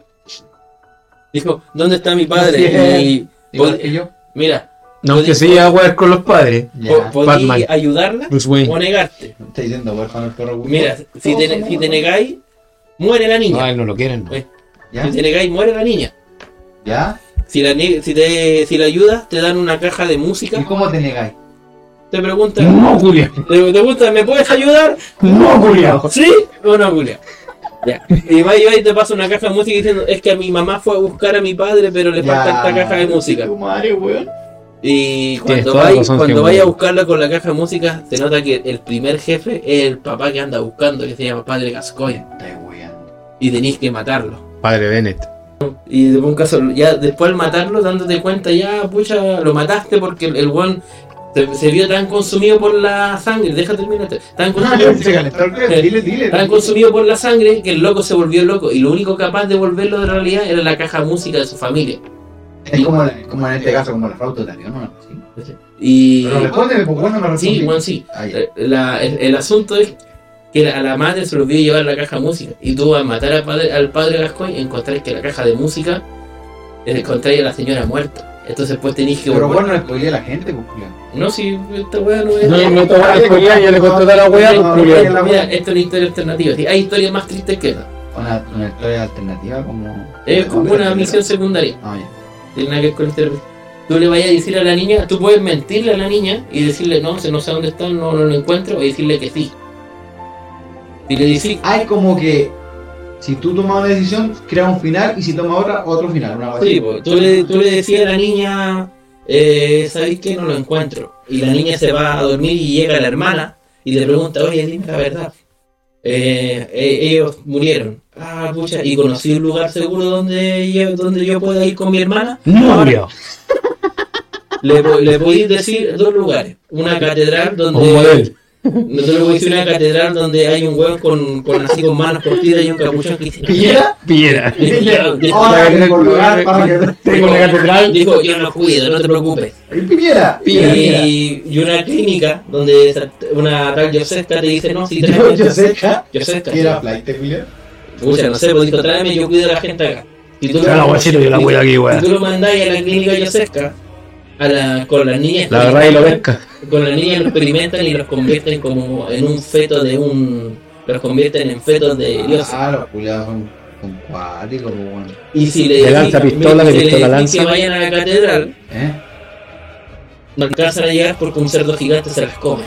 [SPEAKER 3] Dijo, ¿dónde está mi padre? Y
[SPEAKER 5] Igual que yo.
[SPEAKER 3] mira,
[SPEAKER 4] No, que sí, a jugar con los padres.
[SPEAKER 5] Ya.
[SPEAKER 3] ¿podéis
[SPEAKER 4] Batman.
[SPEAKER 3] ayudarla
[SPEAKER 4] Bruce Wayne.
[SPEAKER 3] o negarte?
[SPEAKER 5] Me está diciendo, huérfano el perro.
[SPEAKER 3] Mira, si te negáis, muere la
[SPEAKER 4] No,
[SPEAKER 3] niña.
[SPEAKER 4] a él no lo quieren.
[SPEAKER 3] Eh,
[SPEAKER 5] ¿Ya?
[SPEAKER 3] Si te negáis, muere la niña.
[SPEAKER 5] ¿Ya?
[SPEAKER 3] Si la ayudas, te dan una caja de música.
[SPEAKER 5] ¿Y cómo te negáis?
[SPEAKER 3] Te preguntan,
[SPEAKER 4] No, Julián.
[SPEAKER 3] te preguntan, ¿me puedes ayudar?
[SPEAKER 4] No, Julián.
[SPEAKER 3] ¿Sí o no, Julia? Ya. Y va y te pasa una caja de música diciendo, es que mi mamá fue a buscar a mi padre, pero le falta esta caja de música.
[SPEAKER 5] Tu madre, weón.
[SPEAKER 3] Y
[SPEAKER 4] Tienes
[SPEAKER 3] cuando
[SPEAKER 4] toda la
[SPEAKER 3] vayas
[SPEAKER 4] razón,
[SPEAKER 3] cuando
[SPEAKER 4] Simón.
[SPEAKER 3] vaya a buscarla con la caja de música, se nota que el primer jefe es el papá que anda buscando, que se llama Padre Gascoigne.
[SPEAKER 5] Estás weando.
[SPEAKER 3] Y tenéis que matarlo.
[SPEAKER 4] Padre Bennett.
[SPEAKER 3] Y de un caso, ya después al matarlo, dándote cuenta, ya, pucha, lo mataste porque el weón se vio tan consumido por la sangre. Deja terminar. Tan consumido,
[SPEAKER 5] Dile.
[SPEAKER 3] tan consumido por la sangre que el loco se volvió loco. Y lo único capaz de volverlo de realidad era la caja de música de su familia.
[SPEAKER 5] Es como en este caso, como la flauta de avión, ¿no? Sí.
[SPEAKER 3] Y.
[SPEAKER 5] Pero respóndeme, pues bueno, me
[SPEAKER 3] Sí,
[SPEAKER 5] respondí.
[SPEAKER 3] bueno, sí.
[SPEAKER 5] Ah, ya.
[SPEAKER 3] El asunto es que a la madre se le olvidó llevar la caja de música. Y tú al matar al padre Gascoigne encontrás que la caja de música encontráis a la señora muerta. Entonces pues tenéis que
[SPEAKER 5] Pero
[SPEAKER 3] volver.
[SPEAKER 5] bueno, le spoilé a la gente, pues, Julián.
[SPEAKER 3] No, si esta weá no es.
[SPEAKER 4] No te voy a spoilear, ya le conté toda la weá,
[SPEAKER 5] No,
[SPEAKER 4] Julián.
[SPEAKER 5] no,
[SPEAKER 3] Mira, esto es una historia alternativa. Sí, hay historias más tristes que esa.
[SPEAKER 5] Una historia alternativa como...
[SPEAKER 3] Es como una misión secundaria.
[SPEAKER 5] Ah, ya.
[SPEAKER 3] Tiene nada que ver con la historia. Tú le vayas a decir a la niña, tú puedes mentirle a la niña y decirle, no sé dónde está, no lo encuentro, o decirle que sí. Si le decís,
[SPEAKER 5] Hay como que... Si tú tomas una decisión, crea un final, y si tomas otra, otro final. Una cosa
[SPEAKER 3] sí,
[SPEAKER 5] así.
[SPEAKER 3] pues, tú le decías a la niña, ¿sabéis que no lo encuentro? Y la niña se va a dormir y llega la hermana y le pregunta, oye, dime la verdad. Ellos murieron. Ah, pucha, ¿y conocí un lugar seguro donde yo pueda ir con mi hermana?
[SPEAKER 4] No,
[SPEAKER 3] Ahora, le podéis decir dos lugares. Una catedral
[SPEAKER 4] Un
[SPEAKER 3] donde...
[SPEAKER 4] modelo.
[SPEAKER 3] No te lo voy a decir, una catedral donde hay un hueón con así con manos cortitas y un capuchón que dice...
[SPEAKER 5] ¿Pillera?
[SPEAKER 4] Piedra.
[SPEAKER 5] Ahora tengo un lugar para que...
[SPEAKER 4] Tengo una catedral.
[SPEAKER 3] Dijo, yo lo cuido, no te preocupes.
[SPEAKER 5] Piñera.
[SPEAKER 3] Y una clínica donde una tal Joseska te dice, no, si tráeme...
[SPEAKER 5] Joseska.
[SPEAKER 3] Joseska.
[SPEAKER 5] ¿Qué era flight, Julián?
[SPEAKER 3] Pucha, no sé, pues dijo, tráeme, yo cuido a la gente acá. Si tú,
[SPEAKER 4] Tráeme, guachito, yo la cuido aquí, weá.
[SPEAKER 3] si tú lo mandáis a la clínica Joseska, con las niñas...
[SPEAKER 4] La agarra y lo pesca.
[SPEAKER 3] Con las niñas lo experimentan y los convierten como en un feto de un... Los convierten en fetos de Dios.
[SPEAKER 5] Ah, los culiados son cuáticos, pues bueno.
[SPEAKER 3] Y si le
[SPEAKER 4] Le
[SPEAKER 3] decís-
[SPEAKER 4] lanza pistola, de
[SPEAKER 3] si le
[SPEAKER 4] pistola
[SPEAKER 3] decís
[SPEAKER 4] lanza.
[SPEAKER 3] que vayan a la catedral,
[SPEAKER 5] ¿Eh?
[SPEAKER 3] no alcanzan a llegar porque un cerdo gigante se las come.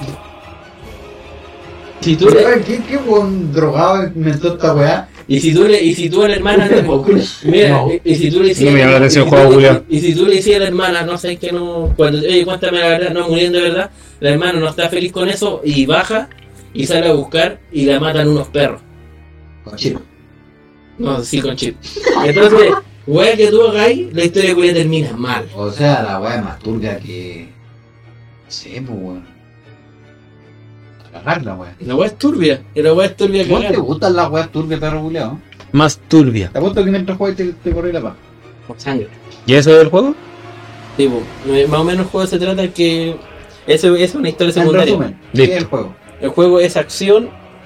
[SPEAKER 3] Si tú
[SPEAKER 5] Pero,
[SPEAKER 3] le,
[SPEAKER 5] ¿Qué buen drogado inventó esta weá?
[SPEAKER 3] y si tú a la hermana mira,
[SPEAKER 4] No.
[SPEAKER 3] y si tú le
[SPEAKER 4] No me llama la atención
[SPEAKER 3] y si
[SPEAKER 4] juego,
[SPEAKER 3] tú-
[SPEAKER 4] Julián.
[SPEAKER 3] y si tú le decías a la hermana, no sé que no, cuando, oye, cuéntame la verdad, no muriendo de verdad, la hermana no está feliz con eso y baja y sale a buscar y la matan unos perros.
[SPEAKER 5] Cochino.
[SPEAKER 3] No, sí con chip. Entonces, weá que tú hagáis, la historia cuya termina mal.
[SPEAKER 5] O sea, la weá es más turbia que... No sé, pues weón. A cagar la weá.
[SPEAKER 3] La weá es turbia, y la weá es turbia
[SPEAKER 5] ¿Cómo te
[SPEAKER 3] cagar.
[SPEAKER 5] gustan las weas turbias, perro culiao?
[SPEAKER 4] Más turbia.
[SPEAKER 5] Te apuesto que mientras juegas te corrí la paz.
[SPEAKER 3] Con sangre.
[SPEAKER 4] ¿Y eso del juego?
[SPEAKER 3] Sí, más o menos el juego se trata que eso es una historia
[SPEAKER 5] En
[SPEAKER 3] secundaria.
[SPEAKER 5] resumen, ¿qué
[SPEAKER 4] Listo.
[SPEAKER 5] es el juego?
[SPEAKER 3] El juego es acción,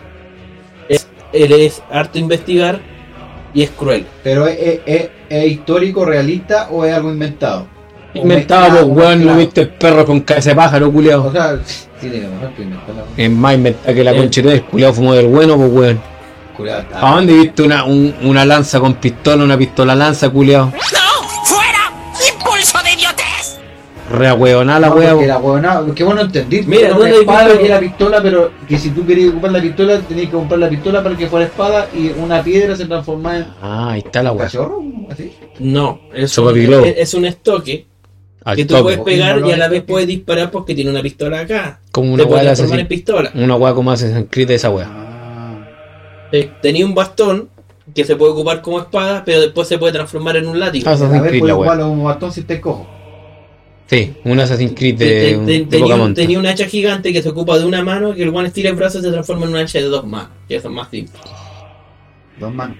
[SPEAKER 3] es harto investigar y es cruel.
[SPEAKER 5] ¿Pero es histórico, realista o es algo inventado? O
[SPEAKER 4] Inventado,
[SPEAKER 5] mezclado,
[SPEAKER 4] pues, weón, no
[SPEAKER 5] mezclado.
[SPEAKER 4] viste perro con cabeza de pájaro,
[SPEAKER 5] O
[SPEAKER 4] culiao.
[SPEAKER 5] sea, sí tiene mejor que inventar la wea.
[SPEAKER 4] Es más inventado que la conchita del culiao fumó del bueno, pues, weón.
[SPEAKER 5] Culiao, está-
[SPEAKER 4] ¿A dónde viste una lanza con pistola, una pistola lanza, culiao?
[SPEAKER 8] ¡No! ¡Fuera! ¡Impulso de idiotez!
[SPEAKER 4] Re ahueonada la
[SPEAKER 5] No,
[SPEAKER 4] wea,
[SPEAKER 5] porque la huevona, qué bueno entender.
[SPEAKER 3] Mira,
[SPEAKER 5] Era
[SPEAKER 3] ¿dónde
[SPEAKER 5] una
[SPEAKER 3] hay
[SPEAKER 5] espada
[SPEAKER 3] visto?
[SPEAKER 5] y la pistola, pero que si tú querías ocupar la pistola, tenías que comprar la pistola para que fuera espada y una piedra se transformaba en
[SPEAKER 4] Ah, ahí está la wea.
[SPEAKER 5] cachorro, así.
[SPEAKER 3] No,
[SPEAKER 4] Sopa Piglobo.
[SPEAKER 3] es un estoque
[SPEAKER 4] Al
[SPEAKER 3] que tú
[SPEAKER 4] toque.
[SPEAKER 3] puedes pegar y a la vez
[SPEAKER 5] Toque.
[SPEAKER 3] puedes disparar porque tiene una pistola acá.
[SPEAKER 4] Como
[SPEAKER 3] Te
[SPEAKER 4] una
[SPEAKER 3] puede
[SPEAKER 4] wea de
[SPEAKER 3] transformar en
[SPEAKER 4] asesino.
[SPEAKER 3] pistola.
[SPEAKER 4] Una wea como Assassin's Creed de esa wea.
[SPEAKER 5] Ah.
[SPEAKER 3] Tenía un bastón que se puede ocupar como espada, pero después se puede transformar en un látigo.
[SPEAKER 4] Assassin's
[SPEAKER 5] A ver,
[SPEAKER 4] Creed,
[SPEAKER 5] pues
[SPEAKER 4] la
[SPEAKER 5] igual
[SPEAKER 4] wea.
[SPEAKER 5] un bastón si estáis cojo.
[SPEAKER 4] Sí, un Assassin's Creed de Pocahontas.
[SPEAKER 3] Tenía un hacha gigante que se ocupa de una mano, que el one estira el brazo y se transforma en un hacha de 2 manos. Que eso es más simple.
[SPEAKER 5] 2 manos.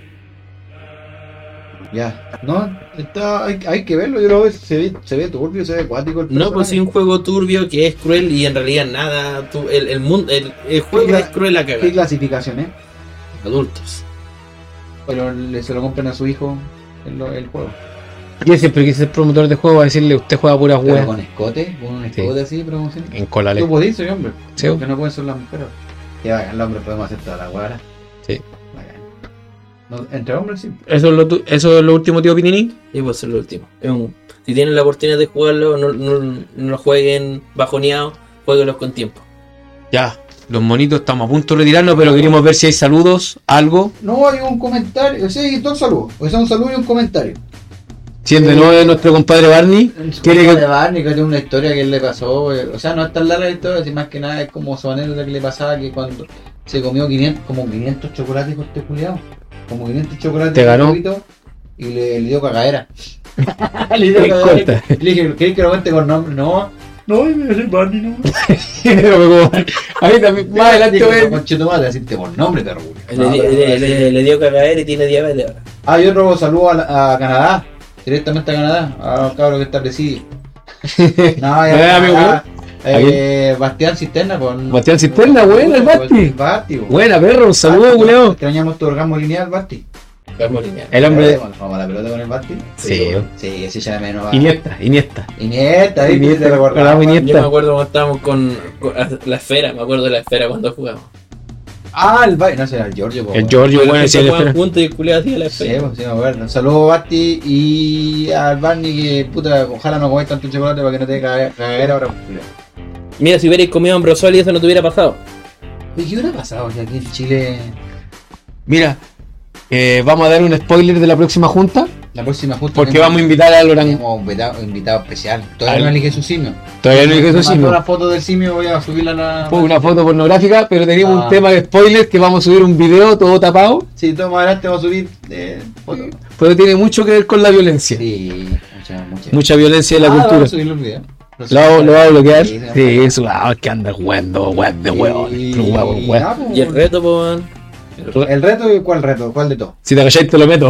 [SPEAKER 5] Ya. No, hay que verlo. Yo lo veo. Se ve turbio, se ve acuático. El
[SPEAKER 3] No, pues sí,
[SPEAKER 5] personaje.
[SPEAKER 3] un juego turbio que es cruel y en realidad nada. El mundo, el juego
[SPEAKER 5] ¿Qué
[SPEAKER 3] es cruel a
[SPEAKER 5] ¿Qué
[SPEAKER 3] cagar.
[SPEAKER 5] clasificación es?
[SPEAKER 3] Adultos.
[SPEAKER 5] Pero se lo compran a su hijo el juego.
[SPEAKER 4] Yo siempre quise ser promotor de juego, a decirle, usted juega puras
[SPEAKER 5] Pero
[SPEAKER 4] weas.
[SPEAKER 5] con escote, con un escote así, promoción.
[SPEAKER 4] En colale.
[SPEAKER 5] Tú podés, soy hombre.
[SPEAKER 4] Sí.
[SPEAKER 5] Que no pueden ser las mujeres. Que hagan, los hombres podemos hacer toda la guara.
[SPEAKER 4] Sí.
[SPEAKER 5] Bacán. No, entre hombres sí.
[SPEAKER 4] Eso es lo último, tío Pinini.
[SPEAKER 3] Y pues es lo último. Si tienen la oportunidad de jugarlo, no lo jueguen bajoneados, jueguenlos con tiempo.
[SPEAKER 4] Ya, los monitos estamos a punto de retirarnos, pero queremos ver si hay saludos, algo.
[SPEAKER 5] No hay un comentario. Sí, hay 2 saludos. O sea, un saludo y un comentario.
[SPEAKER 4] Siendo de nuevo nuestro compadre Barney, quiere
[SPEAKER 5] de
[SPEAKER 4] que...
[SPEAKER 5] Barney, que tiene una historia que le pasó. O sea, no es tan larga la historia, sino más que nada es como su anécdota que le pasaba que cuando se comió 500 chocolates con este culiado. Como 500 chocolates
[SPEAKER 4] Te ganó.
[SPEAKER 5] poquito, y le dio cagadera. Le dio
[SPEAKER 4] Me
[SPEAKER 5] cagadera.
[SPEAKER 4] corta.
[SPEAKER 5] Le dije, ¿querés que lo cuente con nombre? No, me soy Barney, no.
[SPEAKER 4] A mí también, más adelante voy a-
[SPEAKER 5] Con chetumate, decirte por nombre, perro.
[SPEAKER 3] Le dio cagadera y tiene diabetes ahora.
[SPEAKER 5] Ah, y otro saludo a Canadá, directamente a Canadá, a un cabro que está presidio. No, ya,
[SPEAKER 4] amigo,
[SPEAKER 5] Bastián Cisterna con.
[SPEAKER 4] Bastián Cisterna, bueno, el Basti.
[SPEAKER 5] Basti, po.
[SPEAKER 4] Buena, perro, un saludo, culeo.
[SPEAKER 5] Extrañamos tu orgasmo lineal, Basti.
[SPEAKER 3] Lineal.
[SPEAKER 4] El hombre...
[SPEAKER 5] Vamos a la pelota con el Basti.
[SPEAKER 4] Sí.
[SPEAKER 5] Sí, ese ya menos.
[SPEAKER 4] Iniesta.
[SPEAKER 5] Iniesta, ahí
[SPEAKER 4] Iniesta,
[SPEAKER 5] te recordaba.
[SPEAKER 4] recordamos Iniesta.
[SPEAKER 3] Yo me acuerdo cuando estábamos con la esfera, me acuerdo de la esfera cuando jugamos.
[SPEAKER 5] Ah, el Basti, no sé, el Giorgio. po,
[SPEAKER 4] El
[SPEAKER 5] weón.
[SPEAKER 4] Giorgio,
[SPEAKER 3] Bueno,
[SPEAKER 4] bueno,
[SPEAKER 3] que
[SPEAKER 4] sí,
[SPEAKER 3] se
[SPEAKER 4] el
[SPEAKER 3] jugaban
[SPEAKER 4] espera.
[SPEAKER 3] juntos y el culiao hacía la
[SPEAKER 5] Sí,
[SPEAKER 3] esfera.
[SPEAKER 5] pues, sí, me acuerdo. Un saludo a Basti y al Barney que, puta, ojalá no comáis tanto chocolate para que no te cagadera ahora.
[SPEAKER 3] Mira, si hubierais comido ambrosol y eso no te hubiera pasado.
[SPEAKER 5] Oye, ¿qué hubiera pasado si aquí en Chile
[SPEAKER 4] Mira, vamos a dar un spoiler de la próxima junta,
[SPEAKER 5] la próxima justo
[SPEAKER 4] porque vamos a invitar a Loran.
[SPEAKER 5] tenemos invitado especial? Todavía no elige su simio.
[SPEAKER 4] Todavía no dije eso,
[SPEAKER 5] Me
[SPEAKER 4] sí,
[SPEAKER 5] mandó
[SPEAKER 4] no.
[SPEAKER 5] una foto del simio, voy a subirla a la...
[SPEAKER 4] Fue una foto pornográfica, pero tenemos
[SPEAKER 5] Ah.
[SPEAKER 4] un tema de spoiler que vamos a subir un video todo tapado,
[SPEAKER 5] Sí, todo más adelante vamos a subir fotos.
[SPEAKER 4] pero tiene mucho que ver con la violencia.
[SPEAKER 5] Sí, mucha.
[SPEAKER 4] Mucha violencia de la cultura.
[SPEAKER 5] Vamos a subir los videos.
[SPEAKER 4] ¿Lo va a bloquear?
[SPEAKER 5] Sí,
[SPEAKER 4] Sí, eso, que anda jugando, weón de huevo.
[SPEAKER 3] Y el reto, pues.
[SPEAKER 5] ¿El reto? ¿Cuál reto? ¿Cuál de todos?
[SPEAKER 4] Si te calláis te lo meto.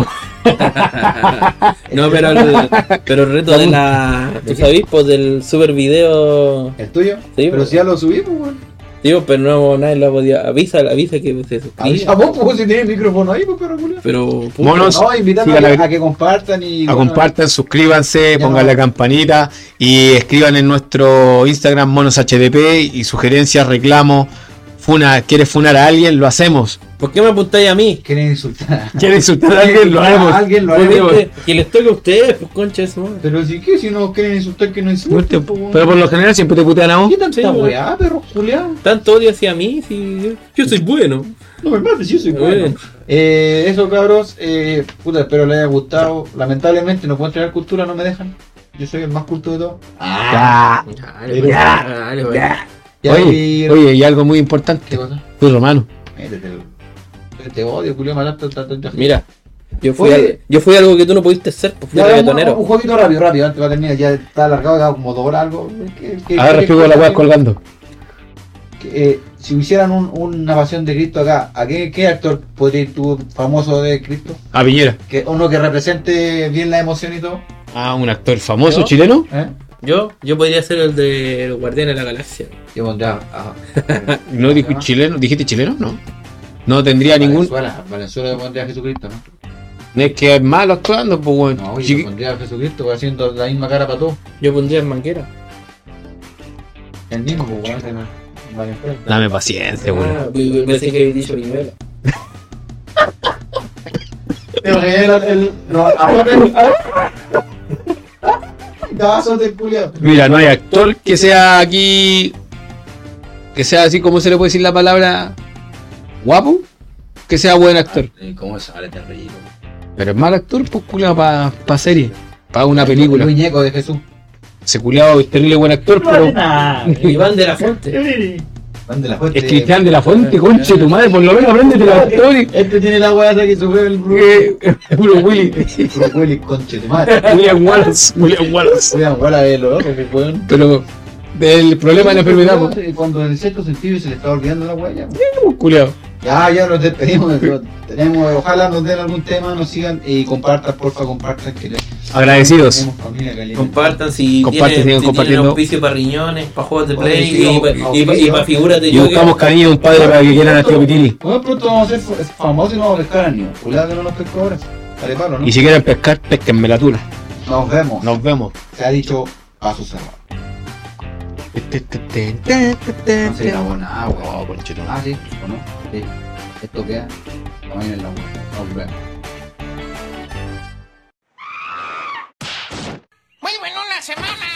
[SPEAKER 3] No, pero el reto de la. ¿Tú sabés? Pues del super video.
[SPEAKER 5] ¿El tuyo?
[SPEAKER 3] Sí,
[SPEAKER 5] pero
[SPEAKER 3] pues.
[SPEAKER 5] si ya lo subimos, weón.
[SPEAKER 3] Digo, pero no, nadie lo ha podido. Avisa que se suscriba.
[SPEAKER 5] A vos, pues, si tenés el micrófono ahí, pues, pero culiao.
[SPEAKER 3] Pero. puta,
[SPEAKER 4] Monos,
[SPEAKER 5] No, invitando
[SPEAKER 4] sigan
[SPEAKER 5] a que compartan y...
[SPEAKER 4] compartan, suscríbanse,
[SPEAKER 5] Ya
[SPEAKER 4] pongan
[SPEAKER 5] no.
[SPEAKER 4] la campanita y escriban en nuestro Instagram monoshdp y sugerencias, reclamos. ¿Quieres funar a alguien? Lo hacemos.
[SPEAKER 3] ¿Por qué me apuntáis a mí?
[SPEAKER 5] Quieren insultar.
[SPEAKER 4] ¿Quieres insultar a alguien? Lo haremos.
[SPEAKER 5] Alguien lo
[SPEAKER 3] Pues,
[SPEAKER 5] haremos.
[SPEAKER 3] viste, que les toque a ustedes, pues concha de su madre.
[SPEAKER 5] Pero si qué, si no quieren insultar, que no insulten. pues, weón.
[SPEAKER 4] Pero por lo general siempre te putean a vos.
[SPEAKER 5] ¿Qué tanta
[SPEAKER 3] Sí, weón.
[SPEAKER 5] weá, perro culiao?
[SPEAKER 3] Tanto odio hacia mí, si yo soy bueno.
[SPEAKER 5] No me mates, yo soy
[SPEAKER 3] Bueno.
[SPEAKER 5] bueno. Eso, cabros. Puta, espero les haya gustado. Lamentablemente no puedo entregar cultura, no me dejan. Yo soy el más culto de todos.
[SPEAKER 4] Ya.
[SPEAKER 3] Dale, pues, dale, pues.
[SPEAKER 5] Ya,
[SPEAKER 4] Oye, y algo muy
[SPEAKER 5] ¿Qué
[SPEAKER 4] importante.
[SPEAKER 5] cosa?
[SPEAKER 4] Soy romano.
[SPEAKER 5] Métete. Te odio, culiao, mataste tanta gente.
[SPEAKER 3] Mira, yo
[SPEAKER 5] Oye.
[SPEAKER 3] fui algo que tú no pudiste ser, pues fui
[SPEAKER 5] Ya,
[SPEAKER 3] reggaetonero.
[SPEAKER 5] un jueguito rápido, antes va a terminar. Ya está alargado, ya como 2 horas algo.
[SPEAKER 4] Ahora explico la weá colgando.
[SPEAKER 5] Si hicieran una pasión de Cristo acá, ¿a qué actor podrías tú, famoso de Cristo?
[SPEAKER 4] A Piñera.
[SPEAKER 5] Uno que represente bien la emoción y todo.
[SPEAKER 4] Ah, un actor famoso
[SPEAKER 3] ¿Yo?
[SPEAKER 4] chileno.
[SPEAKER 5] ¿Eh?
[SPEAKER 3] Yo podría ser el de los Guardianes de la Galaxia.
[SPEAKER 5] Yo pondría
[SPEAKER 4] No dijo chileno. ¿Dijiste chileno? No. No tendría ningún.
[SPEAKER 5] Valenzuela yo pondría a Jesucristo, ¿no?
[SPEAKER 4] No es que es malo actuando, pues bueno.
[SPEAKER 5] No, yo pondría a Jesucristo haciendo la misma cara para todos.
[SPEAKER 3] Yo pondría en Manguera.
[SPEAKER 5] El mismo, pues bueno, Valenzuela.
[SPEAKER 4] Dame paciencia, weón.
[SPEAKER 3] Ah, pensé que había dicho Viñuela.
[SPEAKER 5] Pero que Cabazos del culiao.
[SPEAKER 4] Mira, no hay actor que sea aquí. Que sea así como se le puede decir la palabra. Guapo. Que sea buen actor.
[SPEAKER 5] ¿Cómo sale este rico?
[SPEAKER 4] Pero es mal actor, pues culiao, para serie. Para una película.
[SPEAKER 5] El muñeco de Jesús.
[SPEAKER 4] Ese culiao es terrible buen actor, pero.
[SPEAKER 3] Iván de la Fuente.
[SPEAKER 5] Juan de la Fuente.
[SPEAKER 9] Es Cristian de la Fuente, conche tu madre, por lo menos aprendete la historia.
[SPEAKER 5] Este tiene la weá que sufrió el
[SPEAKER 9] Bruce Willis.
[SPEAKER 5] Bruce Willis, conche tu madre.
[SPEAKER 9] William Wallace.
[SPEAKER 5] William Wallace es lo loco, que weón.
[SPEAKER 9] Pero del problema de la enfermedad, pues.
[SPEAKER 5] Cuando en cierto sentido se le está olvidando la weá ya.
[SPEAKER 9] Culeado.
[SPEAKER 5] Ya nos despedimos. Tenemos, ojalá nos den algún tema, nos sigan y compartan, porfa, compartan. Que
[SPEAKER 9] Agradecidos.
[SPEAKER 5] tenemos familia caliente.
[SPEAKER 3] Compartan si
[SPEAKER 4] Compartan, sigan
[SPEAKER 3] tienen
[SPEAKER 4] compartiendo.
[SPEAKER 3] auspicio para riñones, para juegos de
[SPEAKER 5] Oye,
[SPEAKER 3] play
[SPEAKER 5] sí,
[SPEAKER 3] y para figuras de
[SPEAKER 4] Y buscamos cariño de un padre para que quieran a Tío Pitini.
[SPEAKER 5] Bueno, pronto vamos a ser famosos y no vamos a pescar a niños. Cuidado que no nos pesco ahora. Dale palo, ¿no?
[SPEAKER 4] Y si quieren pescar, pesquenme la tula.
[SPEAKER 5] Nos vemos.
[SPEAKER 4] Nos vemos.
[SPEAKER 5] Se ha dicho paso cerrado. No se grabó nada, weón. Ah, sí, o no. Sí. Esto queda. También en la web. Nos vemos.
[SPEAKER 8] Vuelvo en una semana.